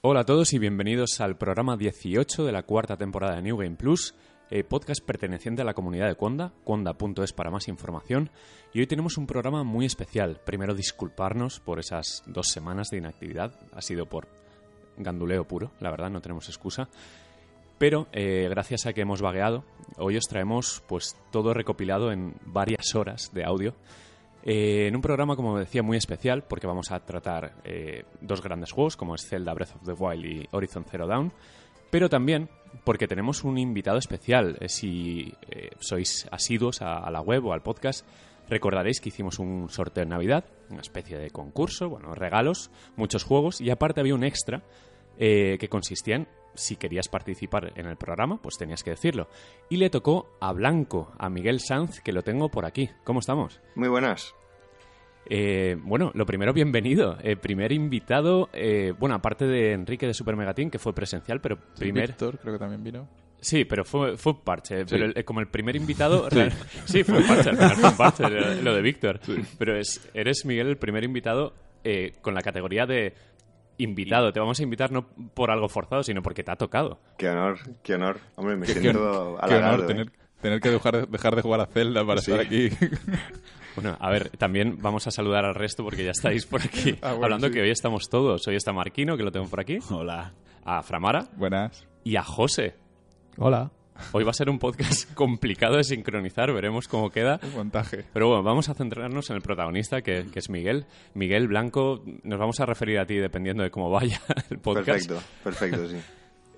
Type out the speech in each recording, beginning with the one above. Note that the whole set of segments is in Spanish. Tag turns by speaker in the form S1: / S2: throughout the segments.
S1: Hola a todos y bienvenidos al programa 18 de la cuarta temporada de New Game Plus, podcast perteneciente a la comunidad de Conda, conda.es para más información. Y hoy tenemos un programa muy especial. Primero, disculparnos por esas 2 semanas de inactividad. Ha sido por ganduleo puro, la verdad, no tenemos excusa. Pero gracias a que hemos vagueado, hoy os traemos pues todo recopilado en varias horas de audio. En un programa, como decía, muy especial, porque vamos a tratar 2 grandes juegos, como es Zelda Breath of the Wild y Horizon Zero Dawn, pero también porque tenemos un invitado especial. Si sois asiduos a la web o al podcast, recordaréis que hicimos un sorteo en Navidad, una especie de concurso, bueno, regalos, muchos juegos, y aparte había un extra que consistía en, si querías participar en el programa, pues tenías que decirlo. Y le tocó a Blanco, a Miguel Sanz, que lo tengo por aquí. ¿Cómo estamos?
S2: Muy buenas.
S1: Bueno, lo primero, bienvenido. Primer invitado, bueno, aparte de Enrique de Super Megateam, que fue presencial, pero
S3: Víctor creo que también vino.
S1: Sí, pero fue parche.
S3: Sí.
S1: Pero como el primer invitado... Sí, fue parche, al final fue parche lo de Víctor. Sí. Pero eres, Miguel, el primer invitado con la categoría de invitado. Te vamos a invitar no por algo forzado, sino porque te ha tocado.
S2: Qué honor, qué honor. Hombre, me siento halagado.
S3: Qué honor tener que dejar de jugar a Zelda para estar aquí.
S1: Bueno, a ver, también vamos a saludar al resto porque ya estáis por aquí.
S3: Bueno,
S1: hablando
S3: sí.
S1: Que hoy estamos todos. Hoy está Marquino, que lo tengo por aquí.
S4: Hola.
S1: A Framara.
S3: Buenas.
S1: Y a José.
S4: Hola.
S1: Hoy va a ser un podcast complicado de sincronizar, veremos cómo queda.
S3: El montaje.
S1: Pero bueno, vamos a centrarnos en el protagonista, que es Miguel. Miguel Blanco, nos vamos a referir a ti dependiendo de cómo vaya el podcast.
S2: Perfecto, sí.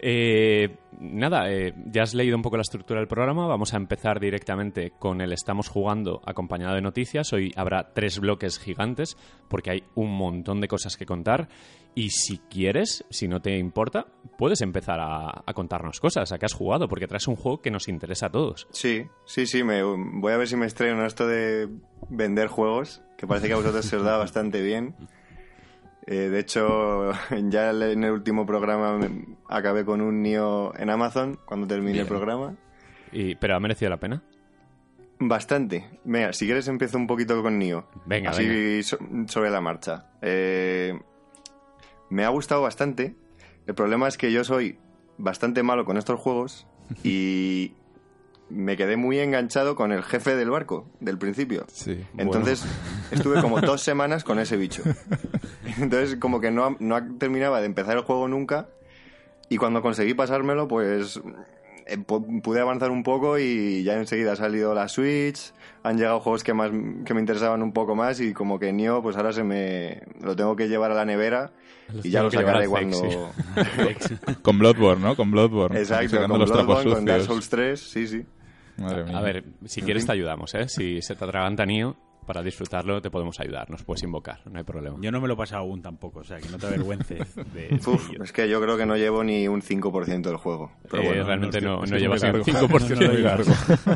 S1: Ya has leído un poco la estructura del programa. Vamos a empezar directamente con el Estamos Jugando acompañado de noticias. Hoy habrá 3 bloques gigantes porque hay un montón de cosas que contar. Y si quieres, si no te importa, puedes empezar a contarnos cosas. ¿A qué has jugado? Porque traes un juego que nos interesa a todos.
S2: Sí. Voy a ver si me estreno en esto de vender juegos, que parece que a vosotros se os da bastante bien. De hecho, ya en el último programa acabé con un Nioh en Amazon cuando terminé el programa.
S1: ¿Pero ha merecido la pena?
S2: Bastante. Venga, si quieres empiezo un poquito con Nioh.
S1: Venga.
S2: Sobre la marcha. Me ha gustado bastante. El problema es que yo soy bastante malo con estos juegos y me quedé muy enganchado con el jefe del barco del principio.
S3: Sí.
S2: Entonces estuve como 2 semanas con ese bicho. Entonces como que no terminaba de empezar el juego nunca y cuando conseguí pasármelo pues pude avanzar un poco y ya enseguida ha salido la Switch, han llegado juegos que me interesaban un poco más y como que Nioh pues ahora lo tengo que llevar a la nevera y ya lo sacaré cuando...
S3: Con Bloodborne, ¿no? Con Bloodborne.
S2: Exacto,
S3: con
S2: los
S3: trapos
S2: Bloodborne, con Dark
S3: sucios.
S2: Souls 3, sí.
S3: Madre mía.
S1: A ver, si quieres te ayudamos, ¿eh? Si se te atraganta Nioh, para disfrutarlo te podemos ayudar, nos puedes invocar, no hay problema.
S4: Yo no me lo he pasado aún tampoco, o sea, que no te avergüences de ello.
S2: Es que yo creo que no llevo ni un 5% del juego. Pero bueno,
S1: realmente no
S3: es
S1: llevas
S3: muy
S1: el
S3: largo.
S1: 5%
S4: No
S1: muy largo.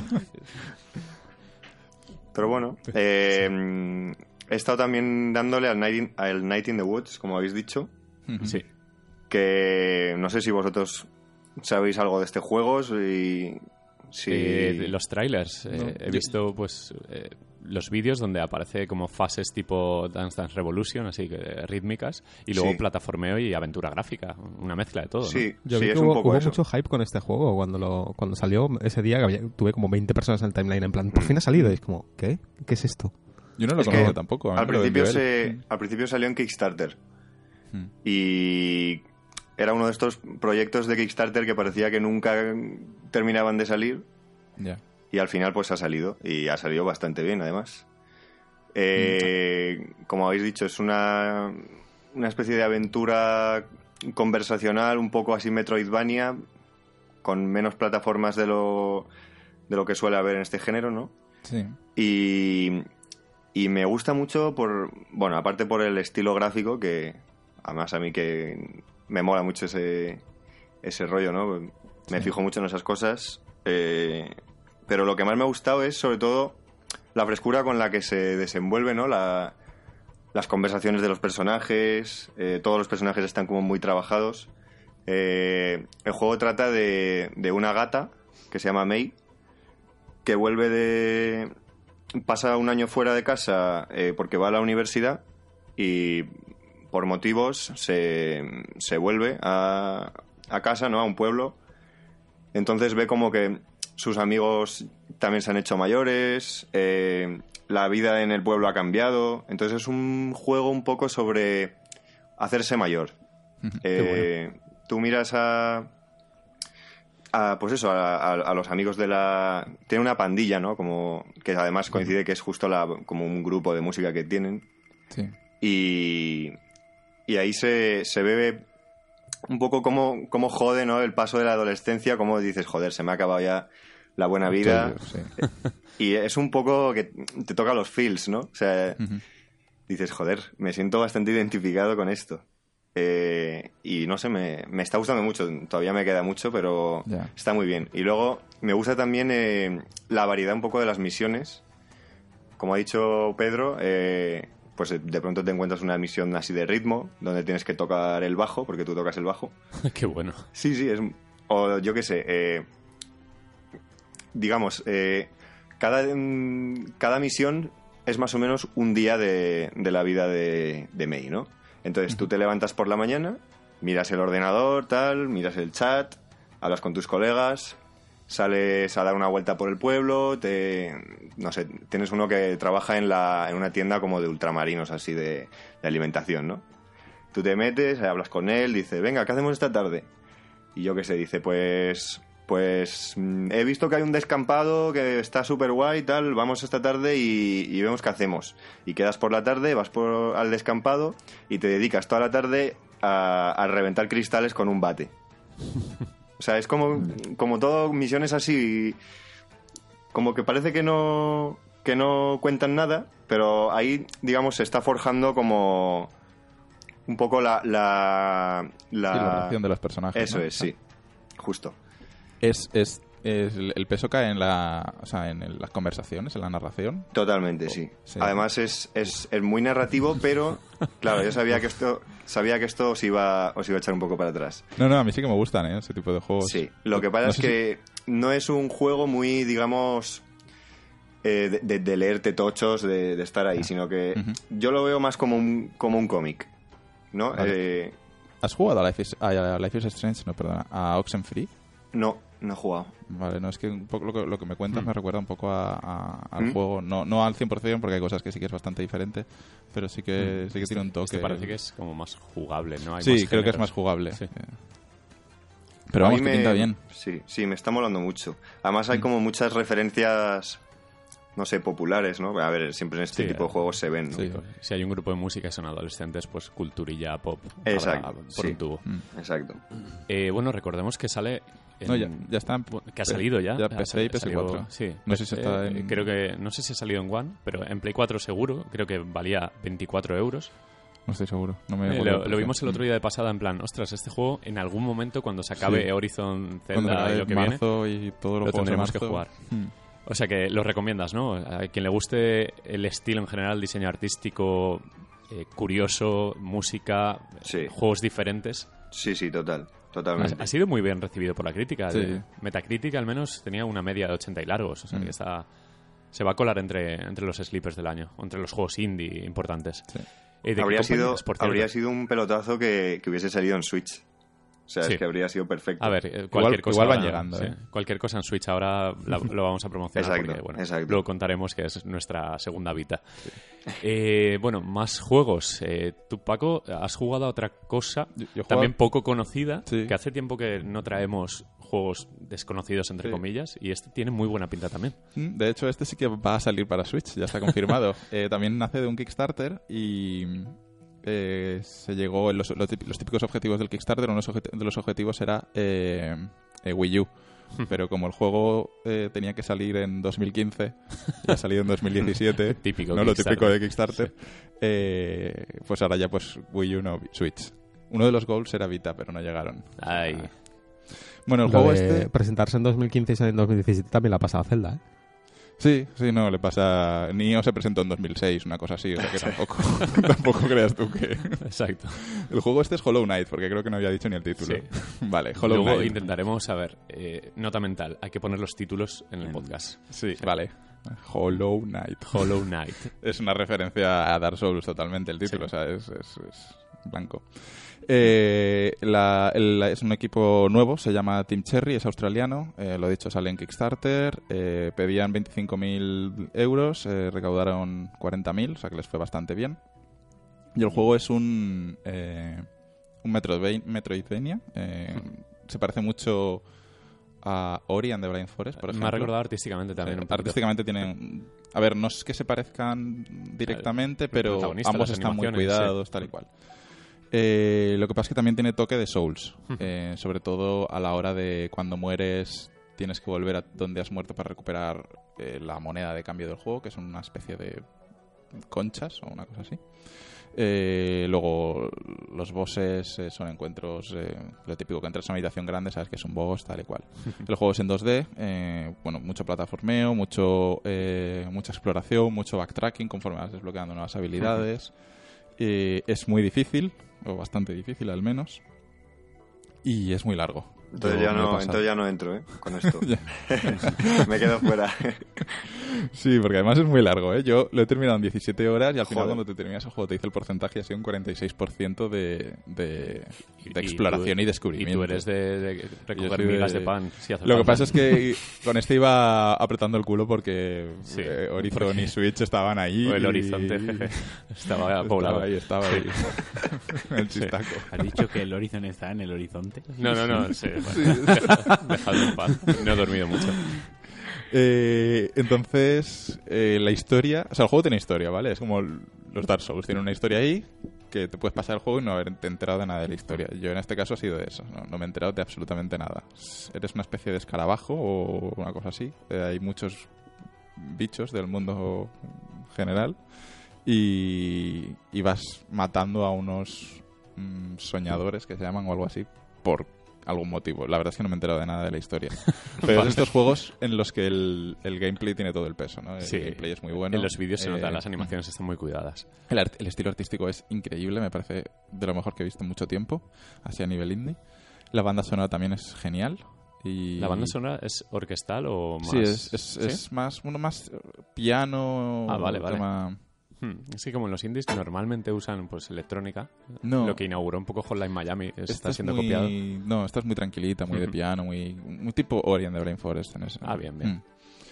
S2: Pero bueno, he estado también dándole al Night in the Woods, como habéis dicho.
S1: Sí.
S2: Que no sé si vosotros sabéis algo de este juego.
S1: Los trailers. He visto pues los vídeos donde aparece como fases tipo Dance Dance Revolution, así que rítmicas, y luego plataformeo y aventura gráfica, una mezcla de todo.
S2: Sí,
S1: ¿no?
S5: Yo vi que hubo mucho hype con este juego cuando salió ese día. Tuve como 20 personas en el timeline en plan, por fin ha salido. Y es como, ¿qué? ¿Qué es esto?
S3: Yo no lo conozco tampoco.
S2: Al principio salió en Kickstarter. Y era uno de estos proyectos de Kickstarter que parecía que nunca terminaban de salir.
S3: Ya.
S2: Y al final pues ha salido. Y ha salido bastante bien, además. Como habéis dicho, es una especie de aventura conversacional, un poco así Metroidvania, con menos plataformas de lo que suele haber en este género, ¿no?
S3: Sí.
S2: Y me gusta mucho aparte por el estilo gráfico, que además a mí que me mola mucho ese rollo, ¿no? Me fijo mucho en esas cosas. Pero lo que más me ha gustado es, sobre todo, la frescura con la que se desenvuelve, ¿no? Las conversaciones de los personajes. Todos los personajes están como muy trabajados. El juego trata de una gata que se llama Mei, que pasa un año fuera de casa porque va a la universidad y por motivos se vuelve a casa, ¿no? A un pueblo. Entonces ve como que sus amigos también se han hecho mayores, la vida en el pueblo ha cambiado. Entonces es un juego un poco sobre hacerse mayor. Bueno. Tú miras pues eso, a los amigos de la... Tiene una pandilla, ¿no? Como que además coincide que es justo como un grupo de música que tienen.
S3: Sí.
S2: Y ahí se ve un poco cómo jode, ¿no? El paso de la adolescencia, como dices, joder, se me ha acabado ya la buena vida.
S3: Sí.
S2: Y es un poco que te toca los feels, ¿no? O sea, dices, joder, me siento bastante identificado con esto. Y no sé, me está gustando mucho. Todavía me queda mucho, pero está muy bien. Y luego me gusta también la variedad un poco de las misiones. Como ha dicho Pedro, pues de pronto te encuentras una misión así de ritmo, donde tienes que tocar el bajo, porque tú tocas el bajo.
S1: Qué bueno.
S2: Sí, o yo qué sé, digamos, cada misión es más o menos un día de la vida de Mei, ¿no? Entonces tú te levantas por la mañana, miras el ordenador, miras el chat, hablas con tus colegas, sales a dar una vuelta por el pueblo, no sé, tienes uno que trabaja en una tienda como de ultramarinos, así de alimentación, ¿no? Tú te metes, hablas con él, dice, venga, ¿qué hacemos esta tarde? Y yo qué sé, dice, pues he visto que hay un descampado que está súper guay, vamos esta tarde y vemos qué hacemos. Y quedas por la tarde, vas al descampado y te dedicas toda la tarde a reventar cristales con un bate. O sea, es como todo, misiones así, como que parece que no cuentan nada, pero ahí, digamos, se está forjando como un poco la
S3: relación de los personajes.
S2: Eso, ¿no? Es, sí, justo.
S3: El peso cae en las conversaciones, en la narración.
S2: Totalmente, sí. Además es muy narrativo, pero claro, yo sabía que esto os iba a echar un poco para atrás.
S3: No, a mí sí que me gustan, ese tipo de juegos.
S2: Sí, lo que pasa es que no es un juego muy, digamos, de leerte tochos, de estar ahí, sino que yo lo veo más como un cómic, ¿no?
S3: Vale. ¿Has jugado a Life is Strange? No, perdona, a Oxenfree.
S2: No he jugado.
S3: Vale, no, es que un poco lo que me cuentas me recuerda un poco al juego. No al 100%, porque hay cosas que sí que es bastante diferente, pero sí que tiene un toque.
S1: Parece que es como más jugable, ¿no? Hay
S3: sí,
S1: más
S3: creo que es más jugable.
S1: Sí.
S3: Pero vamos, que pinta bien.
S2: Sí, me está molando mucho. Además hay como muchas referencias, no sé, populares, ¿no? A ver, siempre en este tipo de juegos se ven, ¿no?
S1: Sí. Si hay un grupo de música y son adolescentes, pues culturilla pop.
S2: Exacto.
S1: Por un tubo.
S2: Exacto.
S1: Bueno, recordemos que sale...
S3: ya está.
S1: Que ha salido ya.
S3: Ya PC y PS4.
S1: Sí.
S3: No sé si está en...
S1: Creo que... No sé si ha salido en One, pero en Play 4 seguro. Creo que valía 24 euros.
S3: No estoy seguro.
S1: Lo vimos el otro día de pasada en plan, ostras, este juego en algún momento cuando se acabe Horizon Zelda y lo que viene,
S3: y todos los
S1: lo
S3: juegos
S1: tendremos
S3: de
S1: que jugar. O sea que lo recomiendas, ¿no? A quien le guste el estilo en general, diseño artístico, curioso, música, juegos diferentes.
S2: Sí, totalmente.
S1: Ha sido muy bien recibido por la crítica.
S3: Sí.
S1: Metacritic al menos tenía una media de 80 y largos. O sea que se va a colar entre los sleepers del año, entre los juegos indie importantes.
S2: Sí. Habría sido un pelotazo que hubiese salido en Switch. O sea, es que habría sido perfecto.
S1: A ver, cualquier cosa...
S3: Igual van llegando,
S1: Cualquier cosa en Switch ahora lo vamos a promocionar.
S2: Exacto,
S1: porque,
S2: exacto.
S1: Luego contaremos que es nuestra segunda Vita. Sí. Bueno, más juegos. Tú, Paco, has jugado a otra cosa también poco conocida, que hace tiempo que no traemos juegos desconocidos, entre comillas, y este tiene muy buena pinta también.
S3: De hecho, este sí que va a salir para Switch, ya está confirmado. También nace de un Kickstarter y... se llegó en los típicos objetivos del Kickstarter. Uno de los objetivos era Wii U, pero como el juego tenía que salir en 2015 y ha salido en 2017,
S1: típico,
S3: no lo típico de Kickstarter, pues ahora ya pues Wii U no, Switch. Uno de los goals era Vita, pero no llegaron.
S1: Ay.
S3: Bueno, el juego
S5: presentarse en 2015 y salir en 2017 también la ha pasado a Zelda, ¿eh?
S3: Sí, no, le pasa... Nioh se presentó en 2006, una cosa así, o sea que tampoco creas tú que...
S1: Exacto.
S3: El juego este es Hollow Knight, porque creo que no había dicho ni el título. Sí. Vale, Hollow Knight.
S1: Luego intentaremos, a ver, nota mental, hay que poner los títulos en el podcast.
S3: Sí, vale. Hollow Knight.
S1: Hollow Knight.
S3: Es una referencia a Dark Souls totalmente el título, o sea, blanco. Es un equipo nuevo, se llama Team Cherry, es australiano, lo dicho, sale en Kickstarter, pedían 25.000 euros, recaudaron 40.000, o sea que les fue bastante bien. Y el juego es un Metroidvania, se parece mucho a Ori and the Blind Forest, por ejemplo.
S1: Me ha recordado artísticamente también un poquito.
S3: Artísticamente tienen... A ver, no es que se parezcan directamente, pero ambos están muy cuidados, tal y cual. Lo que pasa es que también tiene toque de Souls, sobre todo a la hora de cuando mueres tienes que volver a donde has muerto para recuperar la moneda de cambio del juego, que es una especie de conchas o una cosa así. Luego los bosses son encuentros, lo típico que entras a una habitación grande, sabes que es un boss, tal y cual. El juego es en 2D, mucho plataformeo, mucha exploración, mucho backtracking conforme vas desbloqueando nuevas habilidades. Es muy difícil, o bastante difícil al menos, y es muy largo.
S2: Entonces ya no entro, con esto. Me quedo fuera.
S3: Sí, porque además es muy largo, Yo lo he terminado en 17 horas y al final cuando te terminas el juego te dice el porcentaje y ha sido un 46% de exploración y descubrimiento.
S1: Y tú eres de recoger migas de pan. Si hace
S3: lo que
S1: falta.
S3: pasa es que con este iba apretando el culo porque Horizon y Switch estaban ahí.
S1: O el horizonte, jeje. Estaba poblado.
S3: Estaba ahí. El chistaco.
S4: ¿Has dicho que el Horizon está en el horizonte?
S1: No, sí. Dejadlo en paz. No he dormido mucho.
S3: Entonces, la historia... O sea, el juego tiene historia, ¿vale? Es como los Dark Souls. Tiene una historia ahí que te puedes pasar el juego y no haberte enterado de nada de la historia. Yo en este caso ha sido de eso. No me he enterado de absolutamente nada. Eres una especie de escarabajo o una cosa así. Hay muchos bichos del mundo general y vas matando a unos soñadores que se llaman o algo así por algún motivo. La verdad es que no me he enterado de nada de la historia. Pero es de estos juegos en los que el gameplay tiene todo el peso, ¿no? El gameplay es muy bueno.
S1: En los vídeos se nota, las animaciones están muy cuidadas.
S3: El estilo artístico es increíble, me parece de lo mejor que he visto en mucho tiempo, así a nivel indie. La banda sonora también es genial. Y...
S1: ¿La banda sonora es orquestal o más...?
S3: Sí, es más piano...
S1: Ah, vale. Es que como en los indies normalmente usan pues electrónica, lo que inauguró un poco Hotline Miami está siendo copiado.
S3: No, esta es muy tranquilita, muy de piano, muy tipo Ori and the Blind Forest en ese.
S1: Ah, bien.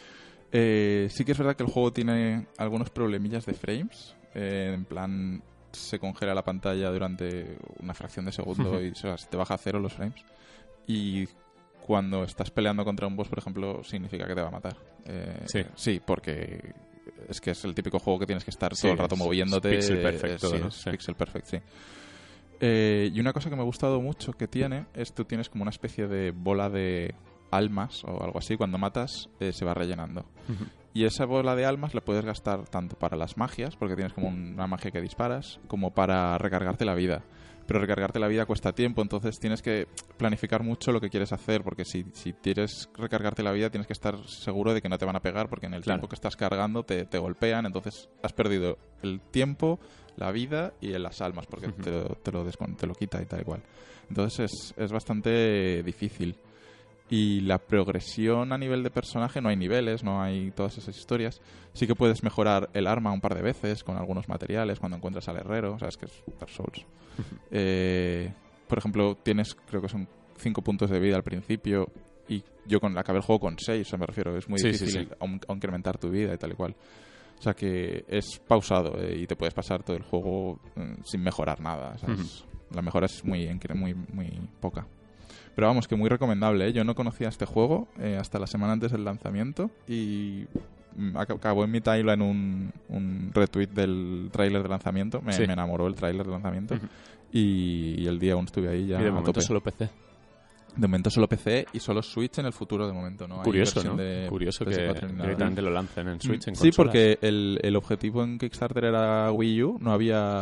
S3: Sí que es verdad que el juego tiene algunos problemillas de frames, en plan se congela la pantalla durante una fracción de segundo y se te baja a cero los frames. Y cuando estás peleando contra un boss, por ejemplo, significa que te va a matar. Sí, porque... Es que es el típico juego que tienes que estar todo el rato moviéndote.
S1: Es pixel perfect todo, ¿no?
S3: Es pixel perfect, sí. Y una cosa que me ha gustado mucho que tiene es tú tienes como una especie de bola de almas o algo así. Cuando matas se va rellenando. Y esa bola de almas la puedes gastar tanto para las magias, porque tienes como una magia que disparas, como para recargarte la vida. Pero recargarte la vida cuesta tiempo, entonces tienes que planificar mucho lo que quieres hacer, porque si quieres recargarte la vida tienes que estar seguro de que no te van a pegar, porque en el tiempo que estás cargando te golpean, entonces has perdido el tiempo, la vida y las almas, porque te lo quita y tal y cual. Entonces es bastante difícil. Y la progresión a nivel de personaje, no hay niveles, no hay todas esas historias. Sí que puedes mejorar el arma un par de veces con algunos materiales cuando encuentras al herrero, o sea, es que es Dark Souls. Por ejemplo, tienes, creo que son 5 puntos de vida al principio y yo acabé el juego con 6, o sea, me refiero, es muy difícil incrementar tu vida y tal y cual. O sea que es pausado y te puedes pasar todo el juego sin mejorar nada. La mejora es muy poca. Pero vamos, que muy recomendable, Yo no conocía este juego hasta la semana antes del lanzamiento y acabó en mi timeline un retweet del tráiler de lanzamiento. Me enamoró el tráiler de lanzamiento y el día aún estuve ahí ya.
S1: Y de momento solo PC.
S3: De momento solo PC y solo Switch en el futuro de momento, ¿no?
S1: Curioso, ¿no? Curioso que directamente lo lancen en Switch, en consolas.
S3: Sí, porque el objetivo en Kickstarter era Wii U, no había...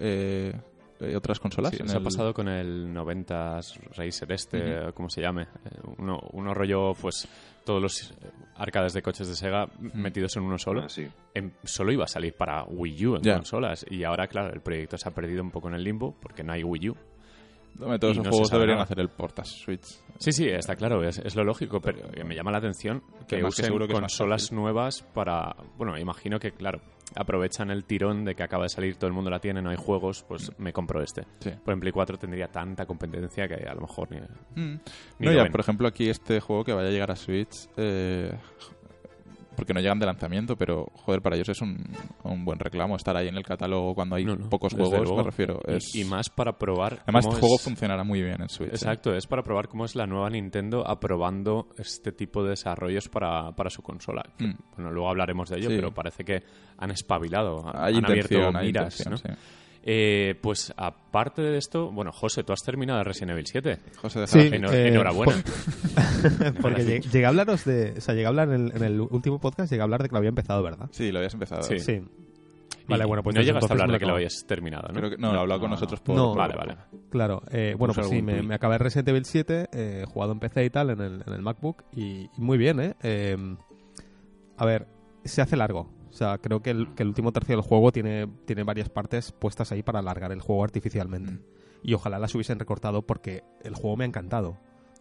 S3: otras consolas.
S1: Sí, eso ha pasado con el 90s Racer como se llame. Uno rollo, pues, todos los arcades de coches de Sega metidos en uno solo. Solo iba a salir para Wii U en consolas. Y ahora, claro, el proyecto se ha perdido un poco en el limbo porque no hay Wii U.
S3: Todos los juegos deberían hacer el port a Switch.
S1: Sí, está claro, es lo lógico, pero me llama la atención que usen consolas nuevas para... Bueno, imagino que, claro, aprovechan el tirón de que acaba de salir, todo el mundo la tiene, no hay juegos, pues me compro este.
S3: Sí.
S1: Por en Play 4 tendría tanta competencia que a lo mejor ni
S3: No,
S1: lo
S3: ya,
S1: ven.
S3: por ejemplo, aquí este juego que vaya a llegar a Switch, porque no llegan de lanzamiento, pero, joder, para ellos es un buen reclamo estar ahí en el catálogo cuando hay
S1: No, no,
S3: pocos
S1: desde
S3: juegos,
S1: luego.
S3: me refiero.
S1: Y más para probar.
S3: Además,
S1: cómo
S3: este juego
S1: es-
S3: funcionará muy bien en Switch.
S1: Exacto, es para probar cómo es la nueva Nintendo aprobando este tipo de desarrollos para su consola. Que,
S3: Mm.
S1: Bueno, luego hablaremos de ello,
S3: Sí.
S1: pero parece que han espabilado,
S3: Hay
S1: han abierto
S3: intención, hay
S1: miras,
S3: intención,
S1: ¿no?
S3: sí.
S1: Pues aparte de esto, bueno, José, tú has terminado Resident Evil 7.
S3: José, deja
S5: Sí,
S3: la-
S1: Enhorabuena.
S5: Porque llegué a hablaros de... O sea, llegué a hablar en el último podcast, llegué a hablar de que lo había empezado, ¿verdad?
S3: Sí, lo habías empezado.
S1: Sí.
S5: Sí. Vale, bueno, pues
S1: no llegaste a
S5: entonces
S1: hablar
S5: me
S1: de que lo
S5: acabo.
S1: habías terminado, ¿no?
S3: Creo que, no, lo he hablado con nosotros por...
S5: No.
S1: Vale, vale.
S5: Claro, bueno,
S4: Puso
S5: pues sí,
S4: algún tuit.
S5: me acabé Resident Evil 7, jugado en PC y tal, en el MacBook, y muy bien, ¿eh? A ver, se hace largo. O sea, creo que el último tercio del juego tiene varias partes puestas ahí para alargar el juego artificialmente. Y ojalá las hubiesen recortado porque el juego me ha encantado.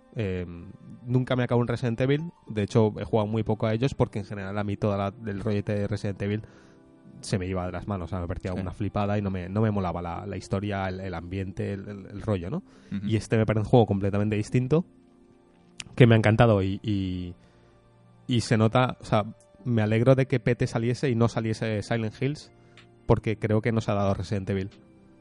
S5: Nunca me acabo un Resident Evil. De hecho, he jugado muy poco a ellos porque en general a mí toda el rollete de Resident Evil se me iba de las manos. O sea, me parecía
S3: Sí.
S5: una flipada y no me molaba la historia, el ambiente, el rollo, ¿no?
S3: Ujú.
S5: Y este me parece un juego completamente distinto que me ha encantado y se nota, o sea, me alegro de que PT saliese y no saliese Silent Hills porque creo que nos ha dado Resident Evil.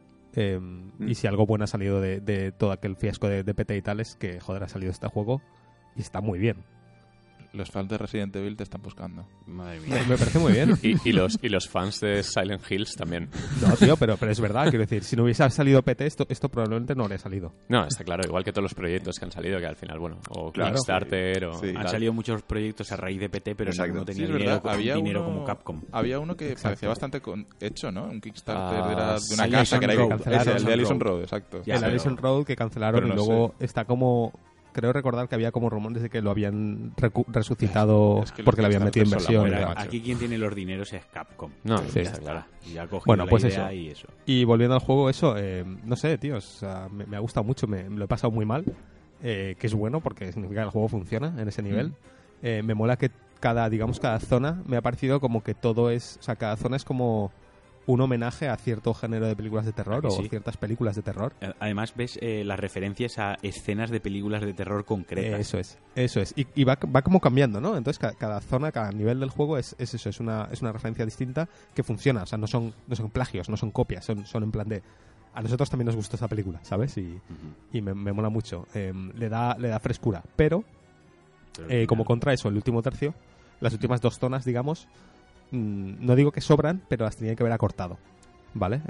S5: Y si algo bueno ha salido de todo aquel fiasco de PT y tal es que, joder, ha salido este juego y está muy bien.
S3: Los fans de Resident Evil te están buscando.
S4: Madre mía.
S5: Me parece muy bien.
S1: Y los fans de Silent Hills también.
S5: No, tío, pero es verdad, quiero decir, si no hubiese salido PT, esto probablemente no habría salido.
S1: No, está claro, igual que todos los proyectos que han salido, que al final, bueno, o
S2: Claro.
S1: Kickstarter o
S3: Sí.
S4: Han
S1: tal.
S4: salido muchos proyectos a raíz de PT, pero
S2: Exacto.
S4: no tenía
S3: Sí, es
S4: dinero,
S3: verdad. Había
S4: dinero
S3: uno-
S4: como Capcom.
S3: Había uno que
S5: Exacto.
S3: parecía bastante hecho, ¿no? Un Kickstarter
S1: Ah,
S3: era de una
S4: sí,
S3: casa que era
S4: Allison Road.
S3: ese, el de Allison
S4: Allison
S3: Road, exacto.
S4: Ya,
S5: el
S4: pero-
S5: Allison Road que cancelaron
S3: pero
S5: y
S3: no
S5: luego está como... Creo recordar que había como rumores de que lo habían resucitado
S3: Es que los
S5: porque le habían metido
S3: Kickstarter son la
S5: inversión.
S3: muerte,
S4: Pero
S3: macho.
S4: aquí quien tiene los dineros es Capcom.
S1: No,
S5: Sí.
S1: está claro.
S4: Y ha cogido
S5: Bueno,
S4: la
S5: pues
S4: idea
S5: eso.
S4: y eso.
S5: Y volviendo al juego, eso, no sé, tío, o sea, me ha gustado mucho, me lo he pasado muy mal, que es bueno porque significa que el juego funciona en ese nivel. Me mola que cada zona me ha parecido como que todo es, o sea, cada zona es como un homenaje a cierto género de películas de terror
S4: ¿A
S5: o
S4: que sí?
S5: ciertas películas de terror.
S4: Además ves las referencias a escenas de películas de terror concretas.
S5: Eso es. Y va como cambiando, ¿no? Entonces cada zona, cada nivel del juego es eso, es una referencia distinta que funciona. O sea, no son plagios, no son copias, son en plan de... A nosotros también nos gustó esa película, ¿sabes? Y me mola mucho. Le da frescura. Pero,
S4: Pero al final-
S5: como contra eso, el último tercio, las últimas dos zonas, digamos, no digo que sobran, pero las tenía que haber acortado. ¿Vale?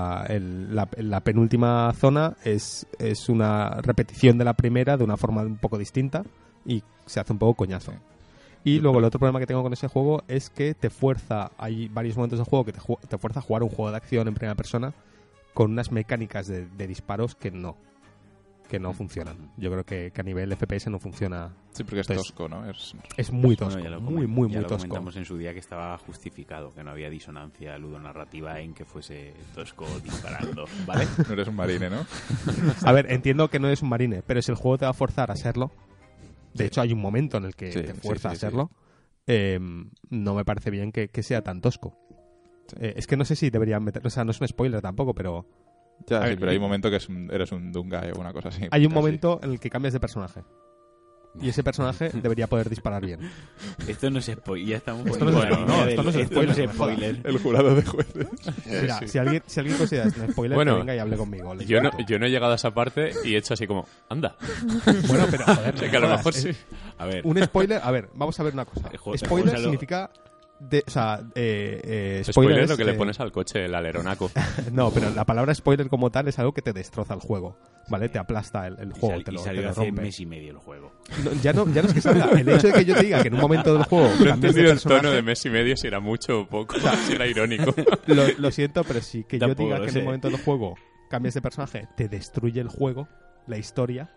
S5: La penúltima zona es una repetición de la primera de una forma un poco distinta y se hace un poco coñazo.
S3: Sí.
S5: Y luego el otro problema que tengo con ese juego es que hay varios momentos del juego que te fuerza a jugar un juego de acción en primera persona con unas mecánicas de disparos que no funcionan. Yo creo que a nivel FPS no funciona.
S3: Sí, porque es
S5: Entonces,
S3: tosco, ¿no?
S5: Es muy
S4: Bueno,
S5: tosco,
S4: ya lo
S5: muy
S4: ya lo
S5: tosco.
S4: comentamos en su día que estaba justificado, que no había disonancia ludonarrativa en que fuese tosco disparando, ¿vale?
S3: No eres un marine, ¿no?
S5: A ver, entiendo que no es un marine, pero si el juego te va a forzar a serlo, de hecho hay un momento en el que
S3: Sí,
S5: te
S3: sí,
S5: fuerza
S3: sí,
S5: a serlo, no me parece bien que sea tan tosco.
S3: Sí.
S5: Es que no sé si deberían meter, o sea, no es un spoiler tampoco, pero
S3: Ya,
S5: A
S3: sí,
S5: ver,
S3: pero hay un momento que eres un Dungai o una cosa así.
S5: hay un
S3: casi.
S5: momento en el que cambias de personaje. Y ese personaje debería poder disparar bien.
S4: Esto no es spoiler, ya estamos
S5: Esto no es-
S4: poniendo la
S5: no,
S4: línea
S5: esto no es
S4: del-
S5: spoiler,
S4: esto
S5: no
S4: no es
S5: me jodas.
S4: spoiler.
S3: El jurado de jueces.
S5: Mira, si alguien considera esto un spoiler,
S1: Bueno,
S5: que venga y hable conmigo. le
S1: Yo no
S5: explico.
S1: he llegado a esa parte y he hecho así como, anda.
S5: Bueno, pero joder,
S1: O sea, que a lo
S5: jodas,
S1: mejor
S5: es-
S1: sí.
S4: A ver,
S5: Un spoiler, a ver, vamos a ver una cosa.
S4: El
S5: Spoiler
S4: juego
S5: significa...
S1: Spoiler es
S5: es,
S1: lo que le pones al coche, el aleronaco.
S5: No, pero la palabra spoiler como tal es algo que te destroza el juego, ¿vale? Te aplasta el
S4: y,
S5: juego,
S4: sal-
S5: te
S4: y
S5: lo
S4: salió
S5: te lo
S4: hace
S5: rompe.
S4: mes y medio el juego.
S5: No, ya no es que salga. El hecho de que yo te diga que en un momento del juego
S1: No he
S5: cambies de
S1: entendido el tono
S5: personaje,
S1: de mes y medio si era mucho o poco, si era irónico.
S5: lo siento, pero sí que yo
S4: Tampoco
S5: diga
S4: lo
S5: que en
S4: sé.
S5: un momento del juego cambies de personaje te destruye el juego, la historia,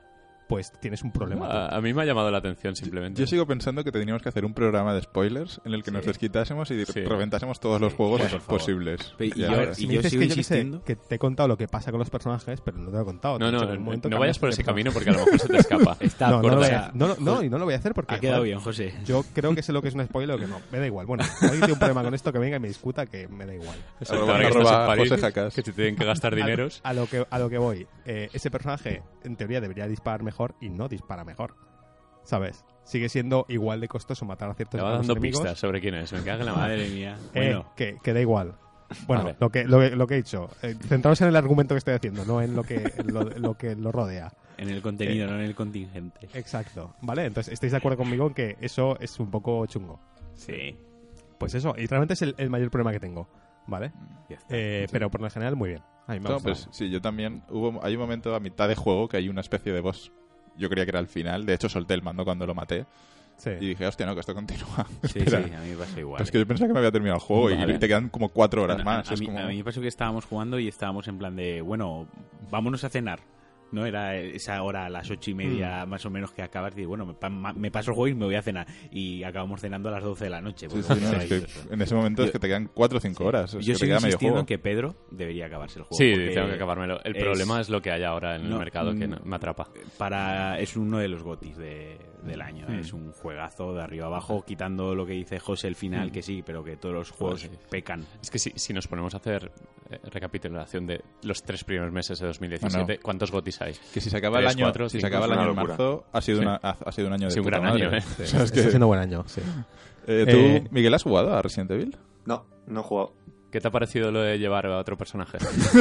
S5: pues tienes un problema.
S1: A mí me ha llamado la atención simplemente.
S3: Yo sigo pensando que teníamos que hacer un programa de spoilers en el que nos desquitásemos y reventásemos todos los juegos posibles.
S4: Y
S5: A ver,
S4: yo
S5: si me dices
S4: sigo
S5: que yo que sé,
S4: insistiendo.
S5: que te he contado lo que pasa con los personajes, pero no te lo he contado.
S1: No,
S5: De hecho, en un momento
S1: no vayas
S5: cambias
S1: por ese
S5: de
S1: camino porque a lo mejor se te escapa.
S4: Está
S5: No, no, lo
S4: acorde,
S5: voy
S4: o
S5: a,
S4: sea,
S5: no, y no lo voy a hacer porque
S4: ha quedado
S5: joder,
S4: bien, José.
S5: yo creo que sé lo que es un spoiler o que no. Me da igual. Bueno, si alguien tiene un problema con esto, que venga y me discuta, que me da igual.
S1: Exacto, ahora que estás en París,
S3: José Jacas.
S1: que te tienen que gastar dineros.
S5: A lo que voy. Ese personaje, en teoría, debería disparar mejor y no dispara mejor. ¿Sabes? Sigue siendo igual de costoso matar a
S1: Te
S5: ciertos
S1: va dando
S5: enemigos.
S1: pistas sobre quién es. Me cago en la madre.
S4: Madre mía. Bueno,
S5: Que da igual. Bueno,
S1: Vale.
S5: lo que he dicho. Centraos en el argumento que estoy haciendo, no en lo que lo rodea.
S4: en el contenido, no en el contingente.
S5: Exacto. ¿Vale? Entonces, ¿estáis de acuerdo conmigo en que eso es un poco chungo?
S4: Sí.
S5: Pues eso, y realmente es el mayor problema que tengo. ¿Vale?
S4: Ya está.
S5: Pero por lo general, muy bien. A mí me
S3: No,
S5: gusta.
S3: pues sí, yo también. Hay un momento a mitad de juego que hay una especie de boss. Yo creía que era el final. De hecho, solté el mando cuando lo maté.
S5: Sí.
S3: Y dije, hostia, no, que esto continúa.
S4: Sí,
S3: Espera.
S4: sí, a mí me pasa igual.
S3: Pero es que yo pensaba que me había terminado el juego
S1: Vale.
S3: y te quedan como 4 horas
S4: A-
S3: más.
S4: A,
S3: Es
S4: mí,
S3: como...
S4: a mí me pasó que estábamos jugando y estábamos en plan de, bueno, vámonos a cenar. ¿No? Era esa hora a las 8:30 más o menos que acabas y bueno, me paso el juego y me voy a cenar. Y acabamos cenando a las 12 de la noche.
S3: Sí,
S4: porque
S3: sí, no,
S4: era
S3: es que
S4: eso.
S3: en ese momento es que te quedan 4 o 5 horas. Es
S4: Yo
S3: que te
S4: sigo
S3: queda medio
S4: insistiendo
S3: juego.
S4: en que Pedro debería acabarse el juego.
S1: Sí,
S4: porque
S1: tengo que acabármelo. El problema es lo que hay ahora en el
S4: No,
S1: mercado que me atrapa.
S4: es uno de los GOTYs del año. Es un juegazo de arriba abajo, quitando lo que dice José el final, que sí, pero que todos los juegos
S1: sí.
S4: pecan.
S1: Es que si nos ponemos a hacer recapitulación de los 3 primeros meses de 2017,
S3: Bueno.
S1: ¿cuántos GOTYs hay?
S3: Que si se acaba el
S1: 3,
S3: año,
S1: 4,
S3: si se
S1: 5,
S3: acaba el
S2: es una
S3: año en
S2: locura.
S3: marzo, ha sido, ha sido un año de
S1: Sí, un
S3: puta
S1: gran
S3: madre.
S1: año, ¿eh?
S3: O sea, es que-
S5: Está siendo buen año, sí.
S3: ¿Tú, Miguel, has jugado a Resident Evil?
S2: No he jugado.
S1: ¿Qué te ha parecido lo de llevar a otro personaje?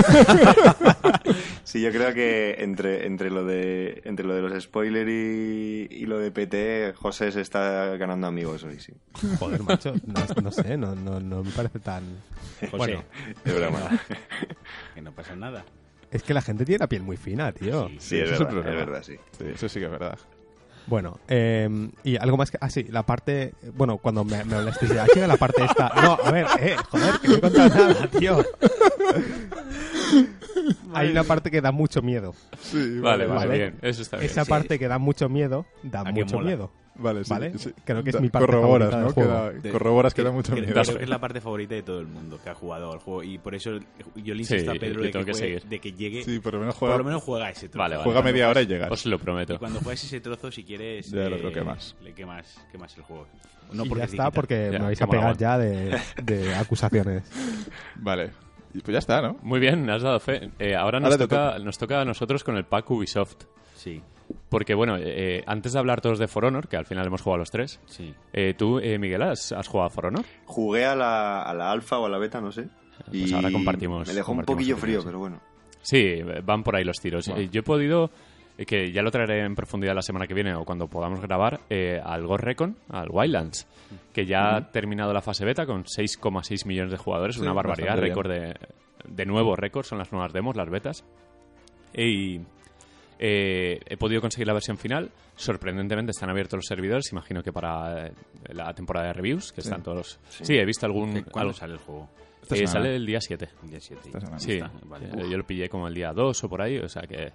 S2: Sí, yo creo que entre lo de los spoilers y lo de PT, José se está ganando amigos hoy, sí.
S5: Joder, macho. No sé, no me parece tan...
S4: José,
S5: Bueno.
S2: Es broma.
S4: que no pasa nada.
S5: Es que la gente tiene la piel muy fina, tío.
S4: Sí.
S2: Sí, es
S3: Eso es el
S2: verdad,
S3: problema.
S2: es verdad, sí.
S3: Sí, eso sí que es verdad.
S5: Bueno, y algo más que... Ah, sí, la parte... Bueno, cuando me hablaste de... Aquí era la parte esta... No, a ver, joder, que no he contado nada, tío. Hay una parte que da mucho miedo.
S3: Sí,
S1: Vale,
S5: vale.
S1: bien. Eso está bien.
S5: Esa parte que da mucho miedo, da
S4: ¿A qué
S5: mucho
S4: mola?
S5: miedo.
S3: Vale, sí,
S5: ¿Vale?
S3: sí.
S5: Creo que es mi parte
S3: corroboras,
S5: favorita
S3: ¿no?
S5: del juego.
S3: Corroboras que da mucho
S4: Creo
S3: miedo.
S4: que es la parte favorita de todo el mundo que ha jugado al juego y por eso yo le insisto
S1: Sí,
S4: a Pedro
S1: yo
S4: de
S1: tengo que
S4: que,
S1: seguir.
S4: de que llegue.
S3: Sí, por lo menos
S4: Por
S3: juega,
S4: lo menos juega ese trozo.
S1: Vale,
S3: juega
S1: vale.
S3: media hora y llegas.
S1: Os lo prometo.
S4: Y cuando juegues ese trozo, si quieres,
S3: Ya lo quemas.
S4: le quemas el juego.
S5: Y
S4: porque
S5: ya
S4: te
S5: está,
S4: quita.
S5: porque
S1: Ya,
S5: me vais a
S1: cámara,
S5: pegar ya de acusaciones.
S3: Vale. Y pues ya está, ¿no?
S1: Muy bien, has dado fe. Ahora
S3: Ahora te
S1: nos toca a nosotros con el pack Ubisoft.
S4: Sí,
S1: Porque, bueno, antes de hablar todos de For Honor, que al final hemos jugado los 3,
S4: sí.
S1: tú, Miguel, ¿has jugado a For Honor?
S2: Jugué a la alfa o a la beta, no sé.
S1: Pues ahora compartimos.
S2: Me dejó un
S1: compartimos
S2: poquillo frío,
S1: opiniones.
S2: pero bueno.
S1: Sí, van por ahí los tiros.
S3: Bueno.
S1: Yo he podido, que ya lo traeré en profundidad la semana que viene o cuando podamos grabar, al Ghost Recon, al Wildlands, que ya ha terminado la fase beta con 6,6 millones de jugadores,
S3: Sí,
S1: una barbaridad,
S3: bastante
S1: récord de nuevo récord, son las nuevas demos, las betas. Y he podido conseguir la versión final. Sorprendentemente están abiertos los servidores, imagino que para la temporada de reviews, que están todos... Sí, he visto algún...
S4: ¿Cuándo sale el juego?
S3: Esta semana.
S1: sale el día 7.
S4: El día 7.
S3: Esta semana.
S1: Sí,
S4: Está, vale.
S1: yo lo pillé como el día 2 o por ahí, o sea que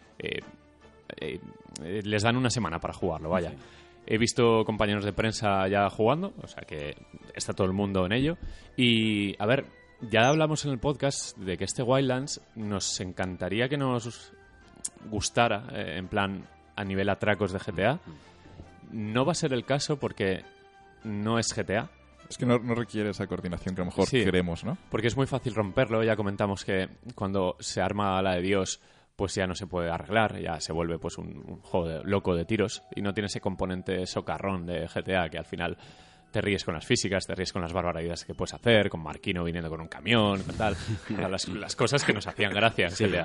S1: les dan una semana para jugarlo, vaya.
S4: Sí.
S1: He visto compañeros de prensa ya jugando, o sea que está todo el mundo en ello. Y, a ver, ya hablamos en el podcast de que este Wildlands nos encantaría que nos gustara, en plan, a nivel atracos de GTA. No va a ser el caso porque no es GTA.
S3: Es que no requiere esa coordinación que a lo mejor
S1: Sí.
S3: queremos, ¿no?
S1: Porque es muy fácil romperlo. Ya comentamos que cuando se arma la de Dios, pues ya no se puede arreglar. Ya se vuelve pues un juego loco de tiros. Y no tiene ese componente socarrón de GTA que al final te ríes con las físicas, te ríes con las barbaridades que puedes hacer, con Marquino viniendo con un camión, con tal. las cosas que nos hacían gracia en GTA.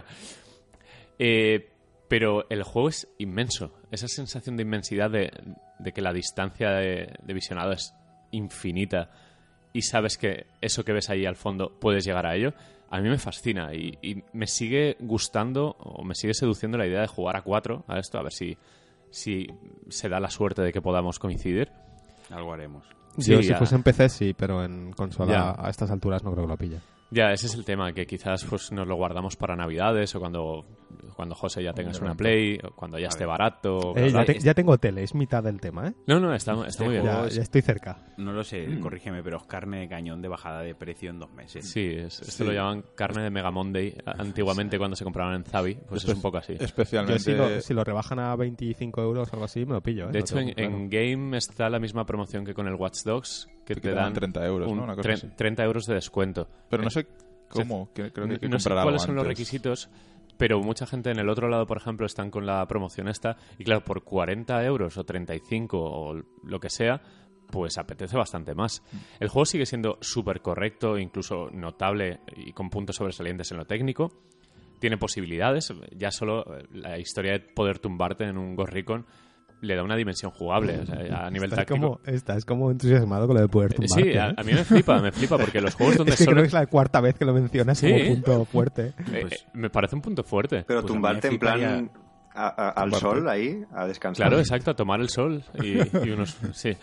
S1: Pero el juego es inmenso. Esa sensación de inmensidad de que la distancia de visionado es infinita y sabes que eso que ves ahí al fondo puedes llegar a ello, a mí me fascina y me sigue gustando o me sigue seduciendo la idea de jugar a 4 a esto, a ver si se da la suerte de que podamos coincidir.
S4: Algo haremos.
S5: Yo,
S1: Sí,
S5: si
S1: ya.
S5: fuese en PC, sí, pero en consola
S1: Ya.
S5: a estas alturas no creo que lo pille.
S1: Ya, ese es el tema, que quizás pues nos lo guardamos para Navidades o cuando José ya tengas una Play, o cuando ya esté barato.
S5: Ya tengo tele, es mitad del tema, ¿eh?
S1: No, está muy bien.
S5: Ya estoy cerca.
S4: No lo sé, corrígeme, pero es carne de cañón de bajada de precio en 2 meses.
S1: Sí, esto lo llaman carne de Mega Monday. Antiguamente cuando se compraban en Zavi, pues es un poco así.
S3: Especialmente...
S5: Yo si lo rebajan a 25 euros o algo así, me lo pillo, ¿eh?
S1: De hecho, en Game está la misma promoción que con el Watch Dogs, que te dan
S3: 30 euros, ¿no? Una cosa así.
S1: 30 euros de descuento.
S3: Pero no sé cómo, creo que hay que
S1: no sé
S3: comprar
S1: cuáles
S3: algo
S1: son los
S3: antes.
S1: requisitos, pero mucha gente en el otro lado, por ejemplo, están con la promoción esta, y claro, por 40 euros o 35 o lo que sea, pues apetece bastante más. El juego sigue siendo súper correcto, incluso notable y con puntos sobresalientes en lo técnico. Tiene posibilidades, ya solo la historia de poder tumbarte en un Ghost Recon le da una dimensión jugable, o sea, a nivel táctico.
S5: Estás como entusiasmado con lo de poder tumbarte.
S1: Sí, a mí me flipa, porque los juegos donde
S5: es que
S1: solo...
S5: creo que es la cuarta vez que lo mencionas
S1: Sí.
S5: como punto fuerte.
S1: me parece un punto fuerte.
S2: Pero
S4: Pues
S2: tumbarte
S4: a mí me
S2: en plan
S4: fliparía-
S2: al sol ahí, a descansar.
S1: Claro, exacto, a tomar el sol y unos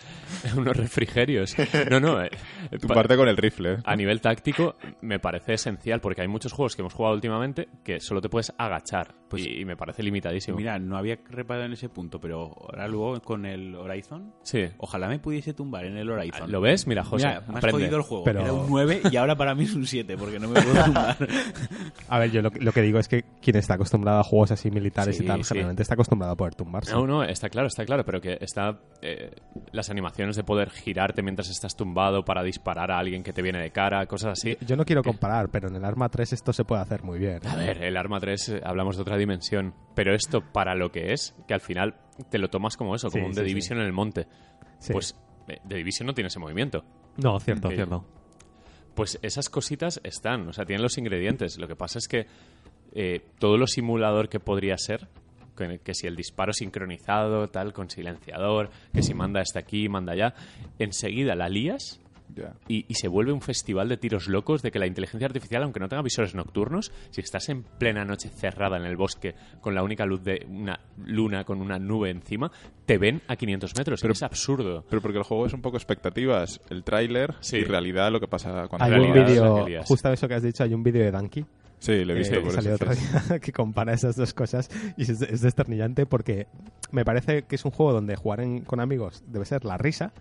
S1: refrigerios. No,
S3: Tumbarte con el rifle.
S1: a nivel táctico me parece esencial, porque hay muchos juegos que hemos jugado últimamente que solo te puedes agachar, y me parece limitadísimo.
S4: Mira, no había reparado en ese punto, pero ahora luego con el Horizon,
S1: Sí.
S4: ojalá me pudiese tumbar en el Horizon.
S1: ¿Lo ves? Mira, José,
S4: Mira, me has
S1: aprende.
S4: jodido el juego.
S5: Pero-
S4: Era un 9 y ahora para mí es un 7, porque no me puedo tumbar.
S5: A ver, yo lo que digo es que quien está acostumbrado a juegos así militares
S1: Sí,
S5: y tal,
S1: sí.
S5: generalmente está acostumbrado a poder tumbarse.
S1: No, está claro, pero que está las animaciones de poder girarte mientras estás tumbado para disparar a alguien que te viene de cara, cosas así.
S5: Yo no quiero comparar, pero en el Arma 3 esto se puede hacer muy bien.
S1: A ver, el Arma 3 hablamos de otra dimensión, pero esto para lo que es, que al final te lo tomas como eso, como
S5: Sí,
S1: un
S5: sí,
S1: The
S5: sí.
S1: Division en el monte.
S5: Sí.
S1: Pues The Division no tiene ese movimiento.
S5: No, cierto,
S1: Sí.
S5: cierto.
S1: Pues esas cositas están, o sea, tienen los ingredientes. Lo que pasa es que todo lo simulador que podría ser, que si el disparo sincronizado, tal, con silenciador, que si manda hasta aquí, manda allá, enseguida la lías
S3: Ya.
S1: y se vuelve un festival de tiros locos, de que la inteligencia artificial, aunque no tenga visores nocturnos, si estás en plena noche cerrada en el bosque con la única luz de una luna con una nube encima, te ven a 500 metros.
S3: Pero-
S1: es absurdo.
S3: Pero porque el juego es un poco expectativas. El tráiler
S1: Sí.
S3: y realidad lo que pasa cuando
S5: Hay
S1: En
S5: un
S1: realidad,
S3: juegas.
S5: vídeo,
S1: es la que lías.
S5: justo eso que has dicho, hay un vídeo de Danky
S3: Sí, lo he visto
S5: que
S3: por
S5: salió
S3: eso.
S5: otro día que compara esas dos cosas y es desternillante porque me parece que es un juego donde jugar con amigos debe ser la risa,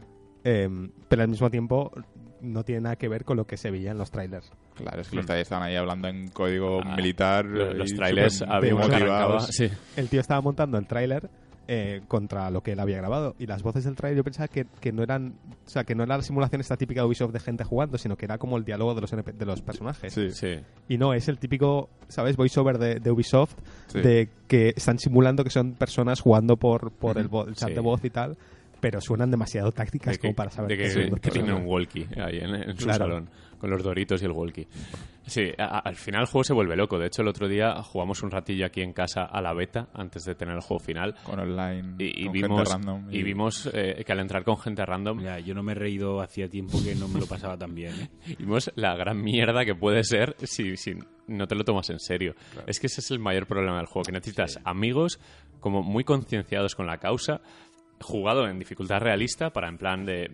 S5: pero al mismo tiempo no tiene nada que ver con lo que se veía en los trailers.
S3: Claro, es que los trailers estaban ahí hablando en código militar.
S1: Los
S3: y
S1: trailers
S3: súper
S1: había uno que arrancaba.
S3: motivados.
S1: Sí.
S5: El tío estaba montando el tráiler contra lo que él había grabado y las voces del tráiler yo pensaba que no eran, o sea, que no era la simulación esta típica de Ubisoft de gente jugando, sino que era como el diálogo de los personajes.
S3: Sí,
S1: Sí.
S5: Y no, es el típico, ¿sabes? Voiceover de Ubisoft,
S3: sí.
S5: de que están simulando que son personas jugando por el chat
S1: Sí.
S5: de voz y tal, pero suenan demasiado tácticas
S1: De que,
S5: como para saber
S1: de
S5: que
S1: que,
S5: son dos
S1: que tiene
S5: personas.
S1: un walkie ahí en su
S5: Claro.
S1: salón, con los doritos y el walkie. Sí, al final el juego se vuelve loco. De hecho, el otro día jugamos un ratillo aquí en casa a la beta, antes de tener el juego final,
S3: Con online,
S1: y
S3: con
S1: vimos,
S3: gente random.
S1: y vimos que al entrar con gente random,
S4: Mira, yo no me he reído hacía tiempo que no me lo pasaba tan bien, ¿eh?
S1: vimos la gran mierda que puede ser si no te lo tomas en serio. Es que ese es el mayor problema del juego, que necesitas amigos como muy concienciados con la causa, jugado en dificultad realista para en plan de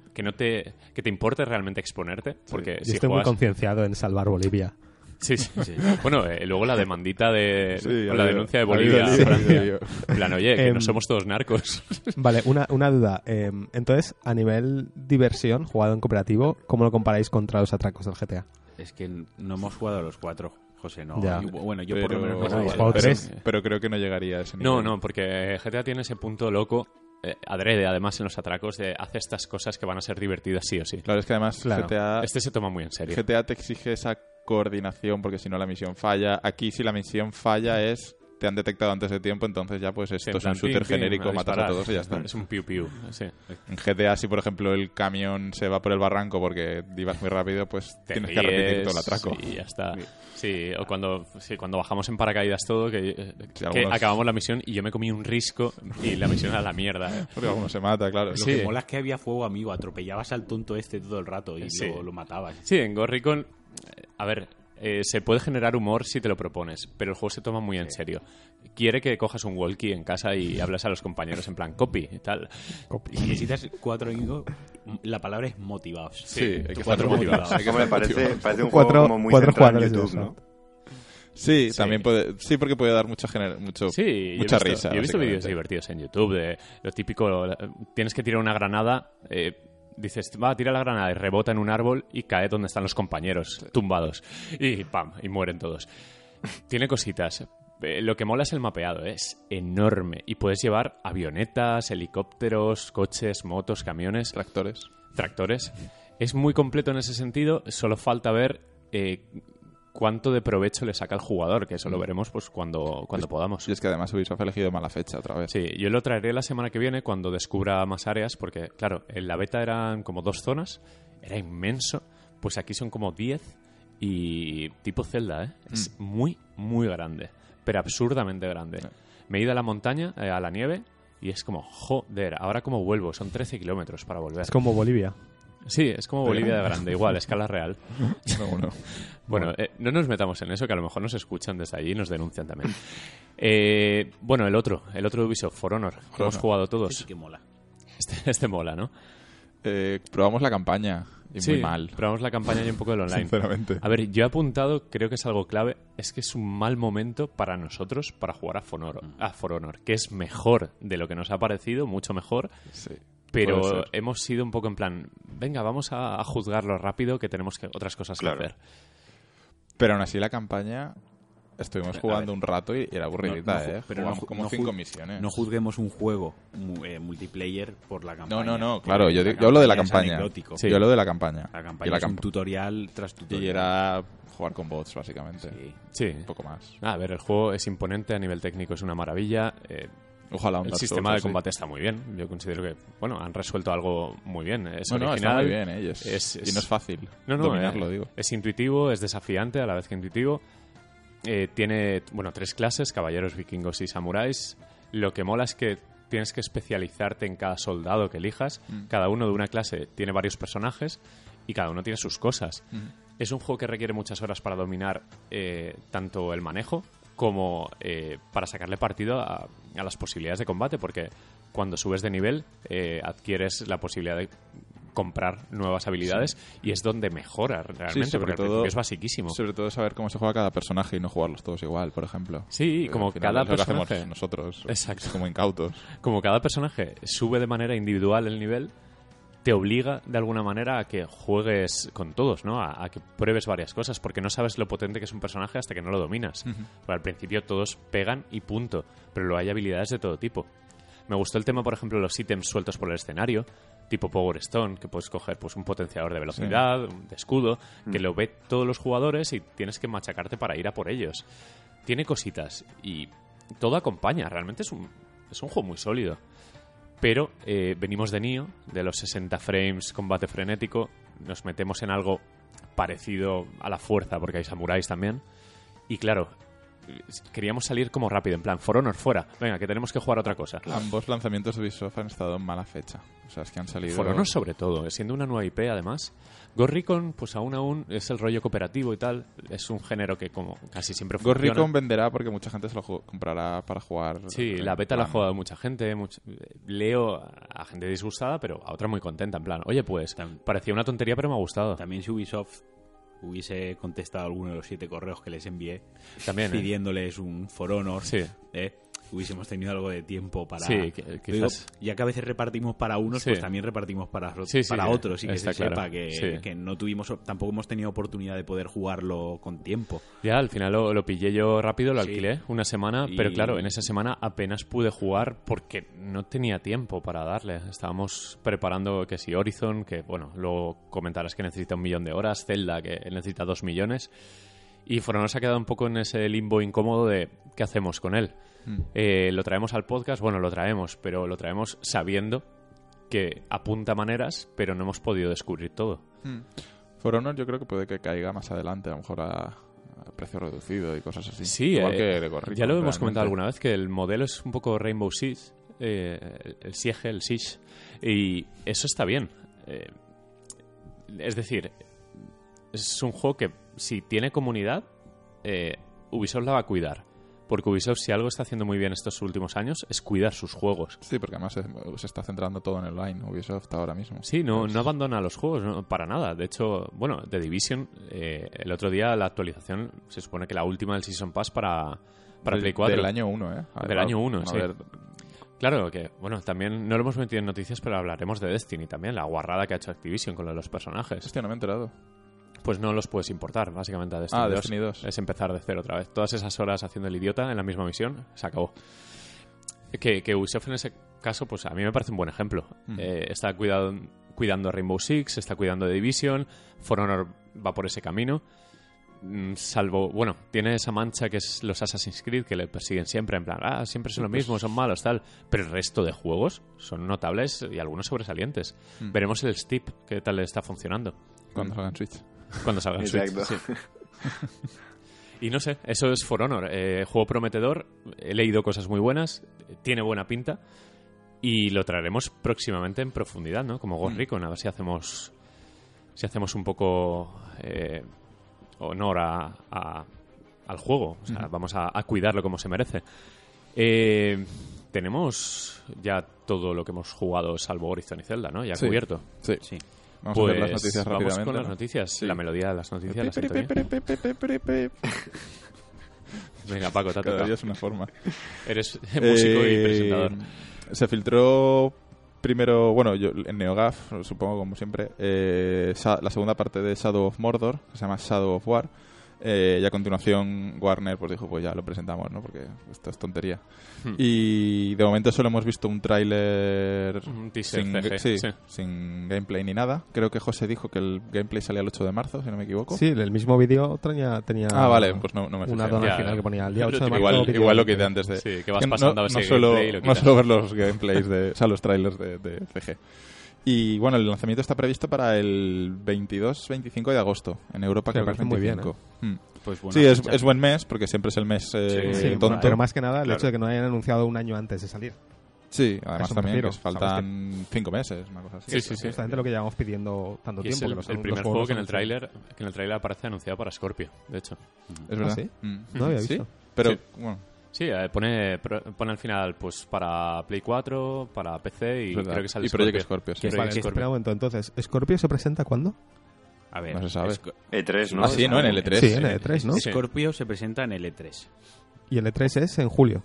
S1: que te importe realmente exponerte, porque
S5: Yo
S1: si
S5: estoy muy
S1: juegas...
S5: concienciado en salvar Bolivia.
S1: Sí. Bueno, luego la demandita
S3: Sí,
S1: la
S3: ha
S1: denuncia de
S3: habido- ha
S1: Bolivia
S3: habido lío,
S1: a
S3: ha habido
S1: Francia.
S3: lío.
S1: En plan, oye, que no
S5: Em,
S1: somos todos narcos.
S5: Vale, una duda. Entonces, a nivel diversión, jugado en cooperativo, ¿cómo lo comparáis contra los atracos del GTA?
S4: Es que no hemos jugado a los 4, José, no.
S5: Ya.
S4: Bueno, yo por lo menos no
S5: Bueno,
S4: sabía.
S5: jugado
S3: pero,
S5: tres.
S3: pero creo que no llegaría a ese nivel.
S1: No, porque GTA tiene ese punto loco, adrede además en los atracos, de hace estas cosas que van a ser divertidas sí o sí.
S3: Claro, es que además
S5: Claro.
S3: GTA,
S1: Este se toma muy en serio.
S3: GTA te exige esa coordinación porque si no la misión falla. Aquí si la misión falla te han detectado antes de tiempo, entonces ya pues esto
S1: En
S3: es
S1: plan,
S3: un shooter
S1: pim, pim,
S3: genérico,
S1: a
S3: matas a
S1: disparar.
S3: todos y ya está.
S1: Es un piu piu, sí.
S3: En GTA si por ejemplo el camión se va por el barranco porque ibas muy rápido, pues
S1: Te
S3: tienes que repetir
S1: ríes
S3: todo el atraco.
S1: y ya está. Sí, o cuando bajamos en paracaídas todo, que
S3: algunos-
S1: acabamos la misión y yo me comí un risco y la misión era la mierda.
S3: Porque alguno se mata, claro.
S1: Sí.
S4: Lo que mola es que había fuego amigo, atropellabas al tonto este todo el rato y
S1: Sí.
S4: lo matabas.
S1: Sí, en Ghost Recon, a ver, se puede generar humor si te lo propones, pero el juego se toma muy en serio. Quiere que cojas un walkie en casa y hablas a los compañeros en plan copy y tal.
S4: Y necesitas 4 amigos. La palabra es motivados.
S3: Sí, hay que
S4: 4
S3: estar
S4: motivados.
S3: Hay que
S2: Hombre,
S3: estar
S2: parece
S3: motivados.
S2: un
S5: Cuatro-
S2: juego como muy
S5: cuatro
S2: centrado en
S5: jugadores,
S2: YouTube,
S5: eso.
S2: ¿no?
S3: Sí, también puede. Sí, porque puede dar mucha
S1: Sí,
S3: mucha
S1: yo he visto,
S3: risa.
S1: Yo he visto vídeos
S3: básicamente.
S1: divertidos en YouTube de lo típico, tienes que tirar una granada, dices, va, tira la granada y rebota en un árbol y cae donde están los compañeros, tumbados. Y ¡pam! Y mueren todos. Tiene cositas. Lo que mola es el mapeado, es enorme. Y puedes llevar avionetas, helicópteros, coches, motos, camiones, tractores. Es muy completo en ese sentido, solo falta ver cuánto de provecho le saca el jugador, que eso lo veremos pues cuando podamos.
S3: Y es que además Ubisoft ha elegido mala fecha otra vez.
S1: Sí, yo lo traeré la semana que viene cuando descubra más áreas, porque, claro, en la beta eran como 2 zonas, era inmenso, pues aquí son como 10 y tipo Zelda, ¿eh? Es muy, muy grande, pero absurdamente grande. Me he ido a la montaña, a la nieve, y es como, joder, ahora como vuelvo, son 13 kilómetros para volver.
S5: Es como Bolivia.
S1: Sí, es como Bolivia de grande, igual, escala real.
S3: No.
S1: Bueno, no nos metamos en eso, que a lo mejor nos escuchan desde allí y nos denuncian también. Bueno, el otro de Ubisoft, For Honor, que hemos jugado todos.
S4: Sí que mola.
S1: Este mola, ¿no?
S3: Probamos la campaña y
S1: Sí,
S3: muy mal.
S1: probamos la campaña y un poco del online.
S3: Sinceramente.
S1: A ver, yo he apuntado, creo que es algo clave, es que es un mal momento para nosotros para jugar a For Honor, que es mejor de lo que nos ha parecido, mucho mejor,
S3: Sí.
S1: pero
S3: Puede ser.
S1: hemos sido un poco en plan, venga, vamos a juzgarlo rápido, que tenemos otras cosas
S2: Claro.
S1: que hacer.
S3: Pero aún así la campaña estuvimos
S4: A
S3: jugando
S4: ver.
S3: un rato y era aburridita,
S4: No,
S3: ¿eh?
S4: pero
S3: Jugamos
S4: no-
S3: como
S4: no
S3: 5
S4: ju-
S3: misiones.
S4: No juzguemos un juego multiplayer por la campaña.
S3: No, claro, yo hablo de la
S4: es
S3: campaña.
S4: anecdótico.
S3: Yo hablo de la campaña.
S4: La
S3: Y
S4: campaña
S3: la
S4: es un
S3: camp-
S4: tutorial tras tutorial.
S3: Y era jugar con bots, básicamente.
S4: Sí.
S1: Sí.
S3: Un poco más.
S1: A ver, el juego es imponente, a nivel técnico es una maravilla.
S3: Ojalá un
S1: El
S3: Dark
S1: sistema
S3: Souls
S1: de
S3: así.
S1: combate está muy bien. Yo considero que, bueno, han resuelto algo muy bien. Es
S3: No, está
S1: original.
S3: muy bien, ¿eh? Y y no es fácil dominarlo, digo.
S1: Es intuitivo, es desafiante a la vez que intuitivo. Tiene, bueno, 3 clases, caballeros, vikingos y samuráis. Lo que mola es que tienes que especializarte en cada soldado que elijas. Cada uno de una clase tiene varios personajes y cada uno tiene sus cosas. Es un juego que requiere muchas horas para dominar tanto el manejo como para sacarle partido a las posibilidades de combate, porque cuando subes de nivel adquieres la posibilidad de comprar nuevas habilidades y es donde mejora realmente,
S3: sobre
S1: porque al
S3: todo-
S1: principio es basiquísimo.
S3: Sobre todo saber cómo se juega cada personaje y no jugarlos todos igual, por ejemplo.
S1: Sí, como
S3: Al final
S1: cada
S3: es lo que hacemos
S1: personaje,
S3: nosotros,
S1: Exacto.
S3: como incautos.
S1: como cada personaje sube de manera individual el nivel, te obliga de alguna manera a que juegues con todos, ¿no? A que pruebes varias cosas, porque no sabes lo potente que es un personaje hasta que no lo dominas. Pero al principio todos pegan y punto, pero luego hay habilidades de todo tipo. Me gustó el tema, por ejemplo, de los ítems sueltos por el escenario, tipo Power Stone, que puedes coger pues un potenciador de velocidad, de escudo, que lo ve todos los jugadores y tienes que machacarte para ir a por ellos. Tiene cositas y todo acompaña, realmente es un juego muy sólido. Pero venimos de Nioh, de los 60 frames, combate frenético, nos metemos en algo parecido a la fuerza, porque hay samuráis también. Y claro, queríamos salir como rápido, en plan, For Honor, fuera, venga, que tenemos que jugar a otra cosa.
S3: Ambos lanzamientos de Ubisoft han estado en mala fecha. O sea, es que han salido...
S1: For Honor sobre todo, siendo una nueva IP además. Ghost Recon, pues aún es el rollo cooperativo y tal, es un género que como casi siempre
S3: Ghost
S1: funciona.
S3: Recon venderá porque mucha gente se lo comprará para jugar.
S1: Sí, la beta la ha jugado mucha gente. Leo a gente disgustada, pero a otra muy contenta. En plan, oye, pues parecía una tontería, pero me ha gustado.
S4: También si Ubisoft hubiese contestado alguno de los 7 correos que les envié
S1: También,
S4: pidiéndoles un For Honor,
S1: Sí.
S4: hubiésemos tenido algo de tiempo para...
S1: Sí,
S4: Digo,
S1: quizás.
S4: ya que a veces repartimos para unos,
S1: Sí.
S4: pues también repartimos para
S1: Sí, sí, sí.
S4: otros y que
S1: Está
S4: se sepa
S1: claro.
S4: que,
S1: Sí.
S4: que no tuvimos, tampoco hemos tenido oportunidad de poder jugarlo con tiempo.
S1: Ya, al final lo pillé yo rápido, lo
S4: Sí.
S1: alquilé una semana,
S4: Y-
S1: pero claro, en esa semana apenas pude jugar porque no tenía tiempo para darle. Estábamos preparando que si Horizon, que bueno, luego comentarás que necesita 1 millón de horas, Zelda, que necesita 2 millones, y For Honor se ha quedado un poco en ese limbo incómodo de ¿qué hacemos con él? Lo traemos al podcast, bueno, lo traemos, pero lo traemos sabiendo que apunta maneras, pero no hemos podido descubrir todo.
S3: For Honor yo creo que puede que caiga más adelante, a lo mejor a precio reducido y cosas así.
S1: Sí,
S3: Igual que Ghost Recon,
S1: ya lo hemos
S3: realmente.
S1: comentado alguna vez, que el modelo es un poco Rainbow Six, el Siege, y eso está bien. Es decir, es un juego que si tiene comunidad, Ubisoft la va a cuidar. Porque Ubisoft, si algo está haciendo muy bien estos últimos años, es cuidar sus juegos.
S3: Sí, porque además se está centrando todo en el online, Ubisoft ahora mismo.
S1: Sí, no abandona los juegos, no, para nada. De hecho, bueno, The Division, el otro día la actualización, se supone que la última del Season Pass para Play 4.
S3: Del año 1, ¿eh?
S1: Del año 1, sí.
S3: Ver.
S1: Claro que, bueno, también no lo hemos metido en noticias, pero hablaremos de Destiny también, la guarrada que ha hecho Activision con lo de los personajes.
S3: Hostia, no me he enterado.
S1: Pues no los puedes importar, básicamente, a Destiny 2.
S3: Destiny 2.
S1: Es empezar de cero otra vez. Todas esas horas haciendo el idiota en la misma misión, se acabó. Que Ubisoft en ese caso, pues a mí me parece un buen ejemplo. Está cuidando Rainbow Six, está cuidando The Division, For Honor va por ese camino. Salvo, bueno, tiene esa mancha que es los Assassin's Creed, que le persiguen siempre, en plan, siempre son lo mismo, son malos, tal. Pero el resto de juegos son notables y algunos sobresalientes. Veremos el Steep, qué tal le está funcionando.
S3: Cuando salga en Switch.
S1: Cuando salga en Switch, sí. Y no sé, eso es For Honor. Juego prometedor, he leído cosas muy buenas, tiene buena pinta y lo traeremos próximamente en profundidad, ¿no? Como Ghost Recon, a ver si hacemos un poco honor al juego. O sea, vamos a cuidarlo como se merece. Tenemos ya todo lo que hemos jugado salvo Horizon y Zelda, ¿no? Ya cubierto.
S3: Sí. Vamos a ver las noticias rápidamente.
S1: Vamos con las noticias. Sí. La melodía de las noticias la siento bien. Venga, Paco, te ha tocado.
S3: Cada día es una forma.
S1: Eres músico y presentador.
S3: Se filtró primero, bueno, yo en NeoGAF, supongo como siempre, la segunda parte de Shadow of Mordor, que se llama Shadow of War. Y a continuación Warner pues dijo, pues ya lo presentamos, ¿no? Porque esto es tontería. Y de momento solo hemos visto un tráiler sin gameplay ni nada. Creo que José dijo que el gameplay salía el 8 de marzo, si no me equivoco.
S5: Sí, el mismo vídeo tenía
S3: vale, pues no me fijé.
S5: una dona final que ponía el día 8 de marzo.
S3: Igual lo que hice antes de...
S1: Sí, que vas pasando a ver
S3: no solo ver los gameplays, o sea, los trailers de CG. Y bueno, el lanzamiento está previsto para el 22-25 de agosto. En Europa creo que es 25.
S5: Muy bien,
S4: Pues
S3: sí, es buen mes, porque siempre es el mes tonto.
S5: Pero más que nada el hecho de que no hayan anunciado un año antes de salir.
S3: Sí, además también que faltan 5 meses, una cosa así.
S5: Sí. Justamente lo que llevamos pidiendo tanto tiempo.
S1: Es el primer juego que en el tráiler aparece anunciado para Scorpio, de hecho.
S3: ¿Es verdad?
S5: ¿Sí? No había visto.
S3: ¿Sí? Pero, bueno...
S1: Sí, pone al final pues para Play 4, para PC y creo que sale
S3: Project Scorpio. Sí.
S5: Vale, espera un momento, entonces, ¿Scorpio se presenta cuándo?
S4: A ver,
S3: no se sabe.
S2: E3, ¿no?
S3: Sí, ¿no? En el E3.
S5: Sí, en el E3, ¿no?
S4: Scorpio se presenta en el E3.
S5: Y el E3 es en julio.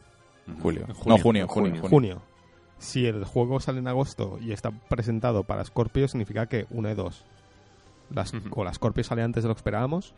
S3: Junio.
S5: Si el juego sale en agosto y está presentado para Scorpio, significa que una de dos. O la Scorpio sale antes de lo que esperábamos.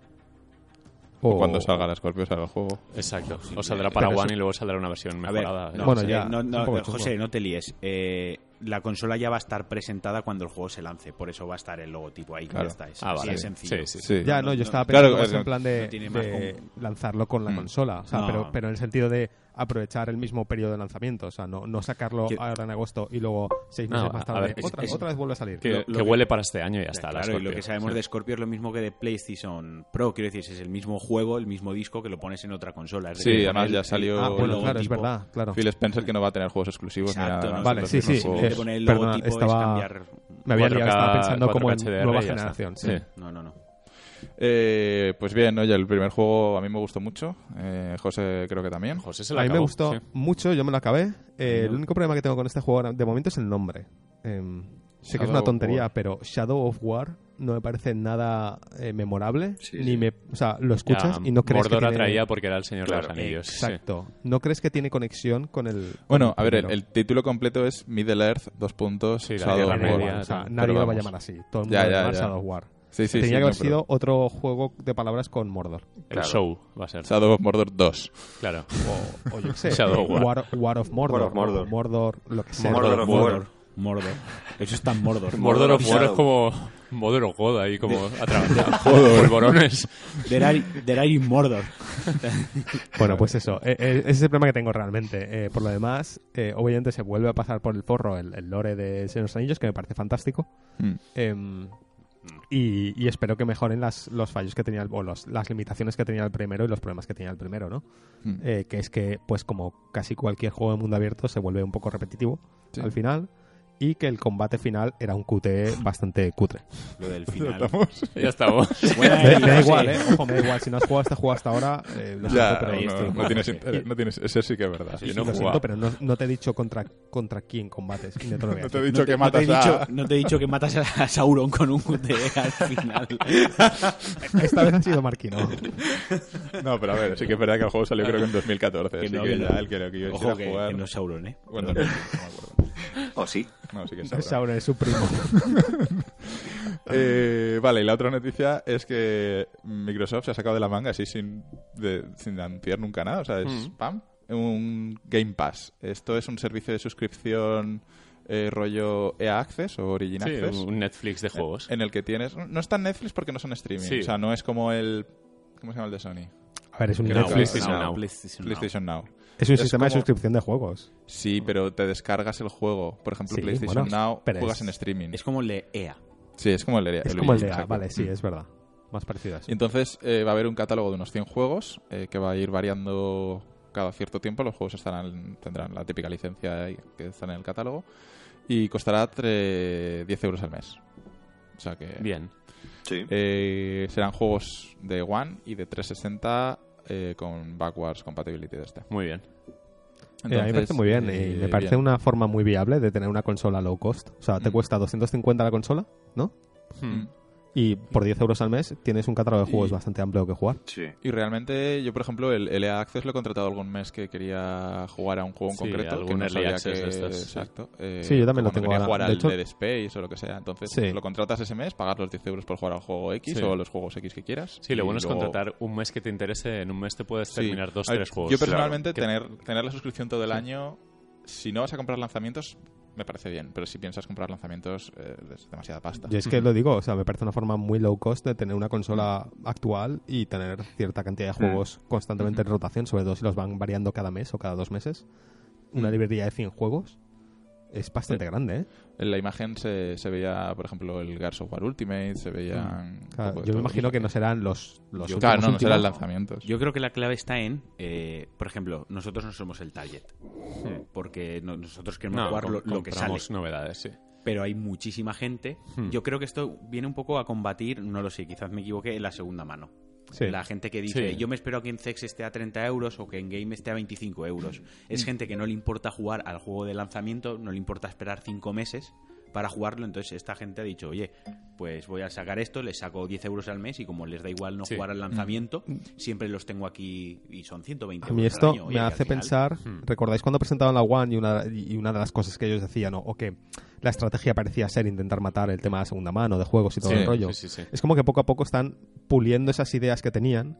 S3: O cuando salga la Scorpio salga el juego.
S1: Exacto. O saldrá para One y luego saldrá una versión mejorada.
S4: José, no te líes. La consola ya va a estar presentada cuando el juego se lance. Por eso va a estar el logotipo ahí.
S3: Claro.
S1: Vale.
S4: Es sencillo.
S3: Sí.
S5: Ya, yo estaba pensando
S3: claro,
S5: en plan de lanzarlo con la consola. O sea, pero en el sentido de aprovechar el mismo periodo de lanzamiento. O sea, no sacarlo ahora en agosto y luego 6 meses más tarde. Otra vez vuelve a salir.
S1: Que huele para este año y ya está.
S4: Claro, y lo que sabemos de Scorpio es lo mismo que de PlayStation Pro. Quiero decir, es el mismo juego, el mismo disco que lo pones en otra consola.
S3: Sí, además ya salió...
S5: claro, es verdad. Claro.
S3: Phil Spencer que no va a tener juegos exclusivos.
S4: Exacto,
S3: ni nada.
S5: Vale, sí.
S4: Poner el logotipo
S5: me había liado, estaba pensando
S1: 4K
S5: como en
S1: HDR
S5: nueva
S1: y ya
S5: generación.
S1: está.
S5: Sí.
S4: No.
S3: Pues bien, oye, el primer juego a mí me gustó mucho. José creo que también.
S1: José se lo
S5: A mí
S1: acabó,
S5: me gustó
S1: sí.
S5: mucho, yo me lo acabé. El único problema que tengo con este juego de momento es el nombre. Sé que es una tontería, pero Shadow of War no me parece nada memorable. O sea, lo escuchas y no crees
S1: Mordor
S5: que tiene...
S1: atraía porque era el Señor de los Anillos.
S5: Exacto. No crees que tiene conexión con el...
S3: Bueno, a ver, el título completo es Middle Earth, Shadow of War.
S5: O sea, nadie lo va a llamar así. Todo el mundo lo va a llamar Shadow of War.
S3: Sí,
S5: Tenía que haber sido otro juego de palabras con Mordor.
S1: El show va a ser.
S3: Shadow of Mordor 2.
S1: Claro.
S5: O yo qué sé.
S1: Shadow War.
S5: War of Mordor. Mordor, lo que sea.
S4: Mordor. Eso está en Mordor.
S1: Mordor of War es como Mordor of God ahí como atravesado. Polvorones.
S4: There are in Mordor.
S5: Bueno, pues eso. Ese es el problema que tengo realmente. Por lo demás, obviamente se vuelve a pasar por el forro el lore de Señor de los Anillos, que me parece fantástico. Y espero que mejoren los fallos que tenía las limitaciones que tenía el primero y los problemas que tenía el primero, ¿no? Que es que, pues como casi cualquier juego de mundo abierto, se vuelve un poco repetitivo al final. y que el combate final era un QTE bastante cutre.
S4: Lo del final.
S1: Ya estamos.
S4: Bueno,
S5: Me da
S4: no
S5: igual,
S4: sé.
S5: Ojo, me da igual. Si no has jugado este juego hasta ahora, lo siento,
S3: Ya,
S5: pero
S4: ahí
S3: no,
S4: estoy
S3: no
S4: con
S3: tienes
S4: Jorge.
S3: interés, no tienes, eso sí que es verdad.
S1: Yo
S3: Yo
S1: no
S5: lo
S1: he
S5: siento,
S1: jugado.
S5: pero no te he dicho contra quién combates. Y no te lo voy a
S3: No te he
S5: decir.
S3: dicho que matas a...
S4: No te he dicho que matas a Sauron con un QTE al final.
S5: Esta vez ha sido Marquino.
S3: No, pero a ver, sí que es verdad que el juego salió creo que en 2014,
S4: Que
S3: así
S4: no,
S3: que
S4: que
S3: ya
S4: no.
S3: el que lo que yo
S4: Ojo,
S3: quisiera jugar...
S4: que no es Sauron, ¿eh?
S3: Bueno, no me acuerdo.
S2: ¿O sí?
S3: No, sí que es
S5: No es
S3: Sauron.
S5: Sauron, es su primo.
S3: Vale, y la otra noticia es que Microsoft se ha sacado de la manga así sin anunciar nunca nada, o sea, es spam, un Game Pass. Esto es un servicio de suscripción rollo EA Access o Origin
S1: Sí,
S3: Access,
S1: un Netflix de juegos.
S3: en el que tienes... No está en Netflix porque no son streaming,
S1: Sí.
S3: o sea, no es como el... ¿Cómo se llama el de Sony?
S5: A ver, es un,
S3: Creo que
S1: PlayStation Now.
S3: PlayStation Now.
S5: es un
S3: es
S5: sistema de
S3: como-
S5: suscripción de juegos.
S3: Sí, pero te descargas el juego. Por ejemplo,
S5: Sí,
S3: PlayStation
S5: bueno,
S3: Now
S5: pero
S3: juegas
S5: es-
S3: en streaming.
S4: Es como el de EA.
S3: Sí, es como el de
S5: Es como el de
S3: exacto.
S5: vale, sí, es verdad. Más parecido a eso.
S3: Y entonces va a haber un catálogo de unos 100 juegos que va a ir variando cada cierto tiempo. Los juegos tendrán la típica licencia que está en el catálogo y costará 10 euros al mes. O sea que
S1: Bien.
S2: Sí.
S3: serán juegos de One y de 360 con backwards compatibility de este.
S1: Muy bien.
S5: A mí me parece muy bien. Y me parece
S3: bien.
S5: una forma muy viable de tener una consola low cost. O sea, te cuesta 250 la consola, ¿no?
S1: Hmm.
S5: Y por 10 euros al mes tienes un catálogo de juegos
S3: Y-
S5: bastante amplio que jugar.
S2: Sí.
S3: Y realmente yo, por ejemplo, el EA Access lo he contratado algún mes que quería jugar a un juego en
S1: Sí,
S3: concreto.
S1: algún
S3: que no
S1: early
S3: sabía
S1: access
S3: que...
S1: de estos, sí.
S3: Exacto.
S5: Sí, yo también lo
S3: cuando
S5: tengo
S3: quería
S5: ahora.
S3: jugar
S5: De
S3: al
S5: hecho-
S3: Dead Space o lo que sea. Entonces
S5: Sí.
S3: lo contratas ese mes, pagas los 10 euros por jugar al juego X
S1: Sí.
S3: o los juegos X que quieras.
S1: Sí, lo
S3: y
S1: bueno es
S3: luego-
S1: contratar un mes que te interese. En un mes te puedes
S3: Sí.
S1: terminar 2
S3: A ver,
S1: 3 juegos.
S3: Yo personalmente
S1: Claro.
S3: tener la suscripción todo el año, si no vas a comprar lanzamientos, me parece bien. Pero si piensas comprar lanzamientos, es demasiada pasta.
S5: Yo es que lo digo, o sea, me parece una forma muy low cost de tener una consola actual y tener cierta cantidad de juegos constantemente en rotación, sobre todo si los van variando cada mes o cada 2 meses. Una librería de 100 juegos es bastante grande, ¿eh?
S3: En la imagen se veía, por ejemplo, el Gears of War Ultimate, se veían... un
S5: Claro,
S3: poco de
S5: yo me
S3: todo.
S5: imagino que no serán los
S4: Yo-
S5: últimos
S3: Claro, no
S5: últimos.
S3: serán lanzamientos.
S4: Yo creo que la clave está en, por ejemplo, nosotros no somos el target. Porque nosotros queremos
S1: No,
S4: jugar lo que sale.
S1: compramos novedades, sí.
S4: Pero hay muchísima gente. Yo creo que esto viene un poco a combatir, no lo sé, quizás me equivoqué, en la segunda mano.
S5: Sí.
S4: La gente que dice,
S1: Sí.
S4: yo me espero a que en CEX esté a 30 euros o que en Game esté a 25 euros. Es gente que no le importa jugar al juego de lanzamiento, no le importa esperar 5 meses para jugarlo. Entonces esta gente ha dicho, oye, pues voy a sacar esto, les saco 10 euros al mes y como les da igual no
S1: Sí.
S4: jugar al lanzamiento, siempre los tengo aquí y son 120
S5: A mí
S4: euros
S5: esto
S4: al año. Oye,
S5: me
S4: que
S5: hace
S4: al final-
S5: pensar, ¿recordáis cuando presentaban la One y una de las cosas que ellos decían, o que la estrategia parecía ser intentar matar el tema de la segunda mano, de juegos y todo
S1: Sí,
S5: el rollo?
S1: sí, sí, sí.
S5: Es como que poco a poco están puliendo esas ideas que tenían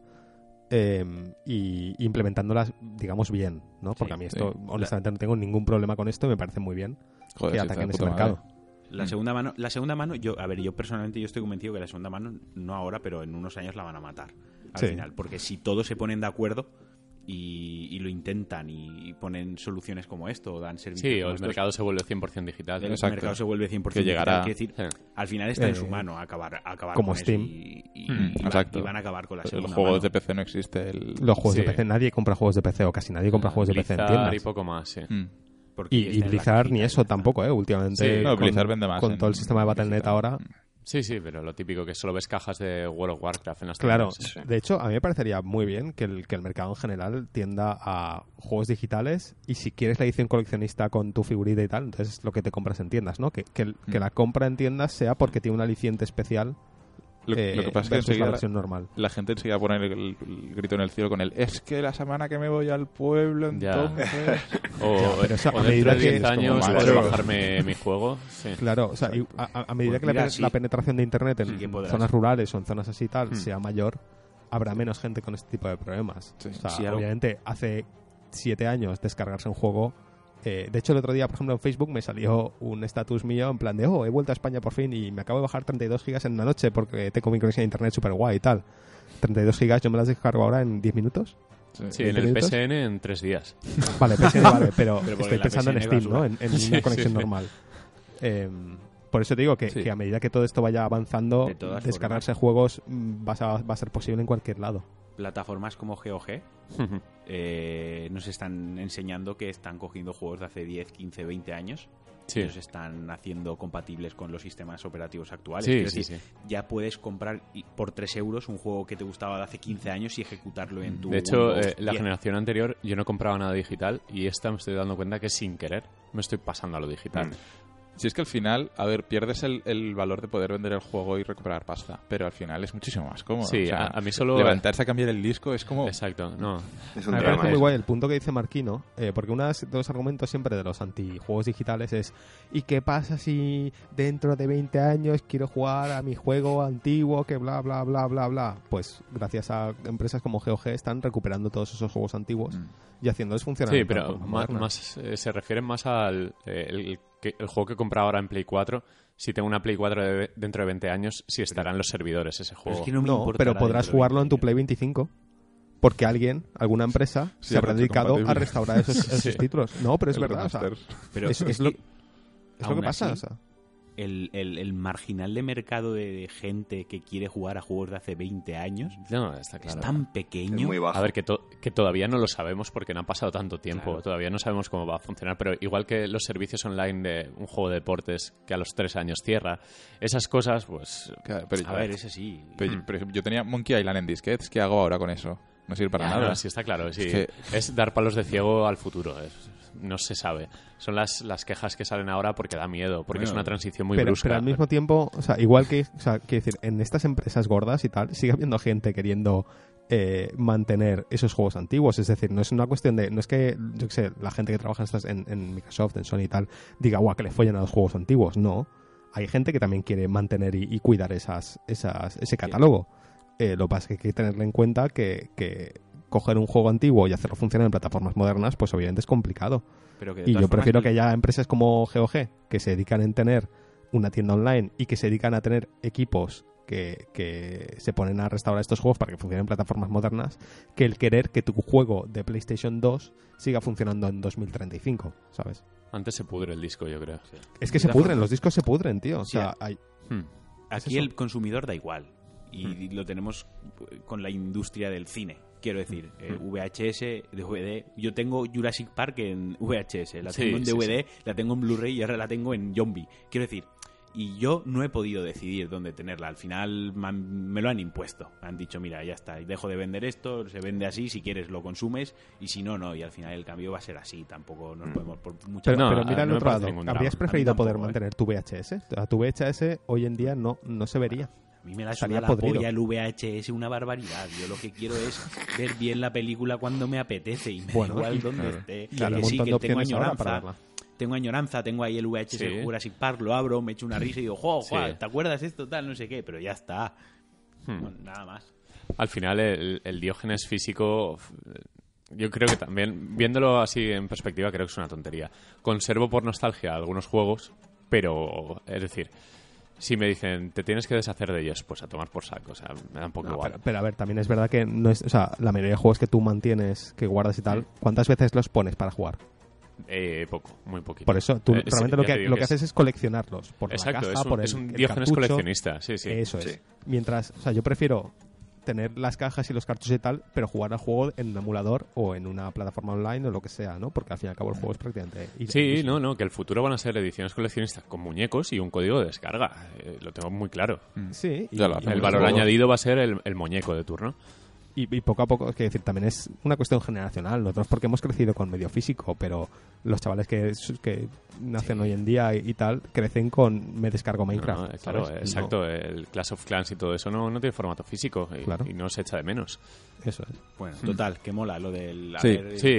S5: y implementándolas, digamos, bien, ¿no? Porque a mí esto,
S3: sí.
S5: honestamente, no tengo ningún problema con esto y me parece muy bien
S3: Joder,
S5: que
S3: sí,
S5: ataquen
S3: está de
S5: ese
S3: puta
S5: mercado.
S3: madre.
S4: La segunda mano, yo personalmente yo estoy convencido que la segunda mano, no ahora, pero en unos años la van a matar al
S5: Sí.
S4: final. Porque si todos se ponen de acuerdo y lo intentan y ponen soluciones como esto o dan servicios
S1: Sí,
S4: como
S1: o el
S4: estos,
S1: mercado se vuelve 100% digital.
S4: el
S3: Exacto.
S4: mercado se vuelve 100%
S3: Que llegará.
S4: digital. Quiero decir,
S1: Sí.
S4: al final está en su mano acabar
S5: como
S4: con eso
S5: Steam.
S4: y
S3: Exacto.
S4: van a acabar con la
S3: Los
S4: segunda
S3: juegos
S4: mano.
S3: de PC no existe el...
S5: Los juegos
S1: Sí.
S5: de PC, nadie compra juegos de PC o casi nadie compra juegos de PC en
S1: Blizzard
S5: tiendas.
S1: y poco más, sí.
S4: Porque
S5: Y
S4: está en la
S5: Blizzard
S4: cajita
S5: ni
S4: y
S5: eso
S4: ya está.
S5: tampoco, últimamente.
S1: Sí.
S3: No, Blizzard vende más
S5: con
S3: en
S5: todo el sistema de Battle.net
S3: digital.
S5: ahora.
S1: Sí, sí, pero lo típico que solo ves cajas de World of Warcraft en las
S5: Claro,
S1: tiendas.
S2: Sí.
S5: de hecho, a mí me parecería muy bien que el mercado en general tienda a juegos digitales y si quieres la edición coleccionista con tu figurita y tal, entonces es lo que te compras en tiendas, ¿no? Que la compra en tiendas sea porque tiene un aliciente especial
S3: Lo que pasa es que
S5: versus la
S3: enseguida
S5: versión normal.
S3: la gente enseguida pone el grito en el cielo con el es que la semana que me voy al pueblo
S1: Ya.
S3: entonces...
S1: O,
S5: Ya, pero eso,
S1: o
S5: a
S1: dentro
S5: medida
S1: de
S5: que-
S1: 10 años
S3: es como
S1: podré
S3: macho.
S1: bajarme mi juego. Sí.
S5: Claro, o sea, y a medida
S4: Pues
S5: que
S4: mira, sí.
S5: la penetración de Internet en
S4: Sí que podrás.
S5: zonas rurales o en zonas así y tal
S1: Hmm.
S5: sea mayor, habrá menos gente con este tipo de problemas.
S3: Sí.
S5: O sea,
S4: Sí, algo-
S5: obviamente, hace 7 años descargarse un juego... de hecho, el otro día, por ejemplo, en Facebook me salió un estatus mío en plan de he vuelto a España por fin y me acabo de bajar 32 gigas en una noche porque tengo mi conexión a Internet súper guay y tal. 32 gigas yo me las descargo ahora en 10 minutos.
S1: Sí, en el
S5: 20 minutos.
S1: PSN en 3 días.
S5: Vale, PSN vale, pero
S4: Pero porque
S5: estoy
S4: la
S5: pensando en
S4: PSN
S5: Steam,
S4: basura.
S5: ¿no? En una conexión normal. Por eso te digo que,
S3: Sí.
S5: que a medida que todo esto vaya avanzando,
S4: De todas
S5: descargarse juegos va a ser posible en cualquier lado.
S4: plataformas como GOG nos están enseñando que están cogiendo juegos de hace 10, 15, 20 años
S1: Sí.
S4: y los están haciendo compatibles con los sistemas operativos actuales.
S1: Sí,
S4: Quiero
S1: sí,
S4: decir,
S1: sí.
S4: ya puedes comprar por 3 euros un juego que te gustaba de hace 15 años y ejecutarlo en tu
S1: De hecho,
S4: Windows
S1: la
S4: 10.
S1: generación anterior yo no compraba nada digital y esta me estoy dando cuenta que sin querer me estoy pasando a lo digital.
S3: Si es que al final, a ver, pierdes el valor de poder vender el juego y recuperar pasta, pero al final es muchísimo más cómodo.
S1: Sí,
S3: O sea,
S1: a mí solo...
S3: levantarse a cambiar el disco es como...
S1: Exacto, no.
S2: Es
S5: A
S2: un
S5: mí me
S2: drama
S5: parece muy
S2: eso.
S5: guay el punto que dice Marquino, porque uno de los argumentos siempre de los antijuegos digitales es ¿y qué pasa si dentro de 20 años quiero jugar a mi juego antiguo que bla, bla, bla, bla, bla? Pues gracias a empresas como GOG están recuperando todos esos juegos antiguos y haciéndolos funcionar.
S1: Sí,
S5: en
S1: pero
S5: plataformas
S1: más,
S5: modernas.
S1: se refieren más al el juego que compraba ahora en Play 4. Si tengo una Play 4 dentro de 20 años, si estará en los servidores ese
S4: Pero
S1: juego.
S4: es que no me
S5: No,
S4: importará
S5: pero podrás
S4: dentro de
S5: jugarlo en tu
S4: 20
S5: Play 25. Porque alguna empresa
S3: Sí,
S5: se habrá dedicado
S3: retrocompatible.
S5: a restaurar esos títulos. No, pero es
S3: el
S5: verdad. O sea,
S3: remaster.
S4: Pero
S5: es lo que
S4: aún
S5: pasa.
S4: así,
S5: O sea.
S4: el marginal de mercado de gente que quiere jugar a juegos de hace 20 años
S1: No, está claro.
S4: es tan
S2: Es
S4: pequeño.
S2: muy bajo.
S1: A ver, que todavía no lo sabemos porque no ha pasado tanto tiempo.
S4: Claro.
S1: Todavía no sabemos cómo va a funcionar. Pero igual que los servicios online de un juego de deportes que a los 3 años cierra, esas cosas, pues...
S3: Claro, pero,
S4: A ver, ese sí.
S3: pero, por ejemplo, yo tenía Monkey Island en disquetes. ¿Qué hago ahora con eso? No sirve para
S1: Ya,
S3: nada.
S1: no, sí, está claro. Sí.
S3: Es
S1: Es dar palos de ciego al futuro. No se sabe. Son las quejas que salen ahora porque da miedo, porque
S4: Bueno,
S1: es una transición muy
S5: pero,
S1: brusca.
S5: pero al mismo tiempo, o sea, igual que, o sea, quiero decir, en estas empresas gordas y tal, sigue habiendo gente queriendo mantener esos juegos antiguos. Es decir, no es una cuestión de, no es que, yo qué sé, la gente que trabaja en Microsoft, en Sony y tal, diga, guau, que le follen a los juegos antiguos. No. Hay gente que también quiere mantener y cuidar ese catálogo. Lo que pasa es que hay que tenerle en cuenta que coger un juego antiguo y hacerlo funcionar en plataformas modernas, pues obviamente es complicado.
S4: Pero que de
S5: Y
S4: todas
S5: yo prefiero
S4: formas,
S5: que haya empresas como GOG que se dedican en tener una tienda online y que se dedican a tener equipos que se ponen a restaurar estos juegos para que funcionen en plataformas modernas, que el querer que tu juego de PlayStation 2 siga funcionando en 2035, ¿sabes?
S1: Antes se pudre el disco, yo creo.
S5: Es que
S4: De
S5: se
S4: todas
S5: pudren,
S4: formas-
S5: los discos se pudren, tío. O
S4: Sí,
S5: sea, hay...
S4: aquí
S5: eso.
S4: el consumidor da igual. Y lo tenemos con la industria del cine. Quiero decir, VHS, DVD. Yo tengo Jurassic Park en VHS, la
S1: Sí,
S4: tengo en
S1: sí,
S4: DVD, la tengo en Blu-ray y ahora la tengo en Zombie. Quiero decir, y yo no he podido decidir dónde tenerla. Al final me lo han impuesto. Me han dicho, mira, ya está, dejo de vender esto, se vende así, si quieres lo consumes y si no, no. Y al final el cambio va a ser así. Tampoco nos podemos por muchas
S5: Pero,
S1: No,
S5: pero mira el
S1: no me
S5: otro
S1: parece
S5: lado.
S1: ningún
S5: ¿Habrías
S1: drama.
S5: preferido
S4: A mí tampoco,
S5: poder mantener tu VHS? A tu VHS hoy en día no se vería.
S4: A mí me la
S5: Estaría
S4: suda la
S5: podrido.
S4: polla el VHS, una barbaridad. Yo lo que quiero es ver bien la película cuando me apetece y me
S5: Bueno,
S4: da igual
S5: y-
S4: donde
S3: claro.
S4: esté.
S5: Y hay un
S4: Que sí,
S5: montón
S4: que
S5: de
S4: tengo
S5: opciones ahora para
S4: añoranza.
S5: verla.
S4: Tengo añoranza, tengo ahí el VHS
S1: Sí.
S4: de Jurassic Park, lo abro, me echo una risa y digo, ¡jo,
S1: Sí.
S4: ¿te acuerdas esto? Tal, no sé qué, pero ya está. Bueno, nada más.
S1: Al final, el Diógenes físico, yo creo que también, viéndolo así en perspectiva, creo que es una tontería. Conservo por nostalgia algunos juegos, pero, es decir, si me dicen, te tienes que deshacer de ellos, pues a tomar por saco, o sea, me da un poco
S5: No,
S1: igual.
S5: pero a ver, también es verdad que no es, o sea, la mayoría de juegos que tú mantienes, que guardas y tal, ¿cuántas veces los pones para jugar?
S1: Poco, muy poquito.
S5: Por eso, tú
S1: Sí,
S5: realmente
S1: ya te digo
S5: lo que
S1: que
S5: haces es coleccionarlos por
S1: Exacto,
S5: la caja, por
S1: es
S5: el
S1: un
S5: el
S1: Diógenes
S5: cartucho.
S1: coleccionista, sí, sí.
S5: Eso es.
S2: Sí.
S5: Mientras, o sea, yo prefiero tener las cajas y los cartuchos y tal, pero jugar al juego en un emulador o en una plataforma online o lo que sea, ¿no? Porque al fin y al cabo el juego es prácticamente...
S1: Sí, no, que el futuro van a ser ediciones coleccionistas con muñecos y un código de descarga. Lo tengo muy claro.
S5: Sí,
S3: Ya lo hacen.
S1: El
S3: los
S1: valor
S3: juegos.
S1: añadido va a ser el muñeco de turno.
S5: y poco a poco, es que decir, también es una cuestión generacional. Nosotros porque hemos crecido con medio físico, pero los chavales que nacen hoy en día y tal, crecen con me descargo Minecraft.
S1: No, claro,
S5: ¿sabes?
S1: exacto. El Clash of Clans y todo eso no tiene formato físico y,
S5: Claro.
S1: y no se echa de menos.
S5: No, eso es.
S4: Bueno, total, que mola lo del...
S3: Sí,
S1: sí,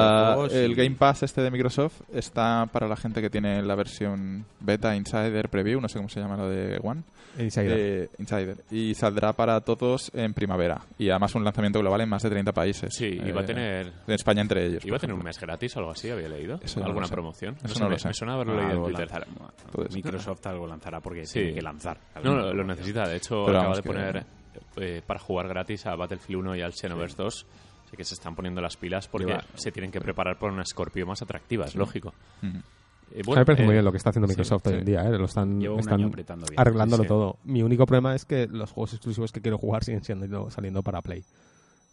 S3: el Game Pass este de Microsoft está para la gente que tiene la versión beta, Insider, Preview, no sé cómo se llama lo de One.
S5: Insider.
S3: Insider. Y saldrá para todos en primavera. Y además un lanzamiento global en más de 30 países.
S1: Sí, y va a tener...
S3: En España entre ellos.
S1: ¿Iba a
S3: por
S1: tener un
S3: ejemplo.
S1: mes gratis o algo así? ¿Había leído?
S3: Eso no
S1: ¿Alguna
S3: lo sé.
S1: promoción?
S3: Eso
S1: sé,
S3: no lo
S1: me
S3: sé.
S1: suena haberlo leído en
S4: Algo
S1: Twitter.
S4: lanzará.
S3: Puede ser.
S4: Microsoft algo lanzará porque
S1: Sí.
S4: tiene que lanzar.
S1: No, lo necesita. De hecho,
S3: Pero
S1: acaba
S3: vamos,
S1: de
S3: que-
S1: poner para jugar gratis a Battlefield 1 y al Xenoverse 2. Así que se están poniendo las pilas porque
S4: Lleva-
S1: se tienen que preparar por una Scorpio más atractiva, es lógico.
S3: Ujú.
S5: A mí me parece muy bien lo que está haciendo
S1: sí,
S5: Microsoft hoy en día, ¿eh? Lo están
S4: Llevo un año apretando bien.
S5: arreglándolo
S1: Sí.
S5: todo. Mi único problema es que los juegos exclusivos que quiero jugar siguen saliendo para Play.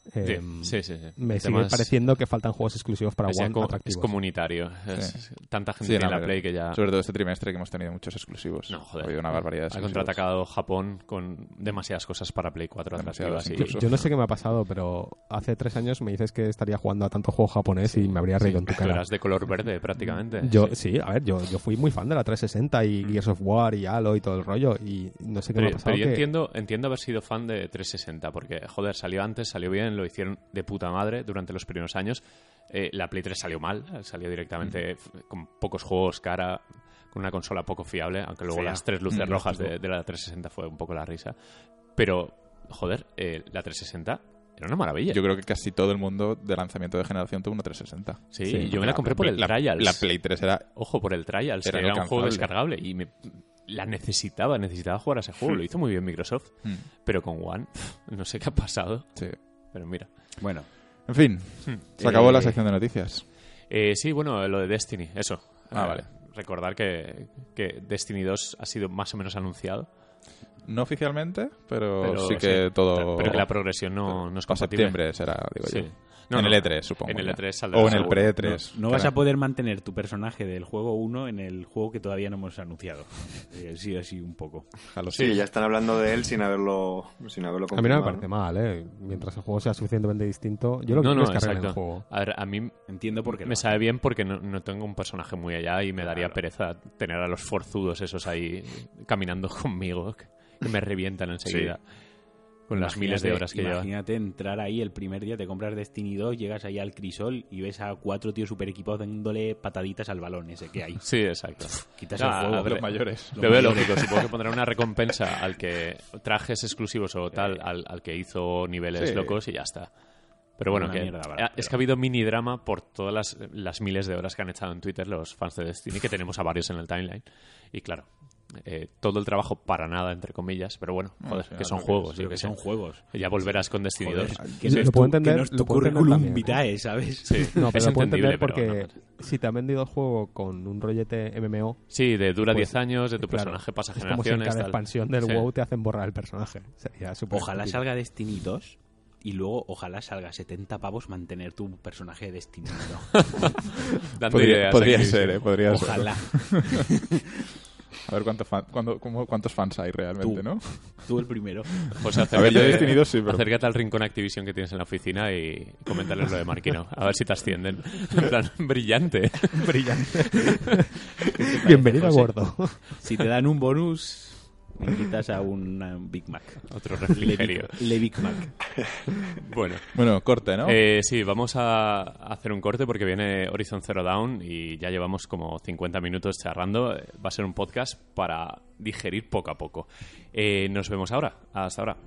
S1: Sí.
S5: Me sigue
S1: Además,
S5: pareciendo que faltan juegos exclusivos para One
S1: es
S5: atractivos.
S1: comunitario. Es tanta gente
S3: Sí,
S1: tiene la
S3: pero
S1: Play que ya...
S3: Sobre todo este trimestre que hemos tenido muchos exclusivos.
S1: No, joder.
S3: Ha habido una barbaridad de
S1: Ha
S3: exclusivos.
S1: contraatacado Japón con demasiadas cosas para Play 4
S3: Demasiadas,
S1: atractivas.
S3: incluso.
S5: Yo no sé qué me ha pasado, pero hace 3 años me dices que estaría jugando a tanto juego japonés y me habría reído en tu
S1: Tú
S5: cara.
S1: eras de color verde prácticamente.
S5: Sí, a ver, yo fui muy fan de la 360 y Gears of War y Halo y todo el rollo y no sé qué me ha pasado.
S1: Pero yo
S5: que-
S1: entiendo haber sido fan de 360 porque, joder, salió antes, salió bien, lo hicieron de puta madre durante los primeros años. La Play 3 salió mal, salió directamente con pocos juegos, cara, con una consola poco fiable, aunque luego
S4: Fea.
S1: las 3 luces rojas de la 360 fue un poco la risa. Pero, joder, la 360 era una maravilla.
S3: Yo creo que casi todo el mundo de lanzamiento de generación tuvo una 360.
S1: Sí, yo me la compré por el Trials.
S3: La Play 3 era...
S1: Ojo, por el Trials,
S3: Era
S1: que era un juego
S3: inalcanzable.
S1: descargable y la necesitaba jugar a ese juego. Lo hizo muy bien Microsoft, pero con One no sé qué ha pasado,
S3: Sí.
S1: pero mira.
S4: Bueno,
S3: En fin, se acabó la sección de noticias.
S1: Sí, bueno, lo de Destiny, eso.
S3: Vale.
S1: Recordar que Destiny 2 ha sido más o menos anunciado,
S3: No oficialmente, pero sí
S1: sí,
S3: que todo...
S1: pero que la progresión no es
S3: para
S1: compatible.
S3: septiembre será, digo
S1: Sí.
S3: yo.
S1: No,
S3: en
S1: no,
S3: el E3, supongo.
S1: en el
S3: ya.
S1: E3 saldrá
S3: O en el
S1: seguro.
S3: pre-E3.
S4: no vas a poder mantener tu personaje del juego 1 en el juego que todavía no hemos anunciado. Sí, así un poco.
S2: Sí, ya están hablando de él sin haberlo confirmado.
S5: A mí no me parece mal, Mientras el juego sea suficientemente distinto, yo lo que
S1: No,
S5: quiero
S1: no,
S5: es cargar
S1: exacto.
S5: el juego.
S1: A ver, a mí
S4: Entiendo por qué.
S1: me sabe bien porque no tengo un personaje muy allá y me daría pereza tener a los forzudos esos ahí caminando conmigo que me revientan enseguida. Con las miles de horas que llevan.
S4: Imagínate entrar ahí el primer día, te compras Destiny 2, llegas ahí al crisol y ves a 4 tíos super equipados dándole pataditas al balón ese que hay.
S1: Sí, exacto.
S4: Quitas
S1: Ah,
S4: el juego.
S1: a ver,
S3: Los mayores.
S1: Lo veo lógico, supongo que pondrá una recompensa al que trajes exclusivos o tal, al que hizo niveles
S3: Sí.
S1: locos y ya está. Pero bueno,
S4: Una
S1: que
S4: mierda barata,
S1: es que ha habido mini drama por todas las miles de horas que han echado en Twitter los fans de Destiny, que tenemos a varios en el timeline. Y claro, todo el trabajo para nada, entre comillas, pero bueno, joder,
S3: sí,
S1: que son
S3: creo que
S1: juegos.
S4: Pero
S1: yo
S4: que
S1: qué sé.
S4: son juegos.
S1: Ya volverás con Destiny
S4: Joder,
S1: 2.
S4: que
S5: Sí,
S4: no es
S5: lo
S4: tu,
S5: puedo entender,
S4: que no es tu
S5: lo puedo entender
S4: currículum
S5: también.
S4: vitae, ¿sabes?
S1: Sí,
S5: No, pero
S1: es
S5: lo puedo entender
S1: entendible, pero
S5: porque
S1: no.
S5: si te han vendido el juego con un rollete MMO,
S1: Sí, dura
S5: pues,
S1: 10 años, de tu
S5: claro,
S1: personaje pasa
S5: es como si en
S1: generaciones.
S5: cada
S1: tal.
S5: expansión del
S1: Sí.
S5: WoW te hacen borrar el personaje. Sería súper
S4: Ojalá
S5: estúpido.
S4: salga Destiny 2 y luego ojalá salga 70 pavos mantener tu personaje de Destiny 1.
S1: Dando ideas
S3: Podría
S1: aquí,
S3: ser,
S1: sí.
S3: podría
S4: Ojalá.
S3: ser. A ver cuántos fans hay realmente,
S4: Tú.
S3: ¿no?
S4: Tú el primero.
S1: Pues
S3: A ver, yo he Destiny 2 sí, pero...
S1: acércate al rincón Activision que tienes en la oficina y coméntales lo de Marquino. A ver si te ascienden. En plan, brillante.
S5: Brillante. Bienvenido a
S1: José?
S5: bordo.
S4: Si te dan un bonus, me invitas a un Big Mac.
S1: Otro refrigerio.
S4: Le Big Mac.
S1: Bueno.
S3: Bueno, corte, ¿no?
S1: Sí, vamos a hacer un corte porque viene Horizon Zero Dawn y ya llevamos como 50 minutos charlando. Va a ser un podcast para digerir poco a poco. Nos vemos ahora. Hasta ahora.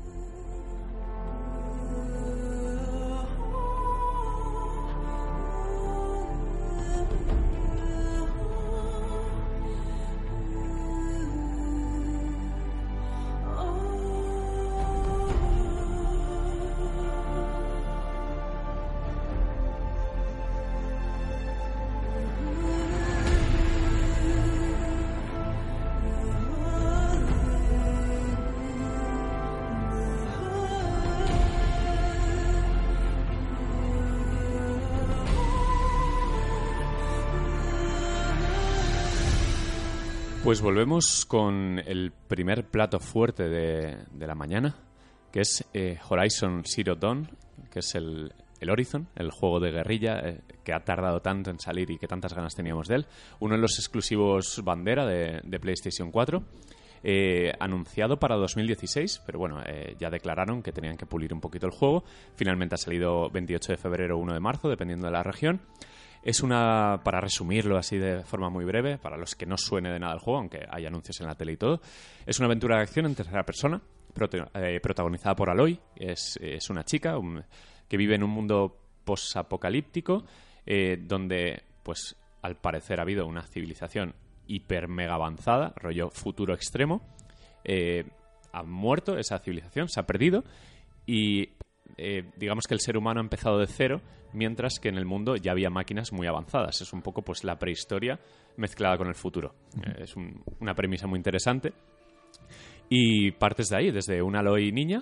S1: Pues volvemos con el primer plato fuerte de la mañana, que es Horizon Zero Dawn, que es el Horizon, el juego de guerrilla que ha tardado tanto en salir y que tantas ganas teníamos de él. Uno de los exclusivos bandera de PlayStation 4, anunciado para 2016, pero bueno, ya declararon que tenían que pulir un poquito el juego. Finalmente ha salido 28 de febrero o 1 de marzo, dependiendo de la región. Es una, para resumirlo así de forma muy breve, para los que no suene de nada el juego, aunque hay anuncios en la tele y todo, es una aventura de acción en tercera persona, protagonizada por Aloy. Es una chica que vive en un mundo posapocalíptico, donde, pues, al parecer ha habido una civilización hiper mega avanzada, rollo futuro extremo. Ha muerto esa civilización, se ha perdido, y digamos que el ser humano ha empezado de cero, mientras que en el mundo ya había máquinas muy avanzadas. Es un poco pues la prehistoria mezclada con el futuro. Es una premisa muy interesante. Y partes de ahí, desde una Aloy niña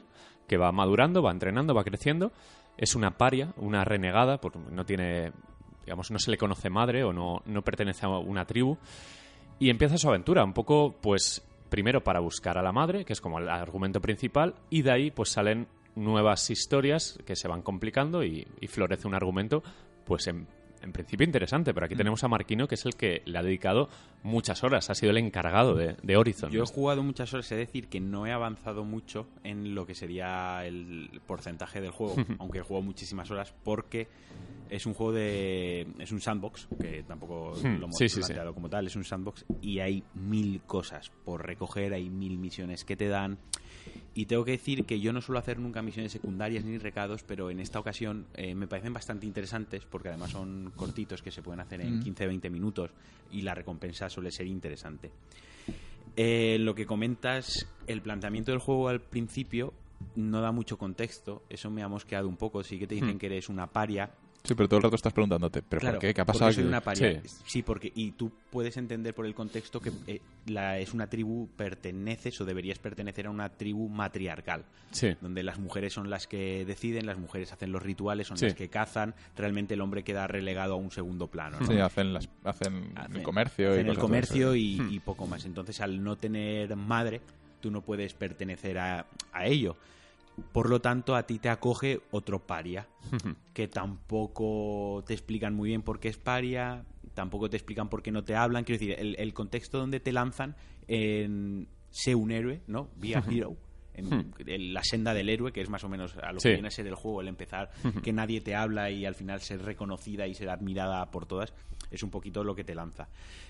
S1: que va madurando, va entrenando, va creciendo. Es una paria, una renegada, porque no tiene, digamos, no se le conoce madre o no pertenece a una tribu. Y empieza su aventura, un poco, pues, primero para buscar a la madre, que es como el argumento principal, y de ahí, pues, salen nuevas historias que se van complicando y florece un argumento, pues, en principio interesante. Pero aquí tenemos a Marquino, que es el que le ha dedicado muchas horas, ha sido el encargado de Horizon.
S4: Yo he jugado muchas horas, es decir, que no he avanzado mucho en lo que sería el porcentaje del juego, aunque he jugado muchísimas horas, porque es un juego es un sandbox, que tampoco lo hemos planteado como tal, es un sandbox y hay 1000 cosas por recoger, hay 1000 misiones que te dan. Y tengo que decir que yo no suelo hacer nunca misiones secundarias ni recados, pero en esta ocasión me parecen bastante interesantes, porque además son cortitos que se pueden hacer en 15-20 minutos y la recompensa suele ser interesante. Lo que comentas, el planteamiento del juego al principio no da mucho contexto, eso me ha mosqueado un poco. Sí que te dicen que eres una paria.
S3: Sí, pero todo el rato estás preguntándote, ¿pero
S4: claro,
S3: por qué? ¿Qué ha pasado aquí?
S4: Soy una paria.
S1: Sí.
S4: Sí, porque y tú puedes entender por el contexto que es una tribu, perteneces o deberías pertenecer a una tribu matriarcal, donde las mujeres son las que deciden, las mujeres hacen los rituales, son las que cazan, realmente el hombre queda relegado a un segundo plano, ¿no?
S3: Sí, hacen el comercio.
S4: Hacen el comercio y poco más. Entonces, al no tener madre, tú no puedes pertenecer a ello. Por lo tanto, a ti te acoge otro paria, que tampoco te explican muy bien por qué es paria, tampoco te explican por qué no te hablan. Quiero decir, el contexto donde te lanzan en sé un héroe, ¿no? Be a hero. En la senda del héroe, que es más o menos a lo que viene a ser el juego, el empezar que nadie te habla y al final ser reconocida y ser admirada por todas, es un poquito lo que te lanza.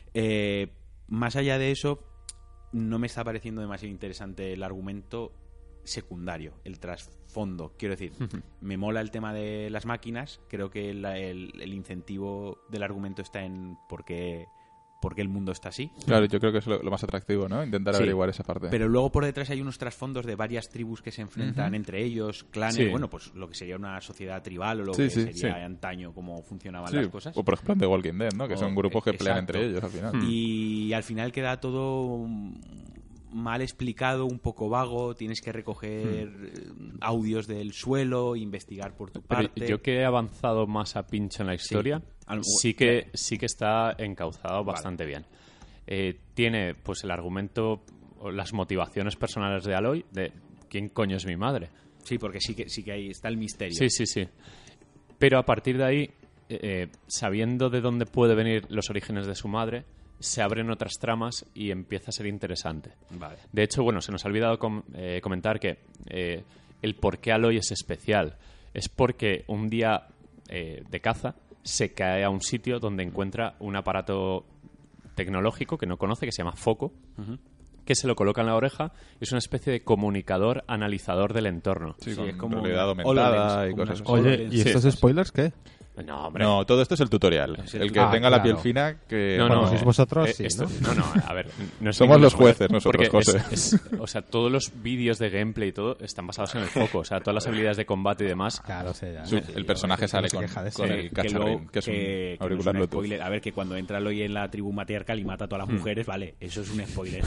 S4: Más allá de eso, no me está pareciendo demasiado interesante el argumento secundario, el trasfondo. Quiero decir, me mola el tema de las máquinas, creo que el incentivo del argumento está en por qué el mundo está así.
S3: Claro, yo creo que es lo más atractivo, ¿no? Intentar averiguar esa parte.
S4: Pero luego por detrás hay unos trasfondos de varias tribus que se enfrentan entre ellos, clanes, bueno, pues lo que sería una sociedad tribal o lo que sería antaño, cómo funcionaban las cosas.
S3: O por ejemplo en The Walking Dead, ¿no? Que son grupos que pelean entre ellos al final.
S4: Y al final queda todo mal explicado, un poco vago, tienes que recoger audios del suelo, investigar por tu parte.
S1: Pero yo que he avanzado más a pincho en la historia, sí que está encauzado bastante bien. Tiene pues el argumento, las motivaciones personales de Aloy, de quién coño es mi madre.
S4: Sí, porque sí que ahí está el misterio.
S1: Sí. Pero a partir de ahí, sabiendo de dónde puede venir los orígenes de su madre, se abren otras tramas y empieza a ser interesante.
S4: Vale.
S1: De hecho, bueno, se nos ha olvidado comentar que el por qué Aloy es especial es porque un día de caza se cae a un sitio donde encuentra un aparato tecnológico que no conoce, que se llama Foco, que se lo coloca en la oreja y es una especie de comunicador analizador del entorno.
S3: Sí, con
S4: es como
S3: realidad aumentada y cosas así.
S5: Oye, ¿y estos spoilers qué?
S1: No, hombre.
S3: No, todo esto es el tutorial. El que tenga la piel fina, que...
S1: No,
S5: sois vosotros, sí,
S1: esto,
S5: ¿no?
S1: No, a ver. No es
S3: somos los jueces nosotros,
S1: porque
S3: José.
S1: o sea, todos los vídeos de gameplay y todo están basados en el foco. O sea, todas las habilidades de combate y demás.
S5: Claro, sé ya.
S3: El personaje sale con el cacharrín, que es un auricular
S4: no es un
S3: Bluetooth.
S4: spoiler. A ver, que cuando entra Aloy en la tribu matriarcal y mata a todas las mujeres, vale, eso es un spoiler.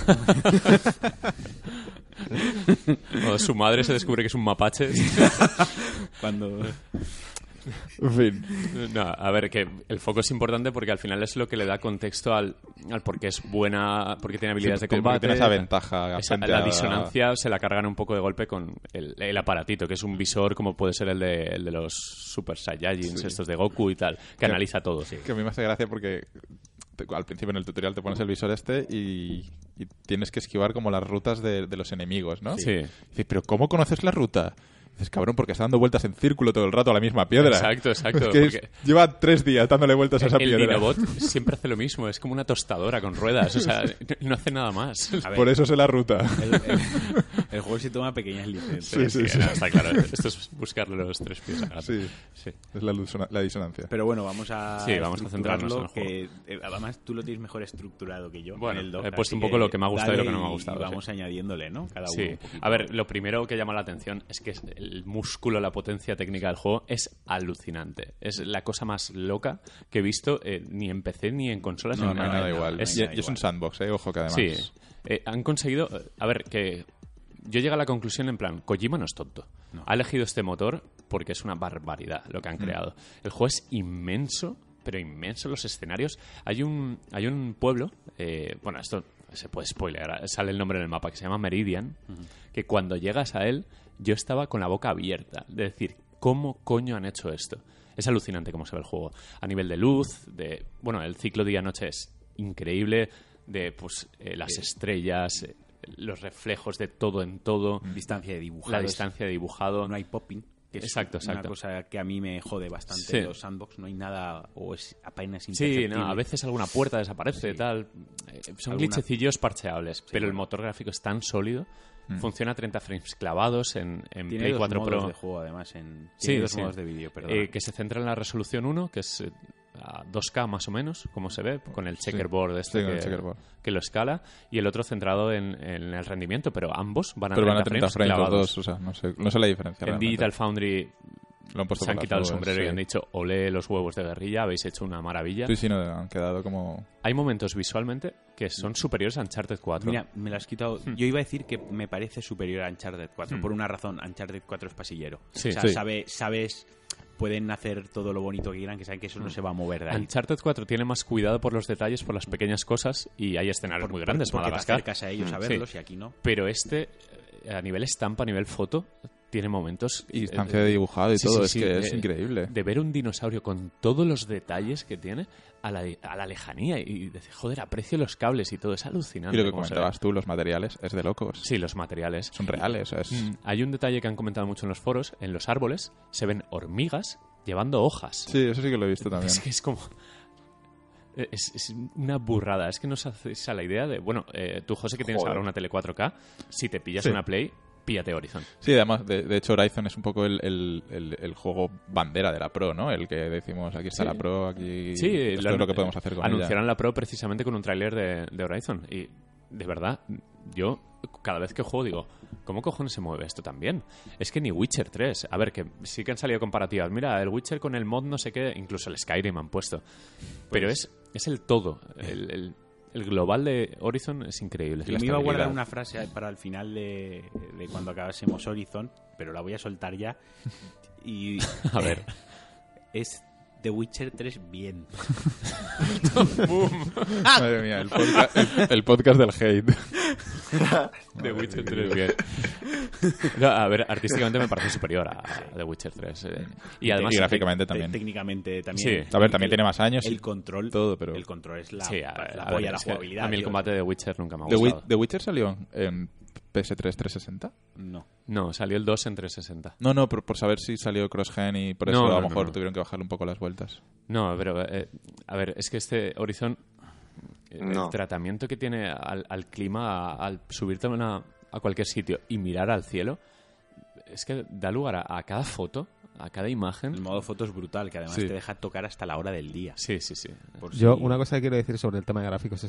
S1: O su madre se descubre que es un mapache.
S4: Cuando...
S3: En fin.
S1: No, a ver, que el foco es importante porque al final es lo que le da contexto al por qué es buena, porque tiene habilidades de combate.
S3: Tiene esa ventaja.
S1: La disonancia se la cargan un poco de golpe con el aparatito, que es un visor como puede ser el de los Super Saiyajins, estos de Goku y tal, que analiza todo. Sí.
S3: Que a mí me hace gracia porque al principio en el tutorial te pones el visor y tienes que esquivar como las rutas de los enemigos, ¿no?
S1: Sí.
S3: Dices, ¿pero cómo conoces la ruta? Dices, cabrón, porque está dando vueltas en círculo todo el rato a la misma piedra.
S1: Exacto.
S3: Es que lleva 3 días dándole vueltas a esa piedra.
S1: El Dinobot siempre hace lo mismo, es como una tostadora con ruedas, o sea, no hace nada más.
S3: Por eso sé la ruta.
S4: El juego se toma pequeñas licencias.
S3: Sí.
S1: Está claro, esto es buscarle los 3 pies a gato.
S3: Sí. Es la disonancia.
S4: Pero bueno, vamos a
S1: centrarnos en el juego.
S4: Que, además, tú lo tienes mejor estructurado que yo.
S1: Bueno,
S4: en el doc,
S1: he puesto un poco lo que me ha gustado y lo que no me ha gustado.
S4: Y vamos añadiéndole, ¿no? Cada uno.
S1: Sí. A ver, lo primero que llama la atención es que el músculo, la potencia técnica del juego es alucinante. Es la cosa más loca que he visto ni en PC ni en consolas.
S3: No hay nada igual.
S1: Es
S3: un sandbox, ojo que además...
S1: Sí. Han conseguido... A ver, que yo llego a la conclusión en plan, Kojima no es tonto.
S4: No.
S1: Ha elegido este motor porque es una barbaridad lo que han creado. El juego es inmenso, pero inmenso los escenarios. Hay un pueblo, bueno, esto se puede spoiler, sale el nombre en el mapa, que se llama Meridian, que cuando llegas a él, yo estaba con la boca abierta, de decir, ¿cómo coño han hecho esto? Es alucinante cómo se ve el juego. A nivel de luz, bueno, el ciclo día-noche es increíble, de pues las estrellas, los reflejos de todo en todo,
S4: Distancia de dibujado.
S1: la distancia de dibujado.
S4: No hay popping. Que es
S1: Exacto.
S4: una cosa que a mí me jode bastante
S1: Sí.
S4: de los sandbox. No hay nada, o es apenas
S1: Sí,
S4: imperceptible.
S1: no, a veces alguna puerta desaparece,
S4: Sí.
S1: tal. Son
S4: Alguna-
S1: glitchecillos parcheables, pero el
S4: bueno.
S1: motor gráfico es tan sólido. Funciona a 30 frames clavados en
S4: Tiene
S1: Play
S4: 2
S1: 4
S4: modos
S1: Pro.
S4: de juego, además. Tiene
S1: Sí,
S4: 2
S1: sí.
S4: modos de vídeo, perdón.
S1: Que se centra en la resolución 1, que es a 2K más o menos, como se ve, con el checkerboard este
S3: Sí, con el checkerboard.
S1: que lo escala, y el otro centrado en el rendimiento, pero ambos van a
S3: Pero
S1: 30
S3: van a 30 frames los
S1: clavados.
S3: dos, o sea, no sé la diferencia.
S1: En
S3: realmente.
S1: Digital Foundry
S3: Lo han puesto
S1: se han
S3: por las
S1: quitado el
S3: nubes,
S1: sombrero y
S3: sí.
S1: han dicho, olé los huevos de guerrilla, habéis hecho una maravilla.
S3: Sí, no, han quedado como...
S1: Hay momentos visualmente que son superiores a Uncharted 4.
S4: Mira, me lo has quitado. Yo iba a decir que me parece superior a Uncharted 4, por una razón. Uncharted 4 es pasillero.
S1: Sí.
S4: O sea,
S3: Sí.
S4: sabes, pueden hacer todo lo bonito que quieran, que saben que eso no se va a mover de ahí.
S1: Uncharted 4 tiene más cuidado por los detalles, por las pequeñas cosas, y hay escenarios muy grandes,
S4: porque te
S1: Madagascar.
S4: acercas a ellos a verlos
S1: Sí.
S4: y aquí no.
S1: Pero a nivel estampa, a nivel foto, tiene momentos...
S3: Y distancia de dibujado y
S1: sí,
S3: todo,
S1: sí,
S3: es que
S1: sí,
S3: es increíble.
S1: De ver un dinosaurio con todos los detalles que tiene a la lejanía y decir, joder, aprecio los cables y todo, es alucinante.
S3: Y lo que
S1: cómo se ve.
S3: comentabas tú, los materiales, es de locos.
S1: Sí, los materiales.
S3: Son reales, es...
S1: Hay un detalle que han comentado mucho en los foros, en los árboles se ven hormigas llevando hojas.
S3: Sí, eso sí que lo he visto también.
S1: Es que es como... Es una burrada. Es que no os hacéis a la idea de... Bueno, tú, José, que tienes
S2: Joder.
S1: ahora una tele 4K, si te pillas
S3: Sí.
S1: una Play, píllate Horizon.
S3: Sí, además, de hecho, Horizon es un poco el juego bandera de la Pro, ¿no? El que decimos, aquí está
S1: Sí.
S3: la Pro, aquí...
S1: Sí,
S3: esto es lo que podemos hacer con
S1: anunciaron
S3: ella.
S1: la Pro precisamente con un tráiler de Horizon. Y, de verdad, yo cada vez que juego digo, ¿cómo cojones se mueve esto también? Es que ni Witcher 3. A ver, que sí que han salido comparativas. Mira, el Witcher con el mod no sé qué, incluso el Skyrim han puesto. Pero
S3: Pues
S1: es el todo. El global de Horizon es increíble.
S3: Y
S4: Yo
S3: la
S4: me iba a guardar
S3: estabilidad.
S4: una frase para el final de cuando acabásemos Horizon, pero la voy a soltar ya. Y
S1: A ver.
S4: es The Witcher 3 bien.
S3: Madre mía, el podcast del hate.
S1: The Witcher 3, bien. No, a ver, artísticamente me parece superior a The Witcher 3. Y además...
S3: Y gráficamente también.
S4: Técnicamente también.
S1: Sí.
S3: A ver, también tiene más años.
S4: El control,
S3: todo, pero...
S4: el control es la,
S1: Sí,
S4: la
S1: a
S4: polla
S1: ver,
S4: de la
S1: es que
S4: jugabilidad.
S1: a mí el
S4: tío.
S1: combate de Witcher nunca me ha
S3: The
S1: gustado.
S3: Witcher salió en PS3 360.
S4: No.
S1: No, salió el 2 en 360.
S3: No, por saber si salió cross-gen y por eso
S1: No,
S3: a lo
S1: no,
S3: mejor
S1: no.
S3: tuvieron que bajarle un poco las vueltas.
S1: No, pero a ver, es que este Horizon,
S2: No.
S1: el tratamiento que tiene al clima, al subirte a cualquier sitio y mirar al cielo, es que da lugar a cada foto, a cada imagen.
S4: El modo foto es brutal, que además
S3: Sí.
S4: te deja tocar hasta la hora del día.
S1: Sí, sí, sí.
S4: Por
S5: Yo,
S4: si-
S5: una cosa que quiero decir sobre el tema de gráficos,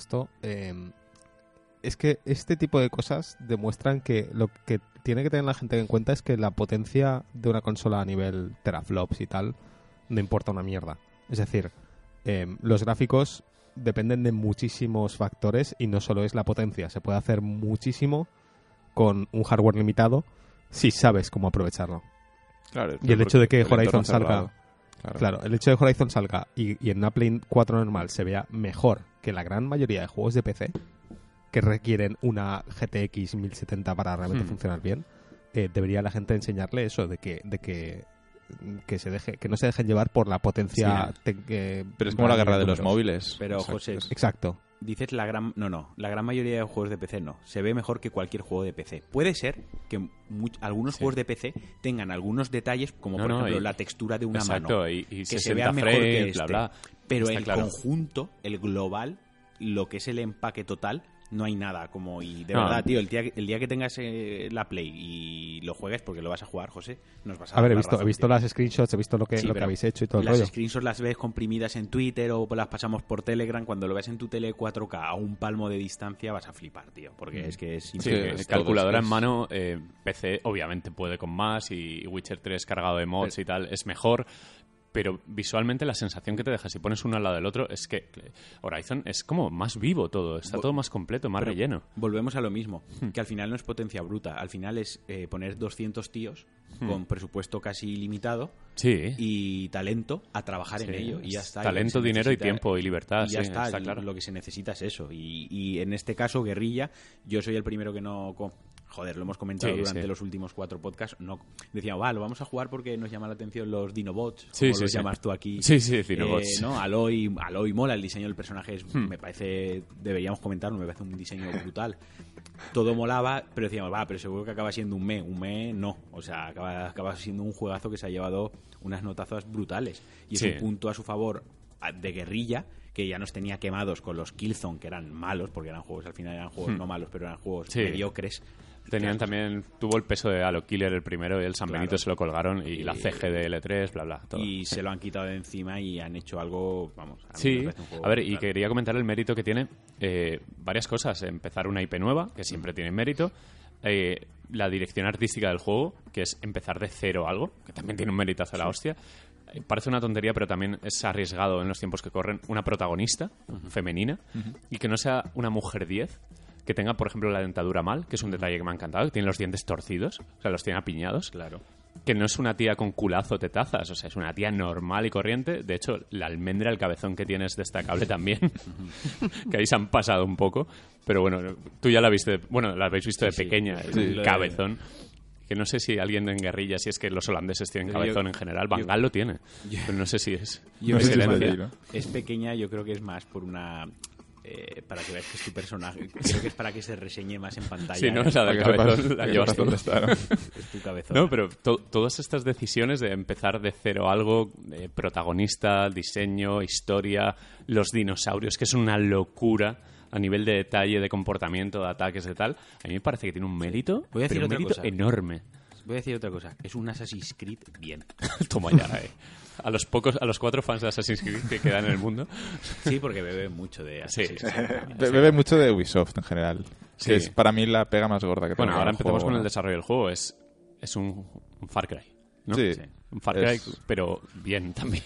S5: es que este tipo de cosas demuestran que lo que tiene que tener la gente en cuenta es que la potencia de una consola a nivel teraflops y tal no importa una mierda. Es decir, los gráficos dependen de muchísimos factores y no solo es la potencia. Se puede hacer muchísimo con un hardware limitado si sabes cómo aprovecharlo.
S3: Claro,
S5: Y el hecho de que
S3: el entorno
S5: Horizon salga...
S3: cerrado.
S5: Claro, el hecho de que Horizon salga y en una Play 4 normal se vea mejor que la gran mayoría de juegos de PC que requieren una GTX 1070 para realmente funcionar bien, debería la gente enseñarle eso, de que no se dejen llevar por la potencia.
S3: Pero es como la guerra de los móviles.
S4: Pero,
S3: Exacto.
S4: José,
S5: Exacto.
S4: dices la gran... No, la gran mayoría de juegos de PC no. Se ve mejor que cualquier juego de PC. Puede ser que algunos juegos de PC tengan algunos detalles, como
S1: No,
S4: por
S1: no,
S4: ejemplo
S1: y-
S4: la textura de una
S1: Exacto,
S4: mano.
S1: y
S4: que
S1: 60
S4: se vea mejor
S1: frames,
S4: que
S1: bla,
S4: este.
S1: bla.
S4: Pero
S1: Está
S4: el
S1: claro.
S4: conjunto, el global, lo que es el empaque total, no hay nada como... Y de
S1: No.
S4: verdad, tío, el día que tengas la Play y lo juegues, porque lo vas a jugar, José, nos vas a
S5: A ver,
S4: dar
S5: he
S4: la
S5: visto
S4: razón, tío.
S5: las screenshots, he visto lo que
S4: Sí, pero
S5: habéis hecho y todo el
S4: las
S5: rollo.
S4: screenshots las ves comprimidas en Twitter o las pasamos por Telegram. Cuando lo ves en tu tele 4K a un palmo de distancia vas a flipar, tío. Porque es que es
S1: Sí,
S4: imposible.
S3: es
S1: calculadora
S3: todo,
S1: en mano, PC obviamente puede con más y Witcher 3 cargado de mods y tal es mejor, pero visualmente la sensación que te deja si pones uno al lado del otro es que Horizon es como más vivo todo, está todo más completo, más relleno.
S4: Volvemos a lo mismo, que al final no es potencia bruta, al final es poner 200 tíos con presupuesto casi ilimitado y talento a trabajar en ello y ya está.
S1: Talento, dinero y tiempo y libertad,
S4: y ya está
S1: claro.
S4: Lo que se necesita es eso. Y en este caso, Guerrilla, yo soy el primero que no... Joder, lo hemos comentado durante los últimos 4 podcasts. No, decíamos, lo vamos a jugar porque nos llama la atención los Dinobots, como los llamas tú aquí.
S1: Sí, Dinobots.
S4: ¿no? Aloy mola, el diseño del personaje me parece, deberíamos comentarlo, me parece un diseño brutal. Todo molaba, pero decíamos, pero seguro que acaba siendo un me no. O sea, acaba siendo un juegazo que se ha llevado unas notazas brutales. Y es un punto a su favor de Guerrilla, que ya nos tenía quemados con los Killzone, que eran malos, porque eran juegos, al final eran juegos no malos, pero eran juegos mediocres.
S1: Tuvo el peso de Halo Killer el primero y el San Benito se lo colgaron y la CG de L3, bla, bla, todo.
S4: Y se lo han quitado de encima y han hecho algo, vamos...
S1: A ver, y quería comentar el mérito que tiene varias cosas. Empezar una IP nueva, que siempre tiene mérito. La dirección artística del juego, que es empezar de cero algo, que también tiene un meritazo de la hostia. Parece una tontería, pero también es arriesgado en los tiempos que corren. Una protagonista femenina y que no sea una mujer 10, que tenga, por ejemplo, la dentadura mal, que es un detalle que me ha encantado, que tiene los dientes torcidos, o sea, los tiene apiñados.
S4: Claro.
S1: Que no es una tía con culazo tetazas, o sea, es una tía normal y corriente. De hecho, la almendra, el cabezón que tiene es destacable también, que ahí se han pasado un poco. Pero bueno, tú ya la viste, la habéis visto de pequeña, el cabezón. Que no sé si alguien en Guerrilla, si es que los holandeses tienen cabezón en general. Van Gaal lo tiene, pero no sé si es...
S4: Es pequeña, yo creo que es más por una... para que veas que es tu personaje. Creo que es para que se reseñe más en pantalla.
S1: Sí, no, la del cabezón la llevas tú.
S4: Es tu cabezón.
S1: No, pero todas estas decisiones de empezar de cero algo, protagonista, diseño, historia, los dinosaurios, que es una locura a nivel de detalle, de comportamiento, de ataques, de tal, a mí me parece que tiene un mérito,
S4: Voy a decir
S1: pero un
S4: otra
S1: mérito
S4: cosa.
S1: enorme.
S4: Voy a decir otra cosa. Es un Assassin's Creed bien.
S1: Toma ya, A los 4 fans de Assassin's Creed que quedan en el mundo.
S4: Sí, porque bebe mucho de Assassin's Creed.
S3: Bebe mucho de Ubisoft en general.
S1: Sí.
S3: Que es para mí la pega más gorda que tiene.
S1: Bueno, ahora empezamos
S3: juego,
S1: con el desarrollo del juego. Es un Far Cry, ¿no?
S3: Sí.
S1: Un Far Cry, pero bien también.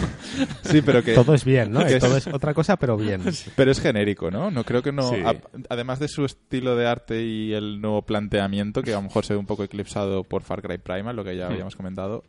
S3: Sí, pero que...
S5: Todo es bien, ¿no? Todo es otra cosa, pero bien.
S3: Pero es genérico, ¿no? No creo que no...
S1: Sí.
S3: Además de su estilo de arte y el nuevo planteamiento, que a lo mejor se ve un poco eclipsado por Far Cry Primal, lo que ya habíamos comentado,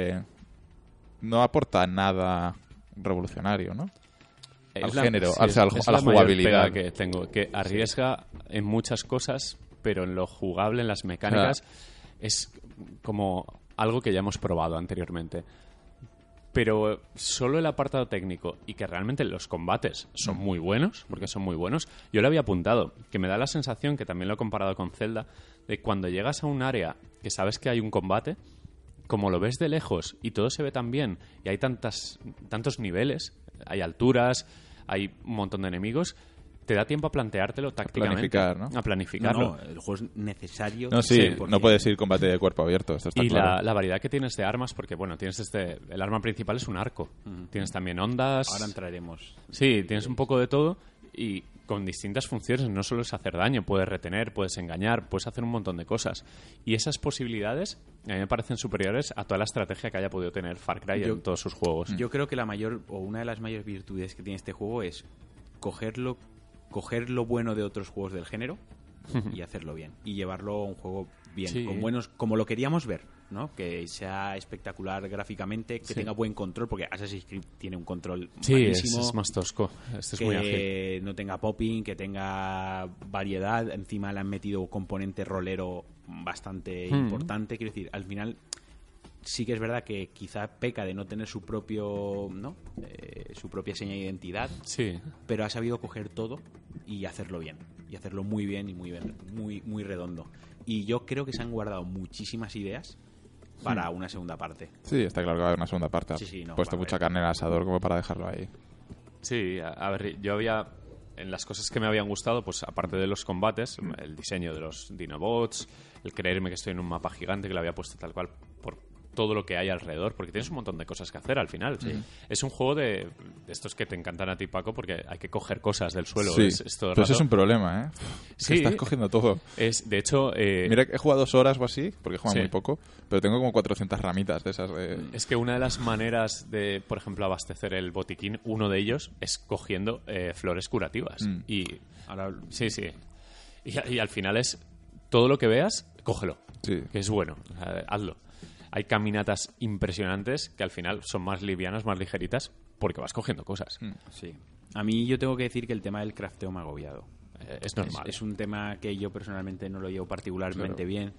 S3: no aporta nada revolucionario, ¿no? Al género,
S1: sí,
S3: a la jugabilidad.
S1: Mayor pega que tengo, que arriesga en muchas cosas, pero en lo jugable, en las mecánicas, es como algo que ya hemos probado anteriormente. Pero solo el apartado técnico y que realmente los combates son muy buenos, porque son muy buenos. Yo le había apuntado, que me da la sensación, que también lo he comparado con Zelda, de cuando llegas a un área que sabes que hay un combate, como lo ves de lejos y todo se ve tan bien y hay tantos niveles, hay alturas, hay un montón de enemigos, te da tiempo a planteártelo tácticamente. A planificarlo.
S4: No, el juego es necesario.
S3: No, sí, no puedes ir combate de cuerpo abierto, esto está
S1: y
S3: claro.
S1: la variedad que tienes de armas, porque bueno, tienes el arma principal es un arco. Tienes también ondas.
S4: Ahora entraremos.
S1: Sí, tienes un poco de todo y con distintas funciones. No solo es hacer daño, puedes retener, puedes engañar, puedes hacer un montón de cosas. Y esas posibilidades a mí me parecen superiores a toda la estrategia que haya podido tener Far Cry en todos sus juegos.
S4: Yo creo que una de las mayores virtudes que tiene este juego es coger lo bueno de otros juegos del género y hacerlo bien. Y llevarlo a un juego bien,
S1: Sí.
S4: con buenos, como lo queríamos ver, ¿no? Que sea espectacular gráficamente, que tenga buen control, porque Assassin's Creed tiene un control malísimo.
S1: Es más tosco. Este es muy ágil.
S4: Que no tenga popping, que tenga variedad. Encima le han metido componente rolero bastante importante. Quiero decir, al final sí que es verdad que quizá peca de no tener su propio, ¿no? Su propia seña de identidad,
S1: Sí.
S4: pero ha sabido coger todo y hacerlo bien, y hacerlo muy bien y muy redondo. Y yo creo que se han guardado muchísimas ideas para una segunda parte.
S3: Sí, está claro que va a haber una segunda parte.
S4: Sí, no,
S3: puesto
S4: va a
S3: mucha
S4: haber.
S3: carne al asador como para dejarlo ahí.
S1: Sí, a ver, yo había... En las cosas que me habían gustado, pues aparte de los combates, el diseño de los Dinobots, el creerme que estoy en un mapa gigante, que lo había puesto tal cual por todo lo que hay alrededor, porque tienes un montón de cosas que hacer al final. Sí. Es un juego de estos que te encantan a ti, Paco, porque hay que coger cosas del suelo.
S3: Sí,
S1: es todo el
S3: pero eso
S1: rato.
S3: es un problema, ¿eh? Es que
S1: Sí.
S3: estás cogiendo todo.
S1: De hecho...
S3: Mira que he jugado 2 horas o así, porque he jugado
S1: Sí.
S3: muy poco, pero tengo como 400 ramitas de esas.
S1: Es que una de las maneras de, por ejemplo, abastecer el botiquín, uno de ellos es cogiendo flores curativas. Y ahora, sí. Y al final es todo lo que veas, cógelo.
S3: Sí.
S1: Que es bueno, o sea, hazlo. Hay caminatas impresionantes que al final son más livianas, más ligeritas, porque vas cogiendo cosas.
S4: Sí. A mí yo tengo que decir que el tema del crafteo me ha agobiado.
S1: Es normal.
S4: Es un tema que yo personalmente no lo llevo particularmente bien.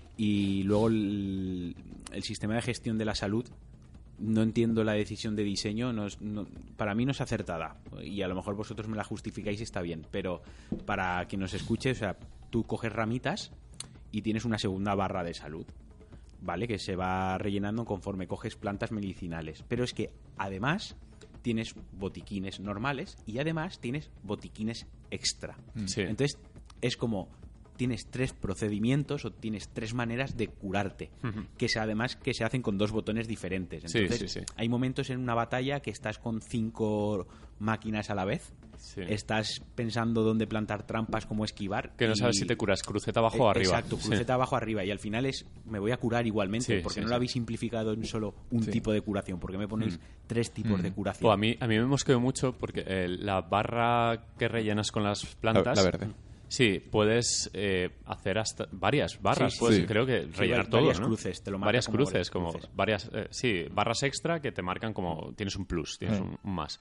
S4: Y luego el sistema de gestión de la salud, no entiendo la decisión de diseño, para mí no es acertada. Y a lo mejor vosotros me la justificáis y está bien. Pero para quien nos escuche, o sea, tú coges ramitas y tienes una segunda barra de salud, ¿vale? Que se va rellenando conforme coges plantas medicinales. Pero es que además tienes botiquines normales y además tienes botiquines extra.
S1: Sí.
S4: Entonces es como tienes 3 procedimientos o tienes 3 maneras de curarte, que además que se hacen con 2 botones diferentes. Entonces
S1: sí.
S4: hay momentos en una batalla que estás con 5 máquinas a la vez.
S1: Sí.
S4: Estás pensando dónde plantar trampas, cómo esquivar.
S1: Que no sabes si te curas cruceta abajo o arriba.
S4: Exacto, cruceta abajo o arriba. Y al final me voy a curar igualmente,
S1: Sí,
S4: porque
S1: sí,
S4: no
S1: sí.
S4: lo habéis simplificado en solo un tipo de curación. Porque me ponéis 3 tipos de curación.
S1: O a mí me mosqueó mucho porque la barra que rellenas con las plantas...
S3: La verde.
S1: Sí, puedes hacer hasta varias barras.
S4: Sí,
S1: puedes,
S3: sí.
S1: creo que rellenar todo,
S4: varias
S1: ¿no?
S4: cruces, te lo marca
S1: varias
S4: como
S1: cruces,
S4: varias
S1: como
S4: cruces.
S1: varias... barras extra que te marcan como... Tienes un plus, tienes un más.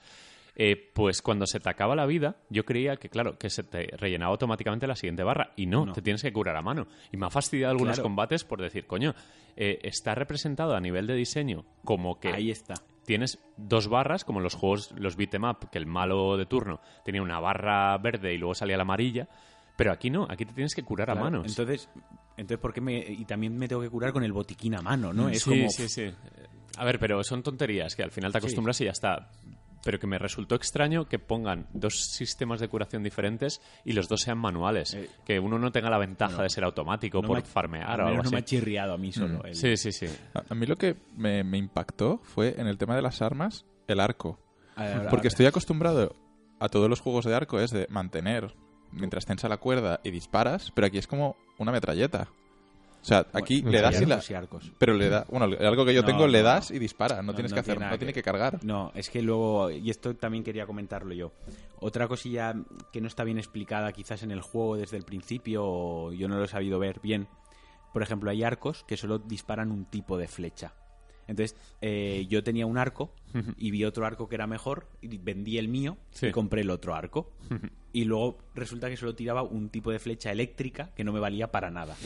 S1: Pues cuando se te acaba la vida, yo creía que, claro, que se te rellenaba automáticamente la siguiente barra. Y no, te tienes que curar a mano. Y me ha fastidiado algunos combates por decir, coño, está representado a nivel de diseño como que...
S4: Ahí está.
S1: Tienes 2 barras, como en los juegos, los beat'em up, que el malo de turno tenía una barra verde y luego salía la amarilla. Pero aquí no, aquí te tienes que curar a mano.
S4: Entonces ¿por qué y también me tengo que curar con el botiquín a mano, ¿no? Es
S1: Sí,
S4: como...
S1: sí. A ver, pero son tonterías que al final te acostumbras y ya está. Pero que me resultó extraño que pongan 2 sistemas de curación diferentes y los 2 sean manuales. Que uno no tenga la ventaja de ser automático por farmear o algo
S4: no
S1: así.
S4: me ha chirriado a mí solo.
S1: Sí.
S3: A mí lo que me impactó fue en el tema de las armas, el arco.
S4: Ahora,
S3: Porque estoy acostumbrado a todos los juegos de arco, es de mantener mientras tensa la cuerda y disparas, pero aquí es como una metralleta. O sea, aquí le das y la...
S4: arcos.
S3: Pero le da... Bueno, algo que yo tengo, le das y dispara. No
S4: No,
S3: tienes
S4: no
S3: que hacer...
S4: tiene nada
S3: No tiene
S4: que-
S3: que cargar.
S4: No, es que luego, y esto también quería comentarlo yo, otra cosilla que no está bien explicada quizás en el juego desde el principio, o yo no lo he sabido ver bien. Por ejemplo, hay arcos que solo disparan un tipo de flecha. Entonces, yo tenía un arco y vi otro arco que era mejor, y vendí el mío
S1: Sí.
S4: y compré el otro arco. Y luego resulta que solo tiraba un tipo de flecha eléctrica que no me valía para nada.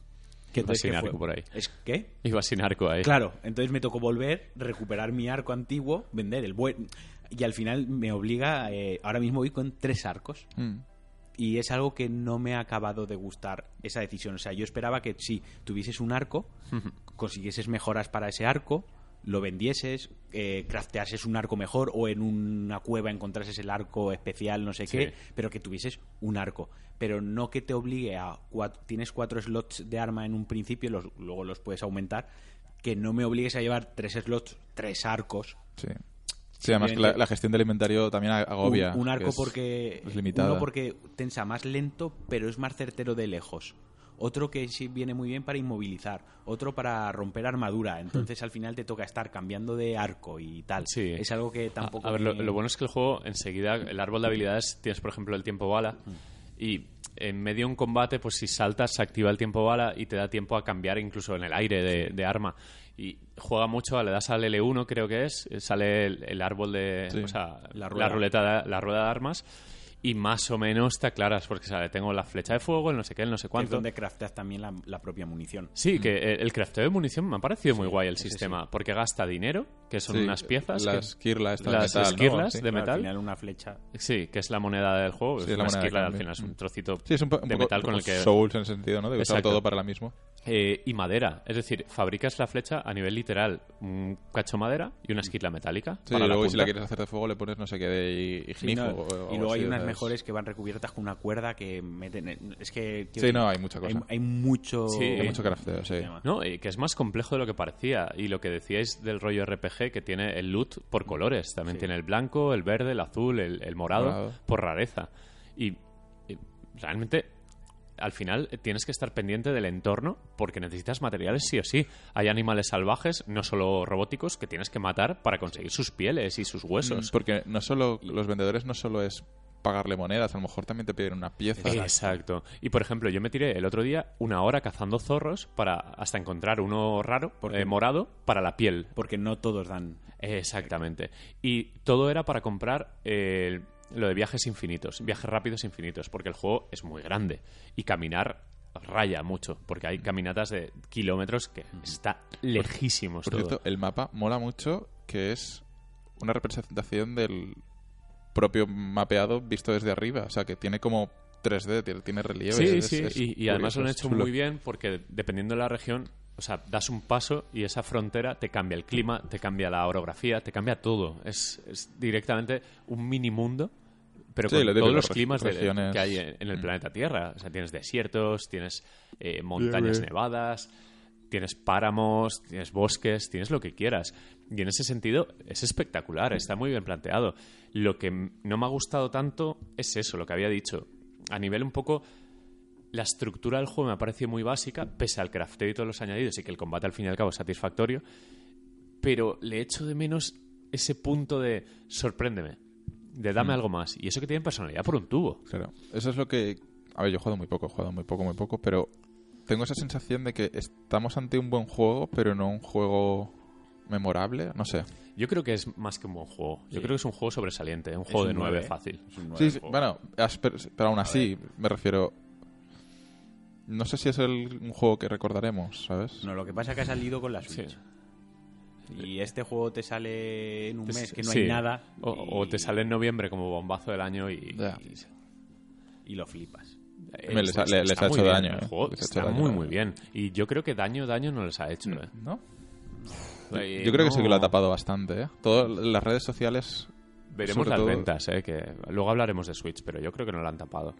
S4: Que
S1: Iba sin
S4: ¿qué
S1: arco
S4: fue?
S1: por ahí.
S4: ¿Es qué?
S1: Iba sin arco ahí.
S4: Claro, entonces me tocó volver, recuperar mi arco antiguo, vender el buen... Y al final me obliga... ahora mismo voy con 3 arcos. Y es algo que no me ha acabado de gustar esa decisión. O sea, yo esperaba que si tuvieses un arco, consiguieses mejoras para ese arco, lo vendieses, crafteases un arco mejor o en una cueva encontrases el arco especial, no sé qué, pero que tuvieses un arco. Pero no que te obligue a... Tienes 4 slots de arma en un principio, luego los puedes aumentar, que no me obligues a llevar 3 slots, 3 arcos.
S3: Sí. Sí, además que la gestión del inventario también agobia.
S4: Un arco
S3: que es-
S4: porque...
S3: es limitada.
S4: Uno porque tensa más lento, pero es más certero de lejos. Otro que sí viene muy bien para inmovilizar. Otro para romper armadura. Entonces al final te toca estar cambiando de arco y tal.
S1: Sí.
S4: Es algo que tampoco...
S1: A ver, lo bueno es que el juego, enseguida, el árbol de habilidades, tienes, por ejemplo, el tiempo bala. Y en medio de un combate, pues si saltas, se activa el tiempo bala y te da tiempo a cambiar incluso en el aire de arma. Y juega mucho, le das al L1, creo que es, sale el árbol de...
S3: Sí.
S1: O sea,
S4: La
S1: la
S4: rueda.
S1: rueda de armas. Y más o menos te aclaras, porque sale, tengo la flecha de fuego, el no sé qué, el no sé
S4: Es
S1: cuánto.
S4: donde crafteas también la propia munición.
S1: Sí, que el crafteo de munición me ha parecido muy guay el sistema, porque gasta dinero, que son
S3: Sí,
S1: unas piezas...
S3: Las Kirla estas
S1: las
S3: de metal, ¿no?
S1: esquirlas
S3: Sí.
S1: de
S4: Pero
S1: metal.
S4: Al final una flecha...
S1: Sí, que es la moneda del juego.
S3: Sí,
S1: es
S3: es la
S1: una
S3: moneda de
S1: esquirla, al
S3: cambio.
S1: final es un trocito
S3: Sí, es un
S1: de
S3: poco
S1: metal con el que...
S3: Souls en el sentido, ¿no? De usar
S1: Exacto.
S3: todo para la misma.
S1: Y madera, es decir, fabricas la flecha a nivel literal, un cacho de madera y una esquila metálica.
S3: Sí,
S1: para
S3: y
S1: la
S3: luego si la
S1: punta.
S3: quieres hacer de fuego le pones no sé qué de
S4: Sí,
S3: ignifo.
S4: no,
S3: o
S4: y luego hay
S3: así,
S4: unas
S3: ¿sabes?
S4: mejores que van recubiertas con una cuerda que meten... Es que...
S3: Sí, no, hay mucha cosa.
S4: Hay mucho...
S1: Sí,
S3: Hay mucho crafteo, sí.
S4: tema.
S1: No, y que es más complejo de lo que parecía. Y lo que decíais del rollo RPG, que tiene el loot por colores. También tiene el blanco, el verde, el azul, el morado, por rareza. Y realmente, al final, tienes que estar pendiente del entorno porque necesitas materiales sí o sí. Hay animales salvajes, no solo robóticos, que tienes que matar para conseguir sus pieles y sus huesos.
S3: Porque no solo los vendedores no solo es pagarle monedas, a lo mejor también te piden una pieza.
S1: Exacto. Y por ejemplo, yo me tiré el otro día 1 hora cazando zorros para hasta encontrar uno raro, morado, para la piel.
S4: Porque no todos dan...
S1: Exactamente. Y todo era para comprar lo de viajes infinitos, viajes rápidos infinitos, porque el juego es muy grande y caminar raya mucho, porque hay caminatas de kilómetros que está lejísimos
S3: Por
S1: todo.
S3: cierto, el mapa mola mucho, que es una representación del propio mapeado visto desde arriba, o sea que tiene como 3D, tiene relieve.
S1: Sí,
S3: es-
S1: sí,
S3: es
S1: y además lo han
S3: curioso,
S1: hecho
S3: es chulo.
S1: muy bien porque dependiendo de la región, o sea, das un paso y esa frontera te cambia el clima, te cambia la orografía, te cambia todo. Es directamente un mini mundo, pero
S3: Sí,
S1: con
S3: lo típico,
S1: todos los climas
S3: regiones.
S1: que hay en el planeta Tierra. O sea, tienes desiertos, tienes montañas nevadas, tienes páramos, tienes bosques, tienes lo que quieras. Y en ese sentido es espectacular, está muy bien planteado. Lo que no me ha gustado tanto es eso, lo que había dicho. A nivel un poco... La estructura del juego me ha parecido muy básica, pese al crafteo y todos los añadidos, y que el combate al fin y al cabo es satisfactorio, pero le echo de menos ese punto de sorpréndeme, de dame algo más. Y eso que tiene personalidad por un tubo.
S3: Claro, eso es lo que... A ver, yo he jugado muy poco, pero tengo esa sensación de que estamos ante un buen juego, pero no un juego memorable, no sé.
S1: Yo creo que es más que un buen juego. Yo
S4: Sí.
S1: creo que es un juego sobresaliente, un juego de 9
S4: 9,
S1: fácil.
S4: Es un 9
S3: Sí, sí,
S4: juego.
S3: bueno, pero aún así, me refiero... No sé si es un juego que recordaremos, ¿sabes?
S4: No, lo que pasa es que ha salido con la Switch.
S1: Sí.
S4: Y este juego te sale en un mes que no
S1: Sí.
S4: hay nada.
S1: O te sale en noviembre como bombazo del año y
S3: Ya.
S4: Y lo flipas.
S3: Les ha
S1: está
S3: hecho
S1: muy bien,
S3: daño,
S1: el juego
S3: les ha
S1: está
S3: hecho daño,
S1: muy,
S3: la
S1: muy
S3: verdad.
S1: bien. Y yo creo que daño no les ha hecho.
S3: ¿No?
S1: Eh,
S3: Yo creo que sí que lo ha
S1: no.
S3: tapado bastante, ¿eh? Todas las redes sociales...
S1: Veremos
S3: sobre
S1: las
S3: todo-
S1: ventas, que luego hablaremos de Switch, pero yo creo que no lo han tapado.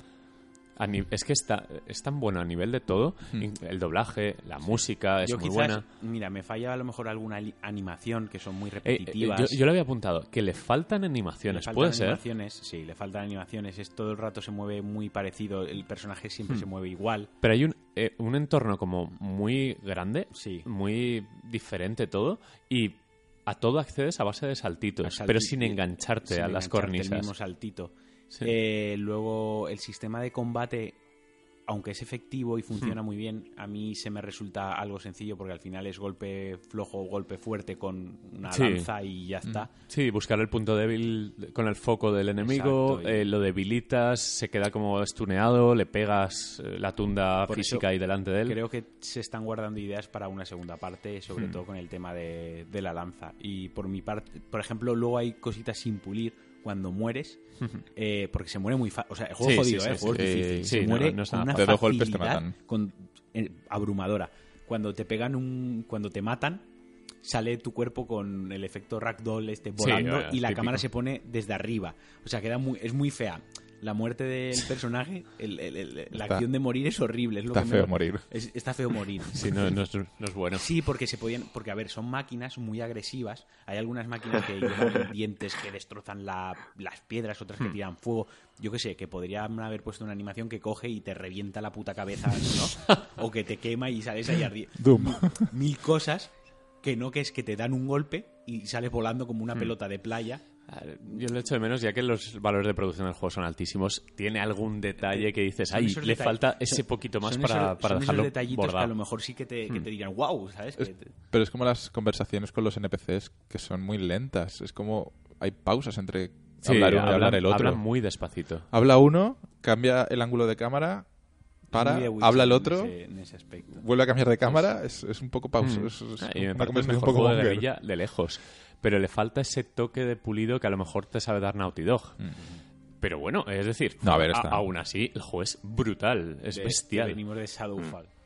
S1: Es que es tan bueno a nivel de todo, el doblaje, la música, es
S4: Yo
S1: muy
S4: quizás,
S1: buena.
S4: mira, me falla a lo mejor alguna animación que son muy
S1: Yo,
S4: repetitivas.
S1: yo lo había apuntado, que le faltan
S4: Le
S1: animaciones,
S4: faltan
S1: ¿puede ser?
S4: animaciones, sí, le faltan animaciones. Es todo el rato se mueve muy parecido. El personaje siempre se mueve igual.
S1: Pero hay un entorno como muy grande,
S4: Sí.
S1: muy diferente todo, y a todo accedes a base de saltitos, pero sin engancharte
S4: sin
S1: a las
S4: engancharte, el
S1: cornisas.
S4: mismo saltito.
S1: Sí.
S4: Luego, el sistema de combate, aunque es efectivo y funciona muy bien, a mí se me resulta algo sencillo porque al final es golpe flojo, golpe fuerte con una
S1: Sí.
S4: lanza y ya está.
S1: Sí, buscar el punto débil con el foco del enemigo,
S4: Exacto, y-
S1: lo debilitas, se queda como estuneado, le pegas la tunda
S4: Por
S1: física
S4: eso
S1: ahí delante de él.
S4: Creo que se están guardando ideas para una segunda parte, sobre todo con el tema de la lanza. Y por mi parte, por ejemplo, luego hay cositas sin pulir cuando mueres, porque se muere muy fácil. O sea, el juego
S1: Sí,
S4: es jodido,
S1: sí,
S4: el
S1: sí,
S4: juego
S1: sí.
S4: es difícil.
S1: Sí,
S4: se
S1: no,
S4: muere
S1: no es
S4: con
S1: nada
S4: una
S3: fácil. De 2 golpes te
S4: facilidad
S3: matan.
S4: abrumadora. Cuando te pegan cuando te matan, sale tu cuerpo con el efecto ragdoll volando
S1: bueno,
S4: y la
S1: típico.
S4: cámara se pone desde arriba. O sea, es muy fea. La muerte del personaje, la
S3: Está-
S4: acción de morir es horrible. Es lo
S3: Está
S4: que
S3: feo morir.
S4: Está feo morir.
S1: Sí, no es bueno.
S4: Sí, porque porque a ver, son máquinas muy agresivas. Hay algunas máquinas que llevan dientes que destrozan las piedras, otras que tiran fuego. Yo qué sé, que podrían haber puesto una animación que coge y te revienta la puta cabeza, ¿no? O que te quema y sales ahí ardiendo.
S3: Doom.
S4: Mil cosas que es que te dan un golpe y sales volando como una pelota de playa.
S1: Yo lo echo de menos, ya que los valores de producción del juego son altísimos. Tiene algún detalle que dices,
S4: Son
S1: ay,
S4: esos
S1: le
S4: detalles-
S1: falta ese
S4: son-
S1: poquito más
S4: son
S1: para
S4: son
S1: dejarlo
S4: esos detallitos que a
S1: bordado.
S4: lo mejor sí que te digan, wow, ¿sabes?
S3: Pero es como las conversaciones con los NPCs que son muy lentas. Es como hay pausas entre
S1: Sí,
S3: hablar uno y hablar el otro.
S1: hablan muy despacito.
S3: Habla uno, cambia el ángulo de cámara, para,
S4: Muy de Witcher
S3: habla el
S4: en
S3: otro,
S4: en ese aspecto.
S3: vuelve a cambiar de cámara. Es un poco pausa. Es
S1: Y me
S3: una
S1: parece el
S3: conversación
S1: mejor
S3: un poco
S1: juego de
S3: monger.
S1: guerrilla de lejos. Pero le falta ese toque de pulido que a lo mejor te sabe dar Naughty Dog. Pero bueno, es decir,
S3: No, a ver, está.
S1: aún así, el juego es brutal, es
S4: Que
S1: bestial.
S4: venimos de Shadowfall.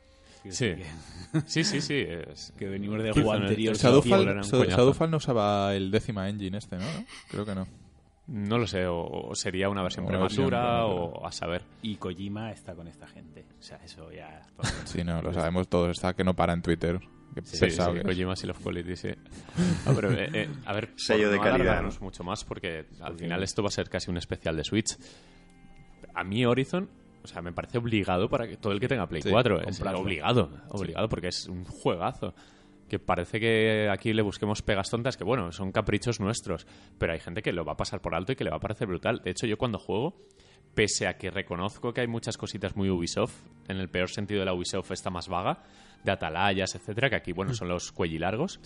S1: Sí. Sí.
S4: Que venimos del juego anterior.
S3: Shadowfall no usaba el 10th engine ¿no? Creo que no.
S1: No lo sé, o sería una versión
S3: Una
S1: prematura,
S3: versión
S1: o a saber.
S4: Y Kojima está con esta gente. O sea, eso ya...
S3: Sí, no, lo sabemos todos. Está que no para en Twitter. Que pesado que es.
S1: Kojima Seal of Quality, sí. No, pero, a ver,
S2: sello de calidad, ¿no?
S1: Mucho más, porque al final esto va a ser casi un especial de Switch. A mí Horizon, o sea, me parece obligado para que todo el que tenga Play 4. Es obligado, porque es un juegazo. Que parece que aquí le busquemos pegas tontas, que bueno, son caprichos nuestros, pero hay gente que lo va a pasar por alto y que le va a parecer brutal. De hecho, yo cuando juego, pese a que reconozco que hay muchas cositas muy Ubisoft, en el peor sentido de la Ubisoft está más vaga, de atalayas, etcétera, que aquí, bueno, son los cuellilargos,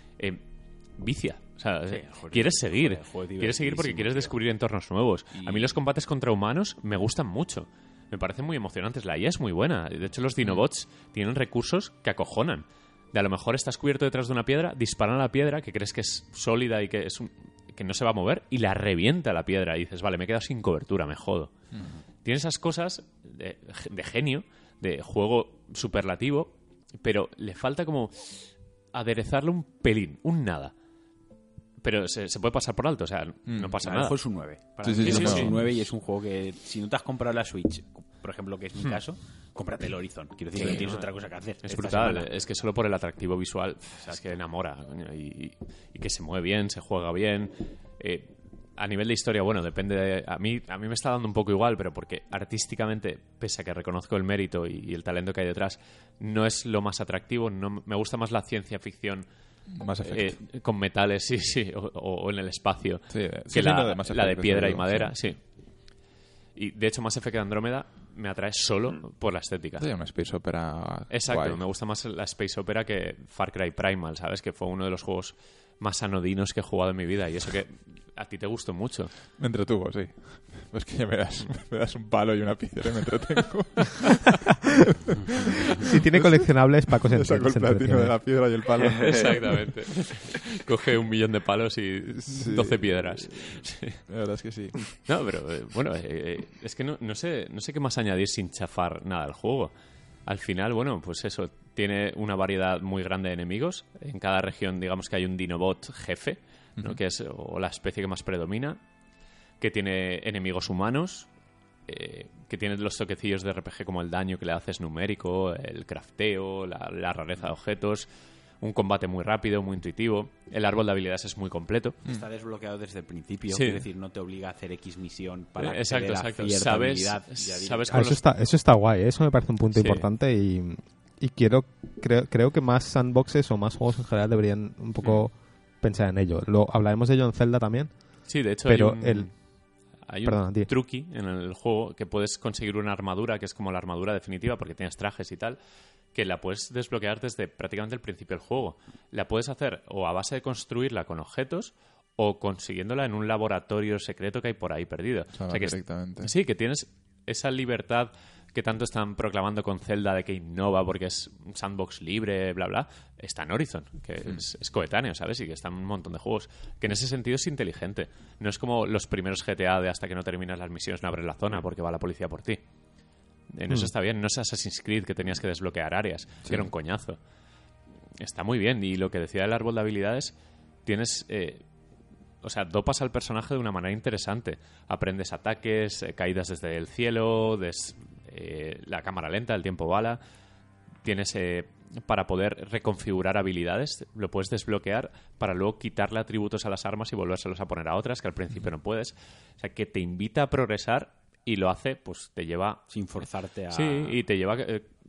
S1: vicia. O sea, quieres seguir. Quieres seguir porque quieres descubrir entornos nuevos. A mí los combates contra humanos me gustan mucho. Me parecen muy emocionantes. La IA es muy buena. De hecho, los Dinobots tienen recursos que acojonan. De a lo mejor estás cubierto detrás de una piedra, disparan a la piedra, que crees que es sólida y que que no se va a mover, y la revienta la piedra. Y dices, vale, me he quedado sin cobertura, me jodo. Tiene esas cosas de genio, de juego superlativo, pero le falta como aderezarle un pelín, un nada. Pero se puede pasar por alto, o sea, no pasa nada.
S4: Es un 9.
S3: Sí,
S4: es un 9 y es un juego que, si no te has comprado la Switch, por ejemplo, que es mi caso, cómprate el Horizon. Quiero decir que tienes otra cosa que hacer.
S1: Es brutal, es que solo por el atractivo visual, o sea, es que enamora. Y que se mueve bien, se juega bien. A nivel de historia, bueno, depende a mí me está dando un poco igual, pero porque artísticamente, pese a que reconozco el mérito y el talento que hay detrás, no es lo más atractivo. No, me gusta más la ciencia ficción con metales, sí, o en el espacio, que la de piedra y madera, sí. Y de hecho Mass Effect Andrómeda me atrae solo por la estética.
S3: Sí, una space opera.
S1: Exacto,
S3: guay.
S1: me gusta más la space opera que Far Cry Primal, ¿sabes? Que fue uno de los juegos más anodinos que he jugado en mi vida, y eso que a ti te gustó mucho.
S3: Me entretuvo, sí. Pues que ya me das un palo y una piedra y me entretengo.
S5: Si tiene coleccionables, Paco se
S3: saco el platino de la piedra y el palo.
S1: Exactamente. Coge 1 millón de palos y 12 piedras. Sí.
S3: La verdad es que sí.
S1: No, pero bueno, es que no sé qué más añadir sin chafar nada al juego. Al final, bueno, pues eso, tiene una variedad muy grande de enemigos. En cada región, digamos que hay un Dinobot jefe, ¿no? Que es o la especie que más predomina, que tiene enemigos humanos, que tiene los toquecillos de RPG como el daño que le haces numérico, el crafteo, la rareza de objetos, un combate muy rápido, muy intuitivo. El árbol de habilidades es muy completo.
S4: Está desbloqueado desde el principio,
S1: sí.
S4: Es decir, no te obliga a hacer X misión para
S1: exacto.
S4: cierta habilidad.
S5: Eso está guay, eso me parece un punto importante y creo que más sandboxes o más juegos en general deberían un poco pensar en ello. Hablaremos de ello en Zelda también.
S1: Sí, de hecho
S5: pero
S1: hay un truqui en el juego que puedes conseguir una armadura que es como la armadura definitiva porque tienes trajes y tal, que la puedes desbloquear desde prácticamente el principio del juego. La puedes hacer o a base de construirla con objetos o consiguiéndola en un laboratorio secreto que hay por ahí perdido.
S3: O sea, que directamente.
S1: Sí, que tienes esa libertad que tanto están proclamando con Zelda de que innova porque es un sandbox libre, bla, bla. Está en Horizon, que es coetáneo, ¿sabes? Y que está en un montón de juegos. Que en ese sentido es inteligente. No es como los primeros GTA de hasta que no terminas las misiones no abres la zona porque va la policía por ti. En eso está bien. No es Assassin's Creed que tenías que desbloquear áreas, que era un coñazo. Está muy bien. Y lo que decía del árbol de habilidades, tienes... dopas al personaje de una manera interesante. Aprendes ataques, caídas desde el cielo, la cámara lenta, el tiempo bala. Tienes para poder reconfigurar habilidades, lo puedes desbloquear para luego quitarle atributos a las armas y volvérselos a poner a otras que al principio no puedes. O sea, que te invita a progresar y lo hace, pues te lleva...
S4: Sin forzarte a...
S1: Sí, y te lleva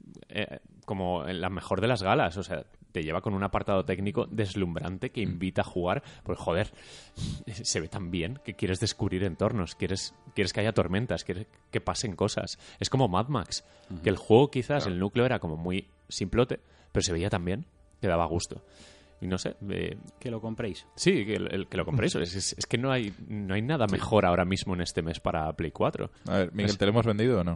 S1: como en la mejor de las galas, o sea... Te lleva con un apartado técnico deslumbrante que invita a jugar. Pues joder, se ve tan bien que quieres descubrir entornos, quieres que haya tormentas, quieres que pasen cosas. Es como Mad Max, que el juego quizás, el núcleo era como muy simplote, pero se veía tan bien que daba gusto. Y no sé...
S4: que lo compréis.
S1: Sí, que lo compréis. Es que no hay nada mejor ahora mismo en este mes para Play 4.
S3: A ver, Miguel, ¿te lo hemos vendido o no?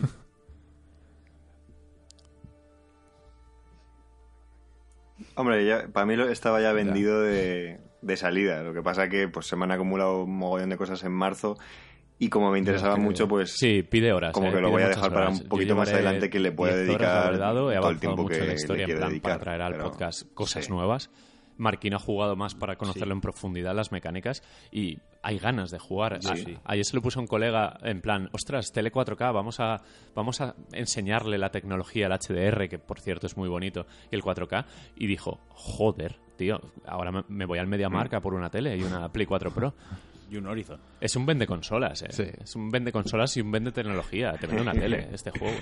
S2: Hombre, para mí estaba ya vendido de salida. Lo que pasa que pues se me han acumulado un mogollón de cosas en marzo y como me interesaba mucho, pues
S1: Sí, pide horas.
S2: como que lo
S1: pide
S2: voy a
S1: muchas
S2: dejar para
S1: horas.
S2: un poquito
S1: Yo
S2: más
S1: llevaré
S2: adelante, que le pueda
S1: 10 horas de
S2: dedicar
S1: verdad, he
S2: todo el
S1: avanzado
S2: tiempo
S1: mucho
S2: que
S1: en la
S2: le
S1: historia,
S2: quiero
S1: en plan,
S2: dedicar.
S1: para traer al
S2: Pero
S1: podcast cosas
S2: sí.
S1: nuevas. Marquín ha jugado más para conocerlo en profundidad, las mecánicas, y hay ganas de jugar. Ayer se lo puso a un colega en plan, ostras, tele 4K, vamos a enseñarle la tecnología, el HDR, que por cierto es muy bonito, y el 4K, y dijo, joder, tío, ahora me voy al MediaMarkt a por una tele y una Play 4 Pro.
S4: Y un Horizon.
S1: Es un vende consolas,
S5: Sí.
S1: Es un vende consolas y un vende tecnología. Te vende una tele este juego.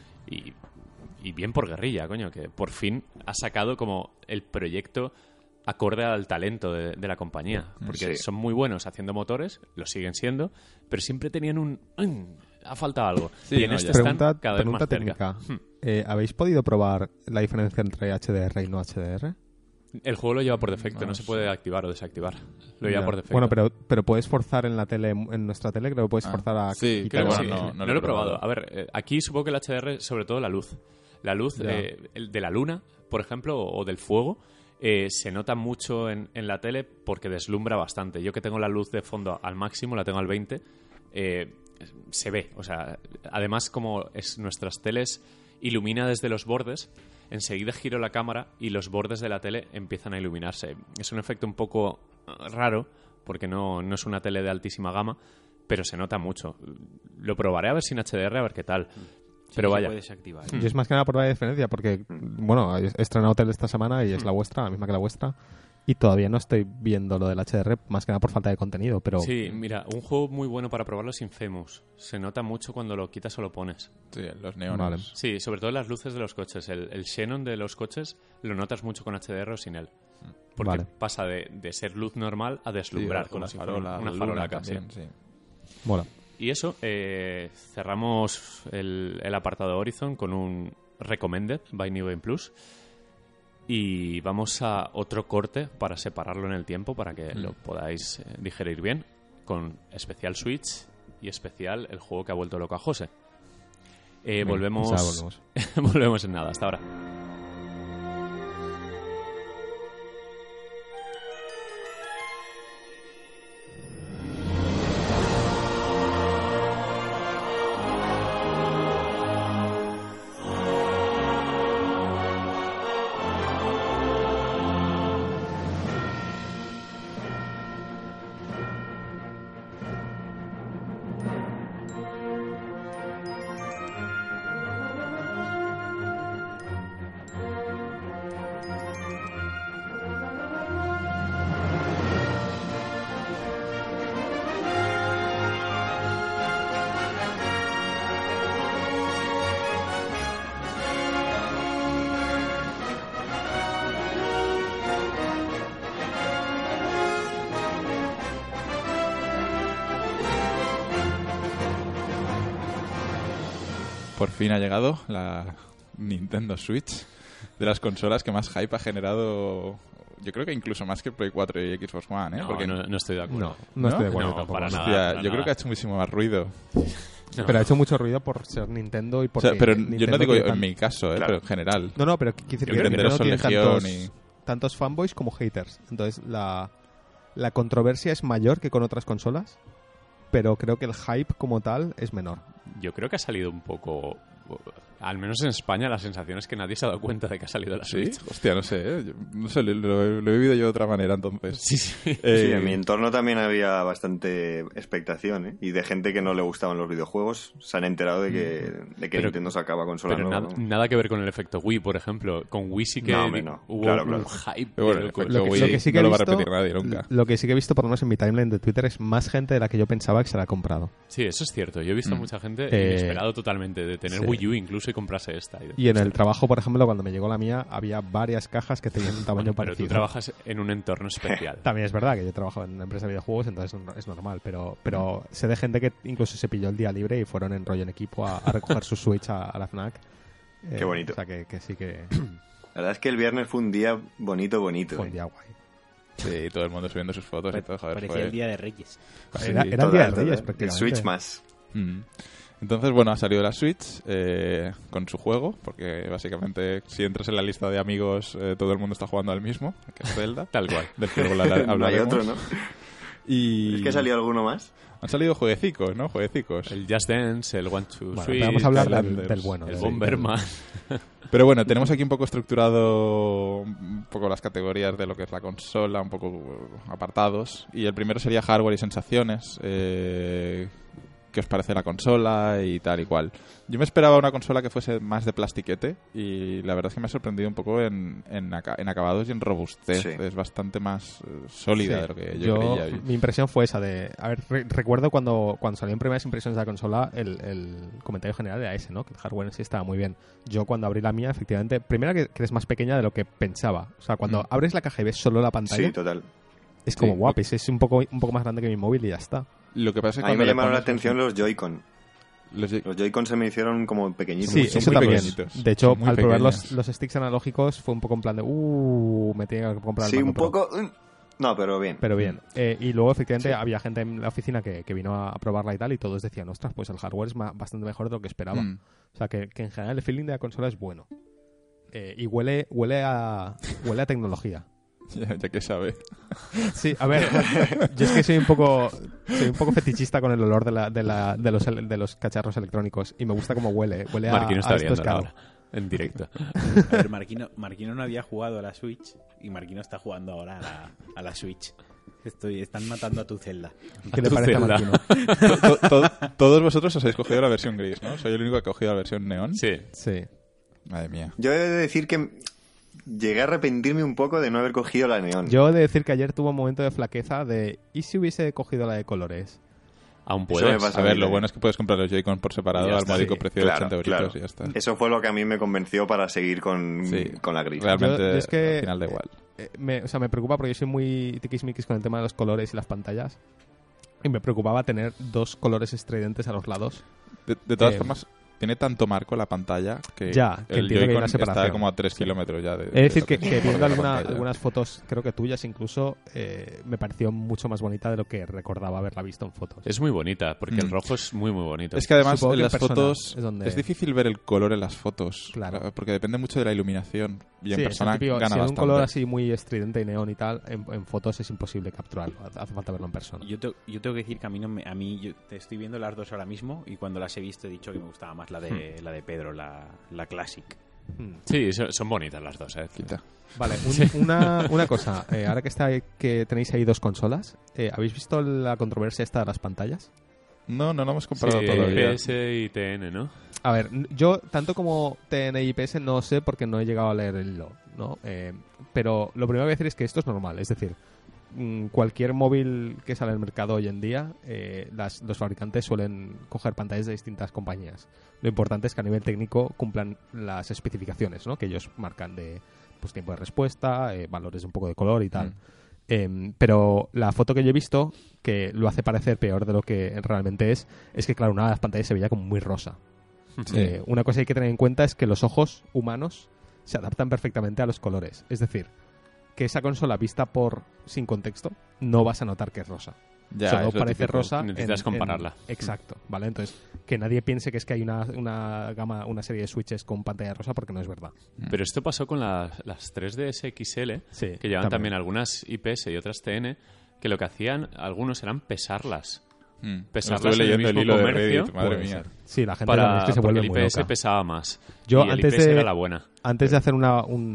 S1: Y bien por Guerrilla, coño, que por fin ha sacado como el proyecto acorde al talento de la compañía. Porque
S2: Sí.
S1: son muy buenos haciendo motores, lo siguen siendo, pero siempre tenían un... ha faltado algo.
S3: Sí,
S1: y en
S3: no,
S1: este
S3: ya.
S1: están cada vez
S5: Pregunta
S1: más cerca.
S5: técnica. ¿Habéis podido probar la diferencia entre HDR y no HDR?
S1: El juego lo lleva por defecto,
S3: No
S1: no se
S3: sé.
S1: puede activar o desactivar. Lo lleva
S5: Ya.
S1: por defecto.
S5: Bueno, pero puedes forzar en la tele, en nuestra tele, creo que puedes forzar a
S3: sí,
S5: quitar-
S1: Creo que
S3: Pero bueno,
S1: sí.
S3: no
S1: No lo he probado. A ver, aquí supongo que el HDR, sobre todo la luz. La luz
S5: Ya.
S1: el de la luna, por ejemplo, o del fuego, se nota mucho en la tele porque deslumbra bastante. Yo que tengo la luz de fondo al máximo, la tengo al 20, se ve. O sea, además, como es nuestras teles ilumina desde los bordes, enseguida giro la cámara y los bordes de la tele empiezan a iluminarse. Es un efecto un poco raro porque no es una tele de altísima gama, pero se nota mucho. Lo probaré a ver sin HDR, a ver qué tal. Pero
S4: Sí,
S1: vaya,
S4: se puede desactivar.
S5: Yo es más que nada por la diferencia, porque, bueno, he estrenado tele esta semana y es la vuestra, la misma que la vuestra, y todavía no estoy viendo lo del HDR, más que nada por falta de contenido, pero...
S1: sí, mira, un juego muy bueno para probarlo es Infamous. Se nota mucho cuando lo quitas o lo pones.
S3: Sí, los neones.
S5: Vale.
S1: Sí, sobre todo las luces de los coches. El xenon de los coches lo notas mucho con HDR o sin él. Porque
S5: Vale.
S1: pasa de ser luz normal a deslumbrar,
S3: Sí,
S1: como
S3: la
S1: si fuera
S3: farola,
S1: una
S3: la
S1: farola
S3: luna
S1: casi.
S3: también, sí.
S5: Mola.
S1: Y eso, cerramos el apartado Horizon con un Recommended by New Game Plus. Y vamos a otro corte para separarlo en el tiempo, para que lo podáis digerir bien, con especial Switch y especial el juego que ha vuelto loco a José. Volvemos,
S5: O sea, volvemos.
S1: volvemos en nada, hasta ahora.
S3: Por fin ha llegado la Nintendo Switch, de las consolas que más hype ha generado, yo creo que incluso más que Play 4 y Xbox One, ¿eh?
S1: No,
S3: Porque
S1: no estoy de acuerdo.
S5: No estoy de acuerdo
S1: No,
S5: tampoco.
S1: para nada.
S3: hostia, yo
S1: nada.
S3: creo que ha hecho muchísimo más ruido.
S5: Pero ha hecho mucho ruido por ser Nintendo y
S3: O
S5: porque...
S3: sea, pero yo
S5: Nintendo
S3: no digo
S5: tiene
S3: en mi caso,
S2: Claro.
S3: pero en general.
S5: No, pero quiero decir
S3: El
S5: que
S3: Nintendo
S5: Nintendo
S3: son
S5: tiene
S3: legión
S5: tantos fanboys como haters. Entonces, la controversia es mayor que con otras consolas, pero creo que el hype como tal es menor.
S1: Yo creo que ha salido un poco... Al menos en España la sensación es que nadie se ha dado cuenta de que ha salido la
S3: ¿Sí?
S1: Switch.
S3: Hostia, no sé, ¿eh? No sé, lo he vivido yo de otra manera entonces.
S1: Sí.
S2: Sí, en mi entorno también había bastante expectación, ¿eh? Y de gente que no le gustaban los videojuegos se han enterado de que
S1: Pero-
S2: Nintendo sacaba consola
S1: Pero
S2: nueva,
S1: nada,
S2: ¿no?
S1: nada que ver con el efecto Wii, por ejemplo. Con Wii sí que
S2: No, hombre, no.
S1: hubo
S2: Claro,
S1: un
S2: claro.
S1: hype.
S3: Pero bueno,
S1: de
S3: el
S1: locura.
S3: efecto Wii
S5: lo que sí que
S3: no
S5: he
S3: lo va a
S5: visto-
S3: repetir nadie nunca.
S5: Lo que sí que he visto, por lo menos en mi timeline de Twitter, es más gente de la que yo pensaba que se la ha comprado.
S1: Sí, eso es cierto. Yo he visto a mucha gente inesperado totalmente de tener
S5: sí.
S1: Wii U incluso y comprarse esta.
S5: Y en el trabajo, por ejemplo, cuando me llegó la mía, había varias cajas que tenían un tamaño
S1: Pero
S5: parecido.
S1: tú trabajas en un entorno especial.
S5: También es verdad que yo trabajo en una empresa de videojuegos, entonces es normal, pero sé de gente que incluso se pilló el día libre y fueron en rollo en equipo a recoger su Switch a la FNAC.
S2: Qué bonito.
S5: O sea, que sí que
S2: La verdad es que el viernes fue un día bonito.
S5: fue un
S2: ¿eh?
S5: día guay.
S3: Sí, todo el mundo subiendo sus fotos y todo, joder,
S4: Parecía
S3: fue-
S4: el Día de Reyes.
S3: Sí,
S5: Era el día de
S2: Total,
S5: Reyes,
S2: el
S5: prácticamente.
S2: Switch más.
S3: Mm. Entonces, bueno, ha salido la Switch con su juego, porque básicamente si entras en la lista de amigos todo el mundo está jugando al mismo, que es Zelda.
S1: Tal cual.
S3: Del que
S2: No hay
S3: hablaremos.
S2: otro, ¿no?
S3: Y...
S2: ¿Es que salió alguno más?
S3: Han salido jueguecicos, ¿no? Jueguecicos.
S1: El Just Dance, el One Two
S5: Bueno,
S1: Switch,
S5: pero vamos a hablar
S3: Skylanders,
S5: del bueno.
S1: el
S5: del-
S1: Bomberman.
S3: Pero bueno, tenemos aquí un poco estructurado un poco las categorías de lo que es la consola, un poco apartados. Y el primero sería hardware y sensaciones. ¿Qué os parece la consola y tal y cual? Yo me esperaba una consola que fuese más de plastiquete y la verdad es que me ha sorprendido un poco en acabados y en robustez.
S2: Sí.
S3: Es bastante más sólida
S5: Sí.
S3: de lo que yo creía.
S5: Mi impresión fue esa de... A ver, recuerdo cuando salían primeras impresiones de la consola, el comentario general era ese, ¿no? Que el hardware en sí estaba muy bien. Yo cuando abrí la mía, efectivamente... Primero que es más pequeña de lo que pensaba. O sea, cuando abres la caja y ves solo la pantalla,
S2: Sí, total.
S5: es como,
S3: Sí.
S5: guau, pues es un poco más grande que mi móvil y ya está.
S3: Lo que pasa es que
S2: A mí me
S3: cuando le
S2: llamaron la
S3: pones
S2: atención los Joy-Con.
S3: los
S2: Los Joy-Con se me hicieron como pequeñitos.
S5: Sí,
S3: son
S5: eso
S3: muy
S5: también.
S3: pequeñitos.
S5: De hecho,
S3: Son muy
S5: al probar
S3: pequeños.
S5: los sticks analógicos fue un poco en plan de... me tenía que comprar el
S2: Sí,
S5: mando
S2: un
S5: Pro.
S2: poco... No, pero bien.
S5: Pero bien. Y luego, efectivamente, había gente en la oficina que vino a probarla y tal, y todos decían, ostras, pues el hardware es bastante mejor de lo que esperaba.
S3: Mm.
S5: O sea, que en general el feeling de la consola es bueno. Y huele a tecnología.
S3: Ya que sabe.
S5: Sí, a ver, yo es que soy un poco fetichista con el olor de los cacharros electrónicos y me gusta cómo huele. Huele a
S1: Marquino está
S5: esto es
S1: viendo
S5: caro.
S1: ahora, en directo.
S4: A ver, Marquino no había jugado a la Switch y Marquino está jugando ahora a la Switch. Están matando a tu Zelda.
S5: ¿Qué le
S1: tu
S5: parece a
S1: Zelda.
S5: Marquino?
S3: Todos vosotros os habéis cogido la versión gris, ¿no? Soy el único que ha cogido la versión neón.
S1: Sí.
S5: Sí.
S3: Madre mía.
S2: Yo he de decir que llegué a arrepentirme un poco de no haber cogido la neón.
S5: Yo he de decir que ayer tuve un momento de flaqueza de ¿y si hubiese cogido la de colores?
S1: Aún
S2: Eso
S1: puedes.
S2: me pasa.
S3: A ver, lo bueno es que puedes comprar los Joy-Con por separado
S1: Ya
S3: al
S1: está,
S3: módico
S5: sí.
S3: precio de
S2: Claro,
S3: 80 euritos
S2: claro.
S3: y ya está.
S2: Eso fue lo que a mí me convenció para seguir con
S3: Sí.
S2: la gris.
S3: Realmente,
S5: Yo es que-
S3: al final da igual.
S5: Me preocupa porque yo soy muy tiquismiquis con el tema de los colores y las pantallas. Y me preocupaba tener dos colores estridentes a los lados.
S3: De todas
S5: Eh,
S3: formas, tiene tanto marco la pantalla que
S5: Ya, que
S3: el
S5: entiendo que hay
S3: Joy-Con
S5: una separación.
S3: está como a 3 kilómetros ya de...
S5: Es decir,
S3: de
S5: que
S3: lo es
S5: viendo
S3: la pantalla.
S5: algunas fotos, creo que tuyas incluso, me pareció mucho más bonita de lo que recordaba haberla visto en fotos.
S1: Es muy bonita, porque el
S3: Mm.
S1: rojo es muy, muy bonito.
S3: Es que además
S5: Supongo
S3: en
S5: que en
S3: las
S5: persona
S3: fotos
S5: es donde-
S3: es difícil ver el color en las fotos.
S5: Claro.
S3: Porque depende mucho de la iluminación. Y en
S5: Sí,
S3: persona
S5: es el típico-
S3: gana
S5: si es un
S3: bastante.
S5: color así muy estridente y neón y tal, en fotos es imposible capturarlo. Hace falta verlo en persona.
S4: Yo tengo que decir que a mí yo te estoy viendo las dos ahora mismo y cuando las he visto he dicho que me gustaba más la de Pedro, la Classic.
S5: Mm.
S1: Sí, son bonitas las dos, ¿eh?
S3: Quita.
S5: Vale, una cosa. Ahora que tenéis ahí dos consolas, ¿habéis visto la controversia esta de las pantallas?
S3: No lo hemos
S1: Sí,
S3: comprado todavía.
S1: PS y TN, ¿no?
S5: A ver, yo tanto como TN y IPS no sé porque no he llegado a leer el log, ¿no? Pero lo primero que voy a decir es que esto es normal, es decir, cualquier móvil que sale al mercado hoy en día, los fabricantes suelen coger pantallas de distintas compañías. Lo importante es que a nivel técnico cumplan las especificaciones, ¿no? Que ellos marcan de pues tiempo de respuesta, valores un poco de color y tal. Pero la foto que yo he visto, que lo hace parecer peor de lo que realmente es que, claro, una de las pantallas se veía como muy rosa.
S3: Sí.
S5: Una cosa que hay que tener en cuenta es que los ojos humanos se adaptan perfectamente a los colores. Es decir, que esa consola vista sin contexto, no vas a notar que es rosa.
S3: Ya,
S5: Solo
S3: es lo
S5: parece
S3: típico.
S5: rosa.
S1: Necesitas compararla.
S5: Exacto, ¿vale? Entonces, que nadie piense que es que hay una gama, una serie de switches con pantalla rosa porque no es verdad.
S1: Pero esto pasó con las 3DS XL,
S5: Sí,
S1: que llevan también algunas IPS y otras TN, que lo que hacían algunos eran pesarlas. Pesarlas
S3: Estuve
S1: en el
S3: leyendo el
S1: mismo
S3: hilo de
S1: comercio,
S3: Reddit, madre
S5: Puede
S3: mía.
S5: ser. Sí, la gente la verdad es que se
S1: porque
S5: vuelve
S1: el
S5: muy
S1: IPS
S5: loca.
S1: pesaba más.
S5: Yo
S1: y el
S5: antes
S1: IPS
S5: de-
S1: era la buena.
S5: Antes de hacer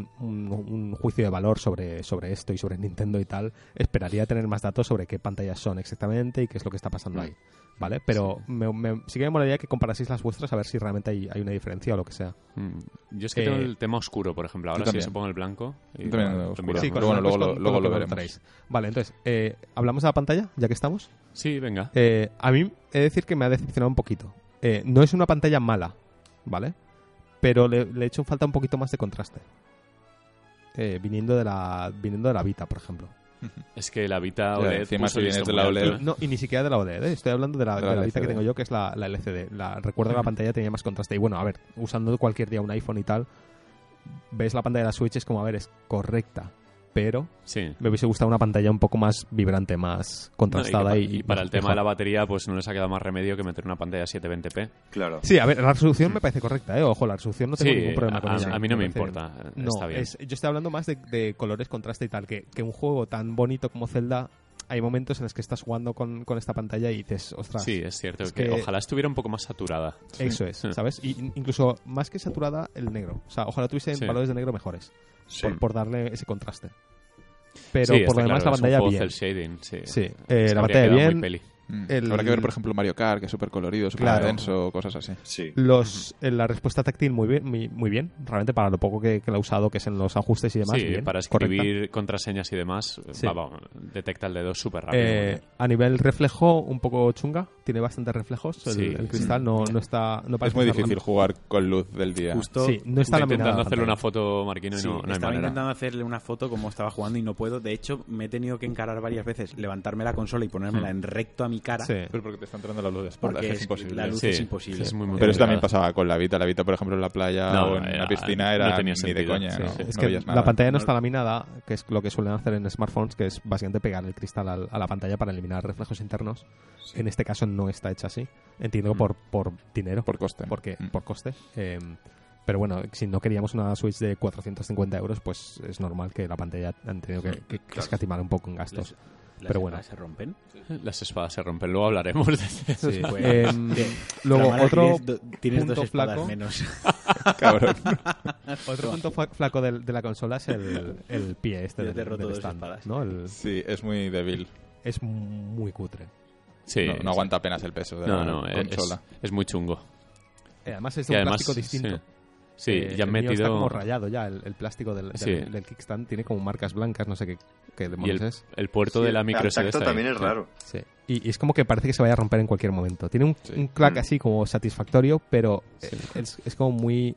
S5: un juicio de valor sobre esto y sobre Nintendo y tal, esperaría tener más datos sobre qué pantallas son exactamente y qué es lo que está pasando ahí, ¿vale? Pero sí que me molaría que comparaseis las vuestras a ver si realmente hay una diferencia o lo que sea.
S1: Yo es que tengo el tema oscuro, por ejemplo. Ahora
S3: Yo
S1: sí
S3: también.
S1: se pongo el blanco. Y
S3: Yo también
S1: lo
S3: tengo oscuro.
S1: miramos.
S3: Sí,
S5: con
S3: pero bueno,
S5: los blancos,
S3: luego
S5: con
S3: lo
S5: que
S3: veremos.
S5: encontréis. Vale, entonces, ¿hablamos de la pantalla, ya que estamos?
S1: Sí, venga.
S5: A mí he de decir que me ha decepcionado un poquito. No es una pantalla mala, ¿vale? Pero le he hecho falta un poquito más de contraste. Viniendo de la Vita, por ejemplo.
S1: Es que la Vita
S3: Ya,
S1: OLED
S3: encima
S1: puso
S3: si
S1: el
S3: vienes
S1: listón
S3: de la
S1: muy
S3: OLED.
S1: alto, ¿eh?
S5: No, y ni siquiera de la OLED, ¿eh? Estoy hablando de la Vita que
S3: LCD.
S5: tengo yo, que es la LCD. Recuerdo que la pantalla tenía más contraste. Y bueno, a ver, usando cualquier día un iPhone y tal, ves la pantalla de la Switch, es como, a ver, es correcta. Pero
S1: Sí.
S5: me hubiese gustado una pantalla un poco más vibrante, más contrastada.
S1: No,
S5: y
S1: para
S5: más
S1: el tema
S5: mejor.
S1: de la batería, pues no les ha quedado más remedio que meter una pantalla 720p.
S2: Claro.
S5: Sí, a ver, la resolución me parece correcta, ¿eh? Ojo, la resolución no tengo
S1: Sí,
S5: ningún problema con ella.
S1: a mí no me
S5: parece-
S1: importa.
S5: No,
S1: Está bien.
S5: yo estoy hablando más de colores, contraste y tal. Que un juego tan bonito como Zelda hay momentos en los que estás jugando con esta pantalla y dices, ostras.
S1: Sí, es cierto.
S5: es
S1: que ojalá estuviera un poco más saturada.
S5: Eso es, ¿sabes? Y incluso más que saturada, el negro. O sea, ojalá tuviese valores de negro mejores.
S2: Sí.
S5: Por darle ese contraste. Pero
S1: Sí,
S5: por lo
S1: está
S5: demás,
S1: claro,
S5: la pantalla
S1: es un juego
S5: bien.
S1: cel shading, sí.
S5: Sí,
S1: Es que
S5: la
S1: habría
S5: pantalla
S1: quedado
S5: bien.
S1: muy peli.
S3: Habrá que ver, por ejemplo, Mario Kart, que es súper colorido, súper
S5: Claro.
S3: denso, cosas así.
S2: Sí.
S5: La respuesta táctil muy bien, muy bien. Realmente para lo poco que la he usado, que es en los ajustes y demás.
S1: Sí,
S5: bien,
S1: para
S5: correcta.
S1: escribir contraseñas y demás,
S5: Sí.
S1: detecta el dedo súper rápido.
S5: A nivel reflejo, un poco chunga. Tiene bastantes reflejos.
S1: Sí.
S5: El cristal no está. No
S3: Es
S5: parece
S3: muy
S5: estar
S3: difícil jugar con luz del día.
S4: Justo
S5: Sí, no está
S1: Estoy intentando
S5: laminada.
S1: hacerle
S5: la
S1: una
S5: pantalla.
S1: foto, Marquino, y
S4: Sí,
S1: no hay
S4: estaba
S1: manera.
S4: intentando hacerle una foto como estaba jugando y no puedo. De hecho, me he tenido que encarar varias veces, levantarme la consola y ponérmela en recto a mi cara.
S5: Sí.
S3: Pero porque te está entrando la luz de espalda,
S4: Porque
S3: es imposible.
S4: la luz
S1: Sí,
S4: es imposible.
S1: es muy
S3: Pero eso también
S1: complicado.
S3: pasaba con la Vita. La Vita, por ejemplo, en la playa
S1: No,
S3: o en
S1: era-
S3: la piscina
S1: no
S3: era
S1: tenía
S3: ni de
S1: sentido.
S3: coña.
S1: Sí,
S3: ¿no?
S1: sí.
S5: Es
S3: No
S5: que
S3: veías
S5: la
S3: nada.
S5: pantalla no está laminada, que es lo que suelen hacer en smartphones, que es básicamente pegar el cristal a la pantalla para eliminar reflejos internos. En este caso no está hecha así. Entiendo por dinero.
S3: Por coste.
S5: Por coste. Pero bueno, si no queríamos una Switch de 450 euros, pues es normal que la pantalla han tenido que escatimar un poco en gastos. Pero bueno.
S4: ¿Se rompen?
S1: Las espadas se rompen, luego hablaremos de eso.
S5: Sí.
S4: Pues,
S5: Luego,
S4: Cámara,
S5: otro
S4: tienes
S5: punto
S4: dos espadas
S5: flaco.
S4: menos.
S3: Cabrón.
S5: Otro punto flaco de la consola es el pie este
S4: Yo te he
S5: del
S4: roto dos
S5: stand,
S4: espadas.
S5: ¿no?
S3: Sí, es muy débil.
S5: Es muy cutre.
S1: Sí,
S3: No aguanta apenas el peso de
S1: No,
S3: la consola.
S1: es muy chungo.
S5: Además es
S1: Y
S5: de un
S1: además,
S5: plástico distinto.
S1: sí, ya han
S5: el mío está
S1: metido...
S5: como rayado ya, el plástico del kickstand tiene como marcas blancas, no sé qué
S1: Y
S5: demonios es.
S1: el puerto
S2: Sí,
S1: de la
S2: el
S1: micro SD
S2: tacto
S1: está ahí.
S2: también es raro.
S5: Sí. Y es como que parece que se vaya a romper en cualquier momento. Tiene un clack
S2: Mm.
S5: así como satisfactorio, pero es como muy...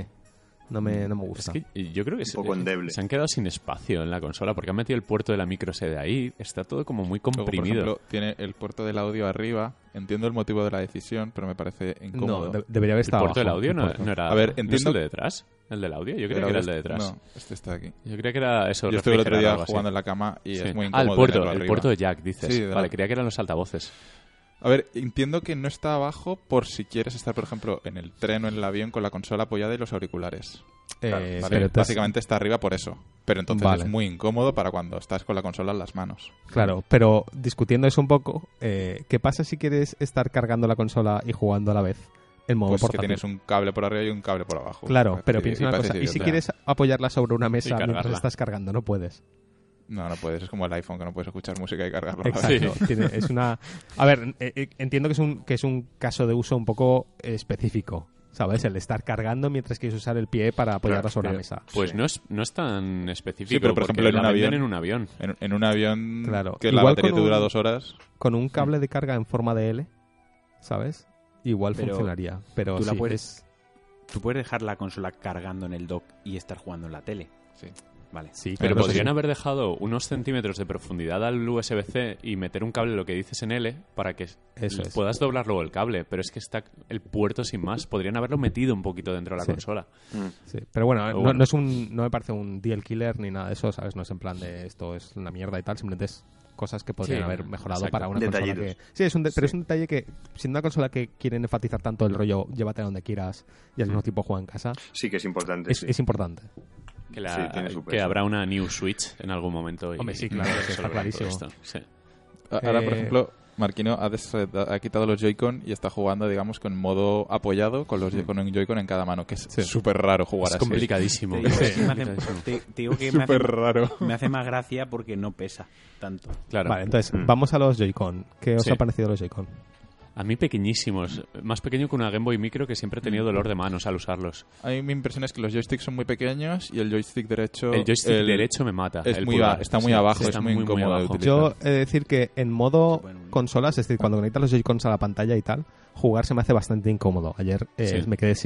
S5: no me gusta.
S1: Es que yo creo que
S2: Un poco endeble.
S1: se han quedado sin espacio en la consola porque han metido el puerto de la micro SD ahí. Está todo como muy
S3: Luego, por
S1: comprimido.
S3: ejemplo, tiene el puerto del audio arriba. Entiendo el motivo de la decisión, pero me parece incómodo.
S5: No, debería haber
S1: ¿El
S5: estado
S1: puerto del
S5: abajo,
S1: audio
S5: el
S1: no,
S5: puerto.
S1: no era...
S3: A ver,
S1: ¿no es
S3: entiendo-
S1: el de detrás? ¿El del audio? Yo creo que era el de detrás.
S3: No, este está aquí.
S1: Yo creía que era eso.
S3: Yo estuve el otro
S1: refrigerado o
S3: día
S1: algo así.
S3: jugando en la cama y
S1: Sí.
S3: es muy
S1: Ah,
S3: incómodo.
S1: el puerto,
S3: tenerlo
S1: el
S3: arriba.
S1: puerto de jack, dices.
S3: Sí, de
S1: Vale,
S3: la-
S1: creía que eran los altavoces.
S3: A ver, entiendo que no está abajo por si quieres estar, por ejemplo, en el tren o en el avión con la consola apoyada y los auriculares.
S5: Vale,
S3: Vale,
S5: entonces-
S3: básicamente está arriba por eso. Pero entonces
S5: Vale.
S3: es muy incómodo para cuando estás con la consola en las manos.
S5: Claro, pero discutiendo eso un poco, ¿qué pasa si quieres estar cargando la consola y jugando a la vez en modo
S3: Pues que
S5: portátil?
S3: tienes un cable por arriba y un cable por abajo.
S5: Claro, pero
S3: Y-
S5: piensa
S3: y
S5: una
S3: pareces
S5: cosa. ¿Y si
S3: idiota.
S5: quieres apoyarla sobre una mesa mientras
S1: cargarla.
S5: estás cargando? No puedes.
S3: No puedes. Es como el iPhone, que no puedes escuchar música y cargarlo. a la vez.
S5: Exacto. Es una... A ver, entiendo que es un caso de uso un poco específico, ¿sabes? El estar cargando mientras quieres usar el pie para apoyarla
S2: Claro,
S5: sobre la
S3: pero-
S5: mesa.
S1: Pues
S2: Sí.
S1: no es tan específico.
S3: Sí, pero por
S1: porque
S3: ejemplo, en
S1: la
S3: un
S1: venden
S3: avión-
S1: en un avión.
S3: En un avión
S5: Claro.
S3: que la
S5: Igual
S3: batería
S5: con
S3: te dura
S5: un-
S3: 2 horas.
S5: Con un cable de carga en forma de L, ¿sabes? Igual
S4: Pero
S5: funcionaría. Pero
S4: tú la
S5: sí,
S4: puedes- Tú puedes dejar la consola cargando en el dock y estar jugando en la tele.
S3: Sí.
S4: Vale.
S5: sí,
S1: Pero
S5: claro,
S1: podrían
S5: sí.
S1: haber dejado unos centímetros de profundidad al USB-C y meter un cable, lo que dices en L, para que
S5: Eso es.
S1: puedas doblar luego el cable. Pero es que está el puerto sin más. Podrían haberlo metido un poquito dentro de la
S5: Sí.
S1: consola.
S5: Sí, pero bueno,
S1: Pero
S5: no,
S1: bueno.
S5: no me parece un deal killer ni nada de eso, ¿sabes? No es en plan de esto es una mierda y tal, simplemente es cosas que podrían
S1: Sí,
S5: haber mejorado
S1: exacto.
S5: para una consola
S2: Detallitos.
S5: que... Sí, pero es un detalle que, siendo una consola que quieren enfatizar tanto el rollo llévate a donde quieras y al mismo tiempo juega en casa,
S2: Sí que es importante.
S5: es,
S2: sí.
S5: es importante.
S1: Que,
S2: Sí, tiene su
S1: que
S2: peso.
S1: habrá una New Switch en algún momento.
S5: Hombre, sí, claro, eso está
S1: resolverán todo
S5: clarísimo.
S1: esto. Sí.
S3: Ahora, por
S5: Eh,
S3: ejemplo, Marquino ha quitado los Joy-Con y está jugando, digamos, con modo apoyado, con un Joy-Con en cada mano, que es
S5: Sí.
S3: súper raro jugar
S1: Es
S3: así.
S1: complicadísimo.
S4: Te digo que
S1: Sí,
S4: me hace-
S1: complicadísimo.
S4: te digo que me hace,
S3: Súper raro.
S4: me hace más gracia porque no pesa tanto.
S1: Claro.
S5: Vale, entonces, vamos a los Joy-Con. ¿Qué os
S1: Sí.
S5: ha parecido los Joy-Con?
S1: A mí pequeñísimos. Más pequeño que una Game Boy Micro que siempre he tenido dolor de manos al usarlos.
S3: A mí mi impresión es que los joysticks son muy pequeños y el joystick derecho...
S1: El joystick derecho me mata.
S3: es
S1: el
S3: muy
S1: pulgar.
S3: está muy
S1: Sí,
S3: abajo,
S1: está
S3: es muy incómodo de
S1: abajo.
S3: utilizar.
S5: Yo he de decir que en modo
S4: Se ponen-
S5: consolas, es decir, cuando conectas los Joy-Cons a la pantalla y tal, jugar se me hace bastante incómodo. Ayer
S1: Sí.
S5: me quedé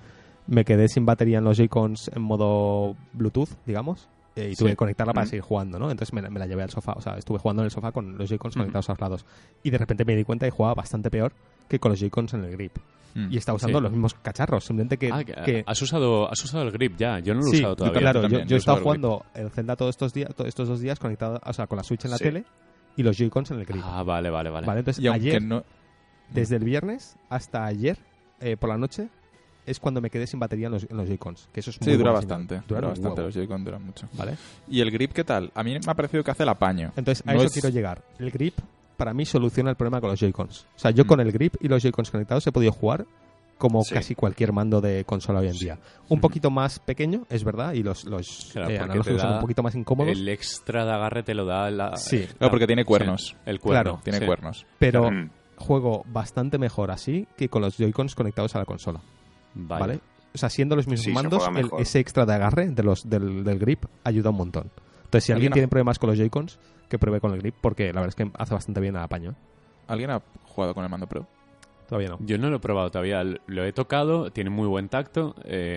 S5: sin batería en los Joy-Cons en modo Bluetooth, digamos, y tuve
S1: Sí.
S5: que conectarla para seguir jugando, ¿no? Entonces me la llevé al sofá, o sea, estuve jugando en el sofá con los Joy-Cons conectados a los lados. Y de repente me di cuenta que jugaba bastante peor que con los Joy-Cons en el grip.
S3: Mm.
S5: Y estaba usando
S1: Sí.
S5: los mismos cacharros, simplemente que...
S1: Ah, ¿has usado el grip ya? Yo no lo he
S5: Sí,
S1: usado todavía.
S5: claro,
S3: también,
S5: yo he
S3: yo
S5: estado
S3: usaba el
S5: jugando el Zelda todos estos 2 días conectado, o sea, con la Switch en la
S2: Sí.
S5: tele y los Joy-Cons en el grip.
S1: Ah, vale.
S5: Vale, entonces
S3: Y aunque
S5: ayer,
S3: no...
S5: desde el viernes hasta ayer por la noche, es cuando me quedé sin batería en los Joy-Cons, que eso es muy
S3: Sí, dura
S5: buena señal.
S3: bastante.
S5: Duran
S3: Dura
S5: un
S3: bastante.
S5: huevo,
S3: Los Joy-Con duran mucho.
S5: ¿vale?
S3: ¿Y el grip qué tal? A mí me ha parecido que hace el apaño.
S5: Entonces, a
S3: No
S5: eso
S3: es-
S5: quiero llegar. El grip, para mí, soluciona el problema con los Joy-Cons. O sea, yo con el grip y los Joy-Cons conectados he podido jugar como
S2: Sí.
S5: casi cualquier mando de consola hoy en día. Un poquito más pequeño, es verdad, y los
S1: Claro, porque
S5: analógicos
S1: te
S5: son
S1: da
S5: un poquito más incómodos.
S1: El extra de agarre te lo da
S5: Sí.
S3: Claro, porque tiene cuernos.
S1: el cuerno.
S5: Claro,
S3: Tiene
S1: sí.
S3: cuernos.
S5: Pero
S2: Mm.
S5: juego bastante mejor así que con los Joy-Cons conectados a la consola.
S1: Vaya.
S5: ¿Vale? O sea, siendo los mismos
S2: Sí, se
S5: mandos,
S2: juega mejor.
S5: ese extra de agarre del grip ayuda un montón. Entonces, si alguien
S3: ¿Alguien ha-
S5: tiene problemas con los Joy-Cons, que pruebe con el grip, porque la verdad es que hace bastante bien al apaño.
S3: ¿Alguien ha jugado con el mando Pro?
S5: Todavía no.
S1: Yo no lo he probado todavía. Lo he tocado, tiene muy buen tacto,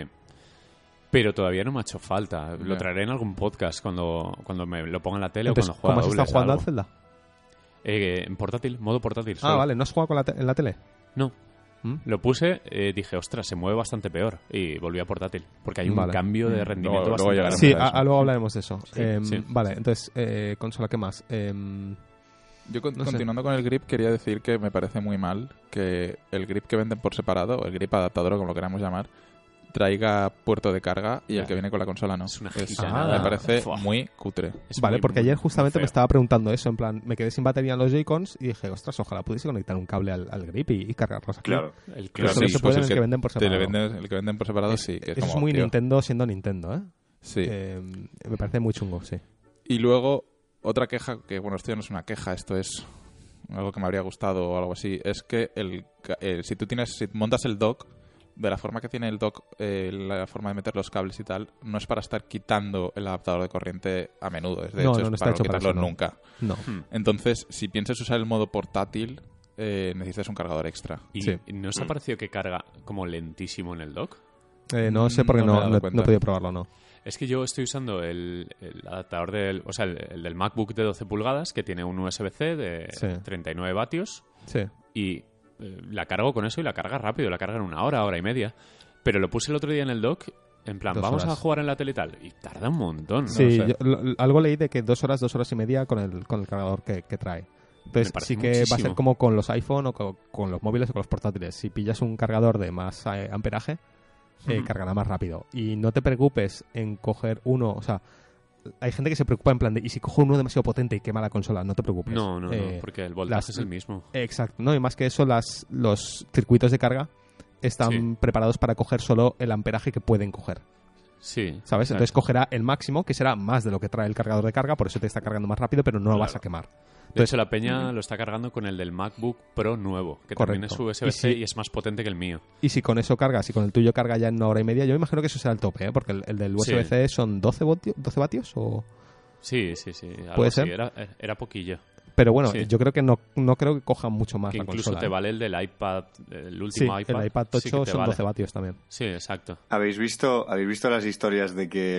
S1: pero todavía no me ha hecho falta. Lo
S3: Ya.
S1: traeré en algún podcast cuando me lo ponga en la tele
S5: Entonces,
S1: o cuando juega
S5: ¿cómo has estado
S1: dobles,
S5: jugando al
S1: algo.
S5: Zelda?
S1: En portátil, modo portátil.
S5: Ah,
S1: solo.
S5: vale, ¿no has jugado en la tele?
S1: No.
S5: ¿Mm?
S1: Lo puse, dije, ostras, se mueve bastante peor. Y volví a portátil. Porque hay un
S5: Vale.
S1: cambio de rendimiento
S3: Luego
S1: bastante
S3: llegaremos
S1: grande.
S5: Sí,
S3: a eso.
S5: luego hablaremos de eso.
S1: sí.
S5: Vale, entonces, consola, ¿qué más?
S3: Yo
S5: No sé.
S3: continuando con el grip quería decir que me parece muy mal que el grip que venden por separado, o el grip adaptador o como lo queramos llamar, traiga puerto de carga y
S1: Ya.
S3: el que viene con la consola no.
S1: Es una
S3: Es-
S1: gitanada.
S3: me parece
S1: Fua.
S3: muy cutre.
S1: Es
S5: vale,
S1: muy,
S5: porque
S1: muy,
S5: ayer
S1: muy
S5: justamente me
S1: feo.
S5: estaba preguntando eso, en plan, me quedé sin batería en los Joy-Cons y dije, ostras, ojalá pudiese conectar un cable al grip y cargarlos aquí.
S2: Claro.
S1: El
S5: Pero
S1: clon-
S5: eso no se puede en el que venden por
S3: te
S5: separado.
S3: el que venden por separado sí. Que es
S5: Eso es
S3: como,
S5: muy
S3: tío,
S5: Nintendo siendo Nintendo, ¿eh?
S3: Sí.
S5: Me parece muy chungo, sí.
S3: Y luego, otra queja, que bueno, esto ya no es una queja, esto es algo que me habría gustado o algo así, es que si montas el dock, de la forma que tiene el dock, la forma de meter los cables y tal, no es para estar quitando el adaptador de corriente a menudo, es de
S5: No,
S3: hecho
S5: no, no
S3: es
S5: está
S3: para no
S5: hecho para
S3: quitarlo
S5: eso, no.
S3: nunca.
S5: No.
S3: Entonces, si piensas usar el modo portátil, necesitas un cargador extra.
S1: ¿Y
S5: Sí.
S1: no os ha parecido que carga como lentísimo en el dock?
S5: No sé porque
S3: No me he
S5: no,
S3: dado
S5: no,
S3: cuenta.
S5: no he podido probarlo, no.
S1: Es que yo estoy usando el adaptador o sea, el del MacBook de 12 pulgadas, que tiene un USB-C de
S5: Sí.
S1: 39 vatios,
S5: Sí.
S1: y la cargo con eso y la carga rápido, la carga en una hora, hora y media. Pero lo puse el otro día en el dock, en plan,
S5: 2
S1: vamos
S5: horas.
S1: a jugar en la tele y tal, y tarda un montón.
S5: Sí,
S3: sé.
S5: algo leí de que 2 horas y media con el cargador que trae. Entonces
S1: Me parece
S5: sí que va a
S1: muchísimo.
S5: ser como con los iPhone o con los móviles o con los portátiles. Si pillas un cargador de más amperaje, cargará más rápido. Y no te preocupes en coger uno, o sea, hay gente que se preocupa en plan de, ¿y si cojo uno demasiado potente y quema la consola? No te preocupes.
S1: No,
S5: Eh,
S1: porque el voltaje es el mismo.
S5: Exacto, no, y más que eso, los circuitos de carga están
S1: Sí.
S5: preparados para coger solo el amperaje que pueden coger.
S1: Sí.
S5: ¿Sabes?
S1: exacto.
S5: Entonces cogerá el máximo, que será más de lo que trae el cargador de carga, por eso te está cargando más rápido, pero no lo vas a quemar.
S1: De hecho, la peña lo está cargando con el del MacBook Pro nuevo, que también es
S5: Correcto.
S1: USB-C
S5: Y si-
S1: y es más potente que el mío.
S5: Y si con eso cargas, si con el tuyo carga ya en 1 hora y media, yo me imagino que eso será el tope, ¿eh? Porque el del
S1: Sí.
S5: USB-C son 12 vatios o...
S1: Sí. Algo
S5: ¿Puede
S1: así,
S5: ser?
S1: Era poquillo.
S5: Pero bueno,
S1: Sí.
S5: yo creo que no creo que coja mucho más
S1: Que
S5: la
S1: incluso
S5: consola.
S1: te
S5: ¿eh?
S1: vale el del iPad, el
S5: Sí,
S1: último iPad.
S5: el iPad 8
S1: sí que te
S5: son
S1: vale.
S5: 12 vatios también.
S1: Sí, exacto.
S2: ¿Habéis visto las historias de que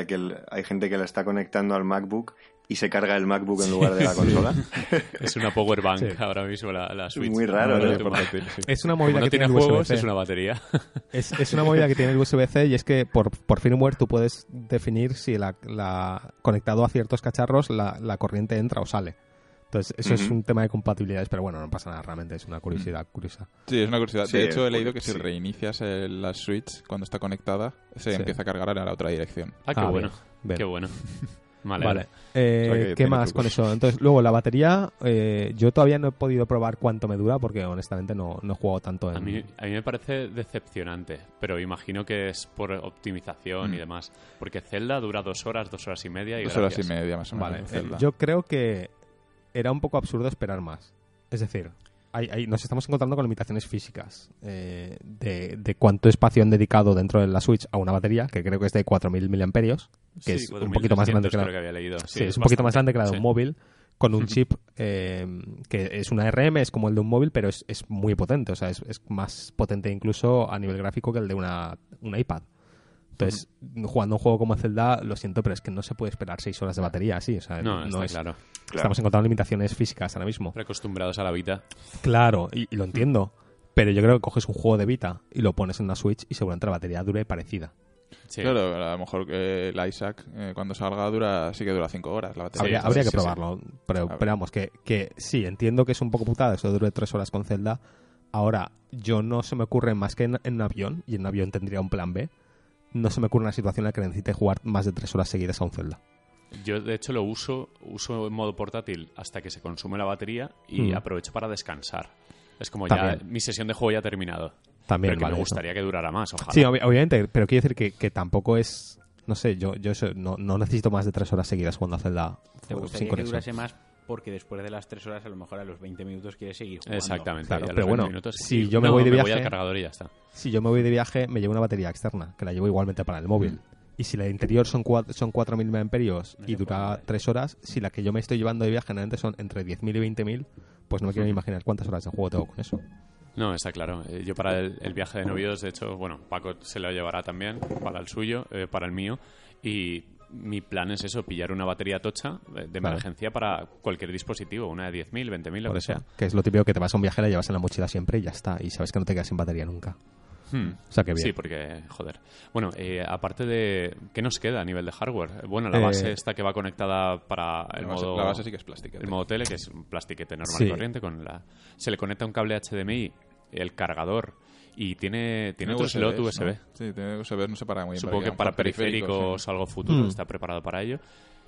S2: hay gente que la está conectando al MacBook y se carga el MacBook en lugar de la consola?
S1: Es una power bank
S5: Sí.
S1: ahora mismo la Switch.
S2: Muy raro,
S1: Ahora
S2: ¿no?
S1: tú-
S5: Es una
S1: Como
S5: movida
S1: no
S5: que
S1: tiene
S5: tiene el
S1: juegos,
S5: USB-C.
S1: es una batería.
S5: Es una movida que tiene el USB-C y es que por firmware tú puedes definir si conectado a ciertos cacharros la corriente entra o sale. Entonces, eso es
S2: Ujú.
S5: un tema de compatibilidades, pero bueno, no pasa nada, realmente es una curiosidad curiosa.
S3: Sí, es una curiosidad.
S2: Sí,
S3: de hecho, he
S2: es
S3: leído que si
S2: sí.
S3: reinicias la Switch cuando está conectada, se
S5: Sí.
S3: empieza a cargar en la otra dirección.
S1: Ah, qué
S5: Ah,
S1: bueno.
S5: bien.
S1: Qué bueno. Vale.
S5: Vale.
S3: O sea que
S5: ¿Qué
S3: tiene
S5: más
S3: trucos.
S5: con eso? Entonces, luego la batería, yo todavía no he podido probar cuánto me dura porque honestamente no he jugado tanto en...
S1: A mí me parece decepcionante, pero imagino que es por optimización y demás. Porque Zelda dura 2 horas, 2 horas y media y
S3: 2 horas y
S1: gracias.
S3: media más o menos.
S5: Vale,
S3: en Zelda.
S5: yo creo que era un poco absurdo esperar más. Es decir, nos estamos encontrando con limitaciones físicas de cuánto espacio han dedicado dentro de la Switch a una batería, que creo que es de 4.000 miliamperios, que
S1: Sí,
S5: es un poquito más grande que la,
S1: creo que había leído.
S5: sí, es un poquito más grande que la de un
S1: sí.
S5: móvil, con un chip que es una RM, es como el de un móvil, pero es muy potente. O sea, es más potente incluso a nivel gráfico que el de un iPad. Entonces, jugando un juego como Zelda, lo siento, pero es que no se puede esperar 6 horas de batería así. O sea,
S1: No, está
S5: es,
S1: claro.
S5: Estamos encontrando limitaciones físicas ahora mismo.
S1: Acostumbrados a la Vita.
S5: Claro, y lo entiendo. Pero yo creo que coges un juego de Vita y lo pones en una Switch y seguramente la batería dure parecida.
S1: Sí.
S3: Claro, a lo mejor el Isaac cuando salga sí que dura 5 horas la batería.
S5: Habría que
S3: Sí, sí.
S5: probarlo. Pero
S3: A ver.
S5: vamos, que sí, entiendo que es un poco putada eso dure 3 horas con Zelda. Ahora, yo no se me ocurre más que en un avión, y en un avión tendría un plan B, no se me ocurre una situación en la que necesite jugar más de 3 horas seguidas a un Zelda.
S1: Yo, de hecho, lo uso en modo portátil hasta que se consume la batería y aprovecho para descansar. Es como
S5: También.
S1: ya mi sesión de juego ya ha terminado.
S5: También
S1: pero que
S5: vale
S1: me
S5: eso.
S1: gustaría que durara más, ojalá.
S5: Sí, obviamente, pero quiero decir que tampoco es... No sé, yo no necesito más de 3 horas seguidas jugando a Zelda
S4: Te
S5: sin
S4: gustaría que
S5: conexión.
S4: durase más porque después de las 3 horas a lo mejor a los 20 minutos quieres seguir jugando.
S1: Exactamente.
S5: Claro,
S1: y a los
S5: pero
S1: 20
S5: bueno,
S1: minutos,
S5: si
S1: sí.
S5: yo me voy de
S1: voy
S5: viaje-
S1: al cargador y ya está.
S5: Si yo me voy de viaje, me llevo una batería externa, que la llevo igualmente para el móvil. Y si la de interior son 4.000 mAh y dura 3 horas, si la que yo me estoy llevando de viaje generalmente son entre 10.000 y 20.000, pues no me quiero ni imaginar cuántas horas de juego tengo con eso.
S1: No, está claro. Yo para el viaje de novios, de hecho, bueno, Paco se lo llevará también para el suyo, para el mío. Y mi plan es eso, pillar una batería tocha de emergencia para cualquier dispositivo, una de 10.000, 20.000, lo
S5: Por
S1: que
S5: eso,
S1: sea.
S5: que es lo típico que te vas a un viaje, la llevas en la mochila siempre y ya está. Y sabes que no te quedas sin batería nunca. O sea, que bien.
S1: Sí, porque, joder. Bueno, aparte de... ¿Qué nos queda a nivel de hardware? Bueno, la base esta que va conectada para el modo...
S3: La base sí que es plástica.
S1: El modo tele, que es un plastiquete normal
S5: Sí.
S1: y corriente. Se le conecta un cable HDMI, el cargador, y tiene otro slot USB.
S3: ¿no? Sí, tiene USB, no sé para muy bien.
S1: Supongo que para periféricos algo futuro está preparado para ello.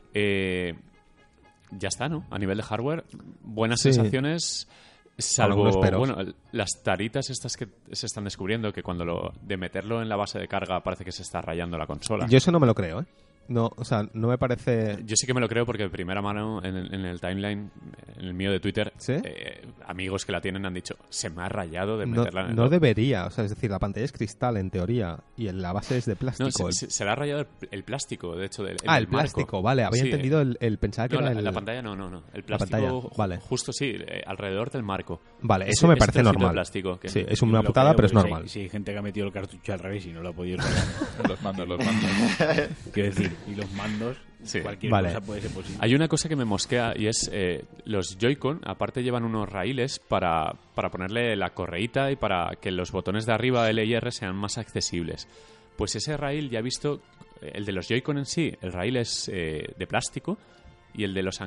S1: Ya está, ¿no? A nivel de hardware, buenas
S5: Sí.
S1: sensaciones, salvo
S5: algunos peros.
S1: bueno, las taritas estas que se están descubriendo, que cuando de meterlo en la base de carga parece que se está rayando la consola.
S5: Yo eso no me lo creo, ¿eh? No, o sea, no me parece...
S1: Yo sí que me lo creo porque de primera mano en el timeline, en el mío de Twitter,
S5: ¿Sí?
S1: amigos que la tienen han dicho, se me ha rayado de
S5: No,
S1: meterla en el...
S5: no debería, o sea, es decir, la pantalla es cristal en teoría y la base es de
S1: No,
S5: plástico.
S1: se le ha rayado el plástico, de hecho, del
S5: el
S1: marco.
S5: plástico, vale, había
S1: Sí,
S5: entendido el pensaba que
S1: No,
S5: era
S1: la
S5: el...
S1: pantalla no. El
S5: La pantalla,
S1: plástico,
S5: vale.
S1: justo sí, alrededor del marco.
S5: Vale,
S1: Ese-
S5: eso me
S1: ese
S5: parece
S1: trocito de
S5: normal.
S1: plástico que-
S5: Sí, es
S4: Yo
S5: una
S4: me lo
S5: putada,
S4: creo,
S5: pero es
S4: porque
S5: normal.
S4: Si hay gente que ha metido el cartucho al revés y no lo ha podido usar.
S3: Los mandos.
S4: Quiero decir, y los mandos,
S1: Sí.
S4: cualquier
S5: Vale.
S4: cosa puede ser posible.
S1: Hay una cosa que me mosquea y es los Joy-Con, aparte llevan unos raíles para ponerle la correíta y para que los botones de arriba L y R sean más accesibles. Pues ese raíl ya he visto, el de los Joy-Con en sí, el raíl es de plástico y el de los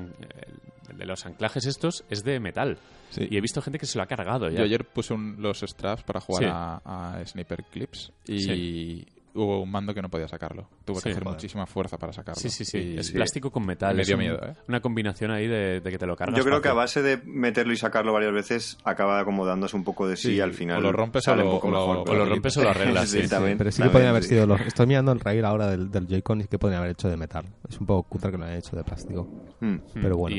S1: anclajes estos es de metal.
S3: Sí.
S1: Y he visto gente que se lo ha cargado ya.
S3: Yo ayer puse los straps para jugar
S1: Sí.
S3: a Sniper Clips y
S1: Sí.
S3: hubo un mando que no podía sacarlo. Tuve
S1: Sí,
S3: que hacer
S1: joder.
S3: muchísima fuerza para sacarlo.
S1: Sí.
S3: Y-
S1: Es plástico con metal.
S3: Me
S1: Es
S3: dio miedo, ¿eh?
S1: una combinación ahí de que te lo cargas.
S2: Yo creo que a
S1: fácil.
S2: base de meterlo y sacarlo varias veces acaba acomodándose un poco de sí, y al final
S3: o lo rompes
S2: sale
S3: o
S2: un
S3: lo-
S2: poco
S3: o lo-
S2: mejor.
S3: o
S2: pero-
S1: lo rompes o lo arreglas, sí.
S2: también,
S5: Pero sí que
S2: también,
S5: podrían haber
S2: sí.
S5: sido los... Estoy mirando el raíl ahora del Joy-Con y sí que podrían haber hecho de metal. Es un poco cutre que lo hayan hecho de plástico. Pero bueno.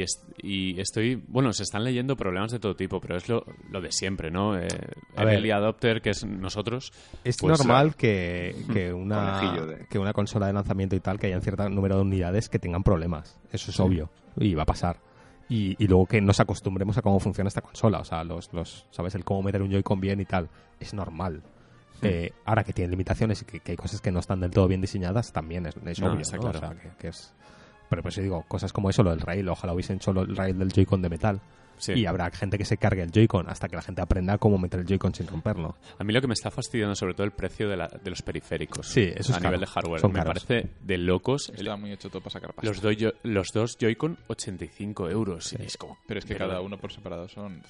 S1: Y estoy... Bueno, se están leyendo problemas de todo tipo, pero es lo de siempre, ¿no?
S5: A
S1: El
S5: ver.
S1: early adopter, que es nosotros...
S5: Es
S1: pues,
S5: normal que
S2: Conejillo de-
S5: que una consola de lanzamiento y tal, que haya un cierto número de unidades que tengan problemas. Eso es obvio. Y va a pasar. Y luego que nos acostumbremos a cómo funciona esta consola. O sea, ¿sabes? El cómo meter un Joy-Con bien y tal. Es normal. Ahora que tiene limitaciones y que hay cosas que no están del todo bien diseñadas, también es
S1: No,
S5: obvio,
S1: está
S5: ¿no?
S1: claro.
S5: O sea, que es... Pero pues yo digo, cosas como eso, lo del rail, ojalá hubiesen hecho el rail del Joy-Con de metal.
S1: Sí.
S5: Y habrá gente que se cargue el Joy-Con hasta que la gente aprenda cómo meter el Joy-Con sin romperlo.
S1: A mí lo que me está fastidiando sobre todo el precio de los periféricos.
S5: Sí, eso es
S1: a
S5: caro.
S1: nivel de hardware.
S5: Son
S1: me
S5: caros.
S1: parece de locos.
S3: Está muy hecho todo para sacar pasta.
S1: Los dos Joy-Con, 85 euros. Y es como,
S3: Pero es que cada uno por separado son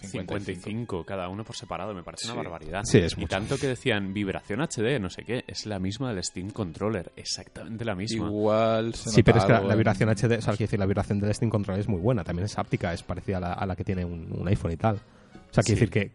S1: 55, cada uno por separado. Me parece una barbaridad.
S5: Sí, es
S1: y
S5: mucho.
S1: tanto que decían vibración HD, no sé qué. Es la misma del Steam Controller. Exactamente la misma.
S3: Igual se
S5: Sí, pero es que
S3: nota
S5: la
S3: algo
S5: vibración
S3: en-
S5: HD, o sea, quiero decir, la vibración del Steam Controller es muy buena. También es áptica, es parecida a la que tiene un iPhone y tal. O sea, quiero
S1: Sí.
S5: decir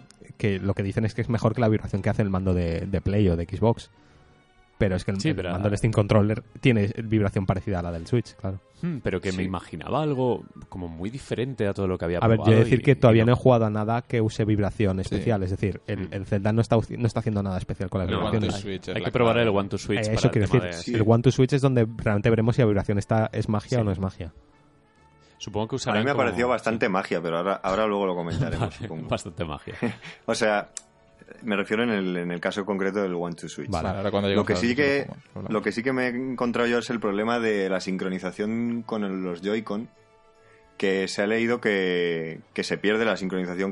S5: que lo que dicen es que es mejor que la vibración que hace el mando de Play o de Xbox. Pero es que el,
S1: Sí,
S5: el
S1: pero-
S5: mando del Steam Controller tiene vibración parecida a la del Switch, claro.
S1: Pero que me imaginaba algo como muy diferente a todo lo que había
S5: A ver, yo
S1: probado.
S5: he de decir
S1: y-
S5: que
S1: y
S5: todavía no he jugado a nada que use vibración
S3: Sí.
S5: especial. Es decir, el Zelda no está haciendo nada especial con las
S1: No,
S3: El One to
S5: vibraciones.
S3: Switch es
S1: Hay
S3: la
S1: que probar
S3: clave.
S1: el One to Switch. para
S5: Eso
S1: el
S5: quiero
S1: tema
S5: decir,
S1: de-
S5: el One to Switch es donde realmente veremos si la vibración es magia
S1: Sí.
S5: o no es magia.
S1: Supongo que
S2: A
S1: usarán
S2: mí me ha
S1: como-
S2: parecido bastante magia, pero ahora luego lo comentaremos, supongo.
S1: Bastante magia.
S2: O sea, me refiero en el caso concreto del One to Switch.
S5: Vale.
S3: Ahora cuando
S2: Lo que,
S3: lleguemos a
S2: sí
S3: los
S2: que,
S3: otros juegos,
S2: lo que sí que me he encontrado yo es el problema de la sincronización con los Joy-Con, que se ha leído que se pierde la sincronización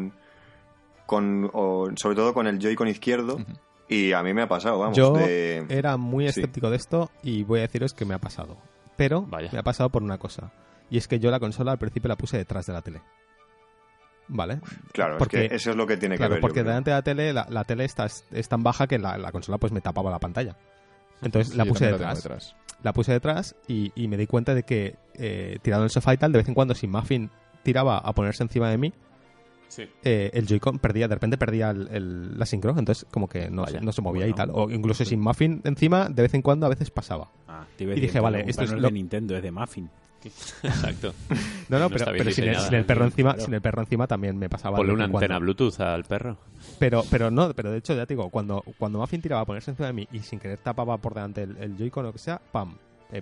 S2: sobre todo con el Joy-Con izquierdo, y a mí me ha pasado, vamos.
S5: Yo
S2: de-
S5: era muy
S2: Sí.
S5: escéptico de esto y voy a deciros que me ha pasado. Pero
S1: Vaya.
S5: me ha pasado por una cosa. Y es que yo la consola al principio la puse detrás de la tele. ¿vale?
S2: Claro,
S5: Porque-
S2: es que eso es lo que tiene
S5: Claro,
S2: que ver.
S5: porque
S2: yo creo.
S5: delante de la tele, la tele es tan baja que la consola pues me tapaba la pantalla. Entonces la
S3: Sí,
S5: puse
S3: también lo tengo
S5: detrás. La puse detrás y me di cuenta de que tirando el sofá y tal, de vez en cuando si Muffin tiraba a ponerse encima de mí,
S1: Sí.
S5: el Joy-Con de repente perdía la sincro, entonces como que no,
S1: Vaya.
S5: no se movía y
S4: Bueno.
S5: tal. O incluso sin Muffin encima, de vez en cuando a veces pasaba.
S4: Te iba a
S5: Y
S4: decir,
S5: dije, vale,
S4: la
S5: esto
S4: culpa
S5: es
S4: no es
S5: lo-
S4: de Nintendo, es de Muffin.
S1: Exacto.
S5: No,
S1: No
S5: pero,
S1: está bien
S5: pero sin,
S1: diseñada.
S5: sin el perro encima,
S4: Claro.
S5: sin el perro encima también me pasaba.
S1: Ponle
S5: de
S1: una
S5: vez en cuando.
S1: antena Bluetooth al perro.
S5: Pero de hecho ya te digo, cuando Muffin tiraba a ponerse encima de mí y sin querer tapaba por delante el Joy-Con o lo que sea, ¡pam!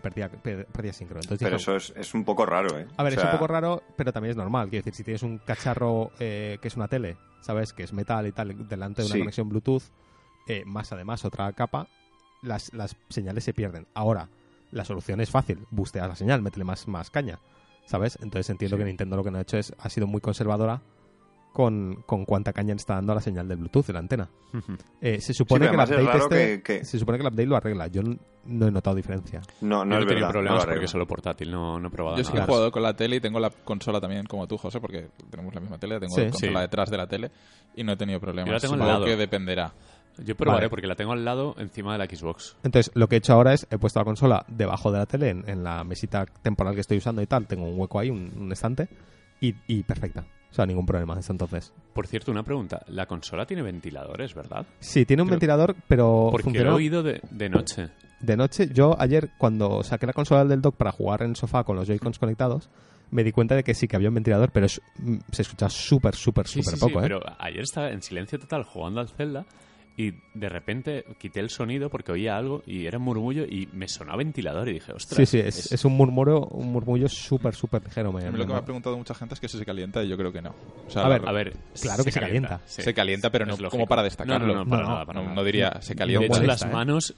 S5: Perdía sincro. Entonces
S2: Pero
S5: dije,
S2: eso es un poco raro, ¿eh?
S5: a ver,
S2: O
S5: es
S2: sea,
S5: un poco raro, pero también es normal. Quiero decir, si tienes un cacharro que es una tele, ¿sabes? Que es metal y tal, delante de una
S2: Sí.
S5: conexión Bluetooth, más además otra capa, las señales se pierden. Ahora, la solución es fácil. Busteas la señal, métele más caña, ¿sabes? Entonces entiendo que Nintendo lo que no ha hecho ha sido muy conservadora con cuánta caña le está dando a la señal de Bluetooth de la antena. Se supone
S2: pero
S5: que el
S2: además es
S5: update
S2: raro que-
S5: se supone que el update lo arregla. Yo no he notado diferencia.
S2: No,
S1: Yo
S2: no
S1: no
S2: es
S1: he tenido
S2: verdad.
S1: problemas
S2: no lo
S1: porque
S2: arregla.
S1: es solo portátil, no he probado
S3: Yo sí que
S1: nada.
S3: he jugado con la tele y tengo la consola también, como tú, José, porque tenemos la misma tele, tengo
S5: Sí.
S3: la consola
S1: Sí.
S3: detrás de la tele y no he tenido problemas.
S1: Yo la tengo al
S3: Supongo
S1: lado.
S3: que dependerá.
S1: Yo probaré
S5: Vale.
S1: porque la tengo al lado encima de la Xbox.
S5: Entonces, lo que he hecho ahora es, he puesto la consola debajo de la tele, en la mesita temporal que estoy usando y tal, tengo un hueco ahí, un estante, y perfecta. O sea, ningún problema desde entonces.
S1: Por cierto, una pregunta. La consola tiene ventiladores, ¿verdad?
S5: Sí, tiene un
S1: Creo-
S5: ventilador, pero
S1: Porque lo he
S5: funcionó
S1: oído de noche.
S5: de noche. Yo ayer, cuando saqué la consola del dock para jugar en el sofá con los Joy-Cons conectados, me di cuenta de que sí que había un ventilador, pero se escucha súper
S1: Sí,
S5: poco, ¿eh?
S1: pero ayer estaba en silencio total jugando al Zelda y de repente quité el sonido porque oía algo y era un murmullo y me sonaba ventilador y dije, ostras.
S5: Sí, es un murmullo súper ligero.
S3: A mí lo que me ha preguntado mucha gente es que se calienta y yo creo que no. O sea,
S5: A ver,
S1: A ver,
S5: Claro que se calienta.
S1: sí.
S3: se calienta, pero no
S1: Es lógico.
S3: como para destacarlo.
S1: No, para
S5: No,
S1: nada, para
S3: No,
S1: nada.
S3: no diría se
S1: De
S3: calienta.
S1: hecho,
S5: molesta,
S1: las
S5: ¿eh?
S1: manos,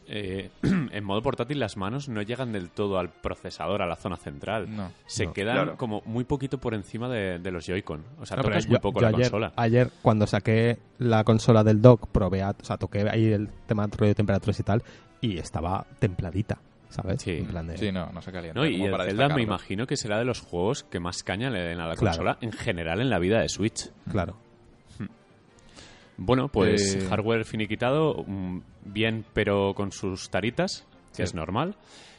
S1: en modo portátil, las manos no llegan del todo al procesador, a la zona central.
S3: No.
S1: Se
S5: No,
S1: quedan
S2: claro.
S1: como muy poquito por encima de los Joy-Con. O sea,
S5: No, pero
S1: tocas muy poco la
S5: ayer,
S1: consola.
S5: Ayer, cuando saqué la consola del dock, toqué ahí el tema de rollo de temperaturas y tal, y estaba templadita, ¿sabes?
S1: Sí.
S5: En plan de-
S3: Sí, no se calienta.
S1: No, y
S3: como
S1: el
S3: para
S1: Zelda me
S3: destacarlo.
S1: imagino que será de los juegos que más caña le den a la
S5: Claro.
S1: consola en general en la vida de Switch.
S5: Claro.
S1: Bueno, pues
S3: Eh.
S1: hardware finiquitado, bien pero con sus taritas, que
S3: Sí.
S1: es normal.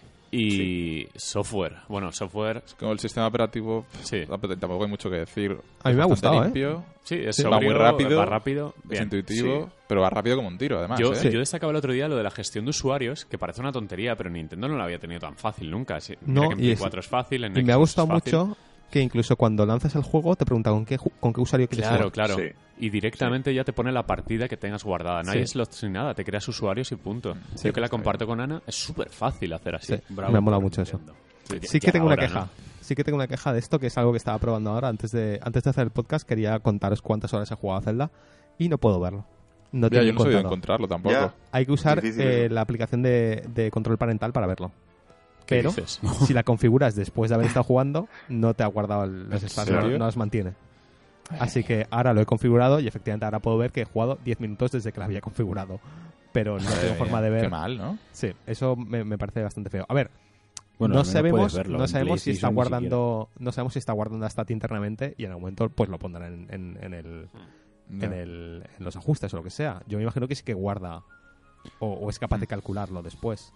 S1: Y software. Bueno, software,
S3: Como el sistema operativo,
S1: sí.
S3: tampoco hay mucho que decir.
S5: A mí me ha
S3: Es bastante
S5: gustado, ¿eh?
S3: limpio,
S1: Sí, es
S3: Sí, va
S1: sobrio,
S3: muy rápido,
S1: va rápido.
S3: es
S1: Bien.
S3: intuitivo,
S1: Sí.
S3: pero va rápido como un tiro, además.
S1: Yo,
S3: ¿eh?
S1: yo destacaba el otro día lo de la gestión de usuarios, que parece una tontería, pero Nintendo no lo había tenido tan fácil nunca. Sí,
S5: No,
S1: mira que en
S5: y
S1: Play
S5: es-
S1: 4 es fácil, en
S5: Y me ha
S1: Xbox
S5: gustado
S1: es fácil.
S5: mucho que incluso cuando lanzas el juego te pregunta con qué usuario quieres
S1: Claro,
S5: jugar.
S1: claro.
S2: Sí.
S1: Y directamente ya te pone la partida que tengas guardada. No hay
S5: Sí.
S1: slots ni nada, te creas usuarios y punto.
S5: Sí,
S1: Yo que la
S3: está
S1: comparto con Ana, es súper fácil hacer así.
S5: Sí.
S4: Bravo
S5: Me ha molado
S4: por
S5: mucho eso.
S4: Nintendo.
S5: Sí que
S1: Ya
S5: tengo una
S1: ahora,
S5: queja.
S1: ¿no?
S5: Sí que tengo una queja de esto, que es algo que estaba probando ahora. Antes de hacer el podcast quería contaros cuántas horas he jugado a Zelda y no puedo verlo. No
S3: Ya,
S5: tengo
S3: yo no he sabido
S5: contado.
S3: encontrarlo tampoco.
S2: Ya.
S5: Hay que usar
S2: Difícil eso.
S5: la aplicación de control parental para verlo.
S1: ¿Qué
S5: Pero
S1: dices?
S5: si la configuras después de haber estado jugando, no te ha guardado los espacios,
S2: serio?
S5: no las mantiene. Así que ahora lo he configurado y efectivamente ahora puedo ver que he jugado 10 minutos desde que la había configurado. Pero no tengo forma de ver.
S3: Qué mal, ¿no?
S5: Sí, eso me parece bastante feo. A ver,
S4: Bueno,
S5: no
S4: al menos
S5: sabemos,
S4: puedes verlo,
S5: no
S4: en
S5: sabemos si está
S4: PlayStation ni
S5: guardando, no sabemos si está guardando la stat internamente y en algún momento pues lo pondrán en
S3: Ya.
S5: en los ajustes o lo que sea. Yo me imagino que sí que guarda o es capaz de calcularlo después.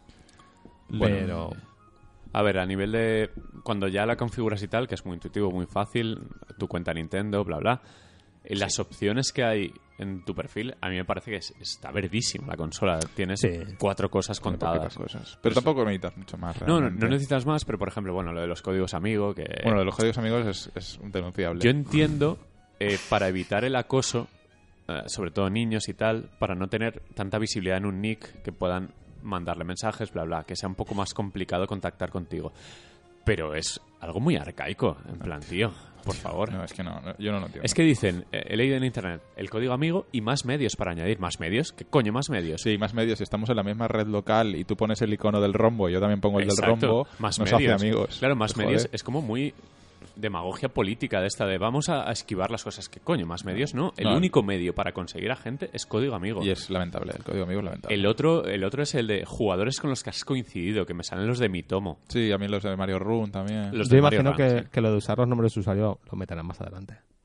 S3: Bueno,
S5: Pero
S1: A ver, a nivel de... Cuando ya la configuras y tal, que es muy intuitivo, muy fácil, tu cuenta Nintendo, bla, bla. Las opciones que hay en tu perfil, a mí me parece que está verdísima la consola. Tienes
S5: Sí.
S1: 4 cosas
S3: Tiene
S1: contadas.
S3: poquitas cosas. Pero tampoco necesitas mucho más.
S1: No,
S3: realmente.
S1: no necesitas más, pero por ejemplo, bueno, lo de los códigos amigo, que...
S3: Bueno, de los códigos amigos es un denunciable.
S1: Yo entiendo, para evitar el acoso, sobre todo niños y tal, para no tener tanta visibilidad en un nick que puedan mandarle mensajes, bla, bla, que sea un poco más complicado contactar contigo. Pero es algo muy arcaico, en plan, tío, por favor.
S3: No, es que yo no lo entiendo.
S1: Es que dicen, he leído en internet, el código amigo y más medios para añadir. ¿Más medios? ¿Qué coño más medios?
S3: Sí, más medios. Si estamos en la misma red local y tú pones el icono del rombo y yo también pongo el
S1: Exacto,
S3: del rombo,
S1: más
S3: nos
S1: medios.
S3: hace amigos.
S1: Claro, más
S3: Joder.
S1: medios es como muy demagogia política de esta de vamos a esquivar las cosas. ¿Qué coño? Más medios no. El
S3: No.
S1: único medio para conseguir a gente es código amigo.
S3: Y es lamentable, el código amigo es lamentable.
S1: El otro es el de jugadores con los que has coincidido, que me salen los de mi tomo.
S3: Sí, a mí los de Mario Run también.
S1: Los
S5: yo
S1: de Mario
S5: imagino
S1: Run, sí.
S5: que lo de usar los nombres de usuario lo meterán más adelante.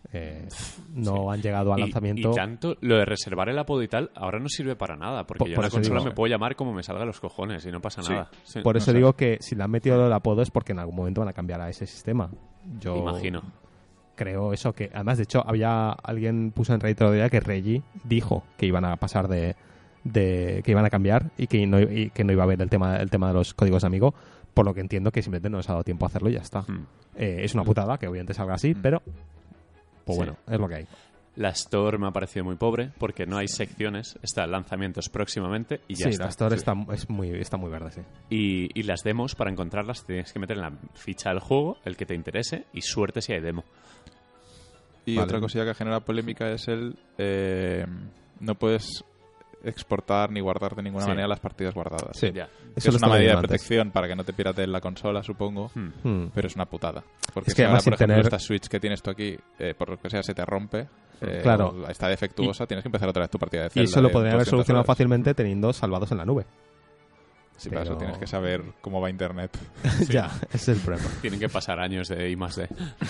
S5: No han llegado al lanzamiento.
S1: Y tanto, lo de reservar el apodo y tal, ahora no sirve para nada, porque yo en la consola me puedo llamar como me salga los cojones y no pasa nada. Sí.
S5: Por eso digo que si le han metido el apodo es porque en algún momento van a cambiar a ese sistema. Yo
S1: imagino.
S5: Creo eso, que además, de hecho, alguien puso en Reddit otro día que Reggie dijo que iban a pasar de que iban a cambiar y que no iba a haber el tema de los códigos de amigo, por lo que entiendo que simplemente no les ha dado tiempo a hacerlo y ya está. Es una putada que obviamente salga así, pero pues bueno, es lo que hay.
S1: La Store me ha parecido muy pobre porque no hay secciones, está lanzamientos próximamente y ya está.
S5: La Store está muy verde, sí.
S1: Y las demos, para encontrarlas, tienes que meter en la ficha del juego el que te interese y suerte si hay demo.
S3: Y otra cosilla que genera polémica es no puedes exportar ni guardar de ninguna manera las partidas guardadas.
S5: Sí,
S1: ya.
S3: Eso es una medida de protección para que no te pirateen la consola, supongo, pero es una putada. Porque si ahora, por ejemplo, esta Switch que tienes tú aquí, por lo que sea, se te rompe, está defectuosa, tienes que empezar otra vez tu partida de Zelda.
S5: Y eso lo podrían haber solucionado fácilmente teniendo salvados en la nube.
S3: Sí, pero eso tienes que saber cómo va Internet.
S5: Ya, ese es el problema.
S1: Tienen que pasar años de I+D.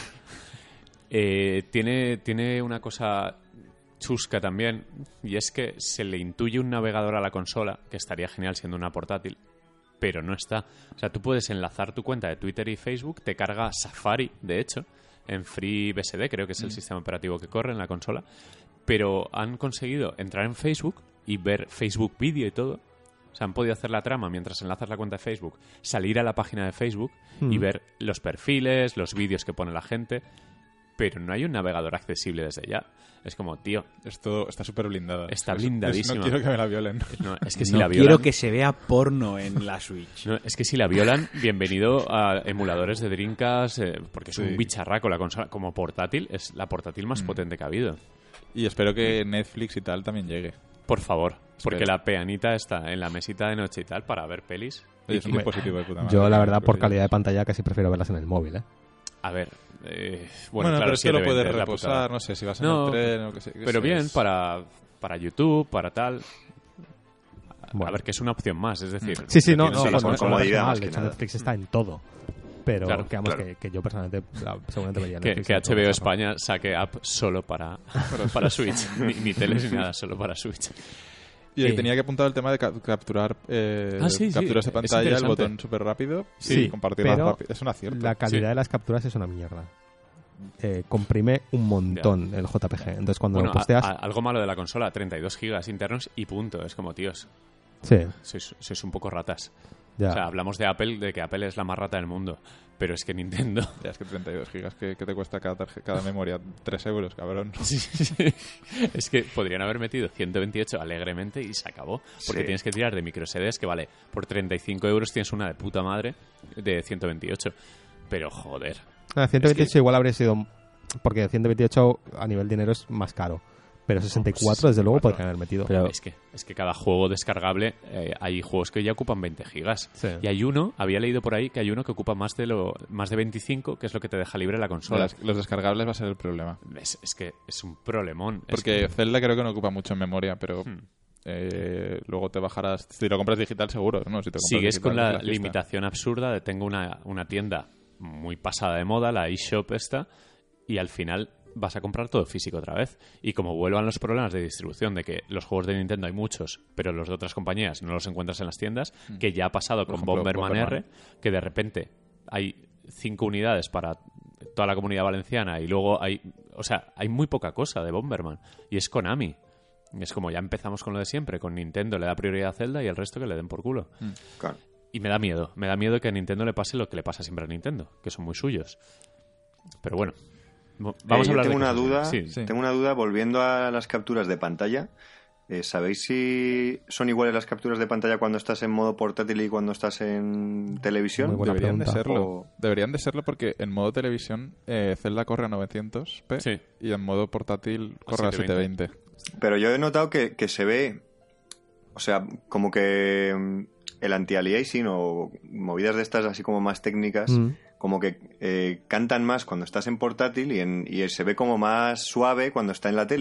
S1: Tiene una cosa chusca también, y es que se le intuye un navegador a la consola, que estaría genial siendo una portátil, pero no está. O sea, tú puedes enlazar tu cuenta de Twitter y Facebook, te carga Safari, de hecho, en FreeBSD, creo que es el sistema operativo que corre en la consola, pero han conseguido entrar en Facebook y ver Facebook Video y todo. O sea, han podido hacer la trama mientras enlazas la cuenta de Facebook, salir a la página de Facebook y ver los perfiles, los vídeos que pone la gente, pero no hay un navegador accesible desde ya. Es como, tío...
S3: Esto está súper blindado.
S1: Está blindadísimo.
S3: No quiero que me la violen.
S1: No, es que si
S4: no
S1: la violan...
S4: quiero que se vea porno en la Switch.
S1: No, es que si la violan, bienvenido a emuladores de Dreamcast, porque es un bicharraco la consola. Como portátil, es la portátil más potente que ha habido.
S3: Y espero que Netflix y tal también llegue.
S1: Por favor, porque la peanita está en la mesita de noche y tal para ver pelis.
S3: Oye, es un dispositivo de puta madre.
S5: Yo, la verdad, por calidad de pantalla casi prefiero verlas en el móvil, ¿eh?
S1: A ver,
S3: bueno, claro, pero es que lo puedes reposar, no sé, si vas en el tren o qué sé.
S1: Pero bien, para YouTube, para tal...
S5: Bueno.
S1: A ver, que es una opción más, es decir...
S5: Sí, no,
S2: comodidad,
S5: de hecho, Netflix está en todo. Pero
S1: claro,
S5: que yo personalmente seguramente vería
S1: Netflix. Que HBO España saque app solo para Switch. ni teles ni nada, solo para Switch.
S3: Y tenía que apuntar el tema de capturar capturas de pantalla, el botón súper rápido y compartirlas rápido. Es un acierto.
S5: La calidad de las capturas es una mierda. Comprime un montón el JPG. Entonces cuando lo posteas...
S1: algo malo de la consola, 32 gigas internos y punto. Es como, tíos, sois un poco ratas.
S5: Ya.
S1: O sea, hablamos de Apple, de que Apple es la más rata del mundo, pero es que Nintendo...
S3: Ya, es que 32 gigas, ¿qué te cuesta cada memoria? 3 euros, cabrón.
S1: Sí. Es que podrían haber metido 128 alegremente y se acabó, porque tienes que tirar de microSDs que vale, por 35 euros tienes una de puta madre de 128. Pero joder.
S5: 128 igual habría sido... Porque 128 a nivel dinero es más caro. Pero 64 desde luego podrían haber metido.
S1: Pero es que cada juego descargable, hay juegos que ya ocupan 20 gigas.
S5: Sí.
S1: Y hay uno, había leído por ahí que hay uno que ocupa más de 25, que es lo que te deja libre la consola.
S3: Los descargables va a ser el problema.
S1: Es que es un problemón.
S3: Porque Zelda creo que no ocupa mucho en memoria, pero luego te bajarás... Si lo compras digital seguro, ¿no? Si te compras
S1: sigues
S3: digital,
S1: con la limitación absurda de tengo una tienda muy pasada de moda, la eShop esta, y al final... vas a comprar todo físico otra vez. Y como vuelvan los problemas de distribución de que los juegos de Nintendo hay muchos, pero los de otras compañías no los encuentras en las tiendas, que ya ha pasado con Bomberman R, que de repente hay 5 unidades para toda la comunidad valenciana y luego hay muy poca cosa de Bomberman. Y es Konami. Es como ya empezamos con lo de siempre, con Nintendo le da prioridad a Zelda y el resto que le den por culo.
S2: Claro.
S1: Y me da miedo que a Nintendo le pase lo que le pasa siempre a Nintendo, que son muy suyos. Pero bueno, vamos a hablar
S2: tengo una duda.
S1: Sí.
S2: Tengo una duda volviendo a las capturas de pantalla. ¿Sabéis si son iguales las capturas de pantalla cuando estás en modo portátil y cuando estás en televisión?
S5: Muy buena
S3: Deberían
S5: pregunta.
S3: de serlo. Deberían de serlo porque en modo televisión Zelda corre a 900p y en modo portátil corre a 720.
S2: Pero yo he notado que se ve, o sea, como que el anti-aliasing o movidas de estas así como más técnicas, como que cantan más cuando estás en portátil y se ve como más suave cuando está en la tele.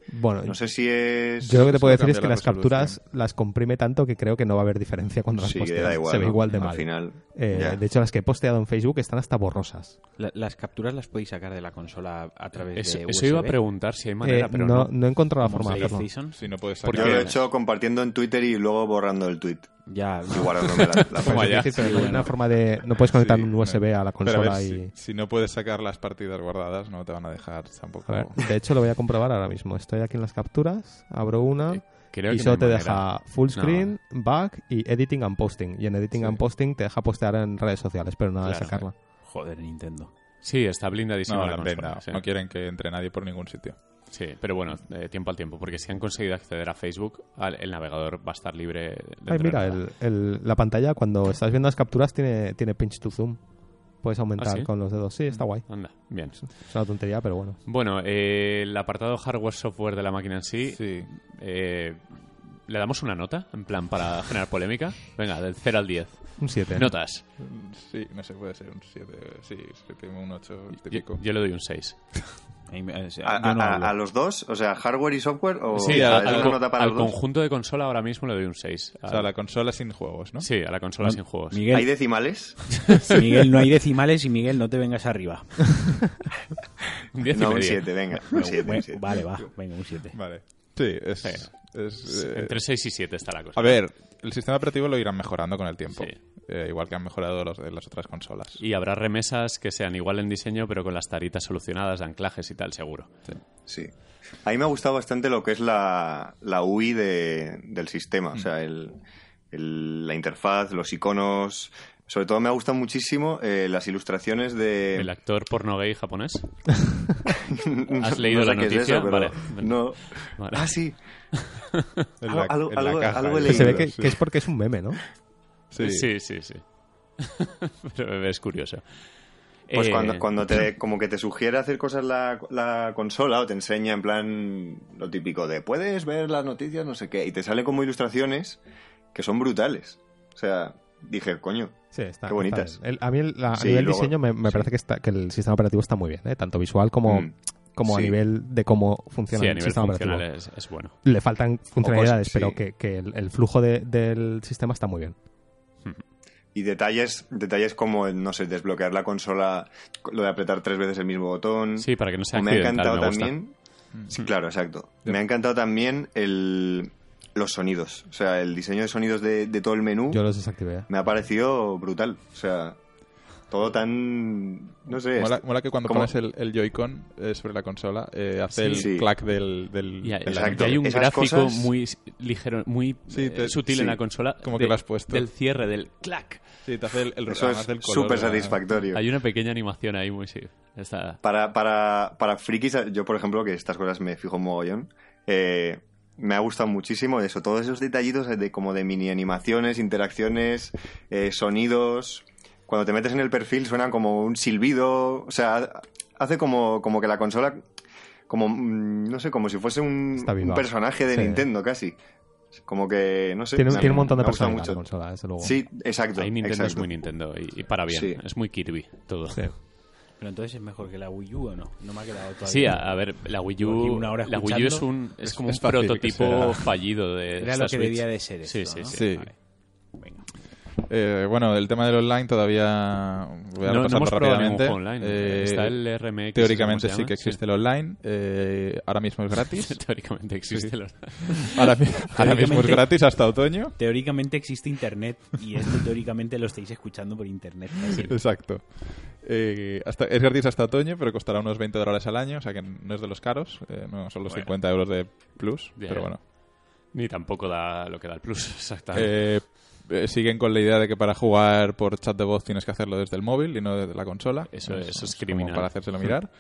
S5: Bueno,
S2: No sé si es...
S5: yo lo que te puedo
S3: solo
S5: decir es que
S3: cambia la
S5: las capturas
S3: resolución.
S5: las comprime tanto que creo que no va a haber diferencia cuando las
S2: Sí,
S5: posteas.
S2: da igual,
S5: Se ve
S2: ¿no?
S5: igual de
S2: Al
S5: mal.
S2: final, ya.
S5: De hecho, las que he posteado en Facebook están hasta borrosas.
S4: Las capturas las podéis sacar de la consola a través de USB.
S1: Eso iba a preguntar si hay manera, pero
S5: no he encontrado la
S4: como
S5: forma de hacerlo.
S4: PlayStation.
S3: Si no puedes
S2: Yo
S3: sacar...
S2: lo he hecho compartiendo en Twitter y luego borrando el tweet.
S4: Ya,
S2: Y guardándome la
S1: Toma
S2: foto.
S1: ya.
S5: Sí, pero no hay una forma de... No puedes conectar
S3: Sí,
S5: un USB a la
S3: Pero a ver,
S5: consola y...
S3: si no puedes sacar las partidas guardadas, no te van a dejar tampoco...
S5: A ver, de hecho, lo voy a comprobar ahora mismo. Estoy aquí en las capturas, abro una
S1: creo
S5: y
S1: que
S5: solo
S1: no hay
S5: te
S1: manera.
S5: deja full screen, back y editing and posting. Y en editing
S3: Sí.
S5: and posting te deja postear en redes sociales, pero nada
S1: Claro.
S5: de sacarla.
S4: joder, Nintendo.
S1: Sí, está blindadísima
S3: No,
S1: la
S3: la
S1: consola.
S3: blenda.
S1: Sí.
S3: No quieren que entre nadie por ningún sitio.
S1: Sí, pero bueno, tiempo al tiempo, porque si han conseguido acceder a Facebook, el navegador va a estar libre. dentro
S5: Ay,
S1: de
S5: mira,
S1: nada.
S5: la pantalla cuando estás viendo las capturas tiene pinch to zoom. Puedes aumentar
S1: ¿Ah, sí?
S5: con los dedos. Sí, está guay.
S1: Anda, bien.
S5: Es una tontería, pero bueno.
S1: Bueno, el apartado hardware-software de la máquina en sí,
S3: Sí.
S1: ¿le damos una nota? En plan, para generar polémica. Venga, del 0 al 10.
S5: Un 7.
S1: Notas.
S3: Sí, no sé, puede ser un 7, sí, 7, un 8
S1: Yo,
S3: típico.
S1: yo le doy un 6.
S4: O sea, yo no hablo.
S2: ¿A los dos? O sea, hardware y software. O
S1: Sí,
S2: sea,
S1: al,
S2: ¿es
S1: al
S2: una
S1: co-
S2: nota para
S1: al
S2: los dos?
S1: conjunto de consola ahora mismo le doy un 6.
S3: O sea, la consola sin juegos, ¿no?
S1: Sí, a la consola sin juegos.
S2: ¿Hay
S4: Miguel,
S2: decimales?
S4: Miguel, no hay decimales y Miguel, no te vengas arriba.
S1: Un 10 y
S2: No, un
S1: medio.
S2: 7, venga. Un 7.
S4: Bueno, vale, va, venga, un 7.
S3: Vale. Sí, es...
S1: Sí. Entre 6 y 7 está la cosa.
S3: A ver, el sistema operativo lo irán mejorando con el tiempo.
S1: Sí.
S3: Igual que han mejorado los de las otras consolas.
S1: Y habrá remesas que sean igual en diseño, pero con las taritas solucionadas, anclajes y tal, seguro.
S2: Sí. A mí me ha gustado bastante lo que es la UI del sistema. O sea, la interfaz, los iconos. Sobre todo me ha gustado muchísimo las ilustraciones de...
S1: ¿El actor porno gay japonés?
S2: No-
S1: ¿Has leído
S2: no sé
S1: la
S2: qué es
S1: noticia?
S2: eso, pero
S1: Vale.
S2: No.
S1: Vale.
S2: Ah, sí.
S3: En la-
S2: Algo-
S3: en la
S2: algo-
S3: caja,
S2: algo he
S3: ahí.
S2: leído.
S5: Se ve que,
S3: Sí.
S5: que es porque es un meme, ¿no?
S3: Sí.
S1: Sí. Pero es curioso.
S2: Pues
S1: Eh,
S2: cuando te como que te sugiere hacer cosas la consola o te enseña en plan lo típico de puedes ver las noticias, no sé qué, y te sale como ilustraciones que son brutales. O sea, dije, coño,
S5: Sí, está.
S2: Qué bonitas.
S5: está bien. A mí a
S2: Sí,
S5: nivel
S2: luego-
S5: diseño me
S2: sí.
S5: parece que el sistema operativo está muy bien, ¿eh? Tanto visual como a
S2: Sí.
S5: nivel de cómo funciona
S1: sí, a
S5: el
S1: nivel
S5: sistema
S1: funcional
S5: operativo.
S1: es bueno.
S5: Le faltan funcionalidades,
S2: sí.
S5: pero que el flujo del sistema está muy bien.
S2: y detalles como, no sé, desbloquear la consola, lo de apretar 3 veces el mismo botón.
S1: Sí, para que no sea
S2: me ha
S1: accidental,
S2: encantado
S1: me gusta.
S2: también. Sí, claro, exacto. Me ha encantado también los sonidos. O sea, el diseño de sonidos de todo el menú
S5: Yo los desactivé.
S2: me ha parecido brutal. O sea, todo tan... No sé.
S3: Mola que cuando
S2: como-
S3: pones el Joy-Con sobre la consola, hace el
S2: Sí.
S3: clack del
S1: Y hay,
S2: Exacto.
S1: y hay un
S2: Esas
S1: gráfico
S2: cosas-
S1: muy ligero, muy
S3: Sí,
S1: sutil
S2: sí.
S1: en la consola.
S3: Como que lo has puesto.
S1: Del cierre, del clac.
S3: Sí, te hace el
S2: Eso
S3: además
S2: es
S3: del color
S2: súper
S3: de la-
S2: satisfactorio.
S1: Hay una pequeña animación ahí muy sí. Está...
S2: Para frikis, yo por ejemplo, que estas cosas me fijo un mogollón, me ha gustado muchísimo eso, todos esos detallitos como de mini animaciones, interacciones, sonidos. Cuando te metes en el perfil suenan como un silbido, o sea, hace como que la consola, como, no sé, como si fuese un
S5: Está viva.
S2: personaje de
S5: Sí.
S2: Nintendo casi. Como que, no sé.
S5: Tiene un montón de
S2: me ha gustado
S5: personalidad la
S2: mucho.
S5: consola, desde luego.
S2: Sí, exacto.
S1: Ahí Nintendo es
S2: exacto.
S1: muy Nintendo y para bien.
S2: Sí.
S1: Es muy Kirby todo.
S5: Sí.
S4: Pero entonces es mejor que la Wii U o no? No me ha quedado todavía.
S1: Sí, a ver, la Wii
S4: Aquí
S1: U,
S4: una hora
S1: la Wii U
S4: escuchando.
S1: es como un
S3: es fácil que
S1: prototipo
S3: sea.
S1: fallido de
S4: Era
S1: esta
S4: lo que
S1: Switch.
S4: debía de ser
S1: Sí,
S4: esto,
S1: sí,
S4: ¿no?
S1: sí.
S3: Sí.
S4: Vale. Venga.
S3: Bueno, el tema del online todavía voy a
S1: No
S3: repasarlo
S1: hemos probado ningún
S3: rápidamente.
S1: juego online. Está el RMX.
S3: Teóricamente
S1: ¿cómo se
S3: sí
S1: llama?
S3: que existe el online. Ahora mismo es gratis.
S1: Teóricamente existe.
S3: Sí.
S1: el-
S3: Ahora mismo es
S4: Teóricamente-
S3: gratis hasta otoño.
S4: Teóricamente existe internet y esto teóricamente lo estáis escuchando por internet. Así.
S3: Exacto. Es gratis hasta otoño, pero costará unos $20 al año, o sea que no es de los caros. No son los
S1: Bueno.
S3: 50 euros de plus,
S1: Ya,
S3: pero
S1: ya.
S3: bueno.
S1: Ni tampoco da lo que da el plus, exactamente.
S3: Siguen con la idea de que para jugar por chat de voz tienes que hacerlo desde el móvil y no desde la consola.
S1: Eso es
S3: como
S1: criminal.
S3: para hacérselo mirar.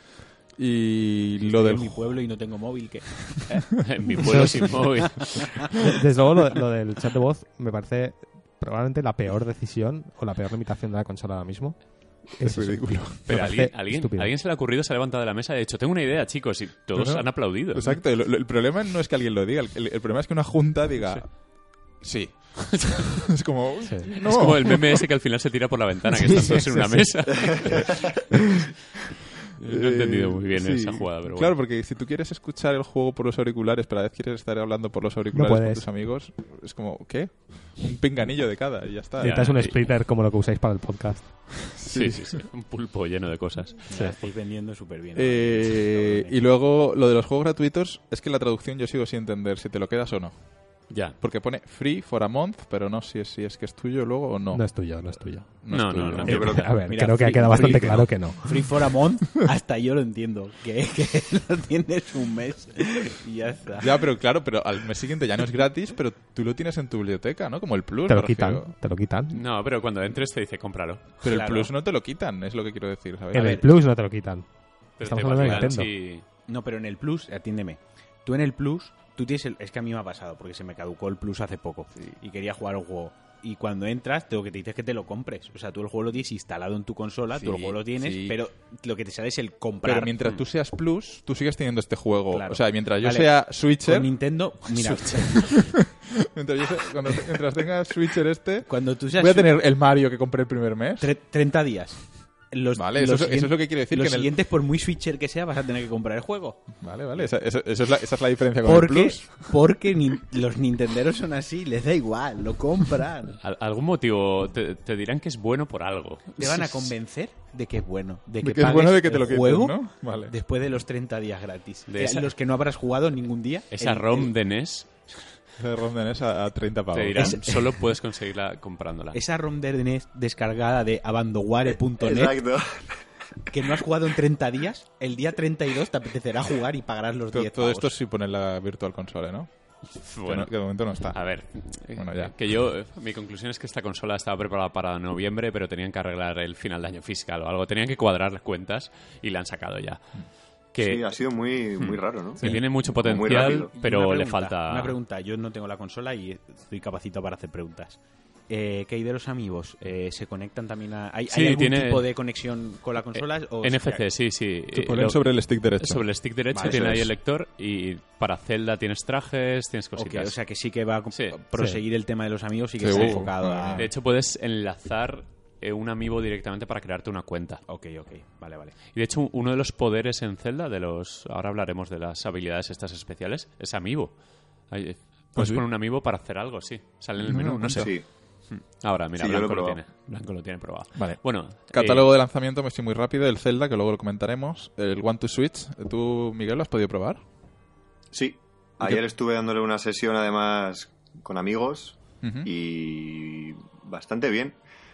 S3: Y lo del
S4: en mi pueblo y no tengo móvil, ¿qué?
S1: En mi pueblo sin móvil.
S5: Desde luego, lo del chat de voz me parece probablemente la peor decisión o la peor limitación de la consola ahora mismo.
S3: es
S5: eso.
S3: ridículo.
S1: Pero
S5: Me
S1: alguien,
S5: parece estúpido.
S1: alguien se le ha ocurrido, se ha levantado de la mesa y ha dicho, tengo una idea, chicos, y todos
S3: No, no.
S1: han aplaudido.
S3: Exacto. El problema no es que alguien lo diga. El problema es que una junta diga... Sí. Es como...
S5: Sí.
S3: No.
S1: Es como el meme ese que al final se tira por la ventana, que están todos en una mesa. No he entendido muy bien
S3: Sí.
S1: esa jugada, pero
S3: Claro,
S1: bueno.
S3: porque si tú quieres escuchar el juego por los auriculares, pero a la vez quieres estar hablando por los auriculares con
S5: puedes.
S3: tus amigos, es como, ¿qué? Un pinganillo de cada y ya está.
S1: Ya.
S5: Necesitas un splitter como lo que usáis para el podcast.
S1: Sí. Un pulpo lleno de cosas.
S4: Me la estáis vendiendo súper bien.
S3: Y luego, lo de los juegos gratuitos, es que la traducción yo sigo sin entender si te lo quedas o no.
S1: Ya.
S3: Porque pone free for a month, pero no si es que es tuyo luego o no.
S5: No es tuyo, no es tuyo.
S1: No,
S3: es tuyo.
S1: no.
S2: Yo creo que
S5: A ver,
S4: Mira,
S5: creo que ha
S4: free-
S5: quedado bastante
S4: free,
S5: claro que no.
S4: Free for a month, hasta yo lo entiendo. Que lo tienes un mes y ya está.
S3: Ya, pero claro, pero al mes siguiente ya no es gratis, pero tú lo tienes en tu biblioteca, ¿no? Como el Plus.
S5: Te lo
S3: me
S5: quitan,
S3: refiero.
S5: te lo quitan.
S1: No, pero cuando entres te dice cómpralo.
S3: Pero
S4: Claro.
S3: el Plus no te lo quitan, es lo que quiero decir, ¿sabes?
S5: En
S4: A
S5: el
S4: ver.
S5: Plus no te lo quitan.
S1: Pero
S5: Estamos
S1: te
S5: hablando de
S1: vacilan
S5: Nintendo.
S4: No, pero en el Plus, atiéndeme. Tú en el Plus, tú tienes es que a mí me ha pasado, porque se me caducó el Plus hace poco y quería jugar un juego. Y cuando entras, lo que te dice es que te lo compres. O sea, tú el juego lo tienes instalado en tu consola,
S3: Sí,
S4: tú el juego lo tienes,
S3: sí.
S4: pero lo que te sale es el comprar.
S3: Pero mientras tú seas Plus, tú sigues teniendo este juego.
S4: Claro.
S3: O sea, mientras yo
S4: Vale.
S3: sea Switcher,
S4: Con Nintendo, mira,
S3: mientras tenga Switcher
S4: cuando tú seas
S3: voy a tener el Mario que compré el primer mes.
S4: 30 días.
S3: Vale, eso es lo que quiere decir.
S4: Los
S3: Que en el...
S4: siguientes, por muy switcher que sea, vas a tener que comprar el juego.
S3: Vale, esa es la diferencia con el Plus.
S4: Porque los nintenderos son así, les da igual, lo compran.
S1: Algún motivo te dirán que es bueno por algo.
S4: Te van a convencer de que es bueno. De que,
S3: De que es
S4: pagues
S3: bueno de que te
S4: el
S3: lo quiten,
S4: juego
S3: ¿no? Vale.
S4: después de los 30 días gratis.
S1: De esa-
S4: Los que no habrás jugado ningún día.
S1: Esa ROM de NES
S3: Se rompen esa a 30 pavos.
S1: te dirán solo puedes conseguirla comprándola.
S4: Esa ROM de NES descargada de abandoware.net
S2: Exacto.
S4: que no has jugado en 30 días, el día 32 te apetecerá jugar y pagarás los 10
S3: Todo esto
S4: pavos.
S3: sí pone la Virtual Console, ¿no?
S1: Bueno,
S3: Que de momento no está.
S1: a ver,
S3: Bueno, ya.
S1: que mi conclusión es que esta consola estaba preparada para noviembre, pero tenían que arreglar el final de año fiscal o algo. Tenían que cuadrar las cuentas y la han sacado ya. Que,
S2: Sí, ha sido muy raro, ¿no?
S1: que tiene mucho
S2: Muy
S1: potencial,
S2: rápido.
S1: pero
S4: Una
S1: le
S4: pregunta,
S1: falta...
S4: Una pregunta, yo no tengo la consola y estoy capacitado para hacer preguntas. ¿Qué hay de los amigos? ¿Se conectan también a...? ¿Hay
S1: Sí,
S4: algún
S1: tiene-
S4: tipo de conexión con la consola? o
S1: NFC, sí.
S3: Te ponen sobre el stick derecho.
S1: Sobre el stick derecho
S4: Vale,
S1: tiene
S2: eso
S1: ahí
S2: es.
S1: el lector y para Zelda tienes trajes, tienes
S4: Ok,
S1: cositas.
S4: o sea que sí que va a
S1: Sí.
S4: proseguir el tema de los amigos y que
S3: Seguro.
S4: está enfocado a...
S1: De hecho, puedes enlazar un amiibo directamente para crearte una cuenta.
S4: Ok, vale.
S1: Y de hecho, uno de los poderes en Zelda, ahora hablaremos de las habilidades estas especiales, es amiibo. Puedes
S3: sí?
S1: poner un amiibo para hacer algo, sí. Sale en el menú, no sé.
S2: Sí.
S1: Ahora, mira,
S2: Sí, yo lo he
S1: Blanco lo
S2: probado.
S1: tiene. Blanco lo tiene probado.
S3: Vale.
S1: Bueno,
S3: Catálogo de lanzamiento, me estoy muy rápido. El Zelda, que luego lo comentaremos. El One to Switch. ¿Tú, Miguel, lo has podido probar?
S2: Sí. Ayer estuve dándole una sesión además con amigos
S3: Ujú.
S2: y bastante bien.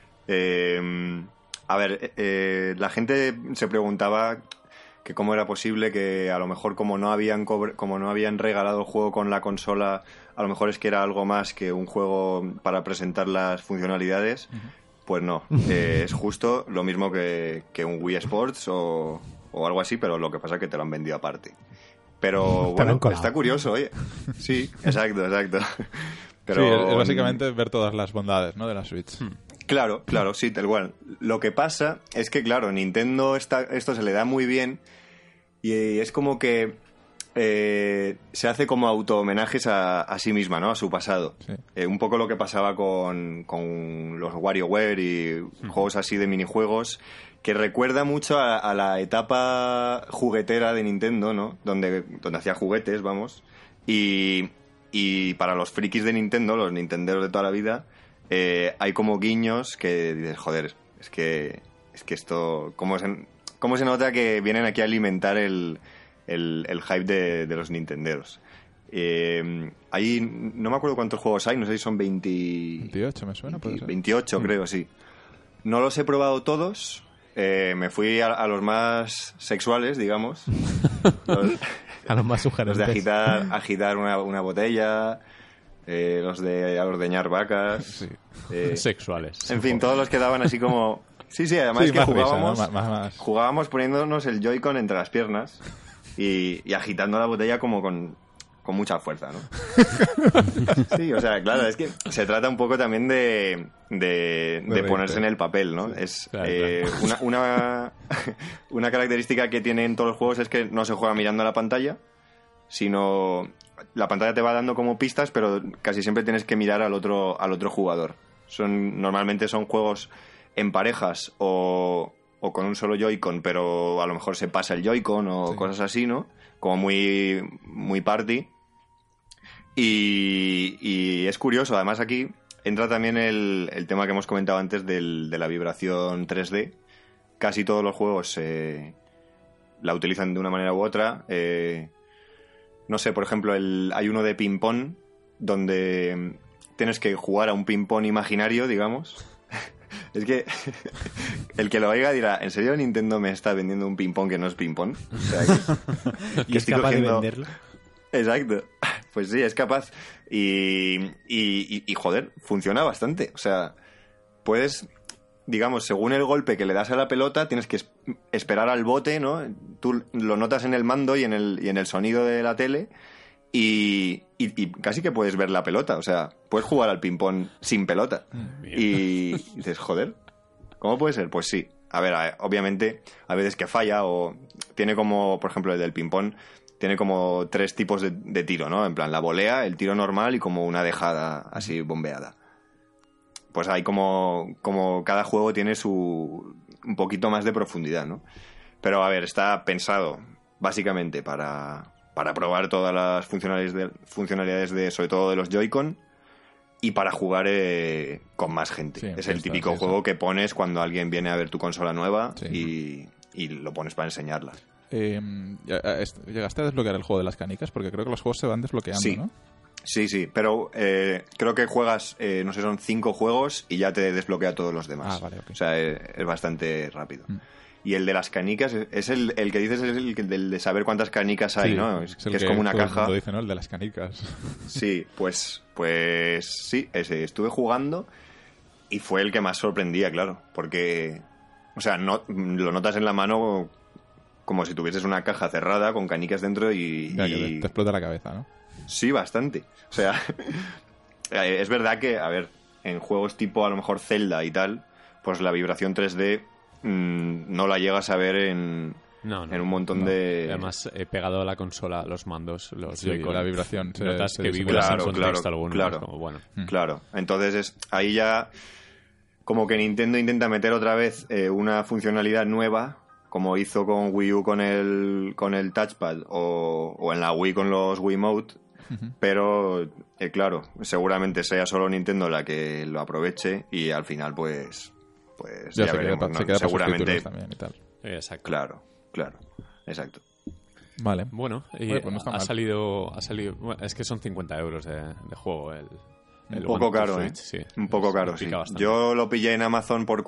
S2: A ver, la gente se preguntaba que cómo era posible que a lo mejor como no habían regalado el juego con la consola, a lo mejor es que era algo más que un juego para presentar las funcionalidades. Pues no, es justo lo mismo que un Wii Sports o algo así, pero lo que pasa es que te lo han vendido aparte. Pero
S5: Te lo han
S2: bueno,
S5: colado.
S2: está curioso, oye. Sí, exacto. Pero,
S3: Sí, es básicamente ver todas las bondades, ¿no? De la Switch.
S2: Claro, sí, tal cual. Lo que pasa es que, claro, Nintendo esto se le da muy bien y es como que se hace como auto-homenajes a sí misma, ¿no? A su pasado.
S3: Sí.
S2: Un poco lo que pasaba con los WarioWare y juegos así de minijuegos, que recuerda mucho a la etapa juguetera de Nintendo, ¿no? Donde hacía juguetes, vamos. Y para los frikis de Nintendo, los nintenderos de toda la vida, hay como guiños que dices, joder, es que esto... ¿Cómo se nota que vienen aquí a alimentar el hype de los nintenderos? Ahí no me acuerdo cuántos juegos hay, no sé si son
S3: 28 me suena, puede ser.
S2: 28 creo, sí. No los he probado todos. Me fui a los más sexuales, digamos.
S5: A los más
S2: Los
S5: sugerentes.
S2: de agitar una botella, los de ordeñar vacas.
S3: Sí.
S1: sexuales.
S2: En fin, todos los que daban así como... Sí, además
S3: Sí,
S2: es que
S3: más risa,
S2: jugábamos,
S3: ¿no? Más-
S2: jugábamos poniéndonos el Joy-Con entre las piernas y agitando la botella como con mucha fuerza, ¿no? Sí, o sea, claro, es que se trata un poco también de ponerse en el papel, ¿no? Es
S1: Claro,
S2: una característica que tienen todos los juegos es que no se juega mirando a la pantalla, sino la pantalla te va dando como pistas, pero casi siempre tienes que mirar al otro jugador. Normalmente son juegos en parejas o o con un solo Joy-Con, pero a lo mejor se pasa el Joy-Con o cosas así, ¿no? Como muy, muy party. Y es curioso, además aquí entra también el tema que hemos comentado antes de la vibración 3D. Casi todos los juegos la utilizan de una manera u otra. No sé, por ejemplo, hay uno de ping-pong donde tienes que jugar a un ping-pong imaginario, digamos. Es que el que lo oiga dirá, ¿en serio Nintendo me está vendiendo un ping-pong que no es ping-pong? O sea,
S4: ¿Y es capaz de venderlo?
S2: Exacto. Pues sí, es capaz. Y joder, funciona bastante. O sea, puedes, digamos, según el golpe que le das a la pelota, tienes que esperar al bote, ¿no? Tú lo notas en el mando y en el sonido de la tele y casi que puedes ver la pelota. O sea, puedes jugar al ping-pong sin pelota. Y dices, joder, ¿cómo puede ser? Pues sí. A ver, obviamente, a veces que falla o tiene como, por ejemplo, el del ping-pong tiene como 3 tipos de tiro, ¿no? En plan, la volea, el tiro normal y como una dejada así bombeada. Pues hay como cada juego tiene un poquito más de profundidad, ¿no? Pero a ver, está pensado básicamente para probar todas las funcionalidades sobre todo de los Joy-Con y para jugar con más gente.
S3: Sí,
S2: es el típico juego que pones cuando alguien viene a ver tu consola nueva y lo pones para enseñarla.
S3: ¿Llegaste a desbloquear el juego de las canicas? Porque creo que los juegos se van desbloqueando,
S2: Sí.
S3: ¿no?
S2: Sí, pero creo que juegas, no sé, son 5 juegos y ya te desbloquea todos los demás.
S3: Vale, ok.
S2: O sea, es bastante rápido. Y el de las canicas, es el que dices, es el de saber cuántas canicas hay,
S3: Sí,
S2: ¿no?
S3: es
S2: Que
S3: el
S2: es como una
S3: todo el
S2: caja.
S3: mundo dice, ¿no? El de las canicas.
S2: Sí, pues sí, ese estuve jugando y fue el que más sorprendía, claro. Porque, o sea, no lo notas en la mano como si tuvieses una caja cerrada con canicas dentro
S3: Ya que te explota la cabeza, ¿no?
S2: Sí, bastante. O sea, es verdad que, a ver, en juegos tipo a lo mejor Zelda y tal, pues la vibración 3D no la llegas a ver en un montón de...
S1: Además, he pegado a la consola los mandos, los
S3: Sí,
S1: Joy-Con.
S3: la vibración.
S1: Notas que
S3: dice
S1: vibras
S2: Claro,
S1: sin contexto
S2: claro,
S1: alguno.
S2: claro.
S1: Es como, bueno.
S2: Claro, entonces ahí ya como que Nintendo intenta meter otra vez una funcionalidad nueva, como hizo con Wii U con el touchpad o en la Wii con los Wiimote, pero claro, seguramente sea solo Nintendo la que lo aproveche y al final pues ya veremos, ¿no?
S3: se queda para
S2: Seguramente
S3: subtítulos también y tal.
S1: Exacto.
S2: claro, exacto.
S3: Vale.
S1: Bueno, y
S3: Oye, pues no está
S1: ha
S3: mal.
S1: salido... Bueno, es que son 50 euros de juego el
S2: Un poco
S1: One to
S2: caro,
S1: Switch, sí.
S2: Un poco caro, sí.
S1: Pica bastante.
S2: Yo lo pillé en Amazon por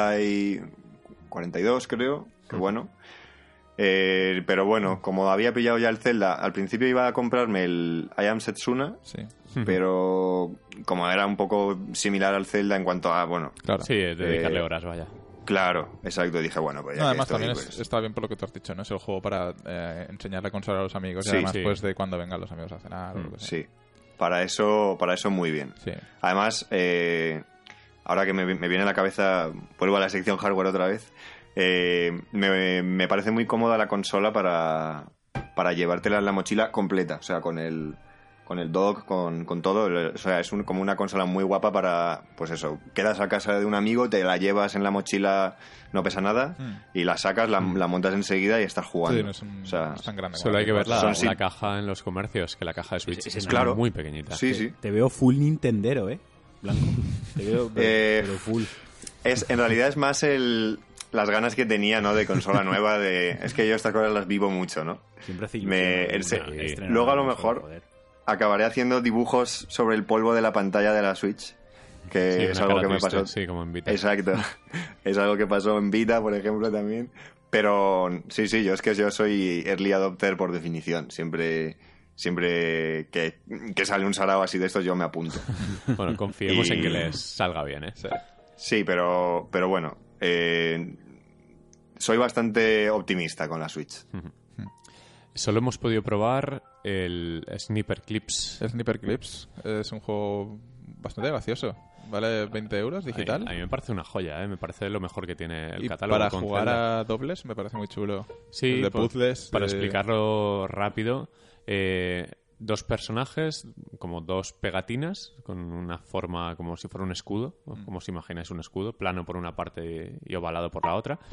S2: 42, creo, que bueno. Pero bueno, como había pillado ya el Zelda, al principio iba a comprarme el I Am Setsuna,
S3: Sí.
S2: pero como era un poco similar al Zelda en cuanto a, bueno,
S3: Claro.
S1: Sí, dedicarle horas, vaya.
S2: claro, exacto, dije, bueno, pues ya
S3: No,
S2: que
S3: además
S2: estoy,
S3: también
S2: pues,
S3: está bien por lo que tú has dicho, ¿no? Es el juego para enseñar la consola a los amigos y
S2: Sí,
S3: además
S1: sí.
S3: pues de cuando vengan los amigos a cenar o lo que sea.
S2: sí, para eso muy bien.
S3: Sí.
S2: Además, ahora que me viene a la cabeza, vuelvo a la sección hardware otra vez, me parece muy cómoda la consola para llevártela en la mochila completa, o sea, con el dock, con todo. O sea, es como una consola muy guapa para, pues eso, quedas a casa de un amigo, te la llevas en la mochila, no pesa nada, y la sacas, la montas enseguida y estás jugando.
S3: Sí, no es,
S2: o sea,
S3: no es tan grande.
S1: Solo
S3: como
S1: hay que ver
S3: otras.
S2: Son
S1: la caja en los comercios, que la caja de Switch es
S2: claro.
S1: muy pequeñita.
S2: sí, sí.
S4: Te veo full Nintendero, Blanco. Te veo pero full.
S2: En realidad es más las ganas que tenía, ¿no? De consola nueva, es que yo estas cosas las vivo mucho, ¿no?
S4: Siempre hace
S2: Luego a lo mejor acabaré haciendo dibujos sobre el polvo de la pantalla de la Switch, que
S1: Sí,
S2: es
S1: una
S2: algo
S1: cara
S2: que me
S1: triste,
S2: pasó.
S1: sí, como en Vita.
S2: Exacto. Es algo que pasó en Vita, por ejemplo, también. Pero sí, yo soy early adopter por definición. Siempre que sale un sarao así de estos, yo me apunto.
S1: Bueno, confiemos
S2: Y-
S1: en que les salga bien, ¿eh?
S2: Sí, pero bueno, soy bastante optimista con la Switch.
S1: Solo hemos podido probar el Sniper Clips.
S3: El Sniper Clips es un juego bastante gracioso. Vale 20 euros digital.
S1: A mí me parece una joya, ¿eh? Me parece lo mejor que tiene el
S3: Y
S1: catálogo.
S3: para
S1: con
S3: jugar
S1: Zelda.
S3: a dobles me parece muy chulo.
S1: Sí,
S3: El de puzzles.
S1: para explicarlo rápido, 2 personajes como dos pegatinas con una forma como si fuera un escudo, ¿no? Como os imagináis un escudo, plano por una parte y ovalado por la otra.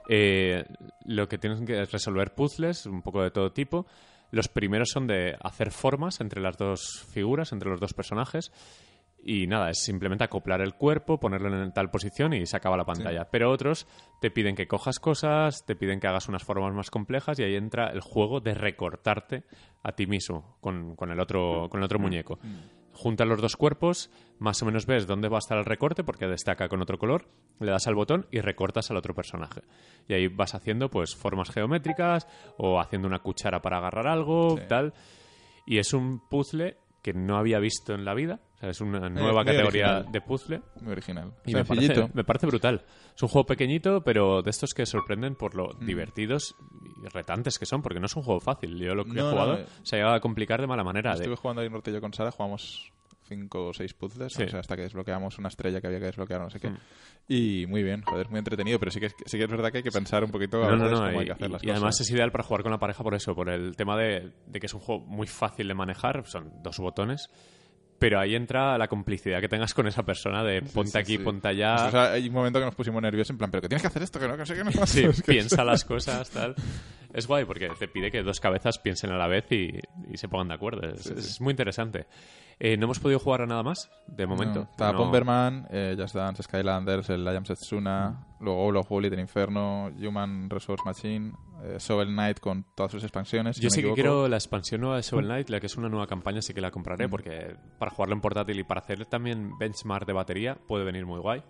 S1: Lo que tienes que es resolver puzzles, un poco de todo tipo. Los primeros son de hacer formas entre las dos figuras, entre los dos personajes. Y nada, es simplemente acoplar el cuerpo, ponerlo en tal posición y se acaba la pantalla. Sí. Pero otros te piden que cojas cosas, te piden que hagas unas formas más complejas y ahí entra el juego de recortarte a ti mismo con el otro muñeco. Juntas los dos cuerpos, más o menos ves dónde va a estar el recorte porque destaca con otro color, le das al botón y recortas al otro personaje. Y ahí vas haciendo pues formas geométricas o haciendo una cuchara para agarrar algo, tal. Y es un puzzle que no había visto en la vida. O sea, es una nueva categoría original. De puzzle.
S3: Muy original.
S1: Y me parece brutal. Es un juego pequeñito, pero de estos que sorprenden por lo divertidos y retantes que son, porque no es un juego fácil. Yo lo que he jugado se ha llegado a complicar de mala manera.
S3: Estuve jugando ahí un ratillo con Sara, jugamos 5 o 6 puzzles, sí. O sea, hasta que desbloqueamos una estrella que había que desbloquear, no sé qué. Y muy bien, joder, muy entretenido, pero sí que es verdad que hay que pensar un poquito cómo hay que hacer las cosas.
S1: Y además es ideal para jugar con la pareja por eso, por el tema de que es un juego muy fácil de manejar, son 2 botones. Pero ahí entra la complicidad que tengas con esa persona de ponte aquí, ponte allá.
S3: O sea, hay un momento que nos pusimos nerviosos en plan, pero que tienes que hacer esto, que no sé qué.
S1: Sí, piensa las cosas, tal. Es guay porque te pide que 2 cabezas piensen a la vez y se pongan de acuerdo. Es muy interesante. No hemos podido jugar a nada más, de momento.
S3: No. Estaba Bomberman, Just Dance, Skylanders, el I Am Setsuna, luego All of Little Inferno, Human Resource Machine, Shovel Knight con todas sus expansiones.
S1: Yo sí que quiero la expansión nueva de Shovel Knight, la que es una nueva campaña, sí que la compraré, porque para jugarlo en portátil y para hacer también benchmark de batería puede venir muy guay.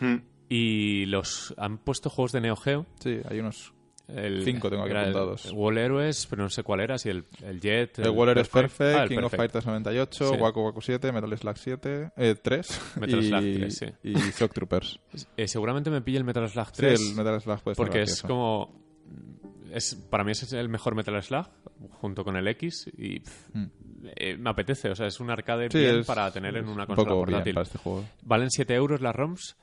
S1: Y han puesto juegos de Neo Geo.
S3: Sí, hay unos 5 tengo aquí apuntados.
S1: El Wall Heroes, pero no sé cuál era, si el Jet...
S3: El Wall Heroes Perfect, King of Fighters 98, sí. Waku Waku 7, Metal Slug 7, 3
S1: Metal Slug 3, sí.
S3: Y Shock Troopers.
S1: seguramente me pille el Metal Slug 3.
S3: Sí, el Metal Slug puede ser
S1: porque
S3: gracioso.
S1: Es como... para mí es el mejor Metal Slug, junto con el X, y me apetece. O sea, es un arcade bien para tener en una consola portátil.
S3: Para este juego.
S1: Valen 7 euros las ROMs.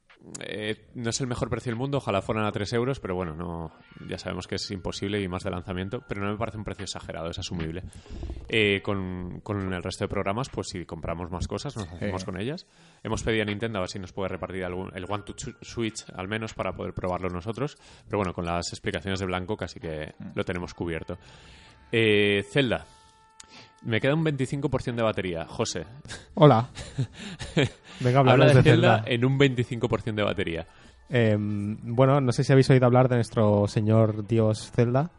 S1: No es el mejor precio del mundo, ojalá fueran a 3 euros, pero bueno, ya sabemos que es imposible y más de lanzamiento, pero no me parece un precio exagerado, es asumible. Con el resto de programas, pues si compramos más cosas, nos hacemos con ellas. Hemos pedido a Nintendo a ver si nos puede repartir el One to Switch al menos para poder probarlo nosotros, pero bueno, con las explicaciones de Blanco casi que lo tenemos cubierto. Zelda. Me queda un 25% de batería, José.
S5: Hola. Venga,
S1: habla de Zelda en un 25% de batería.
S5: Bueno, no sé si habéis oído hablar de nuestro señor Dios Zelda.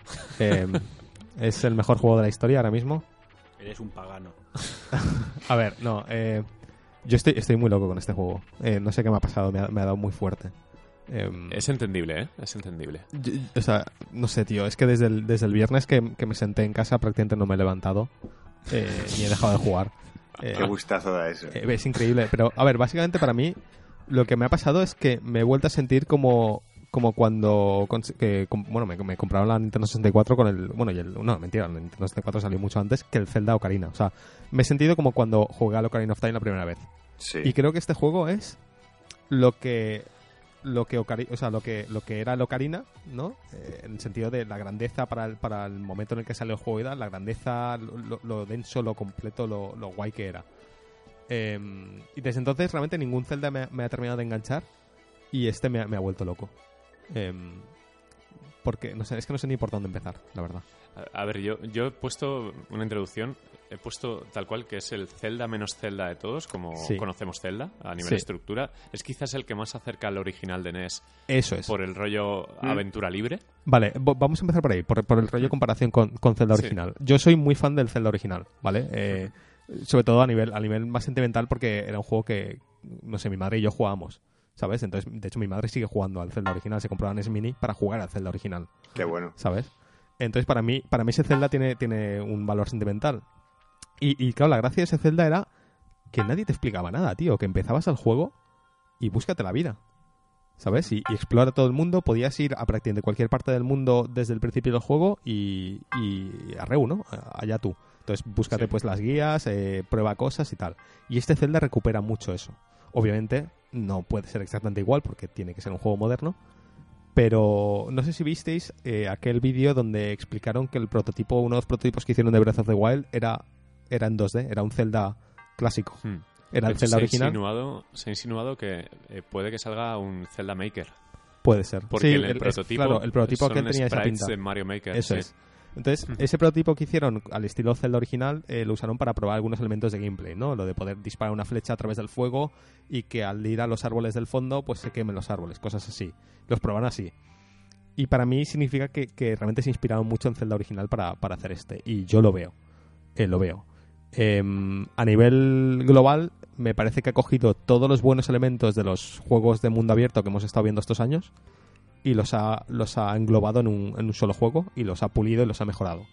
S5: Es el mejor juego de la historia ahora mismo.
S4: Eres un pagano.
S5: A ver, no. Yo estoy muy loco con este juego. No sé qué me ha pasado, me ha dado muy fuerte.
S1: Es entendible, ¿eh? Es entendible.
S5: O sea, no sé, tío. Es que desde el viernes que me senté en casa prácticamente no me he levantado. Ni he dejado de jugar.
S2: Qué gustazo da eso.
S5: Es increíble. Pero, a ver, básicamente para mí lo que me ha pasado es que me he vuelto a sentir como cuando me compraron la Nintendo 64 con el... Bueno, no, mentira, la Nintendo 64 salió mucho antes que el Zelda Ocarina. O sea, me he sentido como cuando jugué al Ocarina of Time la primera vez.
S2: Sí.
S5: Y creo que este juego es lo que era el Ocarina, ¿no? En el sentido de la grandeza para el momento en el que salió el juego y la grandeza, lo denso, lo completo, lo guay que era. Y desde entonces realmente ningún Zelda me ha terminado de enganchar y este me ha vuelto loco. Porque no sé, es que no sé ni por dónde empezar, la verdad.
S1: A ver, yo he puesto una introducción, he puesto tal cual que es el Zelda menos Zelda de todos, como conocemos Zelda a nivel de estructura. Es quizás el que más se acerca al original de NES.
S5: Eso es.
S1: Por el rollo aventura libre.
S5: Vale, vamos a empezar por ahí, por el rollo comparación con Zelda original. Yo soy muy fan del Zelda original, ¿vale? Sobre todo a nivel más sentimental, porque era un juego que, no sé, mi madre y yo jugábamos, ¿sabes? Entonces, de hecho, mi madre sigue jugando al Zelda original. Se compró la NES Mini para jugar al Zelda original.
S2: Qué bueno.
S5: ¿Sabes? Entonces, para mí ese Zelda tiene un valor sentimental. Y claro, la gracia de ese Zelda era que nadie te explicaba nada, tío. Que empezabas el juego y búscate la vida, ¿sabes? Y explora todo el mundo. Podías ir a prácticamente cualquier parte del mundo desde el principio del juego y arreu, ¿no? Allá tú. Entonces, búscate pues las guías, prueba cosas y tal. Y este Zelda recupera mucho eso. Obviamente, no puede ser exactamente igual porque tiene que ser un juego moderno. Pero no sé si visteis aquel vídeo donde explicaron que uno de los prototipos que hicieron de Breath of the Wild era era en 2D, era un Zelda clásico. Era el
S1: De hecho,
S5: Zelda original.
S1: Se ha insinuado que puede que salga un Zelda Maker.
S5: Puede ser.
S1: Porque
S5: Sí,
S1: en el prototipo,
S5: claro, el prototipo que
S1: son
S5: tenía esa
S1: sprites
S5: pinta.
S1: de Mario Maker.
S5: Eso
S1: sí.
S5: es. Entonces, ese prototipo que hicieron al estilo Zelda original lo usaron para probar algunos elementos de gameplay, ¿no? Lo de poder disparar una flecha a través del fuego y que al ir a los árboles del fondo, pues se quemen los árboles, cosas así. Los proban así. Y para mí significa que realmente se inspiraron mucho en Zelda original para hacer este. Y yo lo veo. Lo veo. A nivel global, me parece que ha cogido todos los buenos elementos de los juegos de mundo abierto que hemos estado viendo estos años y los ha englobado en un solo juego y los ha pulido y los ha mejorado.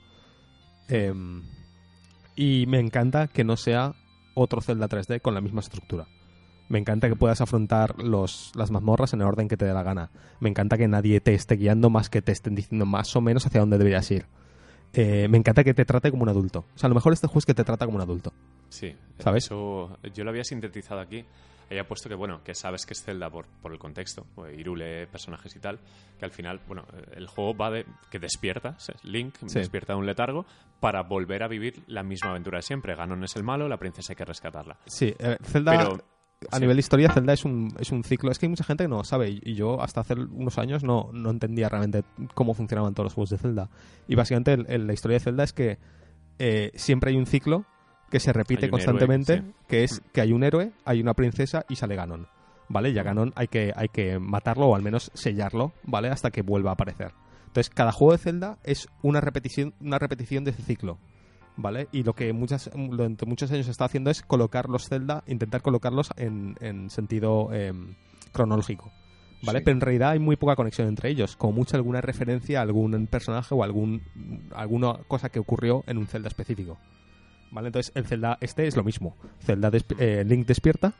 S5: Y me encanta que no sea otro Zelda 3D con la misma estructura. Me encanta que puedas afrontar las mazmorras en el orden que te dé la gana. Me encanta que nadie te esté guiando más que te estén diciendo más o menos hacia dónde deberías ir. Me encanta que te trate como un adulto. O sea, a lo mejor este juego es que te trata como un adulto.
S1: Sí,
S5: ¿sabes?
S1: Eso yo lo había sintetizado aquí. Había puesto que, bueno, que sabes que es Zelda por el contexto, pues Hyrule, personajes y tal, que al final, bueno, el juego va de que despiertas, Link despierta de un letargo para volver a vivir la misma aventura de siempre. Ganon es el malo, la princesa hay que rescatarla.
S5: Sí, Zelda...
S1: Pero,
S5: a nivel historia, Zelda es un ciclo. Es que hay mucha gente que no lo sabe. Y yo hasta hace unos años no entendía realmente cómo funcionaban todos los juegos de Zelda. Y básicamente la historia de Zelda es que siempre hay un ciclo que se repite constantemente,
S1: héroe, sí.
S5: Que es que hay un héroe, hay una princesa y sale Ganon. ¿Vale? Y a Ganon hay que matarlo o al menos sellarlo, ¿vale? Hasta que vuelva a aparecer. Entonces, cada juego de Zelda es una repetición de ese ciclo. ¿Vale? Y lo que durante muchos años se está haciendo es colocar los Zelda, intentar colocarlos en sentido cronológico, ¿vale?
S3: Sí.
S5: Pero en realidad hay muy poca conexión entre ellos, como mucho alguna referencia a algún personaje o alguna cosa que ocurrió en un Zelda específico, ¿vale? Entonces el Zelda este es lo mismo. Link despierta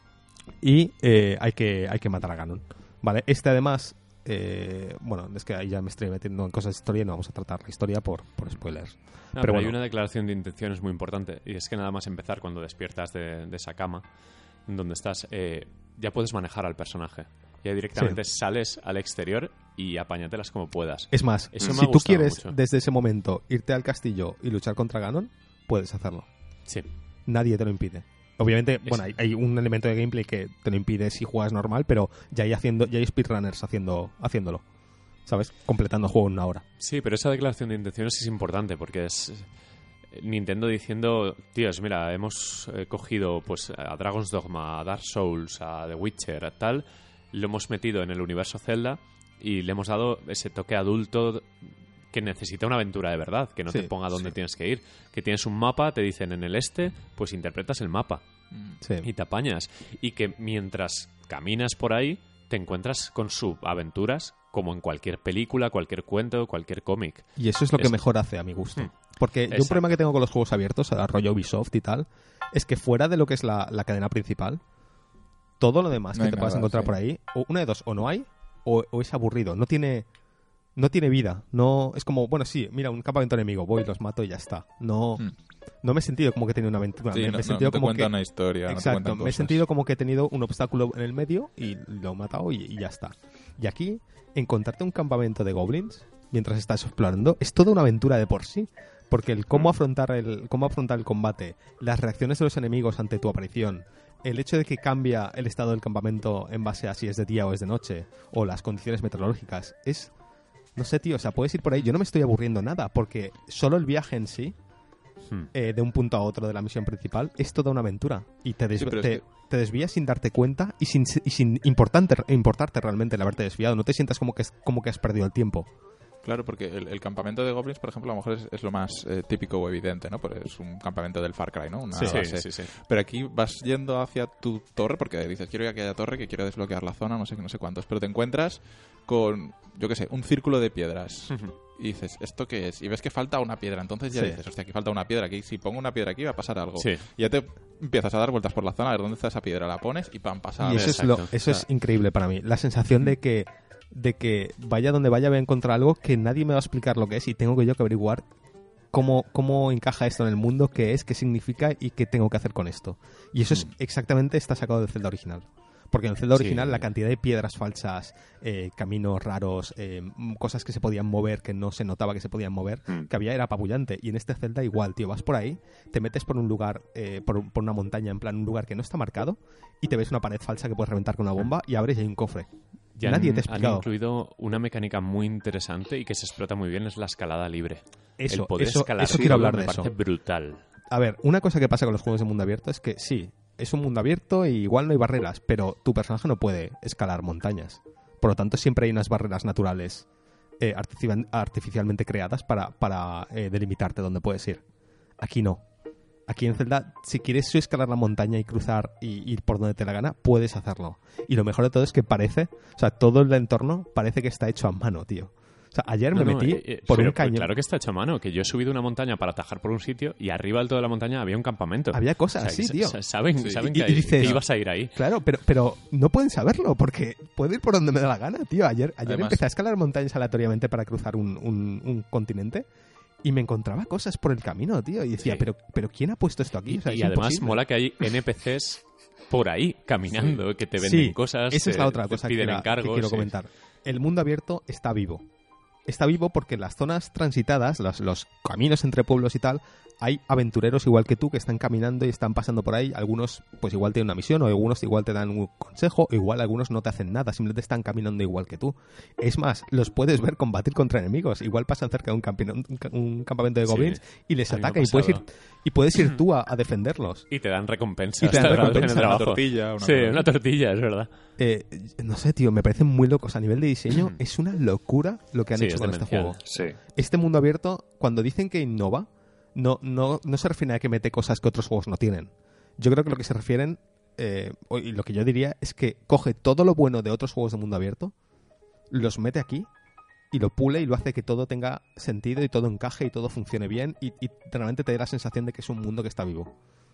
S5: y hay que matar a Ganon, ¿vale? Este además... bueno, es que ahí ya me estoy metiendo en cosas de historia y no vamos a tratar la historia por spoilers.
S1: No,
S5: pero
S1: hay
S5: bueno.
S1: una declaración de intenciones muy importante, y es que nada más empezar, cuando despiertas de esa cama donde estás, ya puedes manejar al personaje. Ya directamente sales al exterior y apáñatelas como puedas.
S5: Es más,
S1: Eso me
S5: si
S1: ha
S5: tú
S1: gustado
S5: quieres
S1: mucho.
S5: desde ese momento irte al castillo y luchar contra Ganon, puedes hacerlo.
S1: Sí.
S5: Nadie te lo impide. Obviamente, bueno, hay un elemento de gameplay que te lo impide si juegas normal, pero ya hay speedrunners haciéndolo. ¿Sabes? Completando el juego en una hora.
S1: Sí, pero esa declaración de intenciones es importante porque es Nintendo diciendo, tíos, mira, hemos cogido pues a Dragon's Dogma, a Dark Souls, a The Witcher, a tal, lo hemos metido en el universo Zelda y le hemos dado ese toque adulto que necesita una aventura de verdad, que no te ponga dónde tienes que ir, que tienes un mapa, te dicen en el este, pues interpretas el mapa y te apañas, y que mientras caminas por ahí te encuentras con subaventuras como en cualquier película, cualquier cuento, cualquier cómic.
S5: Y eso es lo que mejor hace a mi gusto. Porque yo un problema que tengo con los juegos abiertos, a rollo Ubisoft y tal, es que fuera de lo que es la cadena principal, todo lo demás que te puedas encontrar por ahí, o una de dos, o no hay, o es aburrido. No tiene vida. No, es como, bueno, sí, mira, un campamento enemigo, voy, los mato y ya está. No me he sentido como que he tenido una aventura.
S3: Sí,
S5: me he sentido
S3: te
S5: como
S3: cuenta
S5: que...
S3: una historia.
S5: Exacto,
S3: no te
S5: me he sentido como que he tenido un obstáculo en el medio y lo he matado y ya está. Y aquí, encontrarte un campamento de goblins mientras estás explorando es toda una aventura de por sí. Porque el cómo afrontar el combate, las reacciones de los enemigos ante tu aparición, el hecho de que cambia el estado del campamento en base a si es de día o es de noche, o las condiciones meteorológicas, es... No sé, tío, o sea, puedes ir por ahí. Yo no me estoy aburriendo nada, porque solo el viaje en sí, de un punto a otro de la misión principal, es toda una aventura. Y te desvías sin darte cuenta y sin importarte realmente el haberte desviado. No te sientas como que has perdido el tiempo.
S3: Claro, porque el campamento de goblins, por ejemplo, a lo mejor es lo más típico o evidente, ¿no? Porque es un campamento del Far Cry, ¿no? Una base.
S1: Sí.
S3: Pero aquí vas yendo hacia tu torre, porque dices, quiero ir a aquella torre, que quiero desbloquear la zona, no sé cuántos. Pero te encuentras con, yo qué sé, un círculo de piedras. Y dices, ¿esto qué es? Y ves que falta una piedra. Entonces ya dices, hostia, aquí falta una piedra. Aquí, si pongo una piedra aquí va a pasar algo.
S1: Sí.
S3: Y ya te empiezas a dar vueltas por la zona, a ver dónde está esa piedra, la pones y ¡pam! Pasa algo.
S5: Y eso es increíble para mí. La sensación de que vaya donde vaya voy a encontrar algo que nadie me va a explicar lo que es y tengo que averiguar cómo encaja esto en el mundo, qué es, qué significa y qué tengo que hacer con esto. Y eso es exactamente está sacado del Zelda original. Porque en el Zelda original
S1: Sí.
S5: la cantidad de piedras falsas, caminos raros, cosas que se podían mover que no se notaba que se podían mover, que había era apabullante. Y en este Zelda igual, tío, vas por ahí, te metes por un lugar, por una montaña, en plan un lugar que no está marcado, y te ves una pared falsa que puedes reventar con una bomba y abres y hay un cofre.
S1: Ya
S5: Nadie te ha
S1: han
S5: explicado.
S1: incluido una mecánica muy interesante y que se explota muy bien, es la escalada libre.
S5: Eso,
S1: el poder
S5: eso
S1: escalar
S5: quiero
S1: todo
S5: hablar
S1: me
S5: de
S1: parece
S5: eso.
S1: brutal.
S5: A ver, una cosa que pasa con los juegos de mundo abierto es que sí, es un mundo abierto y igual no hay barreras, pero tu personaje no puede escalar montañas. Por lo tanto, siempre hay unas barreras naturales artificialmente creadas para delimitarte dónde puedes ir. Aquí no. Aquí en Zelda, si quieres escalar la montaña y cruzar y ir por donde te la gana, puedes hacerlo. Y lo mejor de todo es que parece, o sea, todo el entorno parece que está hecho a mano, tío. O sea, ayer me metí por
S1: pero,
S5: un cañón.
S1: Claro que está hecho a mano, que yo he subido una montaña para atajar por un sitio y arriba del todo de la montaña había un campamento.
S5: Había cosas
S1: O sea,
S5: así,
S1: que
S5: tío.
S1: Saben
S5: Y
S1: que
S5: dices-
S1: que ibas a ir ahí.
S5: Claro, pero no pueden saberlo porque puedo ir por donde me da la gana, tío. Ayer
S3: Además-
S5: empecé a escalar montañas aleatoriamente para cruzar un continente y me encontraba cosas por el camino, tío. Y decía,
S1: Sí.
S5: pero ¿quién ha puesto esto aquí?
S1: Y,
S5: O sea,
S1: y
S5: es
S1: además
S5: imposible.
S1: mola que hay NPCs por ahí caminando, que te venden
S5: Sí,
S1: cosas,
S5: esa es la
S1: te-
S5: otra
S1: te
S5: cosa
S1: piden
S5: que
S1: encargos,
S5: quiero
S1: sí.
S5: comentar. El mundo abierto está vivo. Está vivo porque las zonas transitadas, los caminos entre pueblos y tal, hay aventureros igual que tú que están caminando y están pasando por ahí. Algunos pues igual tienen una misión o algunos igual te dan un consejo o igual algunos no te hacen nada, simplemente están caminando igual que tú. Es más, los puedes ver combatir contra enemigos. Igual pasan cerca de un campamento de
S1: Sí,
S5: goblins y les
S1: a mí me ha
S5: ataca y puedes ir tú a defenderlos.
S1: Y te dan recompensas.
S5: Y te dan
S1: en el
S5: recompensas.
S3: Una
S1: trabajo.
S3: tortilla, una
S1: Sí,
S3: cosa.
S1: una tortilla, es verdad.
S5: No sé, tío, me parecen muy locos. A nivel de diseño es una locura lo que han
S1: Sí,
S5: hecho
S1: es
S5: con este
S1: demencial.
S5: juego.
S2: Sí.
S5: Este mundo abierto, cuando dicen que innova, no se refiere a que mete cosas que otros juegos no tienen. Yo creo que lo que se refieren, y lo que yo diría, es que coge todo lo bueno de otros juegos de mundo abierto, los mete aquí y lo pule y lo hace que todo tenga sentido y todo encaje y todo funcione bien y realmente te dé la sensación de que es un mundo que está vivo.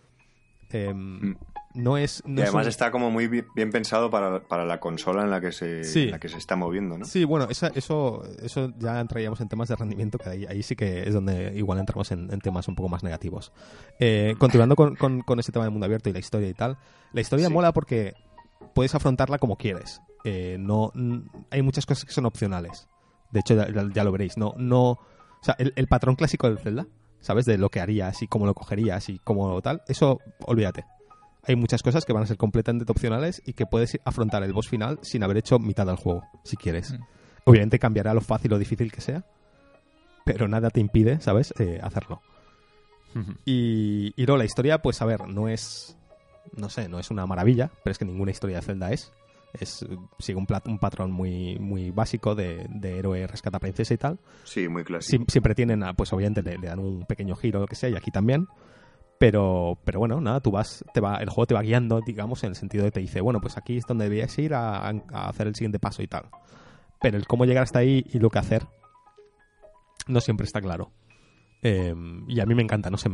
S5: No es...
S2: Y además está como muy bien pensado para la consola en la que se,
S5: Sí.
S2: en la que se está moviendo, ¿no?
S5: Sí, bueno, eso ya entraríamos en temas de rendimiento, que ahí sí que es donde igual entramos en temas un poco más negativos. Continuando con ese tema del mundo abierto y la historia y tal, la historia mola porque puedes afrontarla como quieres. Hay muchas cosas que son opcionales. De hecho, ya lo veréis. O sea, el patrón clásico del Zelda, ¿sabes? De lo que harías y cómo lo cogerías y cómo tal, eso olvídate. Hay muchas cosas que van a ser completamente opcionales y que puedes afrontar el boss final sin haber hecho mitad del juego, si quieres. Obviamente cambiará lo fácil o difícil que sea, pero nada te impide, ¿sabes? Hacerlo. Y luego la historia, pues a ver, no es una maravilla, pero es que ninguna historia de Zelda sigue un patrón muy, muy básico de héroe rescata princesa y tal.
S2: Sí, muy clásico.
S5: Siempre tienen, pues obviamente le dan un pequeño giro o lo que sea, y aquí también. Pero bueno, nada, el juego te va guiando, digamos, en el sentido de que te dice, bueno, pues aquí es donde debías ir a hacer el siguiente paso y tal. Pero el cómo llegar hasta ahí y lo que hacer no siempre está claro. Y a mí me encanta, no sé,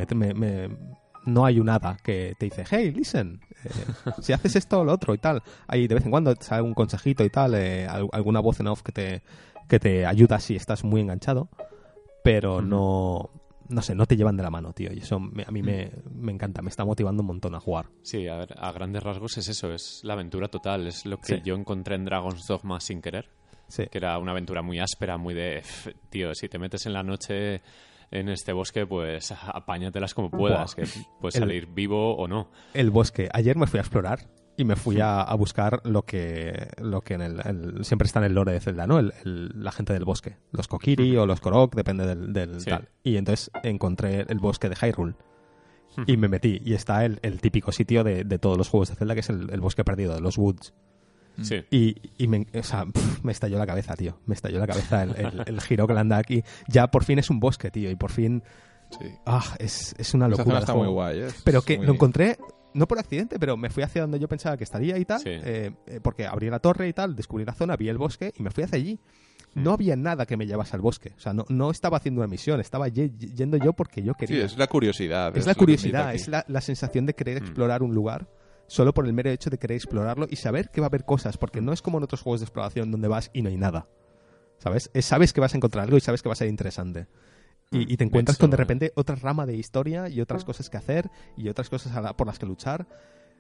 S5: no hay un hada que te dice, hey, listen, si haces esto o lo otro y tal. Hay de vez en cuando sale un consejito y tal, alguna voz en off que te ayuda si estás muy enganchado, pero no sé, no te llevan de la mano, tío. Y eso a mí me encanta, me está motivando un montón a jugar.
S1: Sí, a ver, a grandes rasgos es eso, es la aventura total. Es lo que
S5: Sí.
S1: yo encontré en Dragon's Dogma sin querer.
S5: Sí.
S1: Que era una aventura muy áspera, muy de... Tío, si te metes en la noche en este bosque, pues apáñatelas como puedas.
S5: Buah.
S1: Que puedes salir vivo o no.
S5: El bosque. Ayer me fui a explorar y me fui a buscar lo que siempre está en el lore de Zelda, ¿no? La gente del bosque. Los Kokiri o los Korok, depende del
S1: Sí.
S5: tal. Y entonces encontré el bosque de Hyrule. Y me metí. Y está el típico sitio de todos los juegos de Zelda, que es el bosque perdido, de los Woods.
S1: Sí.
S5: Y me estalló la cabeza, tío. Me estalló la cabeza el giro que le anda aquí. Ya por fin es un bosque, tío. Y por fin...
S3: Sí.
S5: Es una
S3: Esa
S5: locura.
S3: zona
S5: de
S3: está
S5: juego.
S3: muy guay, ¿eh?
S5: Pero
S3: Es
S5: que
S3: muy-
S5: lo encontré, no por accidente, pero me fui hacia donde yo pensaba que estaría y tal,
S1: Sí.
S5: porque abrí la torre y tal, descubrí la zona, vi el bosque y me fui hacia allí. No había nada que me llevase al bosque. O sea, no estaba haciendo una misión, estaba yendo yo porque yo
S3: Sí,
S5: quería.
S3: es la curiosidad.
S5: Es la
S3: lo que
S5: curiosidad,
S3: invita
S5: es
S3: aquí.
S5: la sensación de querer explorar un lugar solo por el mero hecho de querer explorarlo y saber que va a haber cosas, porque no es como en otros juegos de exploración donde vas y no hay nada. ¿Sabes? Sabes que vas a encontrar algo y sabes que va a ser interesante. Y te encuentras
S1: hecho,
S5: con de repente otra rama de historia y otras cosas que hacer y otras cosas por las que luchar.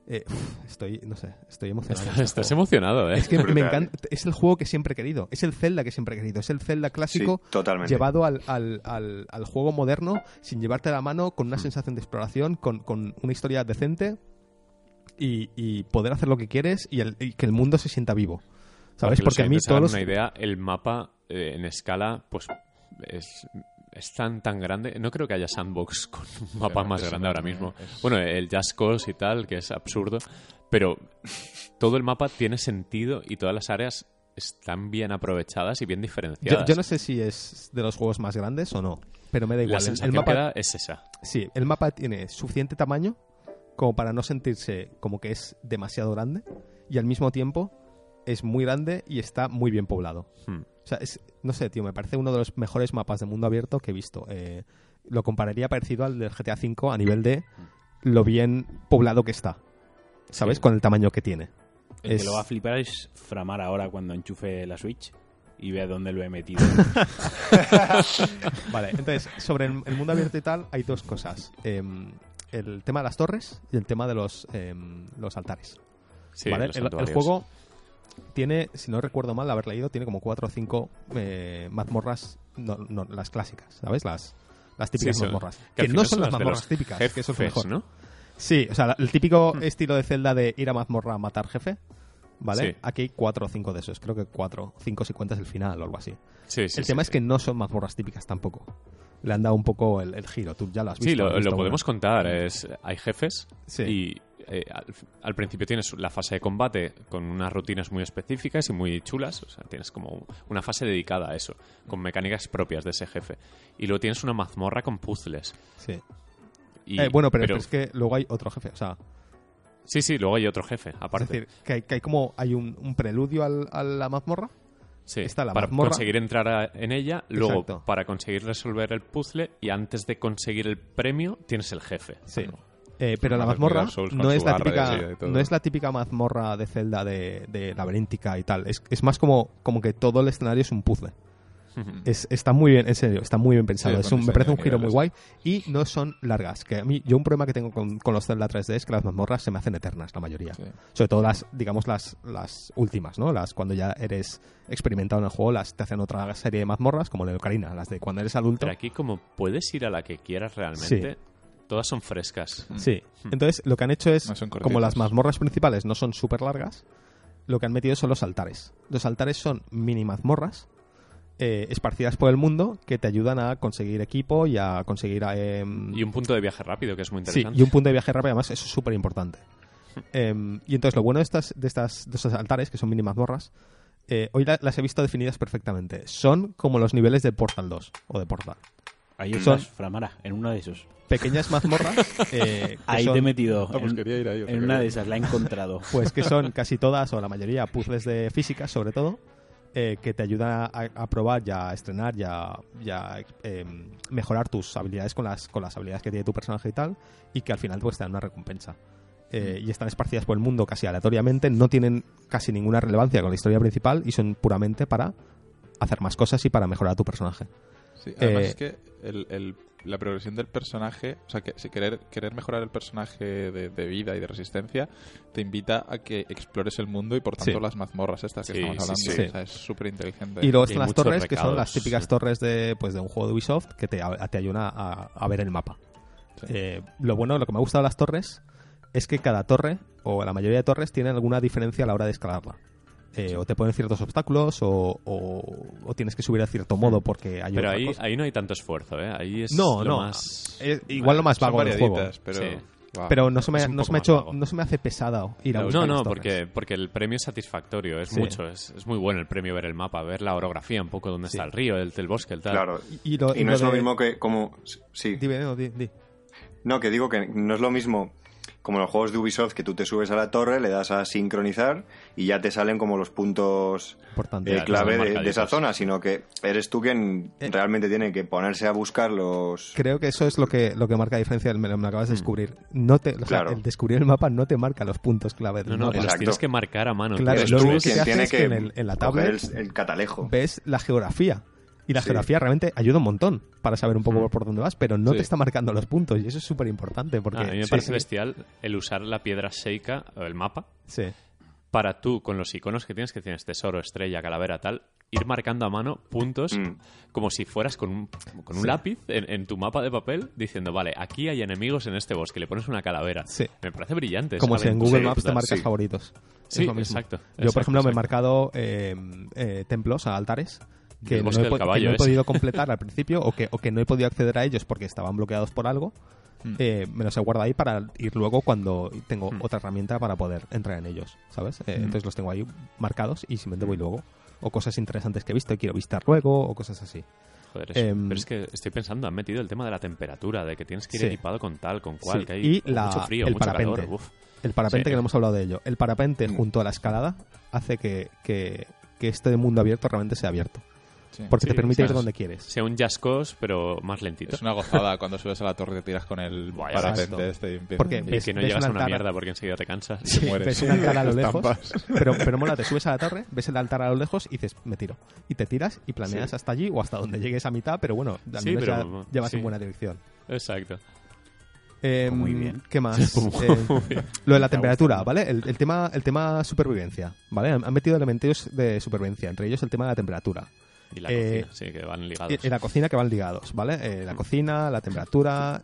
S5: Estoy emocionado.
S1: Estás emocionado, ¿eh?
S5: Es que
S2: Brutal.
S5: me encanta. Es el juego que siempre he querido. Es el Zelda que siempre he querido. Es el Zelda clásico
S2: Sí, totalmente.
S5: llevado al juego moderno sin llevarte la mano, con una sensación de exploración, con una historia decente y poder hacer lo que quieres y que el mundo se sienta vivo. ¿Sabes? Porque a mí
S1: todos
S5: todos
S1: una idea, el mapa en escala, pues es tan grande. No creo que haya sandbox con un mapa más grande ahora mismo. Bueno, el Just Cause y tal, que es absurdo, pero todo el mapa tiene sentido y todas las áreas están bien aprovechadas y bien diferenciadas.
S5: Yo no sé si es de los juegos más grandes o no, pero me da igual.
S1: La sensación
S5: el mapa
S1: que da es esa.
S5: Sí, el mapa tiene suficiente tamaño como para no sentirse como que es demasiado grande y al mismo tiempo es muy grande y está muy bien poblado. O sea, no sé, tío, me parece uno de los mejores mapas de mundo abierto que he visto. Lo compararía parecido al del GTA V a nivel de lo bien poblado que está, ¿sabes?
S1: Sí.
S5: Con el tamaño que tiene.
S4: El que lo va a flipar es Framar ahora cuando enchufe la Switch y vea dónde lo he metido.
S5: Vale, entonces, sobre el mundo abierto y tal, hay dos cosas. El tema de las torres y el tema de los altares.
S1: Sí,
S5: ¿Vale?
S1: los
S5: El
S1: santuarios.
S5: juego tiene, si no recuerdo mal, haber leído, tiene como 4 o 5 mazmorras, no, las clásicas, ¿sabes? Las típicas
S1: Sí,
S5: mazmorras.
S1: que al
S5: Que no
S1: final
S5: son las
S1: de
S5: mazmorras
S1: los
S5: típicas, que eso es lo
S1: jefes,
S5: mejor.
S1: ¿no?
S5: Sí, o sea, el típico estilo de Zelda de ir a mazmorra a matar jefe, ¿vale?
S1: Sí.
S5: Aquí hay 4 o 5 de esos, creo que 4, 5 si cuentas el final o algo así.
S1: Sí,
S5: El tema es que no son mazmorras típicas tampoco. Le han dado un poco el giro, tú ya lo has visto.
S1: Sí, lo
S5: has visto
S1: podemos
S5: una.
S1: contar. Hay jefes
S5: Sí.
S1: y al principio tienes la fase de combate con unas rutinas muy específicas y muy chulas. O sea, tienes como una fase dedicada a eso, con mecánicas propias de ese jefe. Y luego tienes una mazmorra con puzzles.
S5: Sí.
S1: Y,
S5: Bueno, pero es que luego hay otro jefe, o sea,
S1: Sí, luego hay otro jefe,
S5: es
S1: aparte.
S5: decir, que hay un preludio a la mazmorra.
S1: Sí,
S5: está la
S1: para
S5: mazmorra.
S1: conseguir entrar en ella, luego
S5: Exacto.
S1: para conseguir resolver el puzzle y antes de conseguir el premio tienes el jefe.
S5: Sí. Pero la
S3: Como
S5: mazmorra
S3: Dark Souls con
S5: no es
S3: su
S5: la
S3: barra de
S5: típica,
S3: vida y todo.
S5: no es la típica mazmorra de Zelda de laberíntica y tal. Es más como que todo el escenario es un puzzle. Está muy bien, en serio, está muy bien pensado.
S3: Sí,
S5: Me parece un giro muy
S3: niveles.
S5: guay y no son largas. Que a mí, yo un problema que tengo con los Zelda 3D es que las mazmorras se me hacen eternas, la mayoría.
S3: Sí.
S5: Sobre todo las últimas, ¿no? Las cuando ya eres experimentado en el juego, te hacen otra serie de mazmorras, como en el Ocarina, las de cuando eres adulto.
S1: Pero aquí, como puedes ir a la que quieras realmente, todas son frescas.
S5: Sí. Entonces, lo que han hecho es,
S3: No son cortitas.
S5: como las mazmorras principales no son súper largas, lo que han metido son los altares. Los altares son mini mazmorras esparcidas por el mundo que te ayudan a conseguir equipo y a conseguir...
S1: Y un punto de viaje rápido, que es muy
S5: sí,
S1: interesante.
S5: y un punto de viaje rápido, además, eso es súper importante. Y entonces, lo bueno de estos altares, que son mini mazmorras, hoy las he visto definidas perfectamente. Son como los niveles de Portal 2 o de Portal.
S4: Ahí
S5: Son-
S4: estás, Framara, en uno de esos.
S5: Pequeñas mazmorras que
S4: Ahí
S5: son-
S4: te he metido.
S3: Pues quería ir ahí, o sea,
S4: En una
S3: quería
S4: de
S3: ir.
S4: esas, la he encontrado.
S5: Pues que son casi todas, o la mayoría, puzzles de física, sobre todo, que te ayudan a probar y a estrenar y a mejorar tus habilidades con las habilidades que tiene tu personaje y tal, y que al final pues te dan una recompensa. Y están esparcidas por el mundo casi aleatoriamente, no tienen casi ninguna relevancia con la historia principal y son puramente para hacer más cosas y para mejorar a tu personaje.
S3: Sí, además es que la progresión del personaje, o sea, que si querer mejorar el personaje de vida y de resistencia, te invita a que explores el mundo y por tanto
S5: Sí.
S3: las mazmorras estas que
S1: Sí,
S3: estamos hablando.
S1: sí,
S5: sí.
S3: O sea, es súper inteligente.
S5: Y luego
S1: Y
S5: están
S1: hay
S5: las
S1: muchos
S5: torres, que son las
S1: recados,
S5: típicas
S1: sí.
S5: torres de un juego de Ubisoft que te ayudan a ver el mapa.
S3: Sí.
S5: Lo que me ha gustado de las torres es que cada torre, o la mayoría de torres, tienen alguna diferencia a la hora de escalarla. O te ponen ciertos obstáculos o tienes que subir a cierto modo porque hay
S1: Pero
S5: otra
S1: ahí,
S5: cosa.
S1: ahí no hay tanto esfuerzo, ¿eh? Ahí es
S5: No,
S1: lo
S5: no.
S1: más...
S5: Igual lo más
S3: Son
S5: vago del juego.
S3: variaditas, pero...
S1: Sí.
S3: Wow.
S5: Pero no se me,
S1: Es un
S5: no
S1: poco
S5: se me ha
S1: más
S5: hecho,
S1: vago.
S5: no se me hace pesado ir a buscar
S1: No,
S5: las torres.
S1: porque el premio es satisfactorio, es
S5: Sí.
S1: mucho, es muy bueno el premio ver el mapa, ver la orografía, un poco dónde
S5: Sí.
S1: está el río, el bosque, el tal.
S2: Claro.
S5: Y
S2: Y no
S5: lo
S2: es lo
S5: de-
S2: mismo que como... Sí.
S5: Dime, no, di.
S2: No, que digo que no es lo mismo como en los juegos de Ubisoft, que tú te subes a la torre, le das a sincronizar y ya te salen como los puntos
S5: Importante.
S1: Ya,
S2: clave
S1: los
S2: de esa
S1: marcaditos.
S2: zona, sino que eres tú quien realmente tiene que ponerse a buscar los...
S5: Creo que eso es lo que marca la diferencia, me lo acabas de descubrir. O sea,
S2: Claro.
S5: el descubrir el mapa no te marca los puntos clave del
S1: No,
S5: mapa.
S1: los
S2: Exacto.
S1: tienes que marcar a mano.
S5: Claro,
S1: tío.
S2: Eres
S5: lo
S2: tú
S5: único que
S2: quien
S5: te hace
S2: tiene
S5: es que en la
S2: coger
S5: tablet
S2: el catalejo.
S5: ves la geografía Y la
S2: Sí.
S5: geografía realmente ayuda un montón para saber un poco por dónde vas, pero no
S3: Sí.
S5: te está marcando los puntos y eso es súper importante porque...
S1: A mí me parece bestial el usar la piedra Sheikah, o el mapa,
S5: Sí.
S1: para tú, con los iconos que tienes tesoro, estrella, calavera, tal, ir marcando a mano puntos como si fueras con un lápiz en tu mapa de papel diciendo, vale, aquí hay enemigos en este bosque, le pones una calavera.
S5: Sí.
S1: Me parece brillante.
S5: Como
S1: esa
S5: si en
S1: aventura
S5: Google Maps te
S1: brutal.
S5: marcas
S2: sí.
S5: favoritos.
S1: Sí,
S5: Es lo mismo.
S1: exacto,
S5: Yo, por
S1: exacto,
S5: ejemplo, me he
S1: exacto.
S5: marcado templos, altares, que
S1: El
S5: no,
S1: bosque del
S5: que
S1: caballo
S5: no he
S1: ese.
S5: podido completar al principio o que no he podido acceder a ellos porque estaban bloqueados por algo. Me los he guardado ahí para ir luego cuando tengo otra herramienta para poder entrar en ellos, ¿sabes? Entonces los tengo ahí marcados y simplemente voy luego. O cosas interesantes que he visto y quiero visitar luego, o cosas así.
S1: Joder, eso.
S5: Em,
S1: Pero es que estoy pensando, han metido el tema de la temperatura, de que tienes que ir
S5: Sí.
S1: equipado con tal, con cual,
S5: Sí.
S1: que hay
S5: Y
S1: mucho frío,
S5: el
S1: mucho
S5: parapente.
S1: calor. Uf.
S5: El parapente,
S1: Sí.
S5: que no hemos hablado de ello. El parapente junto a la escalada hace que este mundo abierto realmente sea abierto.
S3: Sí.
S5: Porque te
S1: Sí,
S5: permite ir
S1: ¿sabes?
S5: donde quieres.
S1: Sea un Just Cause, pero más lentito.
S3: Es una gozada cuando subes a la torre y te tiras con el
S1: Buah,
S3: parapente
S5: exacto.
S3: este y empiezas-
S5: Porque
S1: Y
S5: ves-
S1: que no
S5: ves
S1: llegas
S5: un
S1: a una
S5: altar-
S1: mierda porque enseguida te cansas.
S5: Sí,
S3: mueres.
S5: ves un altar a lo lejos,
S3: Estampas.
S5: pero mola, te subes a la torre, ves el altar a lo lejos y dices, me tiro. Y te tiras y planeas
S1: Sí.
S5: hasta allí o hasta donde llegues a mitad, pero bueno, al
S1: Sí,
S5: menos
S1: pero-
S5: ya vas
S1: sí.
S5: en buena dirección.
S1: Exacto.
S4: Muy bien.
S5: ¿Qué más?
S1: Muy bien.
S5: Lo de la temperatura, ¿vale? El tema supervivencia, ¿vale? Han metido elementos de supervivencia, entre ellos el tema de la temperatura.
S1: Y la
S5: Eh,
S1: cocina, sí, que van ligados.
S5: Y la cocina que van ligados, ¿vale? La cocina, la temperatura,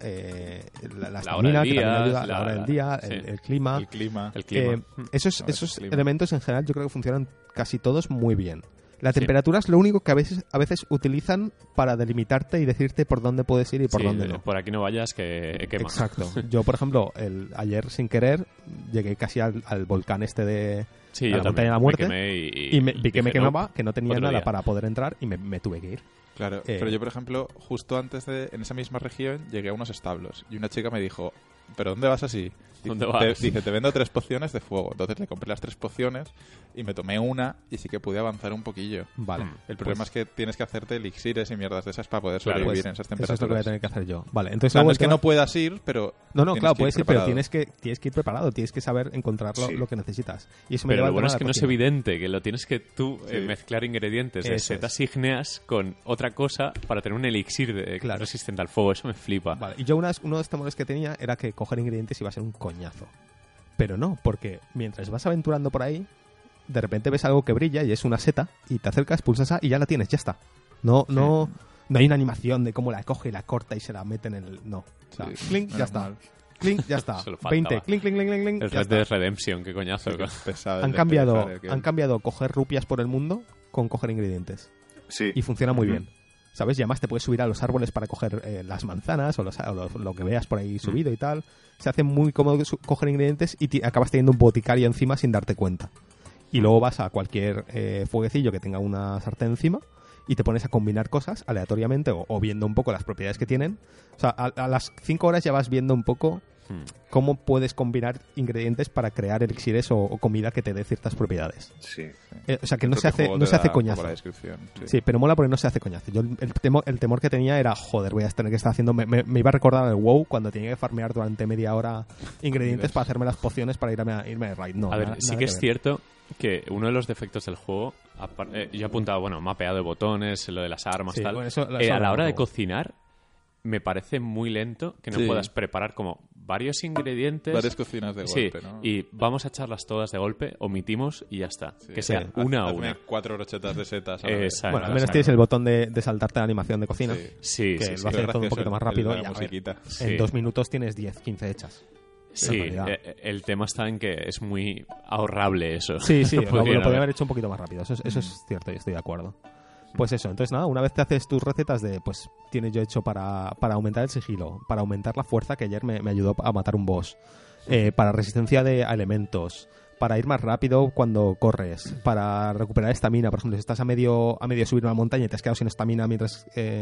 S5: la
S1: hora
S5: estamina,
S1: del
S5: que también
S1: día,
S5: ayuda, la hora del día,
S1: sí.
S5: el clima.
S3: El clima.
S1: El clima.
S5: Esos
S3: A veces clima.
S5: elementos en general yo creo que funcionan casi todos muy bien. La
S1: Sí.
S5: temperatura es lo único que a veces utilizan para delimitarte y decirte por dónde puedes ir y por
S1: Sí,
S5: dónde no.
S1: Por aquí no vayas que quema.
S5: Exacto. Yo, por ejemplo, ayer sin querer llegué casi al volcán este de
S1: Sí,
S5: a
S1: yo
S5: la
S1: también.
S5: montaña de la muerte
S1: Me quemé y
S5: vi que me
S1: dije,
S5: quemaba,
S1: "No".
S5: que no tenía
S1: Otro
S5: nada
S1: día.
S5: para poder entrar y me tuve que ir.
S3: Claro, pero yo, por ejemplo, justo antes en esa misma región, llegué a unos establos y una chica me dijo, ¿pero dónde vas así?
S1: ¿Dónde vas?
S3: Dice, te vendo 3 pociones de fuego. Entonces le compré las 3 pociones y me tomé una y sí que pude avanzar un poquillo.
S5: Vale.
S3: El problema
S5: Pues-
S3: es que tienes que hacerte elixires y mierdas de esas para poder
S1: Claro,
S3: sobrevivir
S5: pues,
S3: en esas
S5: eso es lo que voy a
S3: temperaturas.
S5: tener que hacer yo. Vale,
S3: O
S5: entonces
S3: sea,
S5: luego
S3: no
S5: el
S3: es que
S5: tema-
S3: no puedas ir, pero
S5: No,
S3: tienes
S5: claro,
S3: que
S5: puedes ir, pero
S3: preparado.
S5: tienes que ir preparado, tienes que saber encontrar
S2: Sí.
S5: lo que necesitas. Y eso me
S1: Pero
S5: lleva
S1: lo
S5: al
S1: bueno
S5: tema
S1: es
S5: de
S1: que
S5: la
S1: no es
S5: cocina.
S1: evidente, que lo tienes que tú
S2: Sí.
S1: mezclar ingredientes de
S5: Eso
S1: setas
S5: es.
S1: ígneas con otra cosa para tener un elixir
S5: Claro.
S1: resistente al fuego. Eso me flipa.
S5: Vale, y yo uno de los temores que tenía era que coger ingredientes iba a ser un coñazo. Pero no, porque mientras vas aventurando por ahí, de repente ves algo que brilla y es una seta y te acercas, pulsas A y ya la tienes, ya está. No hay una animación de cómo la coge y la corta y se la mete en el... No. O sea,
S3: Sí,
S5: clink, ya
S3: menos
S5: está.
S3: mal.
S5: Clink, ya está.
S1: Solo faltaba.
S5: 20, clink, clink, clink, clink, clink,
S1: El
S5: ya
S1: Red
S5: está.
S1: Dead Redemption, qué coñazo.
S3: Qué pesado
S5: Han
S3: el
S5: cambiado,
S3: Death Fire,
S5: han cambiado coger rupias por el mundo con coger ingredientes.
S2: Sí.
S5: Y funciona muy bien. ¿Sabes? Y además te puedes subir a los árboles para coger las manzanas o lo que veas por ahí subido y tal. Se hace muy cómodo coger ingredientes y acabas teniendo un boticario encima sin darte cuenta. Y luego vas a cualquier fueguecillo que tenga una sartén encima y te pones a combinar cosas aleatoriamente o viendo un poco las propiedades que tienen. O sea, a las 5 horas ya vas viendo un poco cómo puedes combinar ingredientes para crear elixires o comida que te dé ciertas propiedades.
S2: Sí.
S5: O sea, que
S3: El
S5: no se
S3: propio
S5: hace,
S3: juego
S5: no
S3: te
S5: se hace
S3: da un poco
S5: coñazo.
S3: la descripción, sí.
S5: Sí, pero mola porque no se hace coñazo. Yo el temor que tenía era, joder, voy a tener que estar haciendo... Me iba a recordar el WoW cuando tenía que farmear durante media hora ingredientes para hacerme las pociones para irme de raid. No,
S1: A ver,
S5: nada-
S1: sí
S5: nada
S1: que es
S5: ver.
S1: cierto que uno de los defectos del juego, yo he apuntado, bueno, mapeado de botones, lo de las armas,
S5: Sí,
S1: tal.
S5: bueno, eso
S1: a la
S5: hablamos
S1: hora de
S5: luego.
S1: cocinar, me parece muy lento que no
S3: Sí.
S1: puedas preparar como varios ingredientes.
S3: Varias cocinas de
S1: Sí,
S3: golpe, ¿no?
S1: y vamos a echarlas todas de golpe, omitimos y ya está.
S3: Sí.
S1: Que sea
S5: Sí.
S1: una a
S3: Hazme
S1: una.
S3: 4 brochetas de setas. a la vez.
S1: Exacto.
S5: Bueno, al menos
S1: exacto.
S5: tienes el botón de saltarte la animación de cocina.
S3: Sí.
S1: Sí,
S5: que
S1: sí,
S5: lo
S1: sí.
S5: hace
S3: Pero
S5: todo un
S3: gracioso
S5: poquito más
S3: el-
S5: rápido
S3: la
S5: y, a ver,
S3: musiquita.
S1: Sí.
S5: En 2 minutos tienes 10, 15 hechas.
S1: Sí,
S5: en realidad.
S1: el tema está en que es muy ahorrable eso.
S5: Sí, sí, lo
S1: Podrían
S5: podría
S1: haber-
S5: haber hecho un poquito más rápido. Eso es cierto y estoy de acuerdo. Pues eso, entonces nada, una vez te haces tus recetas de, pues tienes yo hecho para aumentar el sigilo, para aumentar la fuerza, que ayer me ayudó a matar un boss, para resistencia a elementos, para ir más rápido cuando corres, para recuperar estamina, por ejemplo, si estás a medio subir una montaña y te has quedado sin estamina mientras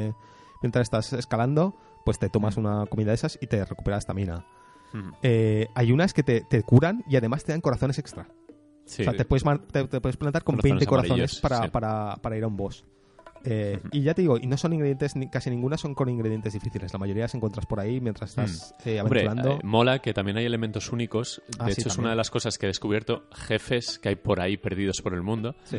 S5: estás escalando, pues te tomas una comida de esas y te recupera estamina. Hay unas que te curan y además te dan corazones extra.
S1: Sí.
S5: O sea, te puedes plantar con
S1: Corazones
S5: 20 corazones
S1: amarillos,
S5: para ir a un boss. Y ya te digo, y no son ingredientes, casi ninguna son con ingredientes difíciles. La mayoría las encuentras por ahí mientras estás
S1: Hombre,
S5: aventurando.
S1: mola que también hay elementos únicos. De
S5: Ah, sí,
S1: hecho, es
S5: también.
S1: una de las cosas que he descubierto. Jefes que hay por ahí perdidos por el mundo.
S5: Sí.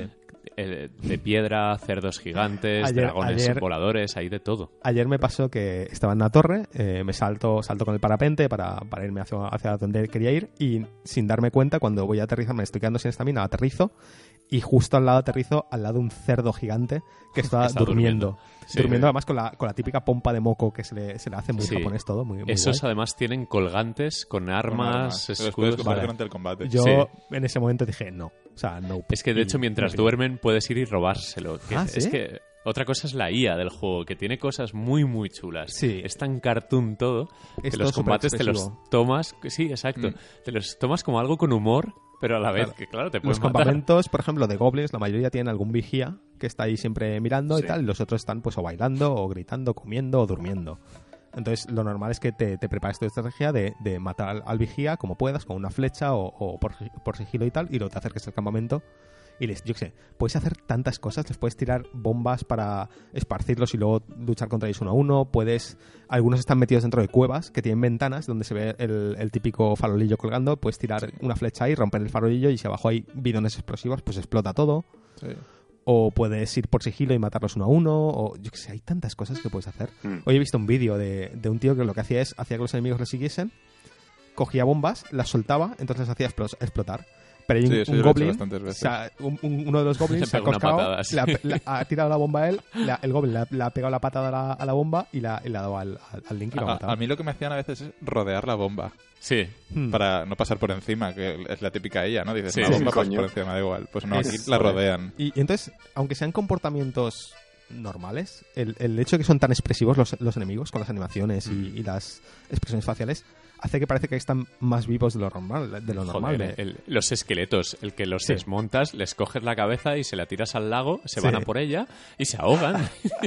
S1: de piedra, cerdos gigantes, dragones voladores, hay de todo.
S5: Ayer me pasó que estaba en una torre, me salto con el parapente para irme hacia donde quería ir, y sin darme cuenta, cuando voy a aterrizar, me estoy quedando sin estamina, aterrizo, y justo al lado de un cerdo gigante que estaba durmiendo.
S1: Sí.
S5: Durmiendo además con la típica pompa de moco que se le hace muy japonés todo, muy
S1: Esos
S5: guay.
S1: además tienen colgantes con armas,
S3: Los
S1: escudos.
S3: puedes coger durante el combate.
S5: Yo
S1: Sí.
S5: en ese momento dije no, o sea, no.
S1: Es que de hecho mientras duermen puedes ir y robárselo.
S5: ¿Sí?
S1: Es que otra cosa es la IA del juego, que tiene cosas muy muy chulas.
S5: Sí.
S1: Es tan cartoon todo
S5: Es
S1: que
S5: todo
S1: los combates te los
S5: superexpresivo.
S1: tomas... Sí, exacto. Te los tomas como algo con humor, pero a la vez
S5: Claro.
S1: que claro, te
S5: Los
S1: puedes matar.
S5: campamentos, por ejemplo, de goblins, la mayoría tienen algún vigía que está ahí siempre mirando y tal, y los otros están pues o bailando, o gritando, comiendo, o durmiendo. Entonces, lo normal es que te prepares tu estrategia de matar al vigía como puedas, con una flecha o por sigilo y tal, y luego te acerques al campamento y yo qué sé, puedes hacer tantas cosas, les puedes tirar bombas para esparcirlos y luego luchar contra ellos uno a uno, algunos están metidos dentro de cuevas que tienen ventanas donde se ve el típico farolillo colgando, puedes tirar una flecha ahí, romper el farolillo, y si abajo hay bidones explosivos, pues explota todo.
S3: Sí.
S5: O puedes ir por sigilo y matarlos uno a uno, o yo qué sé, hay tantas cosas que puedes hacer. Hoy he visto un vídeo de un tío que lo que hacía que los enemigos le siguiesen, cogía bombas, las soltaba, entonces las hacía explotar. Pero hay
S3: Sí, eso
S5: un
S3: yo lo he hecho
S5: goblin,
S3: bastantes veces.
S5: o sea, uno de los goblins se ha
S1: Le pega una
S5: coscado,
S1: patada, sí.
S5: ha tirado la bomba a él, el goblin le ha pegado la patada a la bomba y la ha dado al Link y lo ha matado.
S3: A mí lo que me hacían a veces es rodear la bomba
S1: Sí.
S5: Para...
S3: para no pasar por encima, que es la típica ella, ¿no? Dices,
S1: Sí,
S3: una bomba
S2: sí,
S3: pasas
S2: coño.
S3: por encima, da igual. Pues no, aquí
S5: Es-
S3: la rodean.
S5: Y entonces, aunque sean comportamientos normales, el hecho de que son tan expresivos los enemigos con las animaciones y las expresiones faciales hace que parece que están más vivos de lo normal.
S1: Joder, los esqueletos, el que los
S5: Sí.
S1: desmontas, les coges la cabeza y se la tiras al lago, se
S5: Sí.
S1: van a por ella y se ahogan.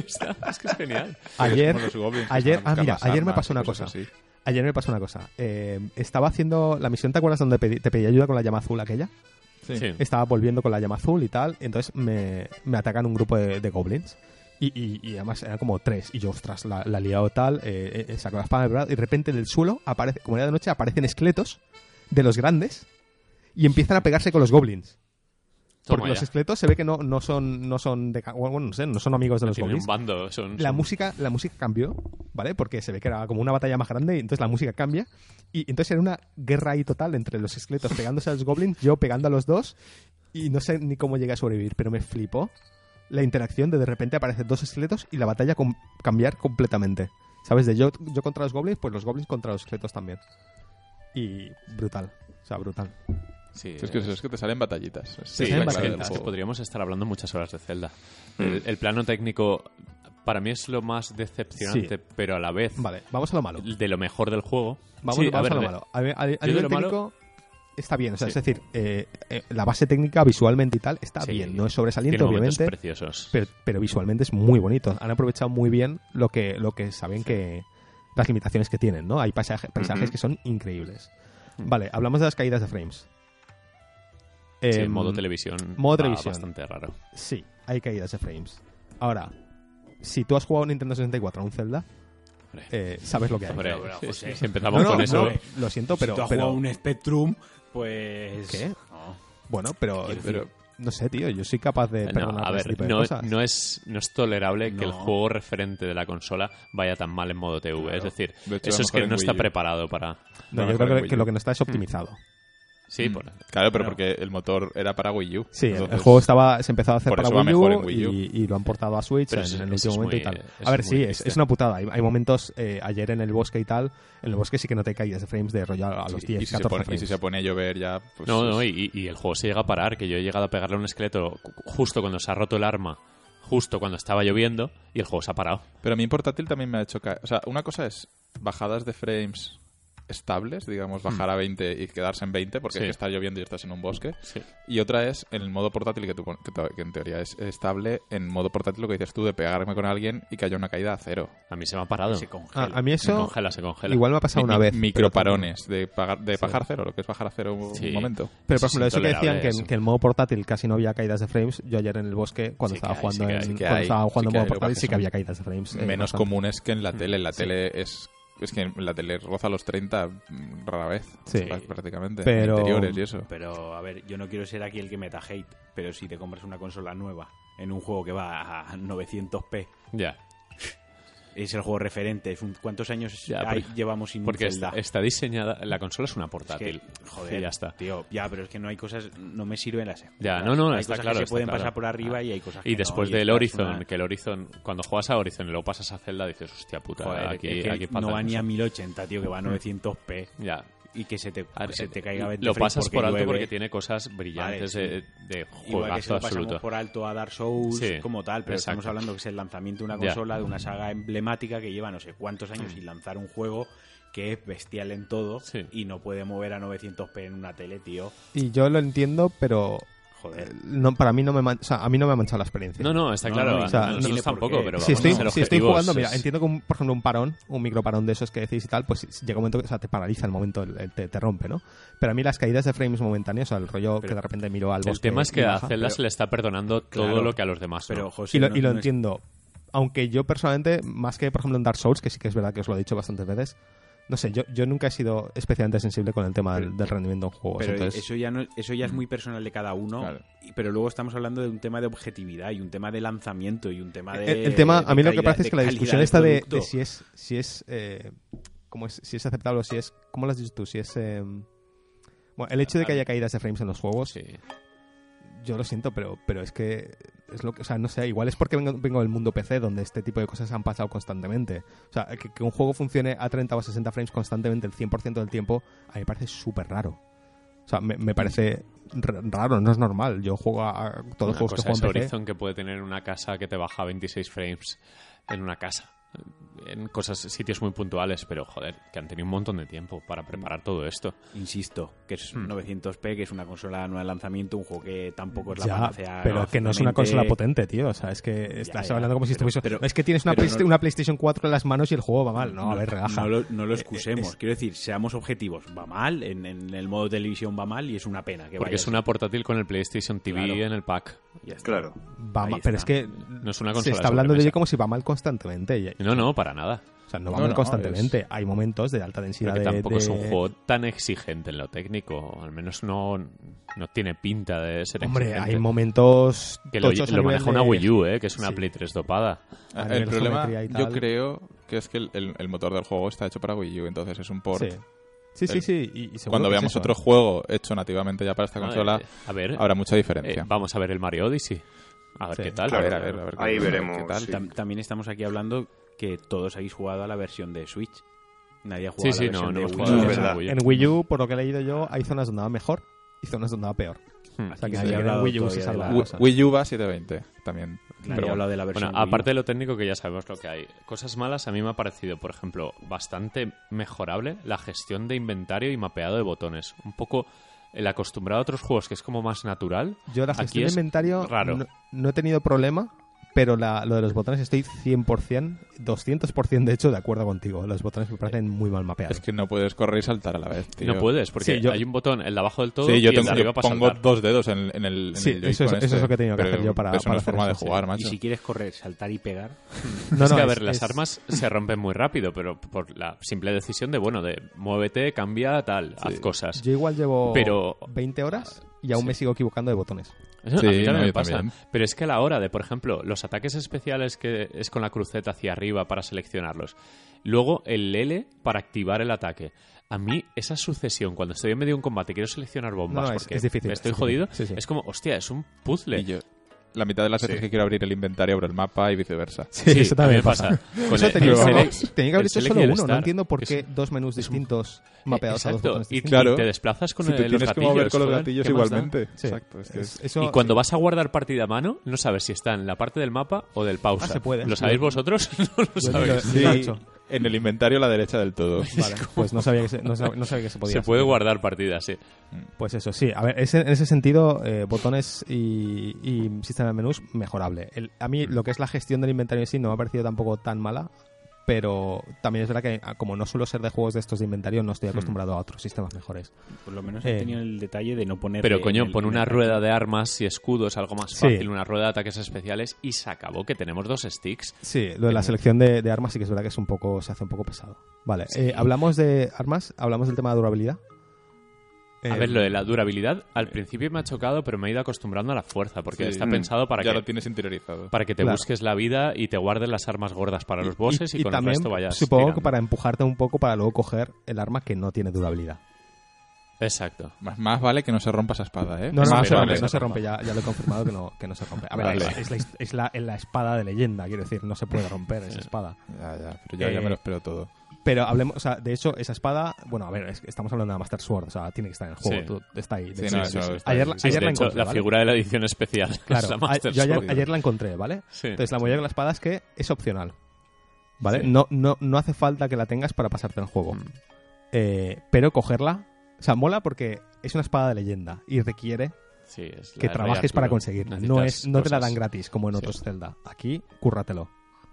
S1: Es que es genial.
S5: Ayer,
S3: Como los goblins que
S5: ayer,
S3: se van a buscar
S5: mira,
S3: las
S5: ayer me
S3: armas
S5: pasó
S3: y
S5: una
S3: cosas
S5: cosa.
S3: así.
S5: Ayer me pasó una cosa. Estaba haciendo la misión, ¿te acuerdas donde te pedí ayuda con la llama azul aquella?
S3: Sí.
S1: Sí.
S5: Estaba volviendo con la llama azul y tal, entonces me atacan un grupo de goblins. Y además eran como 3. Y yo, ostras, la he liado tal, saco la espada de verdad, y de repente del suelo, como era de noche, aparecen esqueletos de los grandes y empiezan a pegarse con los goblins.
S1: Toma
S5: Porque los
S1: ya.
S5: esqueletos se ve que no son bueno, no sé, no son amigos de los
S1: Tienen un
S5: goblins.
S1: bando.
S5: La música cambió, ¿vale? Porque se ve que era como una batalla más grande y entonces la música cambia. Y entonces era una guerra ahí total entre los esqueletos pegándose a los goblins, yo pegando a los dos, y no sé ni cómo llegué a sobrevivir, pero me flipó la interacción de repente aparecen 2 esqueletos y la batalla cambiar completamente. ¿Sabes? De yo contra los goblins, pues los goblins contra los esqueletos también. Y brutal. O sea, brutal.
S1: Sí,
S3: Es que te salen batallitas.
S1: Sí,
S5: salen
S1: es que-
S5: batallitas.
S1: es que podríamos estar hablando muchas horas de Zelda. El plano técnico para mí es lo más decepcionante,
S5: Sí.
S1: pero a la vez
S5: Vale, vamos a lo malo.
S1: de lo mejor del juego.
S5: Vamos,
S1: Sí,
S5: vamos a, lo
S1: ver,
S5: malo. A
S1: de
S5: nivel
S1: lo malo-
S5: técnico está bien. O sea,
S1: Sí.
S5: es decir, la base técnica visualmente y tal está
S1: Sí,
S5: bien. No es sobresaliente,
S1: tiene momentos
S5: obviamente.
S1: preciosos.
S5: Pero visualmente es muy bonito. Han aprovechado muy bien lo que saben que las limitaciones que tienen, ¿no? Hay paisajes
S2: Ujú.
S5: que son increíbles.
S1: Mm.
S5: Vale, hablamos de las caídas de frames.
S1: Sí,
S5: Em,
S1: modo televisión.
S5: modo
S1: va
S5: televisión.
S1: bastante raro.
S5: Sí, hay caídas de frames. Ahora, si tú has jugado Nintendo 64 a un Zelda, sabes lo que hay.
S1: Hombre,
S4: pero, José.
S1: si empezamos
S5: No,
S1: con
S5: no,
S1: eso.
S5: no, lo siento,
S4: Si tú
S5: pero
S4: has jugado un Spectrum, pues...
S5: ¿Qué?
S4: No.
S5: bueno, pero
S4: Quiero decir,
S5: no sé, tío, yo soy capaz de
S1: No,
S5: perdonar
S1: a
S5: ese
S1: ver,
S5: tipo de
S1: no
S5: cosas.
S1: es tolerable que el
S4: No.
S1: juego referente de la consola vaya tan mal en modo TV.
S3: Claro.
S1: Es decir,
S3: De hecho,
S1: eso
S3: a lo
S1: es que
S3: mejor
S1: no
S3: en
S1: está
S3: Wii U.
S1: preparado para...
S5: No,
S3: No,
S5: yo
S3: mejor
S5: creo
S3: en
S5: que
S3: Wii
S5: lo
S3: U.
S5: que no está es optimizado.
S1: Sí,
S3: Claro, pero
S5: No.
S3: porque el motor era para Wii U.
S5: Sí, el
S3: Entonces,
S5: juego se empezó a hacer
S3: por
S5: para
S3: eso va
S5: Wii
S3: mejor
S5: U,
S3: en Wii U.
S5: y lo han portado a Switch
S1: Pero
S5: en
S1: eso-
S5: el
S1: eso
S5: último
S1: es
S5: momento
S1: muy-
S5: y tal.
S1: eso
S5: A ver,
S1: es muy
S5: sí,
S1: triste.
S5: es una putada. Hay momentos, ayer en el bosque y tal, en el bosque sí que no te caídas de frames de rollo a los
S3: sí,
S5: 10,
S3: y si
S5: 14
S3: se pone,
S5: frames.
S3: y si se pone a llover ya... Pues
S1: No,
S3: es-
S1: y el juego se llega a parar, que yo he llegado a pegarle a un esqueleto justo cuando se ha roto el arma, justo cuando estaba lloviendo, y el juego se ha parado.
S3: Pero a mí en portátil también me ha hecho caer. O sea, una cosa es bajadas de frames estables, digamos, bajar a 20 y quedarse en 20 porque
S1: Sí.
S3: es que está lloviendo y estás en un bosque.
S1: Sí.
S3: Y otra es en el modo portátil que en teoría es estable, en modo portátil lo que dices tú de pegarme con alguien y que haya una caída a 0.
S1: A mí se me ha parado.
S4: Se congela.
S5: A mí
S1: Se
S5: eso
S1: congela.
S5: igual me ha pasado una vez.
S3: Microparones de bajar 0, lo que es bajar a 0 un
S1: Sí.
S3: momento.
S5: Pero, por
S1: Eso
S5: ejemplo,
S1: es
S5: eso que decían
S1: intolerable,
S5: que
S1: eso.
S5: en el modo portátil casi no había caídas de frames. Yo ayer en el bosque, cuando
S1: Sí que
S5: estaba
S1: hay,
S5: jugando
S1: sí que
S5: en
S1: hay,
S3: sí que
S5: cuando
S3: hay,
S5: estaba jugando
S3: sí
S5: en
S3: que
S5: modo
S3: hay, lo que
S5: portátil,
S3: pasa
S5: sí que
S3: son
S5: había caídas de frames.
S3: Menos
S5: bastante.
S3: comunes que en la tele. En la
S5: Sí.
S3: tele es Es que la tele roza los 30 rara vez,
S5: Sí.
S3: prácticamente,
S5: Pero-
S3: interiores y eso.
S4: Pero, a ver, yo no quiero ser aquí el que meta hate, pero si te compras una consola nueva en un juego que va a 900p,
S1: Ya.
S4: es el juego referente. ¿Cuántos años
S1: Ya,
S4: llevamos sin
S1: Porque
S4: un Zelda?
S1: está diseñada... La consola es una
S4: Es que,
S1: portátil.
S4: joder,
S1: Y ya está.
S4: tío, ya, pero es que no hay cosas, no me sirven las
S1: Ya, no,
S4: hay
S1: está
S4: cosas
S1: claro,
S4: que se
S1: está
S4: pueden
S1: claro.
S4: pasar por arriba y hay cosas que
S1: Y después
S4: no,
S1: del
S4: esta es
S1: Horizon,
S4: una-
S1: que el Horizon, cuando juegas a Horizon y lo pasas a Zelda, dices, hostia puta,
S4: Joder,
S1: aquí,
S4: es que
S1: aquí falta
S4: no va ni a
S1: cosa.
S4: 1080, tío, que va a 900p
S1: Ya.
S4: y que se te
S1: A-
S4: caiga 20
S1: lo
S4: frames
S1: pasas por alto
S4: llueve.
S1: porque tiene cosas brillantes
S4: Vale,
S1: de
S4: Igual que
S1: juegazo
S4: se lo pasamos
S1: absoluto.
S4: por alto a Dark Souls
S1: Sí,
S4: como tal, pero
S1: exacto.
S4: estamos hablando que es el lanzamiento de una
S1: Ya.
S4: consola, de una saga emblemática que lleva no sé cuántos años sin lanzar un juego que es bestial en todo
S1: Sí.
S4: y no puede mover a 900p en una tele, tío.
S5: Y yo lo entiendo, pero
S4: Joder.
S5: no, para mí no me o sea, a mí no me ha manchado la experiencia.
S1: No, está
S4: No,
S1: claro.
S4: no,
S5: o sea,
S1: a nosotros
S4: no tiene por
S1: tampoco,
S4: qué.
S1: pero
S5: Si
S1: vamos
S5: estoy,
S1: a ser
S5: si estoy
S1: objetivos,
S5: jugando, mira,
S1: es-
S5: entiendo que por ejemplo un micro parón de esos que decís y tal, pues llega un momento que, o sea, te paraliza el momento, te rompe, ¿no? Pero a mí las caídas de frames momentáneos, o sea, el rollo que de repente miro al
S1: El
S5: bosque
S1: tema es que
S5: y
S1: a
S5: baja,
S1: Zelda se le está perdonando todo
S4: Claro,
S1: lo que a los demás no.
S4: Pero, José,
S5: y lo,
S4: no-
S5: y lo
S4: no es-
S5: entiendo. Aunque yo personalmente, más que por ejemplo en Dark Souls, que sí que es verdad que os lo he dicho bastantes veces, no sé, yo nunca he sido especialmente sensible con el tema del rendimiento en juegos.
S4: Pero
S5: entonces,
S4: eso ya es muy personal de cada uno.
S3: Claro.
S4: Pero luego estamos hablando de un tema de objetividad y un tema de lanzamiento y un tema de.
S5: el tema, a mí lo que
S4: calidad-
S5: parece es que la
S4: de
S5: discusión
S4: calidad
S5: está de
S4: producto.
S5: si es si es aceptable o si es, ¿cómo lo has dicho tú? Si es bueno, el hecho de que haya caídas de frames en los juegos,
S1: Sí.
S5: yo lo siento, pero es que es lo que, o sea, no sé, igual es porque vengo del mundo PC donde este tipo de cosas han pasado constantemente. O sea, que un juego funcione a 30 o a 60 frames constantemente el 100% del tiempo, a mí me parece súper raro. O sea, me parece raro, no es normal. Yo juego a todos los
S1: Una
S5: juegos que
S1: cosa
S5: juego
S1: es
S5: en PC.
S1: Horizon, que puede tener una casa que te baja 26 frames en una casa. En sitios muy puntuales, pero joder, que han tenido un montón de tiempo para preparar todo esto.
S4: Insisto, que es 900p, que es una consola nueva de lanzamiento, un juego que tampoco es la
S5: Ya,
S4: panacea.
S5: pero que no es una
S4: gráficamente.
S5: consola potente, tío. O sea, es que estás
S4: ya,
S5: hablando como si
S4: pero-
S5: estuviese...
S4: pero-
S5: es que tienes una,
S4: pero no-
S5: una PlayStation 4 en las manos y el juego va mal. No, a ver, relaja.
S4: No lo excusemos. Quiero decir, seamos objetivos. Va mal, en el modo televisión va mal y es una pena. Que
S1: Porque
S4: vaya
S1: es una portátil con el PlayStation TV
S4: Claro.
S1: en el pack.
S4: Ya está.
S2: Claro.
S5: Va
S4: Ahí
S5: mal, pero
S4: está.
S5: es que
S1: No es una
S5: se
S1: consola
S5: está
S1: de
S5: hablando de
S1: sobremesa.
S5: ello como si va mal constantemente.
S1: No, para nada.
S5: O sea, no va
S3: No,
S5: mal
S3: no,
S5: constantemente. Hay momentos de alta densidad
S1: Porque
S5: de...
S1: tampoco es un
S5: de-
S1: juego tan exigente en lo técnico. Al menos no tiene pinta de ser
S5: Hombre,
S1: exigente.
S5: hay momentos
S1: Que lo
S5: tochos a
S1: lo
S5: nivel
S1: maneja una
S5: de-
S1: Wii U, que es una
S5: Sí.
S1: Play 3 dopada.
S5: a
S3: El
S5: nivel
S3: problema,
S5: geometría y
S3: yo
S5: tal.
S3: creo que es que el motor del juego está hecho para Wii U, entonces es un port.
S5: Sí, sí. Y seguro
S3: Cuando
S5: que es
S3: veamos
S5: eso,
S3: otro
S5: ¿eh?
S3: juego hecho nativamente ya para esta consola,
S1: A ver,
S3: habrá mucha diferencia.
S1: vamos a ver el Mario Odyssey. A ver
S5: Sí.
S1: qué tal.
S3: a ver, qué-
S2: Ahí
S3: a ver
S2: veremos,
S3: qué tal.
S2: sí.
S4: También estamos aquí hablando que todos habéis jugado a la versión de Switch. Nadie ha
S1: Sí,
S4: jugado a
S1: sí,
S4: la versión
S1: no
S4: de
S1: hemos
S4: Wii U.
S1: jugado a
S2: Es
S1: la
S2: verdad.
S1: Wii U.
S5: En Wii U, por lo que he leído yo, hay zonas donde va mejor y zonas donde va peor.
S1: Hmm.
S5: O sea, que
S4: Nadie ha
S5: en
S4: hablado
S5: Wii U se
S4: todavía de
S5: salva
S4: la-
S5: la
S3: Wii-
S5: cosa.
S3: Wii U va a 720 también.
S4: Nadie
S3: Pero
S4: ha hablado de la versión
S1: Bueno,
S4: Wii U.
S1: aparte de lo técnico, que ya sabemos lo que hay. Cosas malas, a mí me ha parecido, por ejemplo, bastante mejorable la gestión de inventario y mapeado de botones. Un poco el acostumbrado a otros juegos, que es como más natural.
S5: Yo la
S1: Aquí
S5: gestión de
S1: es
S5: inventario
S1: raro.
S5: no he tenido problema, pero lo de los botones estoy 100%, 200% de hecho de acuerdo contigo. Los botones me parecen muy mal mapeados.
S3: es que no puedes correr y saltar a la vez, tío.
S1: No puedes, porque
S5: Sí, yo-
S1: hay un botón, el de abajo del todo,
S3: Sí,
S1: y
S3: yo,
S1: el de arriba
S3: yo
S1: para
S3: pongo
S1: saltar.
S3: 2 dedos en el
S5: Sí,
S3: Joy-Con
S5: eso es lo que he tenido que
S3: pero
S5: hacer yo para-
S3: eso no
S5: para
S3: es forma
S5: hacer
S3: de
S5: eso, sí.
S3: jugar,
S4: Y
S3: macho.
S4: si quieres correr, saltar y pegar,
S5: No,
S1: Es
S5: no,
S1: que, a ver, las armas se rompen muy rápido, pero por la simple decisión de, bueno, de muévete, cambia, tal, haz cosas.
S5: Yo igual llevo
S1: Pero-
S5: 20 horas y aún me sigo equivocando de botones.
S1: Eso
S3: Sí,
S1: a mí también
S3: no,
S1: me
S3: yo
S1: pasa.
S3: también.
S1: Pero es que a la hora de, por ejemplo, los ataques especiales que es con la cruceta hacia arriba para seleccionarlos, luego el L para activar el ataque. A mí esa sucesión, cuando estoy en medio de un combate y quiero seleccionar bombas
S5: No, es-
S1: porque
S5: es difícil,
S1: estoy
S5: es difícil.
S1: jodido,
S5: Sí, sí.
S1: es como, hostia, es un puzzle.
S3: Y yo, la mitad de las veces
S2: Sí.
S3: que quiero abrir el inventario abro el mapa y viceversa.
S5: Sí, eso también
S1: a mí me
S5: pasa.
S1: Con
S5: Eso
S1: el-
S5: tenía,
S1: el
S5: que haber-
S1: select-
S5: tenía que haber
S1: el
S5: hecho
S1: select
S5: solo
S1: y el
S5: uno. No
S1: start.
S5: entiendo por
S1: Es-
S5: qué dos menús distintos mapeados a dos
S1: Exacto,
S5: botones
S1: y,
S5: distintos.
S3: Claro.
S1: y te desplazas con
S3: Si te
S1: los
S3: tienes que
S1: gatillos.
S3: mover con los
S1: joder,
S3: gatillos
S1: ¿qué más da?
S3: igualmente.
S5: Sí.
S3: Exacto. Es que es-
S5: Eso-
S1: Y cuando vas a guardar partida a mano, no sabes si está en la parte del mapa o del pausa.
S5: se puede.
S1: ¿Lo sabéis vosotros? No lo
S5: Yo ni lo-
S1: sabéis.
S5: ni lo he
S3: Sí,
S5: hecho.
S3: en el inventario a la derecha del todo.
S5: Vale, pues no sabía que se, no sabía que se podía
S1: Se
S5: hacer.
S1: puede guardar partidas, sí.
S5: Pues eso, sí. A ver, en ese sentido, botones y sistema de menús, mejorable. A mí lo que es la gestión del inventario en sí no me ha parecido tampoco tan mala. pero también es verdad que como no suelo ser de juegos de estos de inventario, no estoy acostumbrado a otros sistemas mejores.
S4: Por lo menos he tenido el detalle de no poner...
S1: Pero coño, pon una rueda de armas y escudos, algo más fácil, una rueda de ataques especiales y se acabó, que tenemos 2 sticks.
S5: Sí, lo de la selección de armas sí que es verdad que se hace un poco pesado. Vale, sí. Hablamos de armas, hablamos del tema de durabilidad.
S1: A ver, lo de la durabilidad al principio me ha chocado, pero me he ido acostumbrando a la fuerza, porque está pensado para
S3: ya
S1: que...
S3: lo tienes interiorizado.
S1: Para que te busques la vida y te guardes las armas gordas para los bosses y con
S5: también,
S1: el resto vayas
S5: supongo
S1: tirando.
S5: que para empujarte un poco para luego coger el arma que no tiene durabilidad.
S1: Exacto.
S3: Más vale que no se rompa esa espada, ¿eh?
S5: No
S3: vale.
S5: se rompe, ya lo he confirmado que no se rompe. A ver,
S3: Vale.
S5: es la espada de leyenda, quiero decir, no se puede romper esa espada.
S3: Ya, pero ya me lo espero todo.
S5: Pero hablemos, o sea, de hecho, esa espada, bueno, a ver, estamos hablando de Master Sword, o sea, tiene que estar en el juego, está ahí.
S3: Sí, no, eso está
S5: Ayer
S3: ahí.
S5: la
S1: de hecho,
S5: encontré,
S1: la
S5: ¿vale?
S1: figura de la edición especial.
S5: Claro,
S1: es la Master
S5: yo
S1: Sword.
S5: ayer la encontré, ¿vale?
S1: Sí.
S5: Entonces, la movida con la espada es que es opcional, ¿vale?
S1: Sí.
S5: No hace falta que la tengas para pasarte el juego. Pero cogerla, o sea, mola porque es una espada de leyenda y requiere
S1: Sí, es la
S5: que
S1: de
S5: trabajes
S1: Rey
S5: para
S1: Arturo.
S5: conseguirla.
S1: Necesitas
S5: No te la
S1: cosas.
S5: dan gratis como en otros Zelda. Aquí, cúrratelo.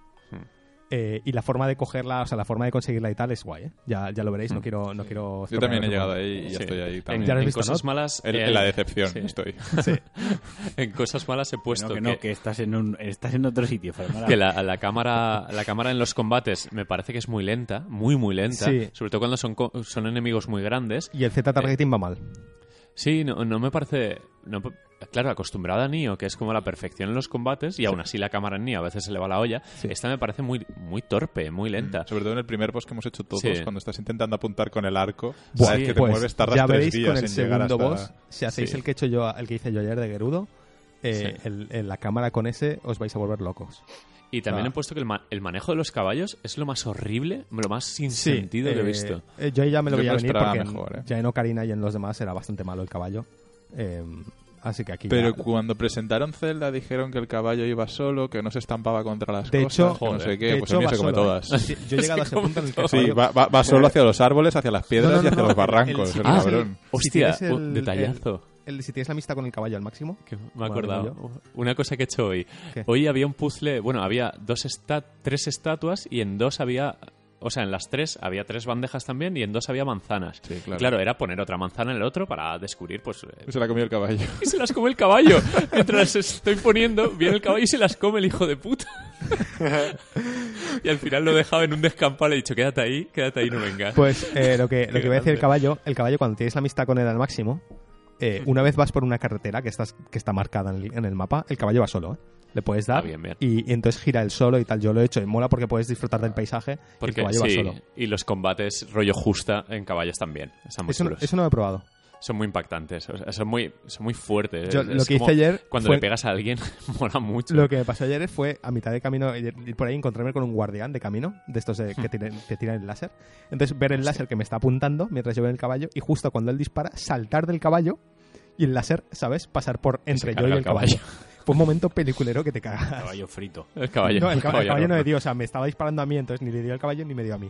S5: Y la forma de cogerla, o sea, la forma de conseguirla y tal es guay, ¿eh? Ya lo veréis, no quiero
S3: Yo también he llegado ahí y ya
S1: Sí.
S3: estoy ahí
S1: En,
S3: también.
S5: Ya lo has
S1: en
S5: visto,
S1: cosas
S5: ¿no?
S1: malas...
S3: En la decepción
S1: sí.
S3: estoy.
S5: Sí.
S1: En cosas malas he puesto
S4: que estás en otro sitio. Fernando.
S1: que la cámara en los combates me parece que es muy lenta, muy lenta,
S5: Sí.
S1: sobre todo cuando son enemigos muy grandes.
S5: Y el Z-targeting va mal.
S1: Sí, no me parece... claro, acostumbrada a Nioh, que es como la perfección en los combates, y aún así la cámara en Nioh a veces se le va la olla, esta me parece muy, muy torpe, muy lenta.
S3: Sobre todo en el primer boss que hemos hecho todos,
S1: Sí.
S3: cuando estás intentando apuntar con el arco,
S5: Buah,
S3: sabes que te
S5: pues
S3: mueves, tardas
S5: ya
S3: 3
S5: veréis
S3: días
S5: con el
S3: en llegar
S5: segundo
S3: hasta...
S5: boss, si hacéis
S1: Sí.
S5: el que hice yo ayer de Gerudo, la cámara con ese os vais a volver locos.
S1: Y también he puesto que el manejo de los caballos es lo más horrible, lo más sin sentido que he visto.
S5: Yo ya me lo
S3: Yo
S5: veía
S3: me lo
S5: venir
S3: esperaba
S5: porque
S3: mejor,
S5: ya en Ocarina y en los demás era bastante malo el caballo. Así que aquí
S3: Pero
S5: ya...
S3: cuando presentaron Zelda dijeron que el caballo iba solo, que no se estampaba contra las
S5: De
S3: cosas,
S5: hecho-
S3: que no sé
S5: de
S3: qué, pues
S5: hecho,
S3: el mío
S5: va
S3: se come
S5: solo,
S3: todas.
S5: Sí, yo he llegado a ese punto en el que el
S3: Sí,
S5: caballo...
S3: va solo hacia los árboles, hacia las piedras y hacia
S5: No,
S3: los barrancos,
S5: el-
S3: el
S5: Ah,
S3: cabrón.
S1: Hostia,
S5: tienes el-
S1: detallazo.
S5: Si tienes la amistad con el caballo al máximo...
S1: Que me he
S5: Bueno,
S1: acordado.
S5: digo
S1: Una cosa que he hecho hoy.
S5: ¿Qué?
S1: Hoy había un puzzle... Bueno, había 3 estatuas y en 2 había... O sea, en las 3 había 3 bandejas también y en 2 había manzanas.
S3: Sí, claro.
S1: Y claro, era poner otra manzana en el otro para descubrir, pues...
S3: Se la comió el caballo.
S1: Y se las come el caballo. Mientras estoy poniendo, viene el caballo y se las come el hijo de puta. Y al final lo he dejado en un descampado. Le he dicho, quédate ahí, no vengas.
S5: Pues lo que voy a decir, el
S1: grande.
S5: caballo cuando tienes la amistad con él al máximo, una vez vas por una carretera que está marcada en el mapa, el caballo va solo, ¿eh? Le puedes dar
S1: bien.
S5: Y entonces gira él solo y tal. Yo lo he hecho y mola porque puedes disfrutar del paisaje y
S1: Porque
S5: el caballo va solo.
S1: y los combates rollo justa en caballos también. Están muy chulos.
S5: Eso no lo he probado.
S1: Son muy impactantes, o sea, son muy fuertes.
S5: Yo
S1: Es
S5: lo que
S1: como
S5: hice ayer
S1: cuando
S5: fue-
S1: le pegas a alguien, mola mucho.
S5: Lo que me pasó ayer fue a mitad de camino ir por ahí, encontrarme con un guardián de camino, de estos que tiran el láser. Entonces ver el láser que me está apuntando mientras yo veo el caballo y justo cuando él dispara, saltar del caballo y el láser, ¿sabes? Pasar por entre yo y
S1: carga
S5: el
S1: el
S5: caballo. Fue un momento peliculero que te cagas.
S4: Caballo frito.
S1: El caballo.
S5: No, el caballo no
S1: rojo.
S5: me dio, o sea, me estaba disparando a mí, entonces ni le dio al caballo ni me dio a mí.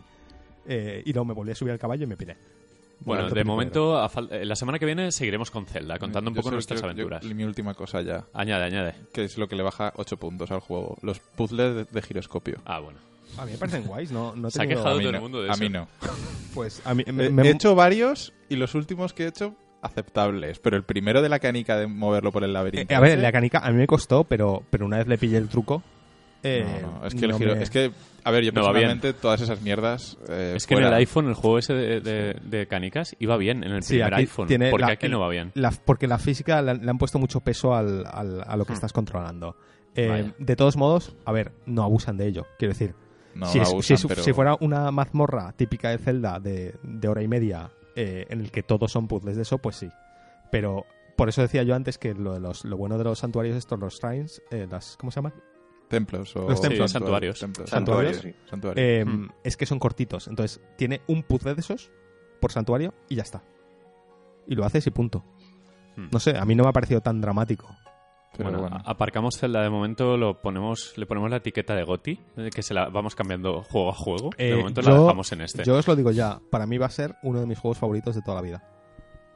S5: Y luego me volví a subir al caballo y me piré.
S1: Bueno,
S5: Momento
S1: de
S5: peliculero.
S1: momento, la semana que viene seguiremos con Zelda, contando un
S3: Yo
S1: poco
S3: solo
S1: nuestras
S3: quiero-
S1: aventuras.
S3: Mi última cosa ya,
S1: Añade.
S3: que es lo que le baja 8 puntos al juego. Los puzzles de giroscopio.
S1: Ah, bueno.
S5: A mí me parecen guays, no he
S1: Se ha
S5: tenido-
S1: quejado
S3: A mí
S1: todo el
S3: no,
S1: mundo de
S3: a
S1: eso.
S3: mí no.
S5: Pues a mí
S3: He hecho varios y los últimos que he hecho aceptables, pero el primero de la canica de moverlo por el laberinto.
S5: a ver,
S3: ese-
S5: la canica a mí me costó, pero una vez le pillé el truco.
S3: No, es que,
S5: no
S3: es que, a ver, yo
S1: No va bien.
S3: personalmente todas esas mierdas.
S1: Es que en el iPhone, el juego ese de canicas, iba bien en el
S5: Sí,
S1: primer
S5: aquí
S1: iPhone.
S5: tiene
S1: Porque
S5: la-
S1: aquí no va bien.
S5: Porque la física le han puesto mucho peso a lo que estás controlando.
S1: Vaya.
S5: De todos modos, a ver, no abusan de ello. Quiero decir,
S3: No
S5: si,
S3: abusan,
S5: si
S3: pero...
S5: fuera una mazmorra típica de Zelda de hora y media en el que todos son puzzles de eso, pues sí. Pero por eso decía yo antes que lo bueno de los santuarios estos, los shrines, ¿cómo se llaman?
S3: Templos o...
S5: Los templos.
S1: Santuarios.
S5: Santuarios.
S2: Sí.
S3: Santuarios.
S5: Es que son cortitos. Entonces, tiene un puzzle de esos por santuario y ya está. Y lo haces y punto. No sé, a mí no me ha parecido tan dramático.
S3: Pero
S1: Bueno,
S3: bueno.
S1: aparcamos Zelda de momento, le ponemos la etiqueta de GOTY, que se la vamos cambiando juego a juego. De momento la dejamos en este.
S5: Yo os lo digo ya, para mí va a ser uno de mis juegos favoritos de toda la vida.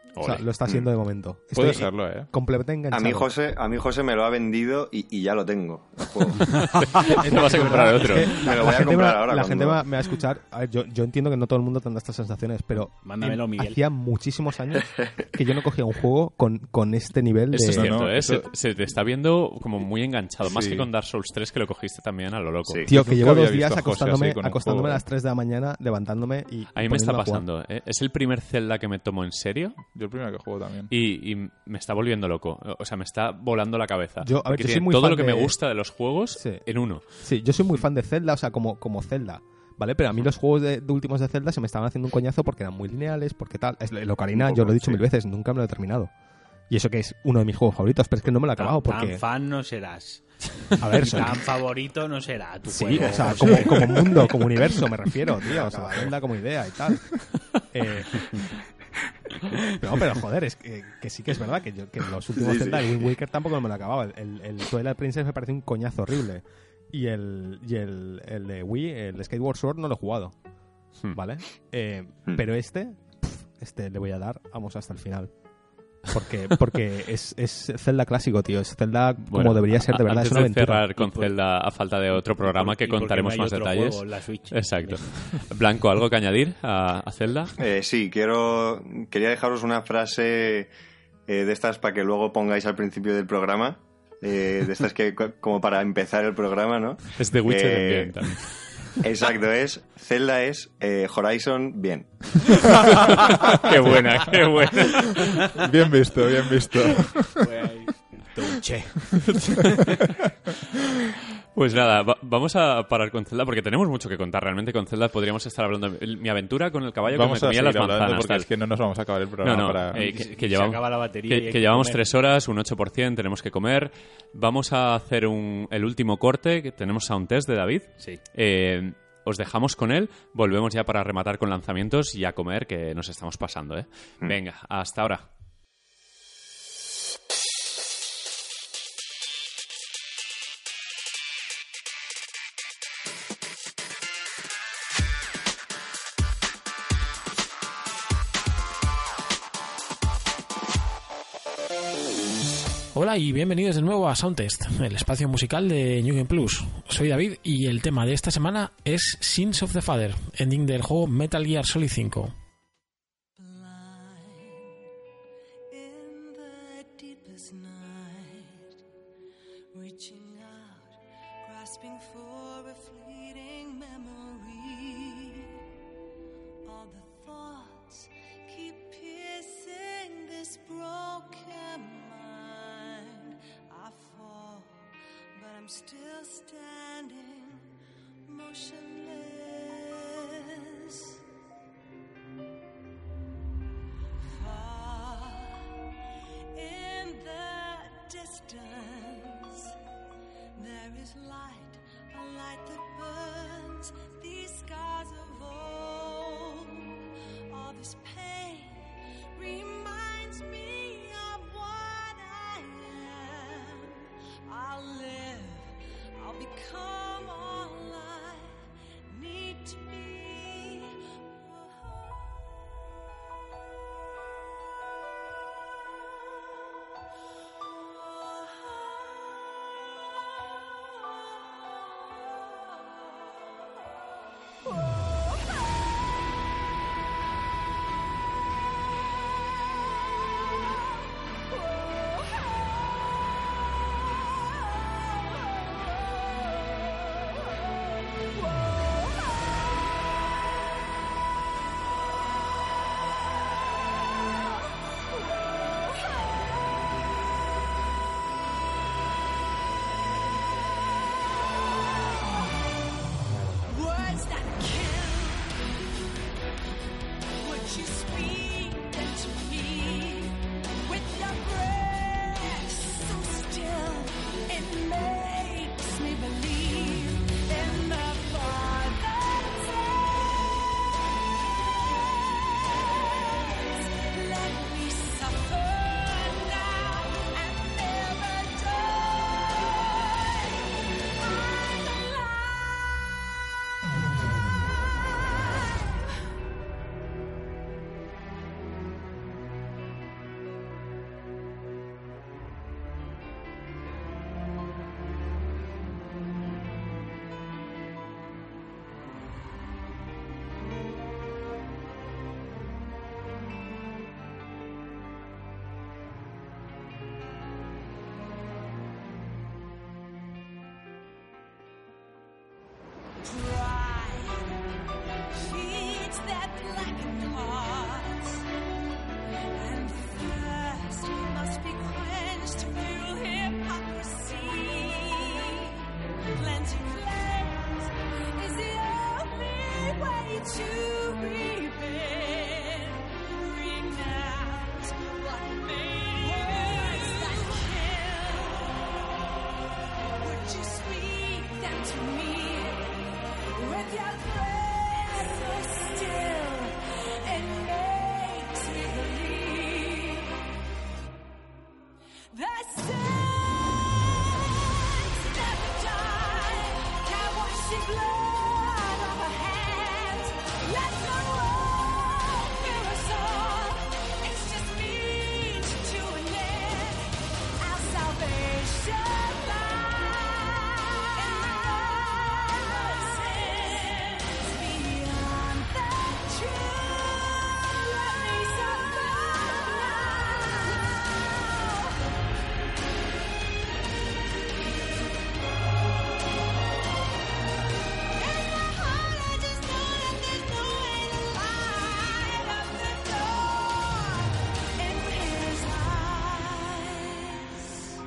S5: O sea, lo está haciendo de momento.
S3: Puede
S5: Estoy
S3: serlo, ¿eh?
S5: completamente
S2: A
S5: enganchado.
S2: mí José me lo ha vendido y ya lo tengo. El juego.
S1: Te vas a comprar otro.
S2: Me lo voy a comprar ahora.
S5: La gente
S2: cuando-
S5: me va a escuchar. A ver, yo entiendo que no todo el mundo tendrá estas sensaciones, pero
S4: Mándamelo, Miguel.
S5: hacía muchísimos años que yo no cogía un juego con este nivel de...
S1: Eso es cierto,
S3: No,
S1: ¿eh?
S3: eso-
S1: Se te está viendo como muy enganchado. Más
S3: Sí.
S1: que con Dark Souls 3, que lo cogiste también a lo loco.
S2: Sí.
S5: Tío, que
S3: Nunca
S5: llevo
S3: había
S5: 2 días
S3: visto a José
S5: acostándome
S3: así con un
S5: a
S3: juego,
S5: las 3 de la mañana, levantándome y...
S1: A mí me está
S5: poniéndome a jugar.
S1: pasando. ¿Eh? Es el primer Zelda que me tomo en serio
S3: Yo el primero que juego también.
S1: y me está volviendo loco. O sea, me está volando la cabeza.
S5: Yo, a ver,
S1: Porque
S5: yo soy
S1: tiene
S5: muy
S1: todo
S5: fan
S1: lo que me
S5: de-
S1: gusta de los juegos
S5: Sí.
S1: en uno.
S5: Sí, yo soy muy fan de Zelda, o sea, como Zelda, ¿vale? Pero a mí los juegos de últimos de Zelda se me estaban haciendo un coñazo porque eran muy lineales, porque tal. El Ocarina,
S2: Un poco,
S5: yo lo he dicho
S2: sí.
S5: 1000 veces, nunca me lo he terminado. Y eso que es uno de mis juegos favoritos, pero es que no me lo he acabado
S4: Tan
S5: porque...
S4: fan no serás.
S5: A ver, soy...
S4: Tan favorito no será tu
S5: Sí,
S4: juego.
S5: o sea,
S4: José.
S5: como mundo, como universo me refiero, tío. O sea, Zelda como idea y tal. No, pero joder, es que sí que es verdad que los últimos
S2: Sí,
S5: Zelda,
S2: sí.
S5: el Wind Waker tampoco me lo acababa. El Twilight Princess me parece un coñazo horrible. Y el de Wii, el Skyward Sword, no lo he jugado. ¿Vale? Pero este le voy a dar, vamos, hasta el final. Porque es Zelda clásico, tío. Es Zelda como
S1: Bueno,
S5: debería ser, de verdad.
S1: Antes
S5: Es una
S1: de
S5: aventura.
S1: cerrar con Zelda a falta de otro programa que
S4: ¿Y por qué
S1: contaremos
S4: no hay
S1: más
S4: otro
S1: detalles.
S4: juego en la Switch?
S1: Exacto. Blanco, ¿algo que añadir a Zelda?
S2: Sí, quería dejaros una frase de estas para que luego pongáis al principio del programa. De estas que como para empezar el programa, ¿no?
S1: Es de Witcher en
S2: Eh,
S1: bien también.
S2: Exacto, Zelda es Horizon bien.
S1: Qué buena, qué buena.
S3: Bien visto, bien visto.
S4: Touché.
S1: Pues nada, vamos a parar con Zelda porque tenemos mucho que contar. Realmente con Zelda podríamos estar hablando de mi aventura con el caballo
S3: Vamos
S1: que
S3: a
S1: me comía
S3: seguir
S1: las
S3: hablando
S1: manzanas.
S3: porque
S1: Tal.
S3: es que no nos vamos a acabar el programa.
S1: No,
S3: para...
S1: que
S4: Se
S1: llevamos,
S4: acaba la batería y hay
S1: que
S4: que
S1: llevamos
S4: comer.
S1: 3 horas, un 8%, tenemos que comer. Vamos a hacer el último corte, que tenemos sound test de David.
S4: Sí.
S1: Os dejamos con él, volvemos ya para rematar con lanzamientos y a comer, que nos estamos pasando, ¿eh? Venga, hasta ahora.
S6: Hola y bienvenidos de nuevo a Soundtest, el espacio musical de New Game Plus. Soy David y el tema de esta semana es Sins of the Father, ending del juego Metal Gear Solid 5.
S7: Still standing motionless far in the distance there is light, a light that burns these scars of old. All this pain reminds me of what I am. I'll live, I'll become all I need to be. to remembering out what made words that kill. Would you speak them to me with your breath so still? It makes me believe the saints never die. Can't wash the blood off our hands. Let's not walk through us all. It's just means to an end. Our salvation lies beyond the truth. Let me suffer in my heart, I just know that there's no way to light up the door in his eyes.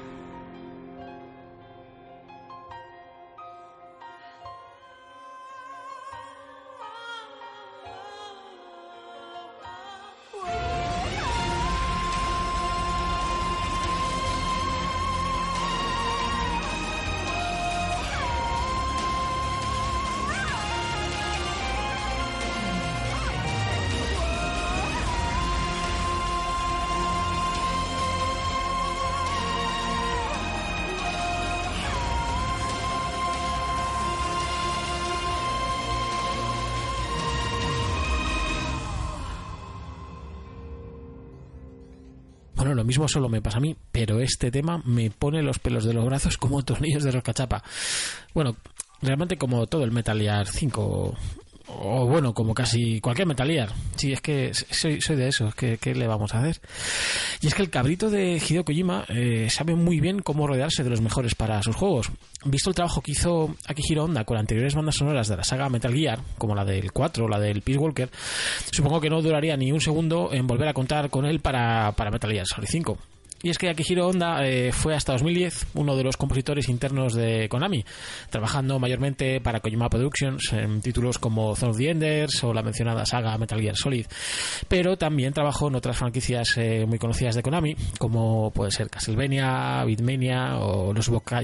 S6: Bueno, lo mismo solo me pasa a mí, pero este tema me pone los pelos de los brazos como tornillos de roscachapa. Bueno, realmente como todo el Metal Gear 5, o bueno, como casi cualquier Metal Gear. Sí, es que soy de esos, ¿qué le vamos a hacer? Y es que el cabrito de Hideo Kojima sabe muy bien cómo rodearse de los mejores para sus juegos. Visto el trabajo que hizo Akihiro Honda con anteriores bandas sonoras de la saga Metal Gear, como la del 4 o la del Peace Walker, supongo que no duraría ni un segundo en volver a contar con él para Metal Gear Solid 5. Y es que Akihiro Honda fue hasta 2010 uno de los compositores internos de Konami, trabajando mayormente para Kojima Productions en títulos como Zone of the Enders o la mencionada saga Metal Gear Solid. Pero también trabajó en otras franquicias muy conocidas de Konami, como puede ser Castlevania, Beatmania o los Boktai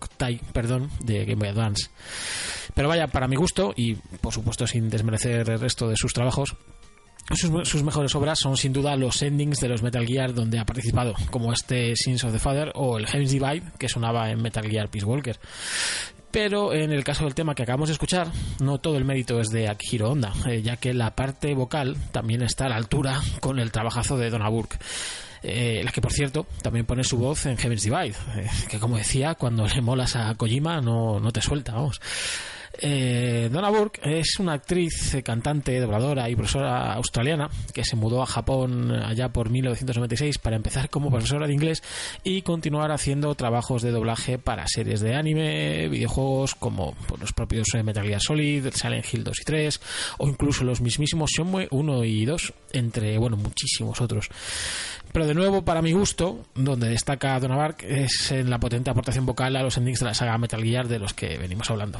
S6: de Game Boy Advance. Pero vaya, para mi gusto, y por supuesto sin desmerecer el resto de sus trabajos, sus mejores obras son sin duda los endings de los Metal Gear donde ha participado, como este Sins of the Father o el Heaven's Divide que sonaba en Metal Gear Peace Walker. Pero en el caso del tema que acabamos de escuchar, no todo el mérito es de Akihiro Honda, ya que la parte vocal también está a la altura con el trabajazo de Donna Burke. La que por cierto también pone su voz en Heaven's Divide, que como decía, cuando le molas a Kojima no te suelta, vamos. Donna Burke es una actriz, cantante, dobladora y profesora australiana que se mudó a Japón allá por 1996 para empezar como profesora de inglés y continuar haciendo trabajos de doblaje para series de anime, videojuegos como los propios Metal Gear Solid, Silent Hill 2 y 3 o incluso los mismísimos Shenmue 1 y 2, entre muchísimos otros. Pero de nuevo, para mi gusto, donde destaca Donna Burke es en la potente aportación vocal a los endings de la saga Metal Gear de los que venimos hablando.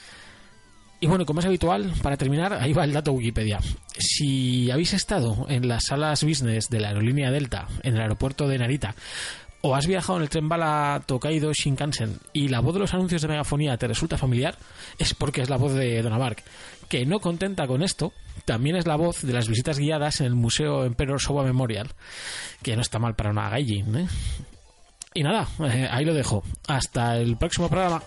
S6: Y bueno, como es habitual, para terminar, ahí va el dato Wikipedia. Si habéis estado en las salas business de la aerolínea Delta, en el aeropuerto de Narita, o has viajado en el tren bala Tokaido Shinkansen y la voz de los anuncios de megafonía te resulta familiar, es porque es la voz de Donna Burke, que no contenta con esto, también es la voz de las visitas guiadas en el Museo Emperor Showa Memorial, que no está mal para una gaijin, ¿eh? Y nada, ahí lo dejo. Hasta el próximo programa.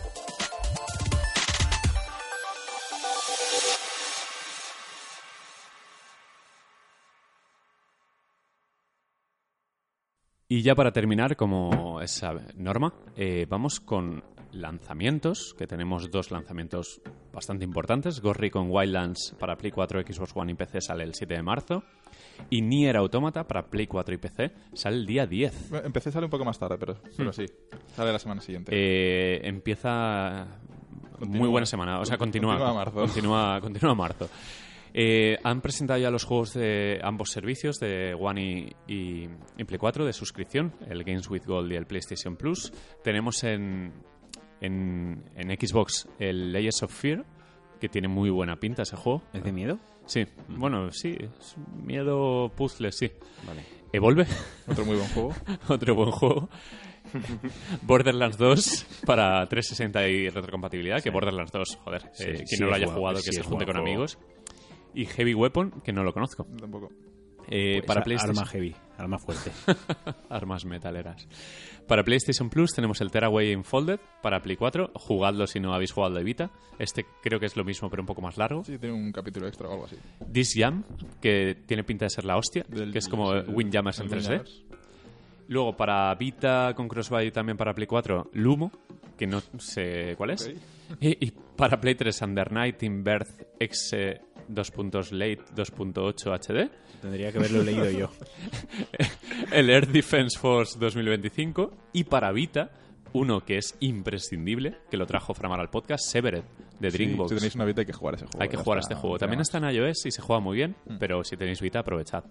S1: Y ya para terminar, como es norma, vamos con lanzamientos, que tenemos dos lanzamientos bastante importantes. Ghost Recon Wildlands para Play 4, Xbox One y PC sale el 7 de marzo. Y Nier Automata para Play 4 y PC sale el día 10.
S3: En PC sale un poco más tarde, pero sí, sale la semana siguiente.
S1: Empieza muy buena semana, o sea, continúa marzo. Continúa marzo. Han presentado ya los juegos de ambos servicios, de One y Play 4, de suscripción, el Games with Gold y el PlayStation Plus. Tenemos en Xbox el Layers of Fear, que tiene muy buena pinta ese juego.
S4: ¿Es de miedo?
S1: Sí, bueno, sí, es miedo puzzle, sí.
S4: Vale.
S1: Evolve,
S3: Otro muy buen juego.
S1: otro buen juego. Borderlands 2 para 360 y retrocompatibilidad, que Borderlands 2, joder, quien
S4: sí
S1: no lo
S4: es
S1: haya
S4: buen-
S1: jugado,
S4: sí
S1: que se
S4: es
S1: junte
S4: buen
S1: con
S4: juego.
S1: amigos. Y Heavy Weapon, que no lo conozco.
S3: Tampoco.
S1: Para
S4: Esa
S1: PlayStation.
S4: Arma heavy, arma fuerte.
S1: Armas metaleras. Para PlayStation Plus tenemos el Tearaway Unfolded para Play 4. Jugadlo si no habéis jugado de Vita. Este creo que es lo mismo, pero un poco más largo.
S3: Sí, tiene un capítulo extra o algo así.
S1: This Jam, que tiene pinta de ser la hostia, que es como
S3: sí,
S1: Windjammers en
S3: el
S1: 3D.
S3: Windjammers.
S1: Luego para Vita con Crossbuy y también para Play 4, Lumo, que no sé cuál es.
S3: Ok.
S1: Y para Play 3, Under Night in Birth X 2.late 2.8 HD.
S4: Tendría que haberlo leído yo.
S1: El Air Defense Force 2025. Y para Vita, uno que es imprescindible, que lo trajo Framar al podcast, Severed, de
S3: Sí,
S1: Dreambox.
S3: si tenéis una Vita hay que jugar a ese juego.
S1: Hay que
S3: ya
S1: jugar a
S3: está,
S1: este juego.
S3: no
S1: También
S3: tiene
S1: está en iOS y se juega muy bien, pero si tenéis Vita, aprovechad.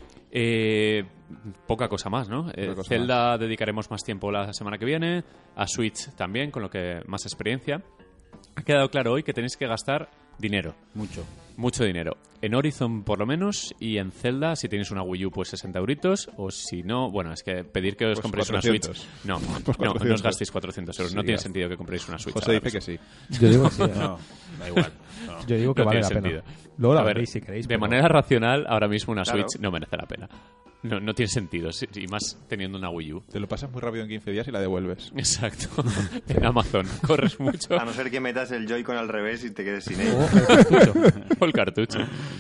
S1: Poca cosa más, ¿no?
S3: Poca cosa
S1: Zelda dedicaremos más tiempo la semana que viene, a Switch también, con lo que más experiencia. Ha quedado claro hoy que tenéis que gastar dinero, mucho dinero. En Horizon por lo menos, y en Zelda, si tenéis una Wii U, pues 60 euritos, o si no, bueno, es que pedir que os
S3: Pues
S1: compréis
S3: 400.
S1: una Switch. No,
S3: Pues
S1: no, no os
S3: 400.
S1: gastéis 400 euros, no
S3: Sí,
S1: tiene
S3: ya.
S1: sentido que compréis una Switch.
S3: José
S1: ahora
S3: dice que
S1: mismo.
S3: sí.
S5: Yo digo que sí.
S4: No, da igual. No.
S5: Yo digo que
S1: No
S5: vale
S1: tiene
S5: la pena.
S1: sentido.
S5: Luego la
S1: A ver,
S5: veréis si queréis.
S1: De
S5: pero-
S1: manera racional, ahora mismo una
S2: Claro.
S1: Switch no merece la pena. No tiene sentido, sí, y más teniendo una Wii U.
S3: Te lo pasas muy rápido en 15 días y la devuelves.
S1: Exacto. En Amazon. Corres mucho.
S2: A no ser que metas el Joy-Con al revés y te quedes sin él.
S1: O el cartucho.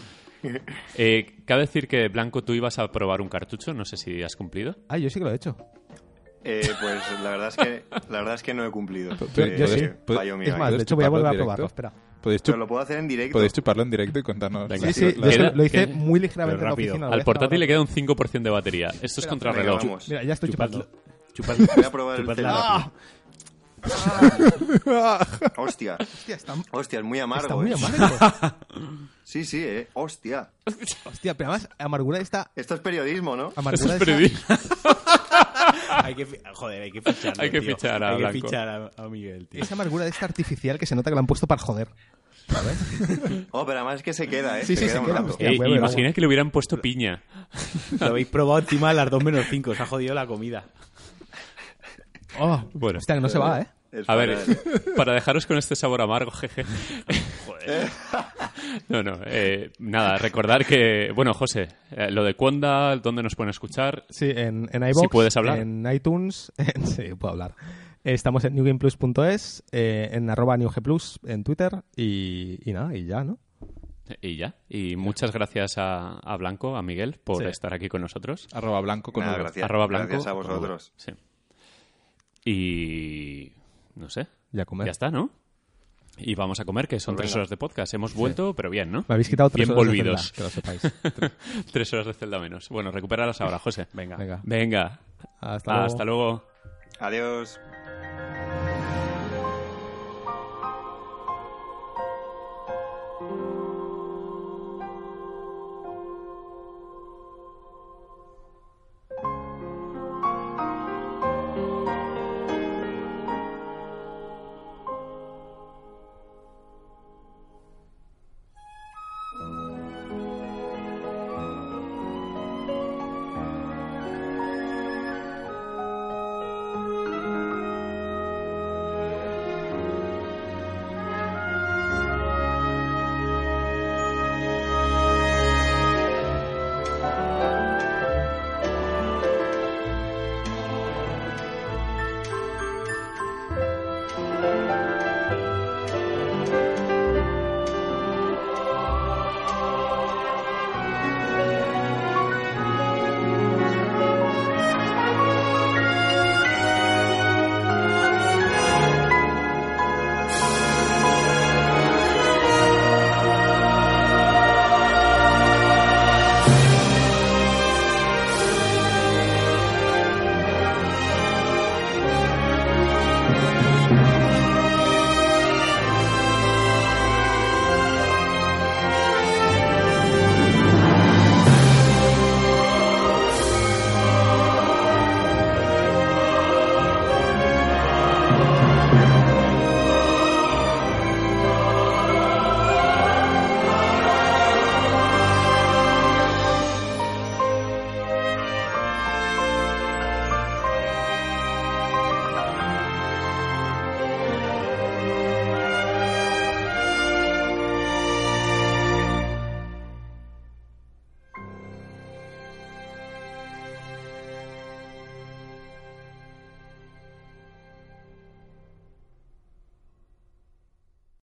S1: Cabe decir que, Blanco, tú ibas a probar un cartucho. No sé si has cumplido.
S5: Ah, yo sí que lo he hecho.
S2: Pues la verdad es que no he cumplido.
S5: Yo sí.
S2: Fallo mío
S5: Es más,
S2: ahí.
S5: de hecho voy a volver a
S3: chuparlo en
S5: probarlo.
S3: directo?
S5: Espera.
S3: ¿Podéis,
S2: Pero lo puedo hacer en directo.
S3: podéis chuparlo en directo y contarnos.
S1: Venga.
S5: Sí, sí,
S2: Claro.
S5: yo
S1: Queda-
S5: lo hice
S1: queda-
S5: muy ligeramente
S4: pero
S5: en la
S4: rápido.
S5: oficina. lo
S1: Al
S5: voy a
S1: portátil le
S5: hacer
S1: queda un 5% de batería. Esto es
S5: Espera,
S1: contra
S2: venga,
S1: reloj.
S2: vamos.
S5: ahora. Mira, ya estoy chupando.
S2: Voy a probar el
S4: Chupadla.
S2: Zelda. Hostia.
S5: Hostia,
S2: Hostia, es muy amargo.
S5: está muy
S2: ¿eh?
S5: amargo.
S2: Sí, sí, Hostia.
S5: Hostia, pero además, amargura de esta...
S2: Esto es periodismo, ¿no?
S1: Eso
S5: Amargura
S1: es
S5: de
S1: periodismo.
S4: Hay que ficharlo,
S1: Hay que
S4: tío.
S1: fichar a
S4: Hay que
S1: Blanco.
S4: fichar a Miguel, tío.
S5: esa amargura de esta artificial que se nota que la han puesto para joder. ¿Sabes?
S2: Oh, pero además es que se queda, ¿eh?
S5: Sí, sí, se
S2: un
S5: queda,
S2: rato.
S5: hostia. huevo,
S1: Imagina que le hubieran puesto piña.
S4: Lo habéis probado encima a las 2 menos 5. Os ha jodido la comida.
S5: Oh,
S1: Bueno.
S5: hostia, que no se va, ¿eh?
S2: Es
S1: A ver,
S2: fatal.
S1: para dejaros con este sabor amargo, jeje. No, nada, recordar que, bueno, José, lo de Conda, ¿dónde nos pueden escuchar?
S5: Sí, en iVoox,
S1: Si puedes hablar.
S5: en iTunes, sí, puedo hablar. Estamos en newgameplus.es, en @newgplus en Twitter y nada, y ya, ¿no?
S1: Y ya. Y muchas gracias a Blanco, a Miguel, por
S5: Sí.
S1: estar aquí con nosotros.
S3: @blanco con
S2: Nada,
S3: V.
S2: gracias.
S1: @blanco.
S2: Gracias a vosotros.
S1: Sí. Y... no sé.
S5: Ya comer.
S1: Ya está, ¿no? Y vamos a comer, que son
S2: Pues
S1: 3
S2: venga.
S1: horas de podcast. Hemos vuelto, pero bien, ¿no?
S5: Me habéis quitado 3
S1: Bien
S5: horas
S1: volvidos.
S5: de Zelda, que lo sepáis.
S1: 3 horas de Zelda menos. Bueno, recupéralas ahora, José.
S4: Venga.
S5: Venga,
S1: Venga.
S5: hasta luego.
S1: Hasta luego.
S2: Adiós.